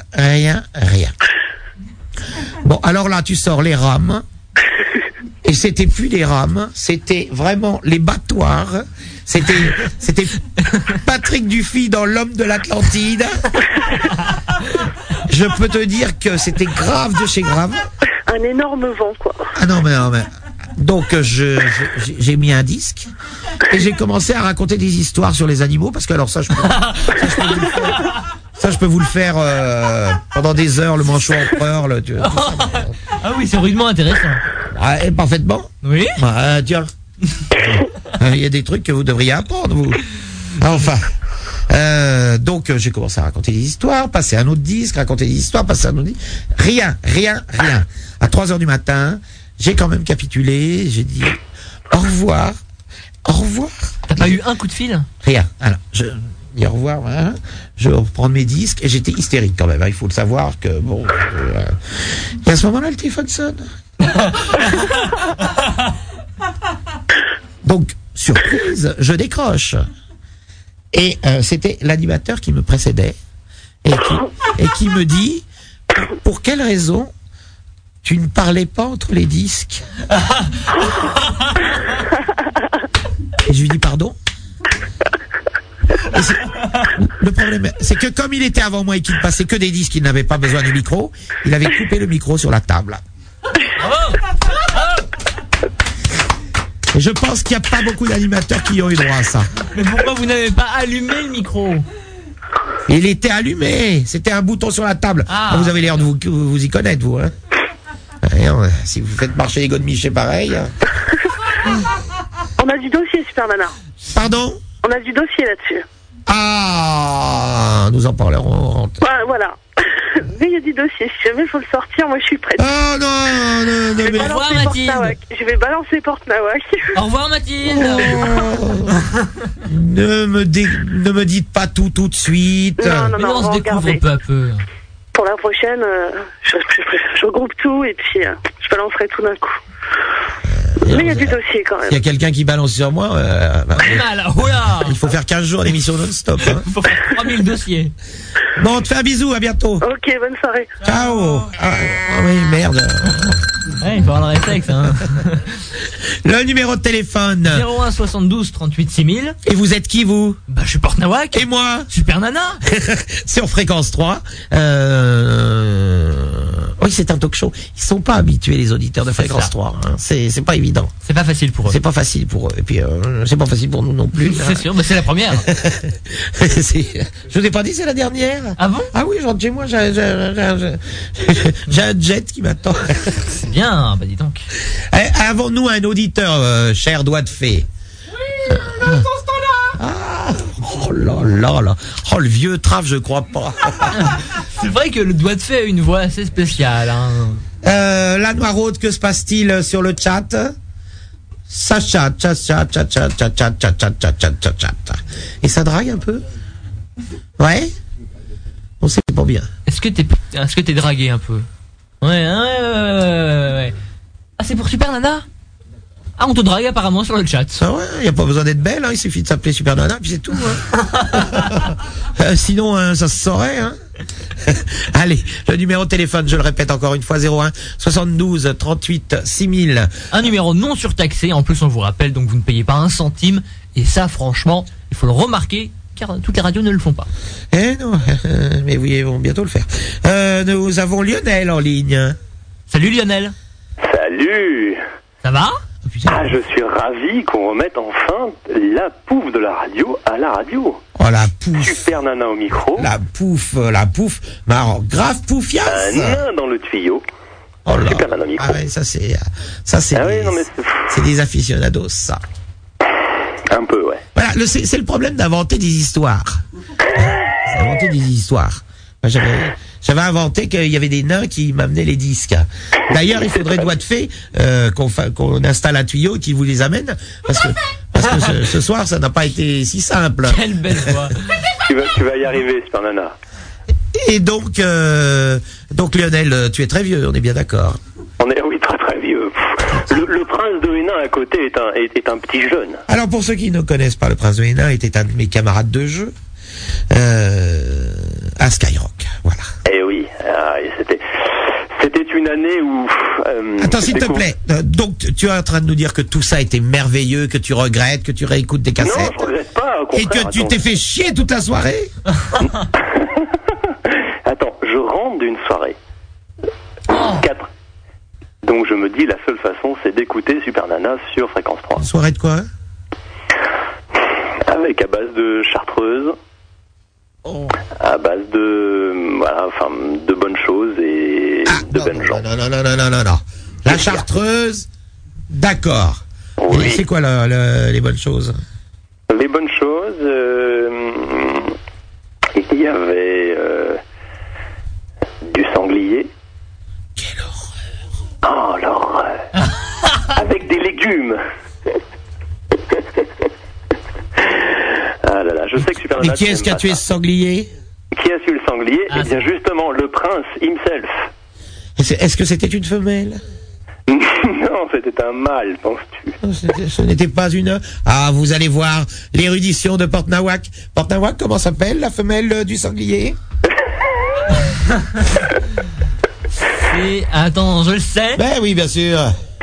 Speaker 2: Bon, alors là, tu sors les rames. Et c'était plus des rames, c'était vraiment les battoirs. C'était Patrick Dufy dans L'Homme de l'Atlantide. Je peux te dire que c'était grave de chez grave.
Speaker 11: Un énorme vent, quoi.
Speaker 2: Ah non, mais. Donc j'ai mis un disque et j'ai commencé à raconter des histoires sur les animaux, parce que alors ça je peux vous le faire pendant des heures, le manchot empereur,
Speaker 3: Ah oui, c'est rudement intéressant.
Speaker 2: Et parfaitement.
Speaker 3: Oui.
Speaker 2: Tiens. Il y a des trucs que vous devriez apprendre, vous. Enfin. Donc j'ai commencé à raconter des histoires, passer un autre disque, raconter des histoires, passer un autre disque. Rien. À 3 heures du matin, j'ai quand même capitulé, j'ai dit au revoir.
Speaker 3: T'as pas eu un coup de fil?
Speaker 2: Rien. Alors, je dis au revoir, je reprends mes disques, et j'étais hystérique quand même, il faut le savoir que bon. Et à ce moment-là, le téléphone sonne. Donc, surprise, je décroche. Et c'était l'animateur qui me précédait et qui me dit, pour quelle raison tu ne parlais pas entre les disques? Et je lui dis pardon. Et le problème, c'est que comme il était avant moi et qu'il ne passait que des disques, il n'avait pas besoin du micro, il avait coupé le micro sur la table. Et je pense qu'il n'y a pas beaucoup d'animateurs qui ont eu droit à ça.
Speaker 3: Mais pourquoi vous n'avez pas allumé le micro?
Speaker 2: Il était allumé, c'était un bouton sur la table. Ah, vous avez l'air de vous y connaître, vous, hein. Si vous faites marcher les godemiches, pareil.
Speaker 11: On a du dossier, Super Nana.
Speaker 2: Pardon?
Speaker 11: On a du dossier là-dessus.
Speaker 2: Ah, nous en parlerons.
Speaker 11: Voilà. Mais il y a du dossier. Si jamais il faut le sortir, moi je suis prête.
Speaker 2: Oh non.
Speaker 11: Au revoir, Mathilde. Je vais balancer Porte Nawak.
Speaker 3: Au revoir, Mathilde.
Speaker 2: Ne me dites pas tout de suite.
Speaker 11: Non,
Speaker 3: on se découvre peu à peu.
Speaker 11: Pour la prochaine, je regroupe tout et puis je balancerai tout d'un coup. Mais il y a du dossier quand même.
Speaker 2: Il y a quelqu'un qui balance sur moi. Il faut faire 15 jours d'émission non-stop.
Speaker 3: Il faut faire 3000 dossiers.
Speaker 2: Bon, on te fait un bisou, à bientôt.
Speaker 11: Ok, bonne soirée.
Speaker 2: Ciao. Oui, merde.
Speaker 3: Ouais, il faut avoir le réflexe, hein.
Speaker 2: Le numéro de téléphone
Speaker 3: 01 72 38 6000.
Speaker 2: Et vous êtes qui, vous?
Speaker 3: Bah, je suis Porte Nawak.
Speaker 2: Et moi?
Speaker 3: Super Nana.
Speaker 2: Sur Fréquence 3. Oui, c'est un talk show. Ils sont pas habitués, les auditeurs de Fréquence 3. Hein. C'est pas évident.
Speaker 3: C'est pas facile pour eux.
Speaker 2: C'est pas facile pour eux. Et puis, c'est pas facile pour nous non plus.
Speaker 3: C'est sûr, mais c'est la première.
Speaker 2: Je vous ai pas dit, c'est la dernière.
Speaker 3: Ah bon?
Speaker 2: Ah oui, je rentre chez moi, j'ai un jet qui m'attend.
Speaker 3: C'est bien, bah dis donc.
Speaker 2: Avons-nous un auditeur, cher doigt de fée?
Speaker 8: Oui, dans ce temps-là.
Speaker 2: Ah, oh là. Oh, le vieux traf, je crois pas.
Speaker 3: C'est vrai que le doigt de fée a une voix assez spéciale, hein.
Speaker 2: La Noiraude, que se passe-t-il sur le chat? Ça chat. Et ça drague un peu? Ouais? On sait c'est pas bien.
Speaker 3: Est-ce que t'es dragué un peu? Ouais. Ah, c'est pour Super Nana? Ah, on te drague apparemment sur le chat.
Speaker 2: Ah ouais, y a pas besoin d'être belle, hein, il suffit de s'appeler Super Nana, puis c'est tout. Hein. Sinon, ça se saurait. Hein. Allez, le numéro de téléphone, je le répète encore une fois, 01 72 38 6000.
Speaker 3: Un numéro non surtaxé, en plus on vous rappelle, donc vous ne payez pas un centime. Et ça, franchement, il faut le remarquer, car toutes les radios ne le font pas.
Speaker 2: Eh non, mais oui, ils vont bientôt le faire. Nous avons Lionel en ligne.
Speaker 3: Salut Lionel.
Speaker 4: Salut.
Speaker 3: Ça va?
Speaker 4: Je suis ravi qu'on remette enfin la pouffe de la radio à la radio.
Speaker 2: Oh, la pouffe.
Speaker 4: Super Nana au micro.
Speaker 2: La pouffe. Mais alors, grave pouffiasse.
Speaker 4: Un nain dans le tuyau.
Speaker 2: Oh là.
Speaker 4: Super Nana au micro.
Speaker 2: Ah ouais, ça c'est
Speaker 4: c'est
Speaker 2: des aficionados, ça.
Speaker 4: Un peu, ouais.
Speaker 2: Voilà, c'est le problème d'inventer des histoires. C'est inventer des histoires. Moi, j'avais inventé qu'il y avait des nains qui m'amenaient les disques. D'ailleurs, il faudrait doigt de fée qu'on installe un tuyau et qu'ils vous les amène, parce que ce soir, ça n'a pas été si simple.
Speaker 3: Quelle belle voix.
Speaker 4: Tu vas y arriver, Super Nana.
Speaker 2: Et donc Lionel, tu es très vieux, on est bien d'accord.
Speaker 4: Oui, très très vieux. Le prince de Hénin à côté est un petit jeune.
Speaker 2: Alors pour ceux qui ne connaissent pas, le prince de Hénin était un de mes camarades de jeu à Skyrock, voilà.
Speaker 4: Eh oui, c'était une année où...
Speaker 2: Attends, s'il te plaît, donc tu es en train de nous dire que tout ça était merveilleux, que tu regrettes, que tu réécoutes des cassettes.
Speaker 4: Non, je regrette pas, au contraire.
Speaker 2: Et que tu t'es fait chier toute la soirée.
Speaker 4: Attends, je rentre d'une soirée. 4. Donc je me dis, la seule façon, c'est d'écouter Super Nana sur Fréquence 3.
Speaker 2: Une soirée de quoi?
Speaker 4: Avec à base de chartreuse, à base de bonnes choses et de bonnes gens.
Speaker 2: Non. La chartreuse, d'accord.
Speaker 4: Oui.
Speaker 2: Et c'est quoi les bonnes choses?
Speaker 4: Les bonnes choses, il y avait du sanglier.
Speaker 2: Quelle horreur!
Speaker 4: Oh, l'horreur! Avec des légumes. Ah là là, je sais que Super Nana.
Speaker 2: Et qui est-ce qui a tué ce sanglier?
Speaker 4: Qui a tué le sanglier? Eh bien justement, le prince himself.
Speaker 2: Est-ce que c'était une femelle?
Speaker 4: Non, c'était un mâle, penses-tu?
Speaker 2: Ce n'était pas une... Ah, vous allez voir l'érudition de Port-Nawak. Port-Nawak, comment s'appelle la femelle du sanglier?
Speaker 3: Attends, je le sais.
Speaker 2: Ben oui, bien sûr.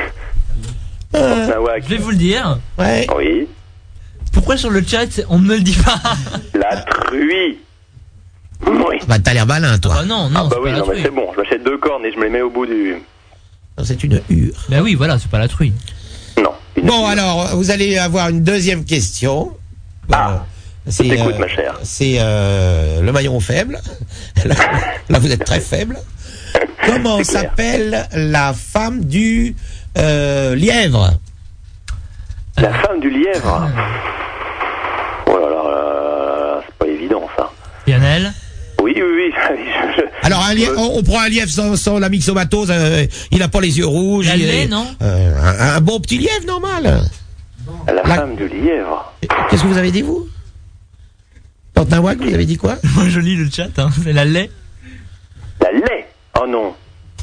Speaker 3: Je vais vous le dire.
Speaker 2: Ouais.
Speaker 4: Oui.
Speaker 3: Pourquoi sur le chat, on ne me le dit pas?
Speaker 4: La truie. Oui.
Speaker 2: Bah, t'as l'air malin, toi.
Speaker 3: Ah non,
Speaker 4: bah oui, non, mais c'est bon, je m'achète 2 cornes et je me les mets au bout du...
Speaker 2: Non, c'est une hure.
Speaker 3: Ben oui, voilà, c'est pas la truie.
Speaker 4: Non.
Speaker 2: Bon, alors, vous allez avoir une deuxième question.
Speaker 4: Je t'écoute, ma chère.
Speaker 2: C'est le maillon faible. Là, vous êtes très faible. Comment s'appelle la femme du lièvre?
Speaker 4: La femme du lièvre. Oh là là, c'est pas évident, ça.
Speaker 3: Lionel?
Speaker 4: Oui.
Speaker 2: Alors, on prend un lièvre sans la myxomatose, il n'a pas les yeux rouges.
Speaker 3: Non
Speaker 2: un bon petit lièvre, normal.
Speaker 4: La femme du lièvre.
Speaker 2: Qu'est-ce que vous avez dit, vous? Port-Nawak, vous avez dit quoi?
Speaker 3: Moi, je lis le chat, hein. C'est la lait.
Speaker 4: La lait? Oh non.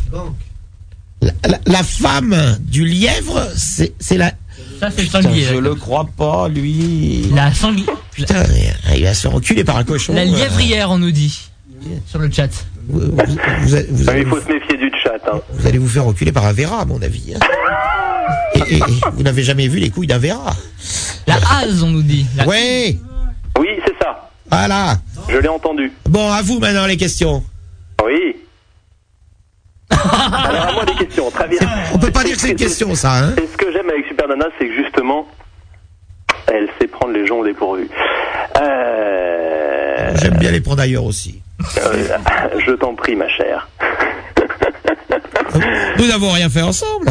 Speaker 2: La femme du lièvre, c'est la...
Speaker 3: Ça, c'est le sanglier.
Speaker 2: Je le crois pas, lui.
Speaker 3: La sanglier.
Speaker 2: Putain, il va se faire enculer par un cochon.
Speaker 3: La lièvrière, on nous dit. Sur le chat.
Speaker 2: Il
Speaker 4: faut se méfier du chat. Hein.
Speaker 2: Vous allez vous faire enculer par un verra, à mon avis. Hein. Et vous n'avez jamais vu les couilles d'un verra.
Speaker 3: La hase, on nous dit.
Speaker 2: Oui,
Speaker 4: c'est ça.
Speaker 2: Voilà.
Speaker 4: Je l'ai entendu.
Speaker 2: Bon, à vous maintenant les questions.
Speaker 4: Oui. Alors à moi des questions, très bien.
Speaker 2: On peut pas dire que c'est une question, ça. Hein.
Speaker 4: Et ce que j'aime avec Super Nana, c'est que justement, elle sait prendre les gens au dépourvu.
Speaker 2: J'aime bien les prendre ailleurs aussi.
Speaker 4: Je t'en prie, ma chère.
Speaker 2: Nous n'avons rien fait ensemble.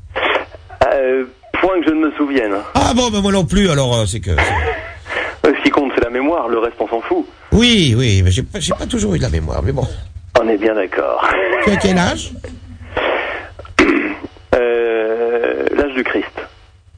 Speaker 4: Point que je ne me souvienne.
Speaker 2: Ah bon, mais moi non plus, alors c'est que...
Speaker 4: Ce qui compte, c'est la mémoire, le reste, on s'en fout.
Speaker 2: Oui, mais j'ai pas toujours eu de la mémoire, mais bon.
Speaker 4: On est bien d'accord.
Speaker 2: Tu as quel âge?
Speaker 4: L'âge du Christ.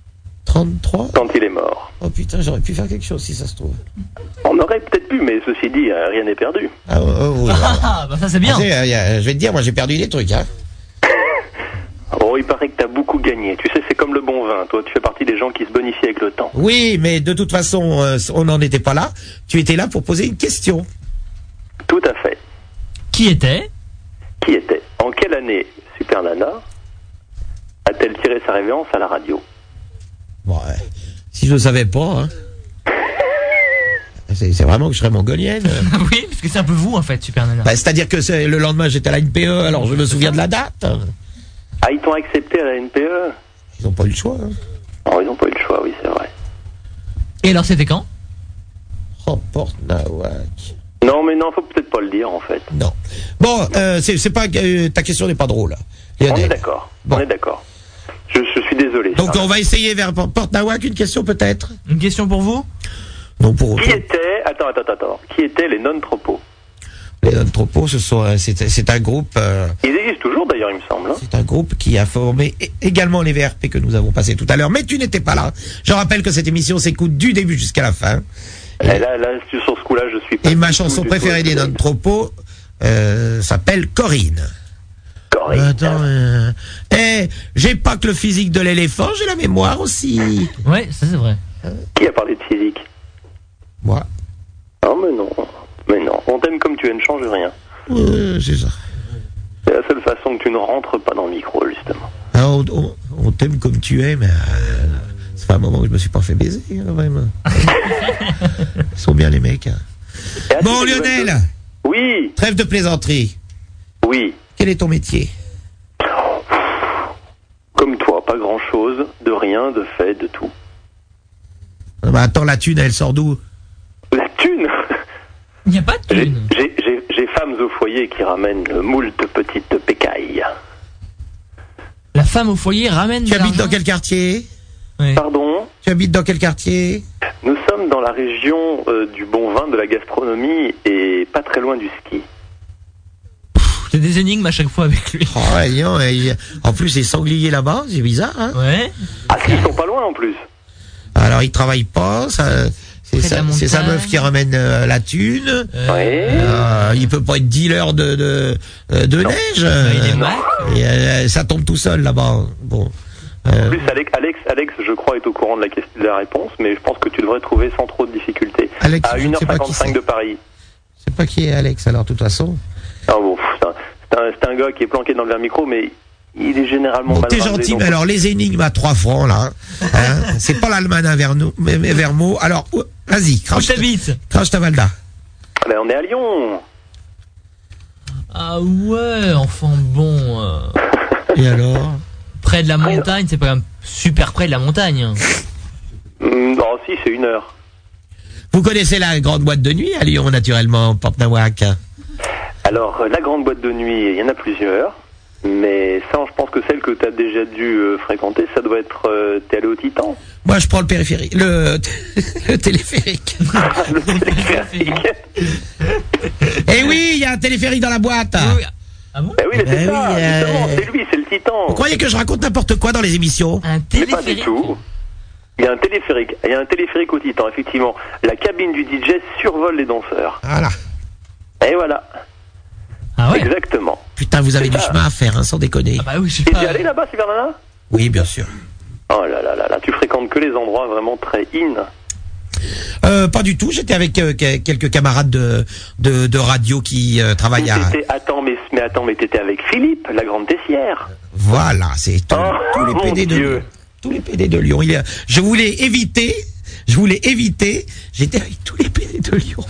Speaker 2: 33
Speaker 4: quand il est mort.
Speaker 2: Oh putain, j'aurais pu faire quelque chose si ça se trouve.
Speaker 4: On aurait peut-être pu, mais ceci dit, rien n'est perdu.
Speaker 2: Ah, oui.
Speaker 3: Bah ça c'est bien.
Speaker 2: Je vais te dire, moi j'ai perdu des trucs, hein.
Speaker 4: Oh, il paraît que t'as beaucoup gagné. Tu sais, c'est comme le bon vin. Toi, tu fais partie des gens qui se bonifient avec le temps.
Speaker 2: Oui, mais de toute façon, on n'en était pas là. Tu étais là pour poser une question.
Speaker 4: Tout à fait.
Speaker 3: Qui était ?
Speaker 4: En quelle année Super Nana a-t-elle tiré sa révérence à la radio?
Speaker 2: Bon, si je ne savais pas, hein. C'est vraiment que je serais mongolienne.
Speaker 3: Oui, parce que c'est un peu vous en fait, Super Nana.
Speaker 2: Bah, c'est-à-dire que le lendemain j'étais à la NPE, alors je me souviens de la date.
Speaker 4: Ah, ils t'ont accepté à la NPE?
Speaker 2: Ils n'ont pas eu le choix. Hein.
Speaker 4: Oh, ils n'ont pas eu le choix, oui, c'est vrai.
Speaker 3: Et alors c'était quand?
Speaker 2: Oh, Porte-Nawak.
Speaker 4: Non, mais non, faut peut-être pas le dire en fait.
Speaker 2: Non. Bon, c'est pas ta question n'est pas drôle.
Speaker 4: On est d'accord.
Speaker 2: Bon.
Speaker 4: On est d'accord. Je suis désolé.
Speaker 2: Donc on va essayer vers Porte-Nawak une question peut-être.
Speaker 3: Une question pour vous?
Speaker 2: Non, pour
Speaker 4: Qui était Qui étaient les non-tropos?
Speaker 2: Les non-tropos, c'est un groupe.
Speaker 4: Ils existent toujours d'ailleurs, il me semble. Hein.
Speaker 2: C'est un groupe qui a formé également les VRP que nous avons passé tout à l'heure. Mais tu n'étais pas là. Je rappelle que cette émission s'écoute du début jusqu'à la fin.
Speaker 4: Et là, sur ce coup-là, je suis pas.
Speaker 2: Et ma chanson préférée des non-tropos s'appelle Corinne.
Speaker 4: Corinne.
Speaker 2: Attends, j'ai pas que le physique de l'éléphant, j'ai la mémoire aussi.
Speaker 3: Ouais, ça c'est vrai.
Speaker 4: Qui a parlé de physique?
Speaker 2: Moi.
Speaker 4: Ah, mais non. On t'aime comme tu es, ne change rien.
Speaker 2: C'est ça.
Speaker 4: C'est la seule façon que tu ne rentres pas dans le micro, justement.
Speaker 2: Ah, on t'aime comme tu es, mais ça fait un moment que je me suis pas fait baiser, hein, vraiment. Ils sont bien les mecs. Hein. Bon, Lionel.
Speaker 4: Oui.
Speaker 2: Trêve de plaisanterie.
Speaker 4: Oui.
Speaker 2: Quel est ton métier?
Speaker 4: Comme toi, pas grand-chose, de rien, de fait, de tout.
Speaker 2: Ah bah attends, la thune, elle sort d'où?
Speaker 4: La thune?
Speaker 3: Il n'y a pas de thune.
Speaker 4: J'ai femmes au foyer qui ramènent moult petites pécailles.
Speaker 3: La femme au foyer ramène.
Speaker 2: Tu habites dans quel quartier?
Speaker 3: Oui.
Speaker 4: Pardon?
Speaker 2: Tu habites dans quel quartier?
Speaker 4: Nous sommes dans la région du bon vin, de la gastronomie et pas très loin du ski.
Speaker 3: C'est des énigmes à chaque fois avec lui.
Speaker 2: Oh, ouais, non, en plus, c'est sanglier là-bas, c'est bizarre, hein?
Speaker 3: Ouais.
Speaker 4: Ah, ils sont pas loin en plus.
Speaker 2: Alors, il travaille pas, c'est sa meuf qui ramène la thune. Il peut pas être dealer de neige. Et, ça tombe tout seul là-bas. Bon.
Speaker 4: En plus, Alex, je crois, est au courant de la réponse, mais je pense que tu devrais trouver sans trop de difficultés.
Speaker 2: Alex,
Speaker 4: à 1h55 de Paris.
Speaker 2: Je sais pas qui est Alex, alors, de toute façon.
Speaker 4: Ah bon, c'est un gars qui est planqué dans le verre-micro, mais il est généralement
Speaker 2: bon,
Speaker 4: mal
Speaker 2: t'es
Speaker 4: rasé,
Speaker 2: gentil,
Speaker 4: donc...
Speaker 2: mais alors les énigmes à 3 francs, là, hein, c'est pas l'Allemagne à Vermo. Alors, vas-y, crache ta Valda.
Speaker 4: Ben, on est à Lyon.
Speaker 3: Ah ouais, enfin bon.
Speaker 2: Et alors?
Speaker 3: Près de la montagne, c'est pas super près de la montagne.
Speaker 4: Non, si, c'est 1 heure.
Speaker 2: Vous connaissez la grande boîte de nuit à Lyon, naturellement, Porte-Nawak?
Speaker 4: Alors, la grande boîte de nuit, il y en a plusieurs. Mais ça, je pense que celle que tu as déjà dû fréquenter, ça doit être... t'es allé au Titan?
Speaker 2: Moi, je prends le périphérique. Le téléphérique.
Speaker 4: Le téléphérique.
Speaker 2: Eh oui, il y a un téléphérique dans la boîte.
Speaker 3: Ah bon?
Speaker 4: Ben oui, mais c'est ça, justement, c'est lui, c'est le Titan.
Speaker 2: Vous croyez que je raconte n'importe quoi dans les émissions?
Speaker 4: Mais pas du tout. Il y a un téléphérique au Titan, effectivement. La cabine du DJ survole les danseurs.
Speaker 2: Voilà.
Speaker 4: Et voilà.
Speaker 3: Ah ouais?
Speaker 4: Exactement.
Speaker 2: Putain, vous avez du chemin à faire, hein, sans déconner.
Speaker 3: Ah bah oui, je sais
Speaker 4: T'es
Speaker 3: pas.
Speaker 4: déjà allé là-bas, Super Nana?
Speaker 2: Oui, bien sûr.
Speaker 4: Oh là là là là, tu fréquentes que les endroits vraiment très
Speaker 2: Pas du tout, j'étais avec quelques camarades de radio qui travaillent à...
Speaker 4: Attends, mais t'étais avec Philippe, la grande tessière.
Speaker 2: Voilà, c'est tous les PD de Lyon. Tous les PD de Lyon. Je voulais éviter, j'étais avec tous les PD de Lyon.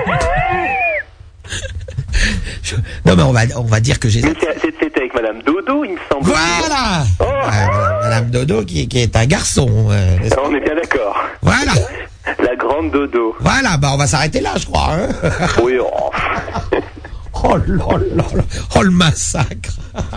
Speaker 2: Non, mais on va dire que j'ai...
Speaker 4: C'était avec Madame Dodo, il me semble.
Speaker 2: Voilà. Madame Dodo qui est un garçon.
Speaker 4: On est bien d'accord.
Speaker 2: Voilà.
Speaker 4: La grande Dodo.
Speaker 2: Voilà, bah on va s'arrêter là, je crois. Hein.
Speaker 4: Oui.
Speaker 2: Oh là là là. Oh le massacre.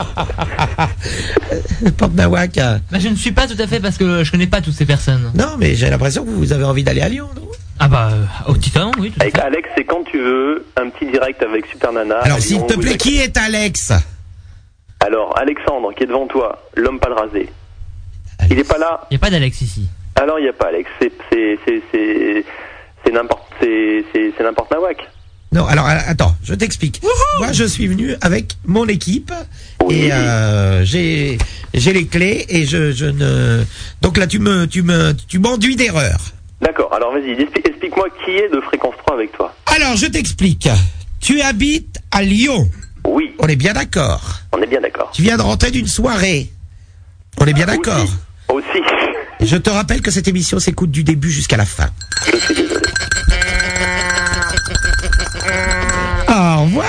Speaker 2: Porte-Nawak.
Speaker 3: Bah je ne suis pas tout à fait parce que je connais pas toutes ces personnes.
Speaker 2: Non, mais j'ai l'impression que vous avez envie d'aller à Lyon, non?
Speaker 3: Ah bah au Titan, oui. Tout à fait.
Speaker 4: Alex, c'est quand tu veux un petit direct avec Super Nana.
Speaker 2: Alors s'il te plaît, qui est Alex?
Speaker 4: Alors Alexandre, qui est devant toi, l'homme pas le rasé. Il est pas là.
Speaker 3: Il n'y a pas d'Alex ici.
Speaker 4: Alors, il n'y a pas Alex, c'est n'importe Nawak.
Speaker 2: Non, alors attends, je t'explique. Moi, je suis venu avec mon équipe et j'ai les clés et je ne. Donc là, tu m'enduis d'erreur.
Speaker 4: D'accord. Alors vas-y, explique-moi qui est de Fréquence 3 avec toi.
Speaker 2: Alors, je t'explique. Tu habites à Lyon.
Speaker 4: Oui.
Speaker 2: On est bien d'accord.
Speaker 4: On est bien d'accord.
Speaker 2: Tu viens de rentrer d'une soirée. On est bien d'accord.
Speaker 4: Aussi.
Speaker 2: Je te rappelle que cette émission s'écoute du début jusqu'à la fin.
Speaker 4: Je suis désolé.
Speaker 2: Au revoir.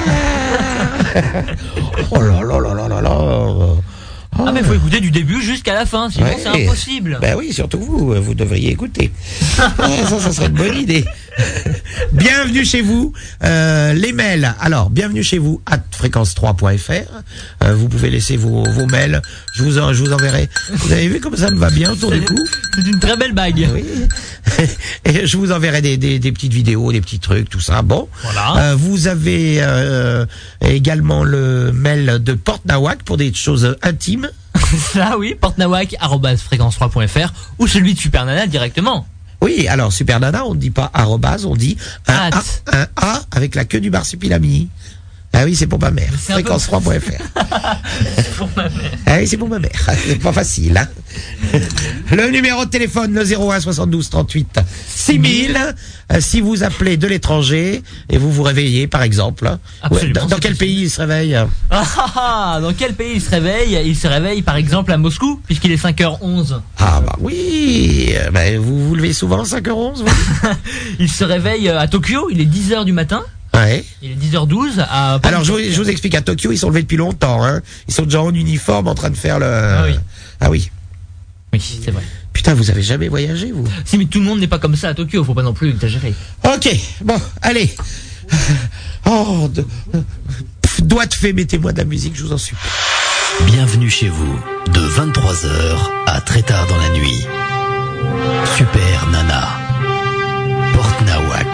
Speaker 2: Oh là là là là là là.
Speaker 3: Ah mais faut écouter du début jusqu'à la fin, sinon c'est impossible.
Speaker 2: Ben oui, surtout vous devriez écouter. Ça serait une bonne idée. Bienvenue chez vous. Les mails. Alors, bienvenue chez vous @fréquence3.fr. Vous pouvez laisser vos mails. Je vous enverrai. Vous avez vu comme ça me va bien autour du cou.
Speaker 3: C'est une très belle bague.
Speaker 2: Oui. Et je vous enverrai des petites vidéos, des petits trucs, tout ça. Bon. Voilà. Vous avez également le mail de Porte Nawak pour des choses intimes.
Speaker 3: Ah oui, portenawak@fréquence3.fr ou celui de Super Nana directement.
Speaker 2: Oui, alors Super Nana, on ne dit pas arrobase, on dit un A avec la queue du marsupilami. Ah oui, c'est pour ma mère. Fréquence3.fr.
Speaker 3: C'est pour ma mère.
Speaker 2: Ah oui, c'est pour ma mère. C'est pas facile, hein. Le numéro de téléphone, le 01 72 38 6000. Si vous appelez de l'étranger et vous vous réveillez, par exemple.
Speaker 3: Absolument.
Speaker 2: Dans quel pays il se réveille?
Speaker 3: Dans quel pays il se réveille? Il se réveille, par exemple, à Moscou, puisqu'il est 5h11.
Speaker 2: Ah bah oui. Vous vous levez souvent 5h11, vous?
Speaker 3: Il se réveille à Tokyo, il est 10h du matin.
Speaker 2: Ouais.
Speaker 3: Il est 10h12 à...
Speaker 2: Alors, je vous explique, à Tokyo, ils sont levés depuis longtemps, hein. Ils sont déjà en uniforme en train de faire le...
Speaker 3: Ah oui.
Speaker 2: Ah oui.
Speaker 3: Oui, c'est vrai.
Speaker 2: Putain, vous avez jamais voyagé, vous?
Speaker 3: Si, mais tout le monde n'est pas comme ça à Tokyo, faut pas non plus exagérer.
Speaker 2: Ok, bon, allez. Oh, doigt de fée, mettez-moi de la musique, je vous en supplie.
Speaker 1: Bienvenue chez vous, de 23h à très tard dans la nuit. Super Nana. Porte Nawak.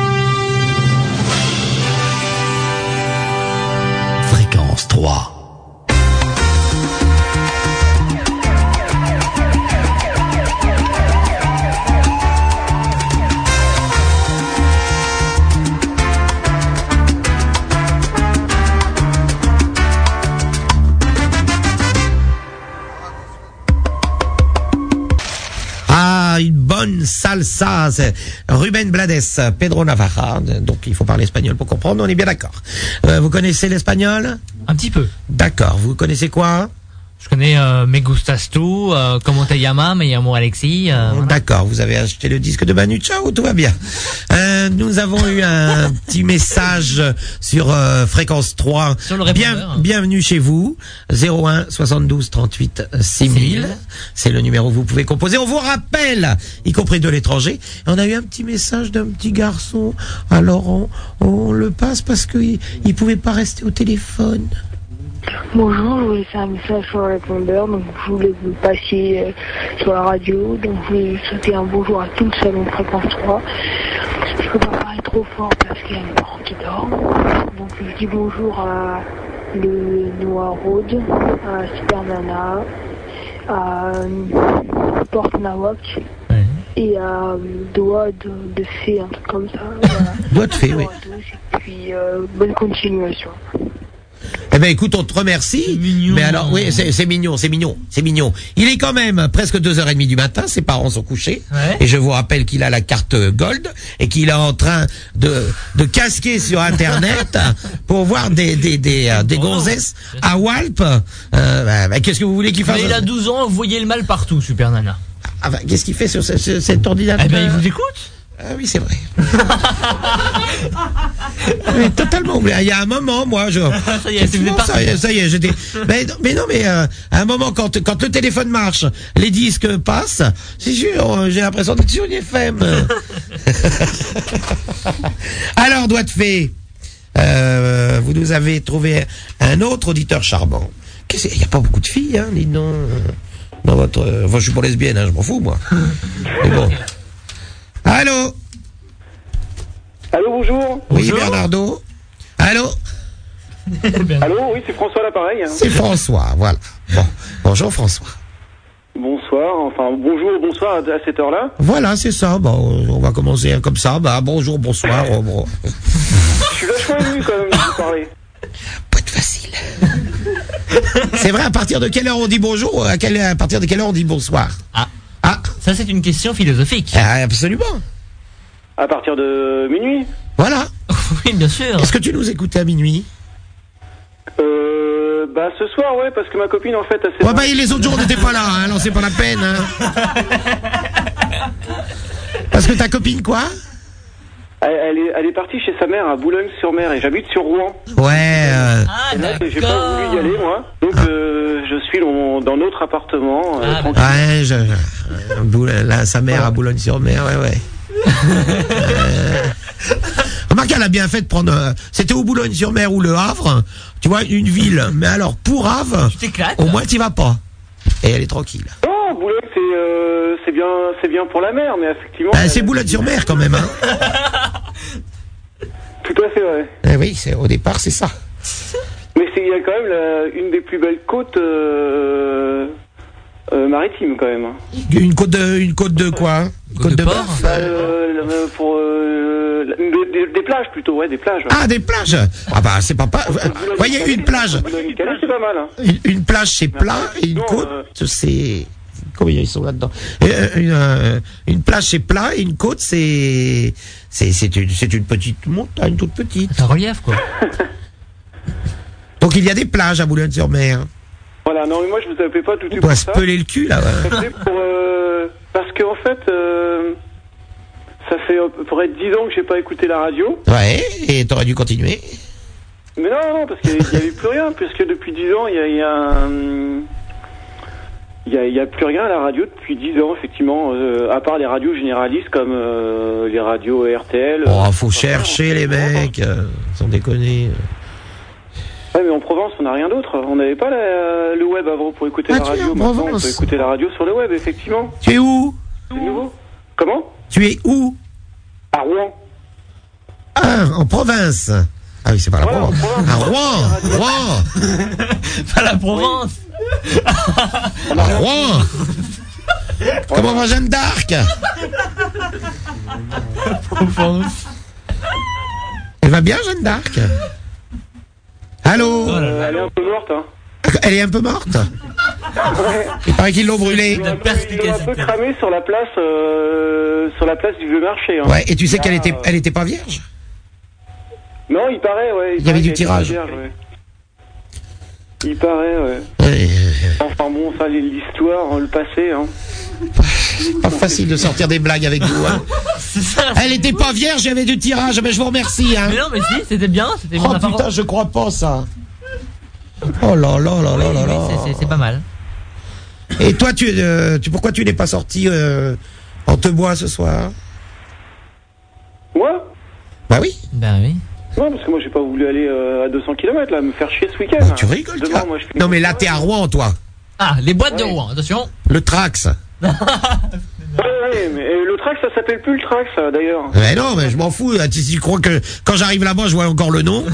Speaker 1: Fréquence 3.
Speaker 2: Une bonne salsa, c'est Ruben Blades, Pedro Navarra, donc il faut parler espagnol pour comprendre, on est bien d'accord. Vous connaissez l'espagnol?
Speaker 3: Un petit peu.
Speaker 2: D'accord, vous connaissez quoi?
Speaker 3: Je connais Me Gustas Tu, Comment te llama, me llamo Alexis. Voilà.
Speaker 2: D'accord, vous avez acheté le disque de Manu Chao, tout va bien. Nous avons eu un petit message sur Fréquence 3.
Speaker 3: Sur le répondeur.
Speaker 2: Bienvenue chez vous, 01 72 38 6000. C'est le numéro que vous pouvez composer. On vous rappelle, y compris de l'étranger. On a eu un petit message d'un petit garçon. Alors on le passe parce qu'il pouvait pas rester au téléphone.
Speaker 5: Bonjour, je voulais faire un message sur le répondeur, donc je voulais vous passer sur la radio, donc je voulais souhaiter un bonjour à tout le salon de Fréquence 3. Je peux pas parler trop fort parce qu'il y a mes parents qui dorment, donc je dis bonjour à le Noir Road, à Super Nana, à Porte Nawak et à Doigt de Fée, un truc comme ça. Voilà.
Speaker 2: Doigt de Fée, oui.
Speaker 5: Et puis bonne continuation.
Speaker 2: Eh ben écoute, on te remercie.
Speaker 3: Mignon.
Speaker 2: Mais alors oui, c'est mignon. Il est quand même presque 2h30 du matin, ses parents sont couchés.
Speaker 3: Ouais.
Speaker 2: Et je vous rappelle qu'il a la carte Gold et qu'il est en train de casquer sur internet pour voir des gonzesses à Walp. Qu'est-ce que vous voulez qu'il fasse?
Speaker 3: Mais il a 12 ans, vous voyez le mal partout, Super Nana.
Speaker 2: Qu'est-ce qu'il fait sur cet ordinateur?
Speaker 3: Eh ben il vous écoute.
Speaker 2: Ah oui, c'est vrai. Mais totalement oublié. Il y a un moment, moi,
Speaker 3: ça y est, c'est parti.
Speaker 2: Ça y est, j'étais. Mais non, à un moment, quand le téléphone marche, les disques passent. C'est sûr, j'ai l'impression d'être sur une FM. Alors, Doigt de Fée, vous nous avez trouvé un autre auditeur charmant. Il n'y a pas beaucoup de filles, hein, dis donc. Dans votre. Enfin, je suis pas lesbienne, hein, je m'en fous, moi. Mais bon. Allô?
Speaker 22: Allô, bonjour.
Speaker 2: Oui, bonjour. Bernardo. Allô?
Speaker 22: Allô, oui, c'est François l'appareil. Hein.
Speaker 2: C'est François, voilà. Bon, bonjour François.
Speaker 22: Bonsoir, enfin bonjour, bonsoir à cette heure-là.
Speaker 2: Voilà, c'est ça. Bon, on va commencer comme ça. Bah, bonjour, bonsoir. Bon.
Speaker 22: Je suis vachement ému quand même de vous parler.
Speaker 2: Pas de facile. C'est vrai, à partir de quelle heure on dit bonjour? À partir de quelle heure on dit bonsoir?
Speaker 3: Ça c'est une question philosophique.
Speaker 2: Absolument.
Speaker 22: À partir de minuit.
Speaker 2: Voilà.
Speaker 3: Oui, bien sûr.
Speaker 2: Est-ce que tu nous écoutais à minuit?
Speaker 22: Bah ce soir, ouais, parce que ma copine en fait...
Speaker 2: Ouais, bah les autres jours n'étaient pas là, hein, alors c'est pas la peine. Hein. Parce que ta copine quoi?
Speaker 22: Elle est partie chez sa mère à Boulogne-sur-Mer et j'habite sur Rouen.
Speaker 2: Ouais.
Speaker 22: Et là, j'ai pas voulu y aller moi, donc je suis dans notre appartement. Tranquille.
Speaker 2: Ouais, là, sa mère à Boulogne-sur-Mer, ouais. Remarque, elle a bien fait de prendre. C'était au Boulogne-sur-Mer ou le Havre, tu vois, une ville. Mais alors pour Havre, au moins t'y vas pas. Et elle est tranquille.
Speaker 22: Non, Boulogne c'est bien pour la mer, mais effectivement.
Speaker 2: C'est Boulogne-sur-Mer quand même, hein.
Speaker 22: Tout à fait, ouais.
Speaker 2: Oui, au départ c'est ça.
Speaker 22: Mais il y a quand même une des plus belles côtes maritimes quand même.
Speaker 2: Une côte de quoi? Une côte de
Speaker 22: port. Pour des plages plutôt, ouais, des plages.
Speaker 2: Ah, des plages. Ah bah c'est pas. Voyez une plage.
Speaker 22: C'est pas mal. Hein.
Speaker 2: Une plage c'est plat et une côte c'est. Combien ils sont là-dedans? Une plage c'est plat et une côte c'est une petite montagne toute petite.
Speaker 3: C'est un relief quoi.
Speaker 2: Donc il y a des plages à Boulogne-sur-Mer.
Speaker 22: Voilà, non mais moi je vous appelais pas tout de suite.
Speaker 2: On doit se peler le cul là. Ouais.
Speaker 22: Parce que en fait ça fait pour être 10 ans que j'ai pas écouté la radio.
Speaker 2: Ouais, et t'aurais dû continuer.
Speaker 22: Mais non, parce qu'il y avait plus rien, puisque depuis 10 ans il y a plus rien à la radio depuis 10 ans, effectivement, à part les radios généralistes comme les radios RTL.
Speaker 2: Oh, faut chercher les mecs, sans déconner.
Speaker 22: Ouais, mais en Provence, on n'a rien d'autre. On n'avait pas le web avant pour écouter la radio. Maintenant, on peut écouter la radio sur le web, effectivement.
Speaker 2: Tu es où?
Speaker 22: C'est nouveau. Comment?
Speaker 2: Tu es où?
Speaker 22: À Rouen.
Speaker 2: Ah, en province. Ah oui, c'est pas la Provence. À Rouen.
Speaker 3: Pas la Provence.
Speaker 2: À Rouen. Comment va Jeanne d'Arc?
Speaker 3: Provence.
Speaker 2: Elle va bien, Jeanne d'Arc? Allô?
Speaker 22: Elle est un peu morte, hein.
Speaker 2: Elle est un peu morte?
Speaker 22: Ouais.
Speaker 2: Il paraît qu'ils l'ont brûlée.
Speaker 22: Ils l'ont un peu cramée sur la place du Vieux Marché. Hein.
Speaker 2: Ouais, et tu sais qu'elle était pas vierge?
Speaker 22: Non, il paraît, ouais.
Speaker 2: Il y avait du tirage.
Speaker 22: Vierge, ouais. Il paraît, ouais. Enfin bon, ça, l'histoire, le passé, hein.
Speaker 2: Pas facile de sortir des blagues avec vous, hein. Elle était pas vierge, il y avait du tirage, mais je vous remercie, hein.
Speaker 3: Mais non, mais si, c'était bien, c'était
Speaker 2: Oh putain, je crois pas ça. Oh là là là là là là.
Speaker 3: C'est pas mal.
Speaker 2: Et toi, pourquoi tu n'es pas sorti en te bois ce soir?
Speaker 22: Moi?
Speaker 2: Bah oui.
Speaker 3: Bah oui.
Speaker 22: Non, parce que moi j'ai pas voulu aller à 200 km là, me faire chier ce week-end.
Speaker 2: Oh, tu rigoles, toi. Non mais là t'es à Rouen, toi.
Speaker 3: Ah, les boîtes de Rouen, attention.
Speaker 2: Le Trax.
Speaker 22: Ouais, mais le Trax, ça s'appelle plus le Trax, d'ailleurs.
Speaker 2: Mais non, mais je m'en fous. Si tu crois que quand j'arrive là-bas, je vois encore le nom.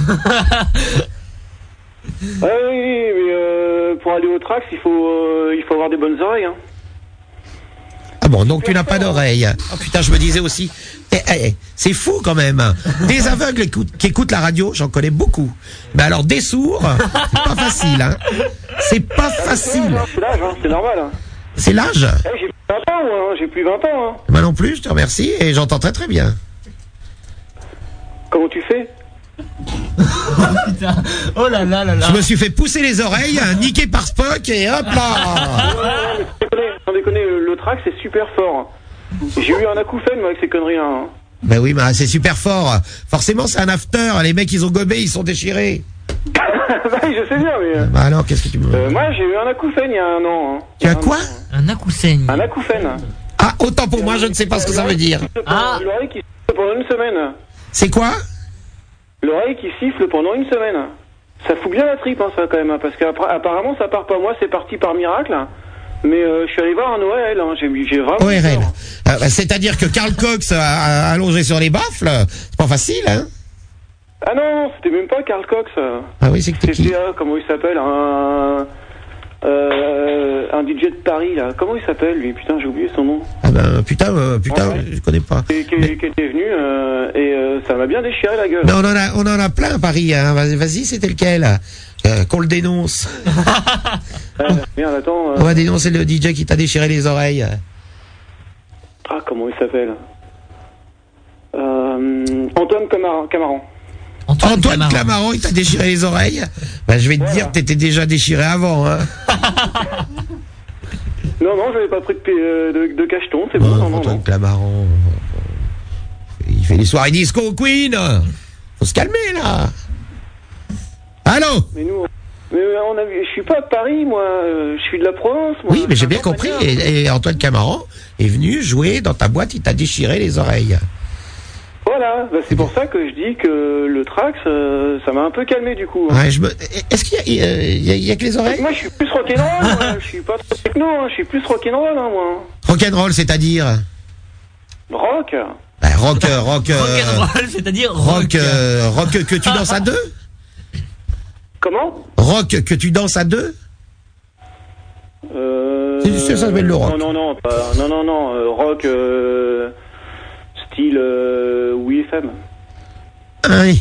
Speaker 22: Oui, mais pour aller au Trax, il faut avoir des bonnes oreilles. Hein.
Speaker 2: Ah bon, donc tu n'as pas d'oreille. Oh putain, je me disais aussi. C'est fou quand même. Des aveugles qui écoutent la radio, j'en connais beaucoup. Mais alors des sourds, c'est pas facile. Hein. C'est pas facile.
Speaker 22: C'est l'âge, hein, c'est normal. Hein.
Speaker 2: C'est l'âge?
Speaker 22: J'ai plus 20 ans, moi, j'ai plus 20 ans. Hein.
Speaker 2: Moi non plus, je te remercie et j'entends très très bien.
Speaker 22: Comment tu fais?
Speaker 3: Putain. Oh là là là là.
Speaker 2: Je me suis fait pousser les oreilles, niqué par Spock et hop là.
Speaker 22: Sans déconner, le Trax c'est super fort. J'ai eu un acouphène moi avec ces conneries. Hein.
Speaker 2: Ben oui, mais c'est super fort. Forcément, c'est un after. Les mecs, ils ont gobé, ils sont déchirés.
Speaker 22: Bah, je sais bien, mais.
Speaker 2: Bah alors, qu'est-ce que tu me.
Speaker 22: Moi, j'ai eu un acouphène il y a un an. Hein.
Speaker 2: Tu as quoi?
Speaker 3: Un acouphène.
Speaker 22: Un acouphène.
Speaker 2: Ah, autant pour moi, je ne sais pas ce que ça veut dire.
Speaker 22: L'oreille qui siffle pendant une semaine.
Speaker 2: C'est quoi?
Speaker 22: L'oreille qui siffle pendant une semaine. Ça fout bien la tripe, hein, ça, quand même. Hein, parce qu'apparemment, ça part pas. Moi, c'est parti par miracle. Mais je suis allé voir un ORL, hein. J'ai vraiment.
Speaker 2: ORL. C'est-à-dire que Karl Cox a allongé sur les baffles. C'est pas facile, hein?
Speaker 22: Ah non, c'était même pas Karl Cox.
Speaker 2: Ah oui, c'est que t'es qui?
Speaker 22: C'était, comment il s'appelle? Un DJ de Paris, là. Comment il s'appelle, lui? Putain, j'ai oublié son nom.
Speaker 2: Ah ben, putain, je connais pas.
Speaker 22: Qui était venu, et ça m'a bien déchiré la gueule.
Speaker 2: Non, on en a plein à Paris, hein. Vas-y, c'était lequel? Qu'on le dénonce.
Speaker 22: Merde, attends.
Speaker 2: On va dénoncer le DJ qui t'a déchiré les oreilles.
Speaker 22: Ah, comment il s'appelle? Antoine Camaran.
Speaker 2: Antoine Clamaran, il t'a déchiré les oreilles? Ben, je vais te dire que t'étais déjà déchiré avant, hein.
Speaker 22: Non, j'avais pas pris de cacheton, c'est bon. Non,
Speaker 2: Antoine Clamaran, il fait les soirées disco Queen. Faut se calmer, là. Allô?
Speaker 22: Je suis pas à Paris, moi. Je suis de la province, moi.
Speaker 2: Oui, mais j'ai bien compris. Et Antoine Clamaran est venu jouer dans ta boîte, il t'a déchiré les oreilles.
Speaker 22: Voilà, c'est pour ça que je dis que le Trax, ça m'a un peu calmé du coup.
Speaker 2: Ouais, est-ce qu'il y a que les oreilles?
Speaker 22: Moi, je suis plus rock'n'roll, moi. Je suis pas trop techno, hein. Je suis plus rock'n'roll, hein, moi.
Speaker 2: Rock'n'roll, c'est-à-dire?
Speaker 22: Rock.
Speaker 2: Bah, rock.
Speaker 3: Rock'n'roll, c'est-à-dire
Speaker 2: rock que tu danses à deux?
Speaker 22: Comment?
Speaker 2: Rock que tu danses à deux? Ça s'appelle le rock.
Speaker 22: Non, rock, style, oui FM.
Speaker 2: Ah oui.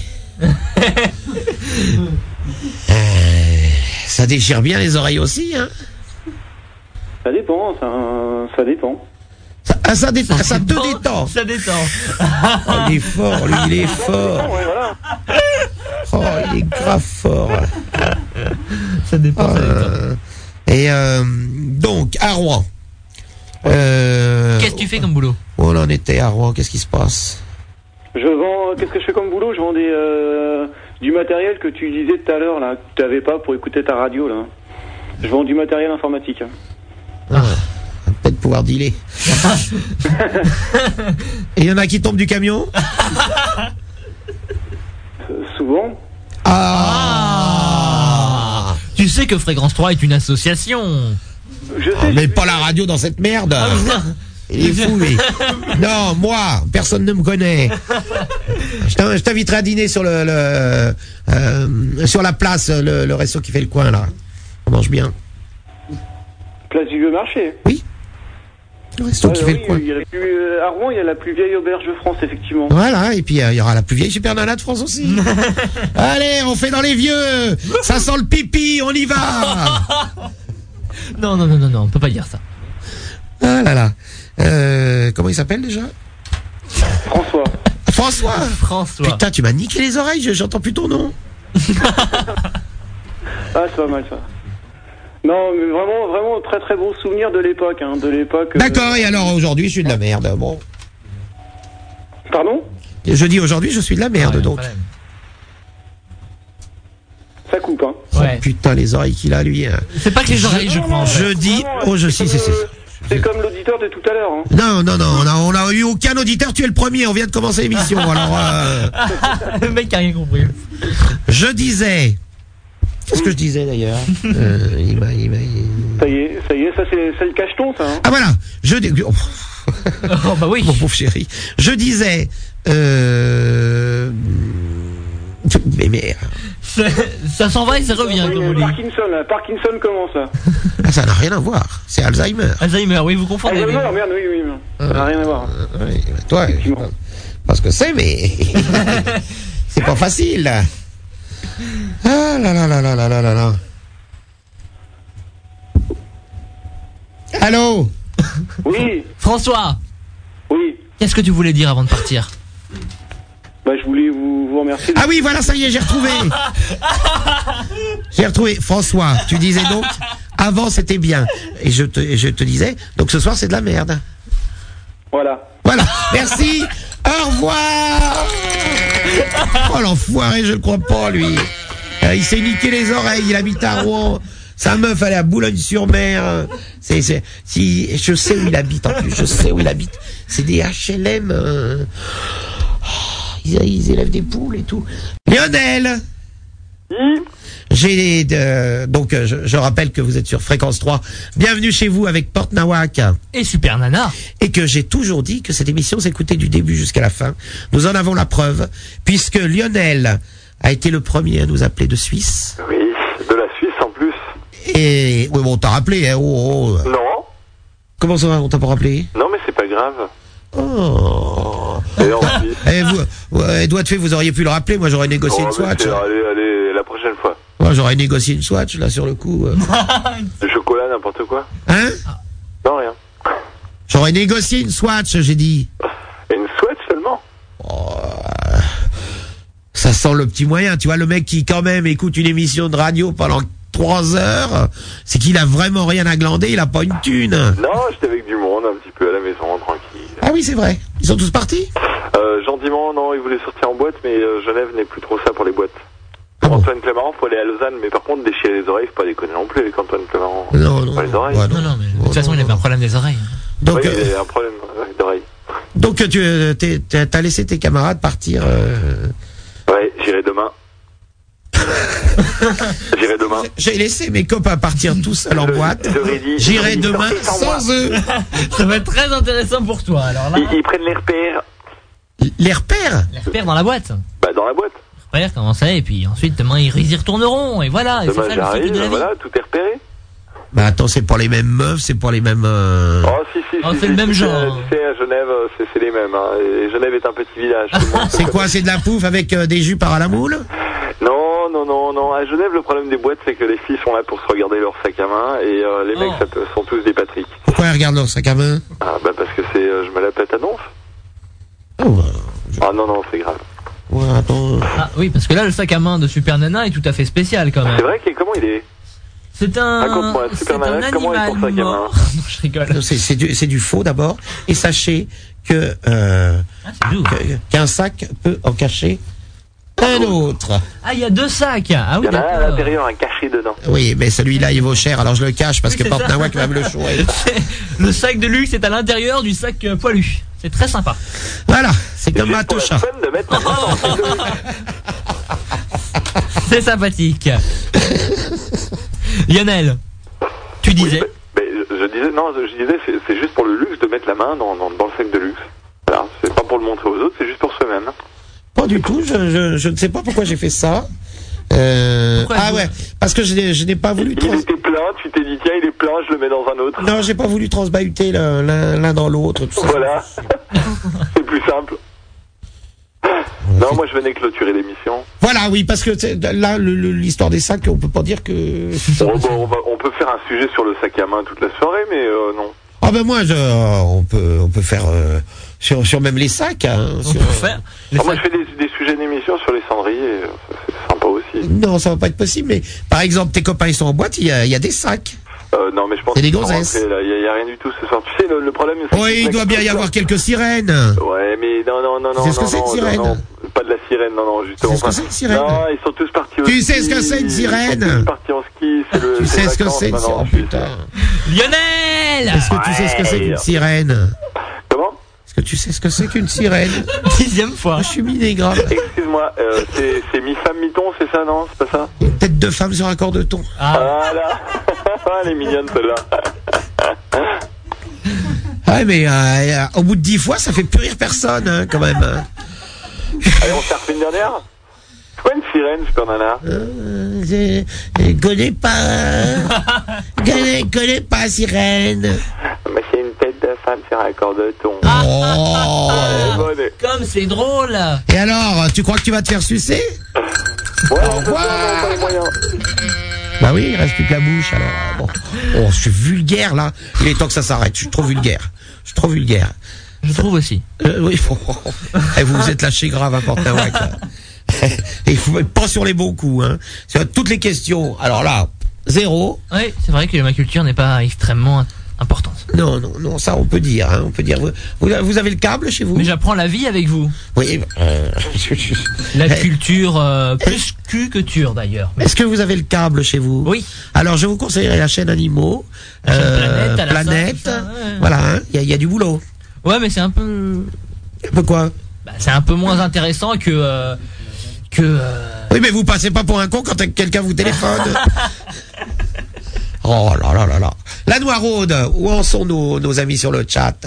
Speaker 2: Ça déchire bien les oreilles aussi, hein?
Speaker 22: Ça dépend, ça dépend.
Speaker 2: Ça te détend.
Speaker 3: Ça détend.
Speaker 2: Oh, il est fort, lui, il est fort.
Speaker 22: Ouais, voilà.
Speaker 2: Oh, il est grave fort.
Speaker 3: Ça dépend.
Speaker 2: Et donc, à Rouen.
Speaker 3: Qu'est-ce que tu fais comme boulot?
Speaker 2: Où on en était à Rouen? Qu'est-ce qui se passe?
Speaker 22: Qu'est-ce que je fais comme boulot? Je vends du matériel que tu disais tout à l'heure, là, que tu n'avais pas pour écouter ta radio, là. Je vends du matériel informatique.
Speaker 2: Peut-être pouvoir dealer. Et il y en a qui tombent du camion?
Speaker 22: Souvent.
Speaker 3: Tu sais que Fréquence 3 est une association.
Speaker 22: Je sais.
Speaker 2: Mais pas la radio dans cette merde. Il est fou, lui. Non, moi, personne ne me connaît. Je t'inviterai à dîner sur sur la place, le resto qui fait le coin, là. On mange bien.
Speaker 22: Place du Vieux Marché.
Speaker 2: Oui. Le resto qui fait le coin.
Speaker 22: À Rouen, il y a la plus vieille auberge de France, effectivement.
Speaker 2: Voilà, et puis il y aura la plus vieille Super Nana de France aussi. Allez, on fait dans les vieux. Ça sent le pipi, on y va.
Speaker 3: Non, on peut pas dire ça.
Speaker 2: Ah là là. Comment il s'appelle déjà? François. Putain, tu m'as niqué les oreilles, j'entends plus ton nom.
Speaker 22: C'est pas mal ça. Non, mais vraiment très très bon souvenir de l'époque, hein,
Speaker 2: D'accord, et alors aujourd'hui je suis de la merde, bon.
Speaker 22: Pardon?
Speaker 2: Je dis aujourd'hui je suis de la merde, donc.
Speaker 22: Ça coupe, hein.
Speaker 2: Oh, putain, les oreilles qu'il a, lui.
Speaker 3: C'est pas que les oreilles, je crois.
Speaker 2: Je dis,
Speaker 22: c'est comme l'auditeur de tout à l'heure, hein.
Speaker 2: Non, on a eu aucun auditeur, tu es le premier, on vient de commencer l'émission, alors
Speaker 3: Le mec a rien compris.
Speaker 2: Je disais... Qu'est-ce que je disais d'ailleurs?
Speaker 22: Ça y est, ça c'est le cacheton, ça, hein.
Speaker 2: Ah voilà, je dis...
Speaker 3: Oh bah oui.
Speaker 2: Mon pauvre chéri. Je disais... Mais
Speaker 3: ça s'en va et ça revient, comme on dit.
Speaker 22: Parkinson commence, là.
Speaker 2: Ah, ça n'a rien à voir, c'est Alzheimer.
Speaker 3: Alzheimer, oui, vous confondez.
Speaker 22: Alzheimer, merde, oui, ça n'a rien à voir.
Speaker 2: Oui, toi, parce que c'est, mais... c'est pas facile. Ah là là là là là là là là. Allô?
Speaker 22: Oui.
Speaker 3: François.
Speaker 22: Oui.
Speaker 3: Qu'est-ce que tu voulais dire avant de partir?
Speaker 22: Bah, je voulais vous remercier.
Speaker 2: Ah oui, voilà, ça y est, j'ai retrouvé. François, tu disais donc, avant c'était bien. Et je te disais, donc ce soir c'est de la merde.
Speaker 22: Voilà.
Speaker 2: Merci. Au revoir. Oh l'enfoiré, je le crois pas, lui. Il s'est niqué les oreilles, il habite à Rouen. Sa meuf, elle est à Boulogne-sur-Mer. Si, je sais où il habite, en plus, C'est des HLM. Ils élèvent des poules et tout. Lionel! Je rappelle que vous êtes sur Fréquence 3. Bienvenue chez vous avec Porte Nawak.
Speaker 3: Et Super Nana.
Speaker 2: Et que j'ai toujours dit que cette émission s'écoutait du début jusqu'à la fin. Nous en avons la preuve, puisque Lionel a été le premier à nous appeler de Suisse.
Speaker 10: Oui, de la Suisse en plus.
Speaker 2: Et oui, bon, on t'a rappelé, hein. Oh.
Speaker 7: Non.
Speaker 2: Comment ça va, on t'a pas rappelé?
Speaker 7: Non, mais c'est pas grave.
Speaker 2: Oh.
Speaker 7: Et
Speaker 2: Edouard fait, vous auriez pu le rappeler, moi j'aurais négocié une Swatch.
Speaker 7: Allez, la prochaine fois.
Speaker 2: Moi j'aurais négocié une Swatch, là, sur le coup.
Speaker 7: Du chocolat, n'importe quoi.
Speaker 2: Hein?
Speaker 7: Non, rien.
Speaker 2: J'aurais négocié une Swatch, j'ai dit.
Speaker 7: Une Swatch seulement?
Speaker 2: Ça sent le petit moyen, tu vois, le mec qui quand même écoute une émission de radio pendant 3 heures, c'est qu'il a vraiment rien à glander, il a pas une thune.
Speaker 7: Non, j'étais avec du monde, un petit peu à la maison, tranquille.
Speaker 2: Ah oui, c'est vrai. Ils sont tous partis?
Speaker 7: Gentiment, non, ils voulaient sortir en boîte, mais Genève n'est plus trop ça pour les boîtes. Antoine Clément, faut aller à Lausanne, mais par contre, déchirer les oreilles, faut pas déconner non plus avec Antoine Clément.
Speaker 2: Non.
Speaker 7: Pas les oreilles.
Speaker 3: Ouais, non, mais de toute façon, il avait un problème des oreilles.
Speaker 2: Donc,
Speaker 7: oui, il a un problème d'oreilles.
Speaker 2: Donc, t'as laissé tes camarades partir,
Speaker 7: Ouais, j'irai demain. J'irai demain.
Speaker 2: J'ai laissé mes copains partir tous seuls en boîte. J'irai demain sans eux.
Speaker 3: Ça va être très intéressant pour toi, alors là.
Speaker 7: Ils prennent les repères.
Speaker 2: Les repères?
Speaker 3: Les repères dans la boîte.
Speaker 7: Bah, dans la boîte.
Speaker 3: Les repères, comment ça, et puis ensuite, demain, ils y retourneront, et voilà. Et c'est ça, le cycle de la vie.
Speaker 7: Voilà, tout est repéré.
Speaker 2: Bah attends, c'est pour les mêmes meufs, c'est pour les mêmes...
Speaker 7: Oh, si,
Speaker 3: c'est le même genre.
Speaker 7: Tu sais, à Genève, c'est les mêmes. Hein. Et Genève est un petit village.
Speaker 2: C'est quoi, c'est de la pouffe avec des jupes à la moule?
Speaker 7: Non. À Genève, le problème des boîtes, c'est que les filles sont là pour se regarder leur sac à main et les mecs sont tous des Patrick.
Speaker 2: Pourquoi ils regardent leur sac à main?
Speaker 7: Ah, bah parce que c'est je me la pète à donf. Ah non, c'est grave.
Speaker 2: Ouais, attends.
Speaker 3: Ah oui, parce que là, le sac à main de Super Nana est tout à fait spécial quand même.
Speaker 7: C'est vrai, comment il est?
Speaker 3: C'est un...
Speaker 7: Raconte-moi, Super Nana, comment est ton sac à main?
Speaker 3: Non, je rigole.
Speaker 2: C'est du faux d'abord. Et sachez que qu'un sac peut en cacher un autre.
Speaker 3: Ah, il y a 2 sacs. Ah oui,
Speaker 7: il y en a
Speaker 3: d'accord.
Speaker 7: un à l'intérieur, un caché dedans.
Speaker 2: Oui, mais celui-là, il vaut cher, alors je le cache parce que Porte Nawak va me le chouer.
Speaker 3: Le sac de luxe est à l'intérieur du sac poilu. C'est très sympa.
Speaker 2: Voilà, c'est comme ma touche.
Speaker 3: C'est sympathique. Lionel, tu disais?
Speaker 7: Je disais, c'est juste pour le luxe de mettre la main dans le sac de luxe. Voilà, c'est pas pour le montrer aux autres, c'est juste pour soi-même.
Speaker 2: Pas du tout, je ne sais pas pourquoi j'ai fait ça. Ouais, parce que je n'ai pas voulu...
Speaker 7: Il était plein, tu t'es dit, tiens, il est plein, je le mets dans un autre.
Speaker 2: Non, j'ai pas voulu transbahuter l'un dans l'autre, tout ça.
Speaker 7: Voilà, c'est plus simple. Non, moi je venais clôturer l'émission.
Speaker 2: Voilà, oui, parce que là, l'histoire des sacs, on peut pas dire que...
Speaker 7: On peut faire un sujet sur le sac à main toute la soirée, mais non.
Speaker 2: Ah ben moi, on peut faire sur même les sacs. Hein,
Speaker 7: moi je fais des sujets d'émission sur les cendriers, c'est sympa aussi.
Speaker 2: Non, ça va pas être possible, mais par exemple, tes copains ils sont en boîte, il y a des sacs.
Speaker 7: Non, mais je pense
Speaker 2: c'est des gonzesses.
Speaker 7: Il y a rien du tout ce soir. Tu sais, le problème...
Speaker 2: Oui, il doit bien y avoir quelques sirènes.
Speaker 7: Ouais, mais non.
Speaker 2: Tu sais ce que c'est une sirène?
Speaker 7: Non, pas de la sirène, non, justement.
Speaker 2: Tu sais ce que c'est une sirène?
Speaker 7: Non, ils sont tous partis au ski.
Speaker 2: Tu sais ce que c'est une sirène?
Speaker 7: Ils sont tous partis en ski,
Speaker 2: Tu sais ce que c'est une sirène? Oh putain.
Speaker 3: Lionel!
Speaker 2: Est-ce que tu sais ce que c'est qu'une sirène?
Speaker 7: Comment?
Speaker 2: Est-ce que tu sais ce que c'est qu'une sirène?
Speaker 3: 10e fois.
Speaker 2: Je suis miné grave.
Speaker 7: Excuse-moi, c'est mi-femme, mi-ton, c'est ça, non? C'est pas ça?
Speaker 2: Une tête de femme sur un corps de thon.
Speaker 7: Ah là. Elle est mignonne celle-là.
Speaker 2: Ouais, mais au bout de 10 fois, ça fait plus rire personne, hein, quand même.
Speaker 7: Allez, on se refait une dernière? C'est quoi une sirène, Super Nana?
Speaker 2: Je connais pas. Je connais pas sirène.
Speaker 7: Mais c'est une tête de femme sur un corps de thon.
Speaker 3: Comme c'est drôle.
Speaker 2: Et alors, tu crois que tu vas te faire sucer?
Speaker 7: Ouais, au revoir.
Speaker 2: Bah oui, il reste plus que la bouche, alors. Bon. Oh, je suis vulgaire, là. Il est temps que ça s'arrête. Je suis trop vulgaire.
Speaker 3: Je trouve aussi.
Speaker 2: Oui, et vous êtes lâché grave à Porte Nawak. Et il faut pas sur les bons coups, hein. Sur toutes les questions. Alors là, 0.
Speaker 3: Oui, c'est vrai que ma culture n'est pas extrêmement importante.
Speaker 2: Non, ça on peut dire, hein. On peut dire. Vous avez le câble chez vous?
Speaker 3: Mais j'apprends la vie avec vous.
Speaker 2: Oui.
Speaker 3: La culture, plus cul que ture d'ailleurs.
Speaker 2: Est-ce que vous avez le câble chez vous?
Speaker 3: Oui.
Speaker 2: Alors je vous conseillerais la chaîne Animaux, Planète. Voilà, hein. Il y a du boulot.
Speaker 3: Ouais, mais c'est un peu.
Speaker 2: Un peu quoi?
Speaker 3: Bah, c'est un peu moins intéressant que.
Speaker 2: Oui, mais vous passez pas pour un con quand quelqu'un vous téléphone. Oh là là là là. La Noiraude, où en sont nos amis sur le chat?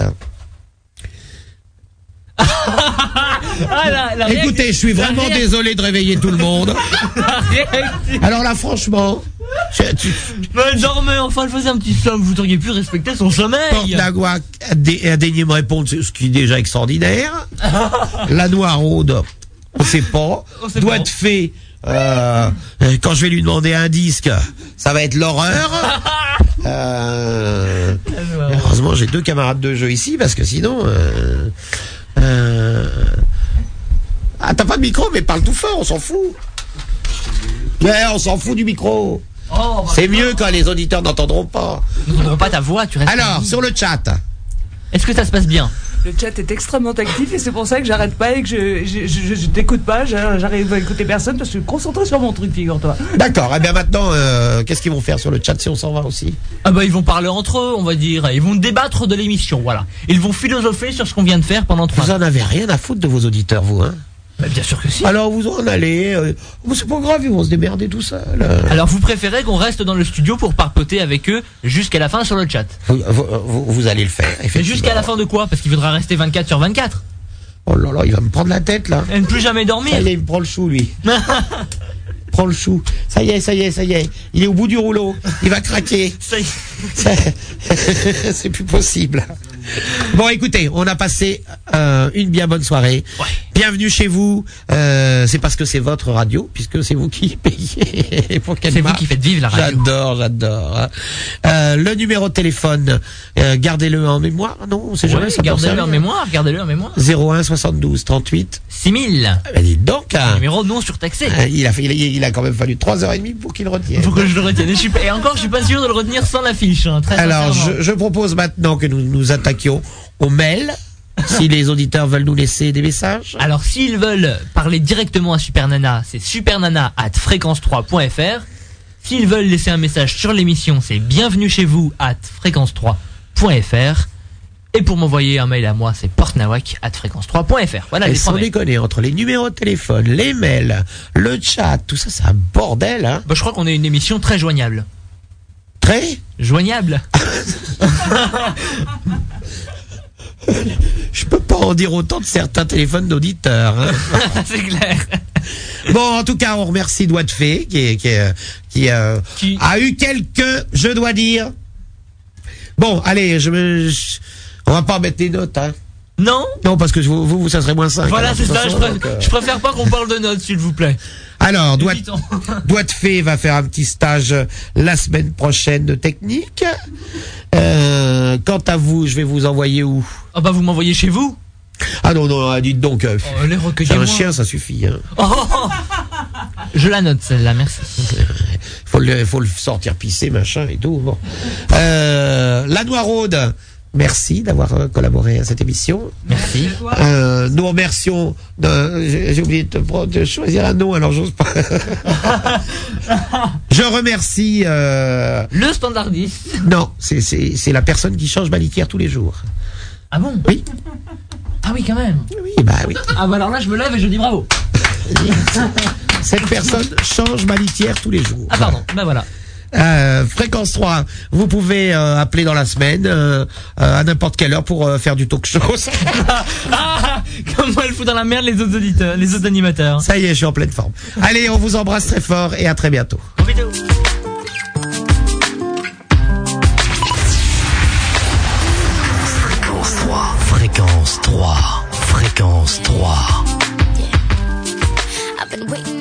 Speaker 3: Écoutez,
Speaker 2: je suis vraiment désolé de réveiller tout le monde. Alors là, franchement,
Speaker 3: Elle dormait, enfin, elle faisait un petit somme. Vous auriez pu respecter son sommeil.
Speaker 2: Porte-Nagouac a daigné me répondre, ce qui est déjà extraordinaire. La Noiraude, on sait pas. Doigt de fée, quand je vais lui demander un disque, ça va être l'horreur. Heureusement, j'ai 2 camarades de jeu ici, parce que sinon... Ah, t'as pas de micro, mais parle tout fort, on s'en fout. Mais on s'en fout du micro. C'est mieux quand les auditeurs n'entendront pas.
Speaker 3: Ils n'entendront pas ta voix, tu restes.
Speaker 2: Alors, sur le chat.
Speaker 3: Est-ce que ça se passe bien?
Speaker 9: Le chat est extrêmement actif et c'est pour ça que j'arrête pas et que je t'écoute pas, j'arrive à écouter personne parce que je suis concentré sur mon truc, figure-toi.
Speaker 2: D'accord, et bien maintenant, qu'est-ce qu'ils vont faire sur le chat si on s'en va aussi?
Speaker 3: Ah bah ils vont parler entre eux, on va dire. Ils vont débattre de l'émission, voilà. Ils vont philosopher sur ce qu'on vient de faire pendant 3
Speaker 2: ans. Vous en avez rien à foutre de vos auditeurs, vous, hein?
Speaker 3: Bah bien sûr que si.
Speaker 2: Alors vous en allez, c'est pas grave, ils vont se démerder tout seuls.
Speaker 3: Alors vous préférez qu'on reste dans le studio pour papoter avec eux jusqu'à la fin sur le chat?
Speaker 2: Vous allez le faire,
Speaker 3: effectivement. Mais jusqu'à la fin de quoi? Parce qu'il faudra rester 24 sur 24.
Speaker 2: Oh là là, il va me prendre la tête là.
Speaker 3: Et ne plus jamais dormir.
Speaker 2: Ça y est, il me prend le chou lui. Prends le chou. Ça y est. Il est au bout du rouleau. Il va craquer. Ça y est. C'est plus possible. Bon, écoutez, on a passé une bien bonne soirée. Ouais. Bienvenue chez vous. C'est parce que c'est votre radio, puisque c'est vous qui payez pour qu'elle marche.
Speaker 3: C'est vous qui faites vivre la radio.
Speaker 2: J'adore. Le numéro de téléphone, gardez-le en mémoire. Non, on sait jamais.
Speaker 3: Gardez-le en mémoire.
Speaker 2: 01 72 38
Speaker 3: 6000.
Speaker 2: Ben dis donc.
Speaker 3: Numéro non surtaxé.
Speaker 2: Il a quand même fallu 3h30 pour qu'il le retienne.
Speaker 3: Pour que je le retienne. Et encore, je suis pas sûr de le retenir sans la fiche.
Speaker 2: Alors, je propose maintenant que nous nous attaquions au mail. Si les auditeurs veulent nous laisser des messages.
Speaker 3: Alors, s'ils veulent parler directement à Super Nana, c'est supernana@fréquence3.fr. S'ils veulent laisser un message sur l'émission, c'est bienvenue chez vous @fréquence3.fr. Et pour m'envoyer un mail à moi, c'est portnawak@fréquence3.fr. Voilà,
Speaker 2: et sans déconner, entre les numéros de téléphone, les mails, le chat, tout ça, c'est un bordel, hein.
Speaker 3: Bah, je crois qu'on est une émission très joignable.
Speaker 2: Très
Speaker 3: joignable.
Speaker 2: Je peux pas en dire autant de certains téléphones d'auditeurs, hein.
Speaker 3: C'est clair.
Speaker 2: Bon, en tout cas, on remercie Doigt de Fée qui a eu quelques, je dois dire. Bon, allez, on va pas mettre des notes, hein.
Speaker 3: Non,
Speaker 2: parce que vous ça serait moins 5.
Speaker 3: Voilà, c'est ça. Je préfère pas qu'on parle de notes, s'il vous plaît.
Speaker 2: Alors, Doigt de Fée va faire un petit stage la semaine prochaine de technique. Quant à vous, je vais vous envoyer où?
Speaker 3: Ah bah vous m'envoyez chez vous.
Speaker 2: Ah non, dites donc. C'est un chien, ça suffit. Hein.
Speaker 3: Je la note celle-là, merci.
Speaker 2: Faut le sortir pisser, machin et tout. Bon. La Noiraude. Merci d'avoir collaboré à cette émission.
Speaker 3: Merci.
Speaker 2: Nous remercions. J'ai oublié de choisir un nom, alors j'ose pas. Je remercie.
Speaker 3: Le standardiste.
Speaker 2: Non, c'est la personne qui change ma litière tous les jours.
Speaker 3: Ah bon?
Speaker 2: Oui.
Speaker 3: Ah oui, quand même.
Speaker 2: Oui, bah oui.
Speaker 3: Ah bah alors là, je me lève et je dis bravo.
Speaker 2: Cette personne change ma litière tous les jours.
Speaker 3: Ah pardon. Bah voilà.
Speaker 2: Fréquence 3, vous pouvez appeler dans la semaine à n'importe quelle heure pour faire du talk show.
Speaker 3: Comme moi, elle fout dans la merde les autres auditeurs, les autres animateurs.
Speaker 2: Ça y est, je suis en pleine forme. Allez, on vous embrasse très fort et à très bientôt.
Speaker 3: Bisous.
Speaker 1: Fréquence 3. Fréquence 3.
Speaker 12: I've been waiting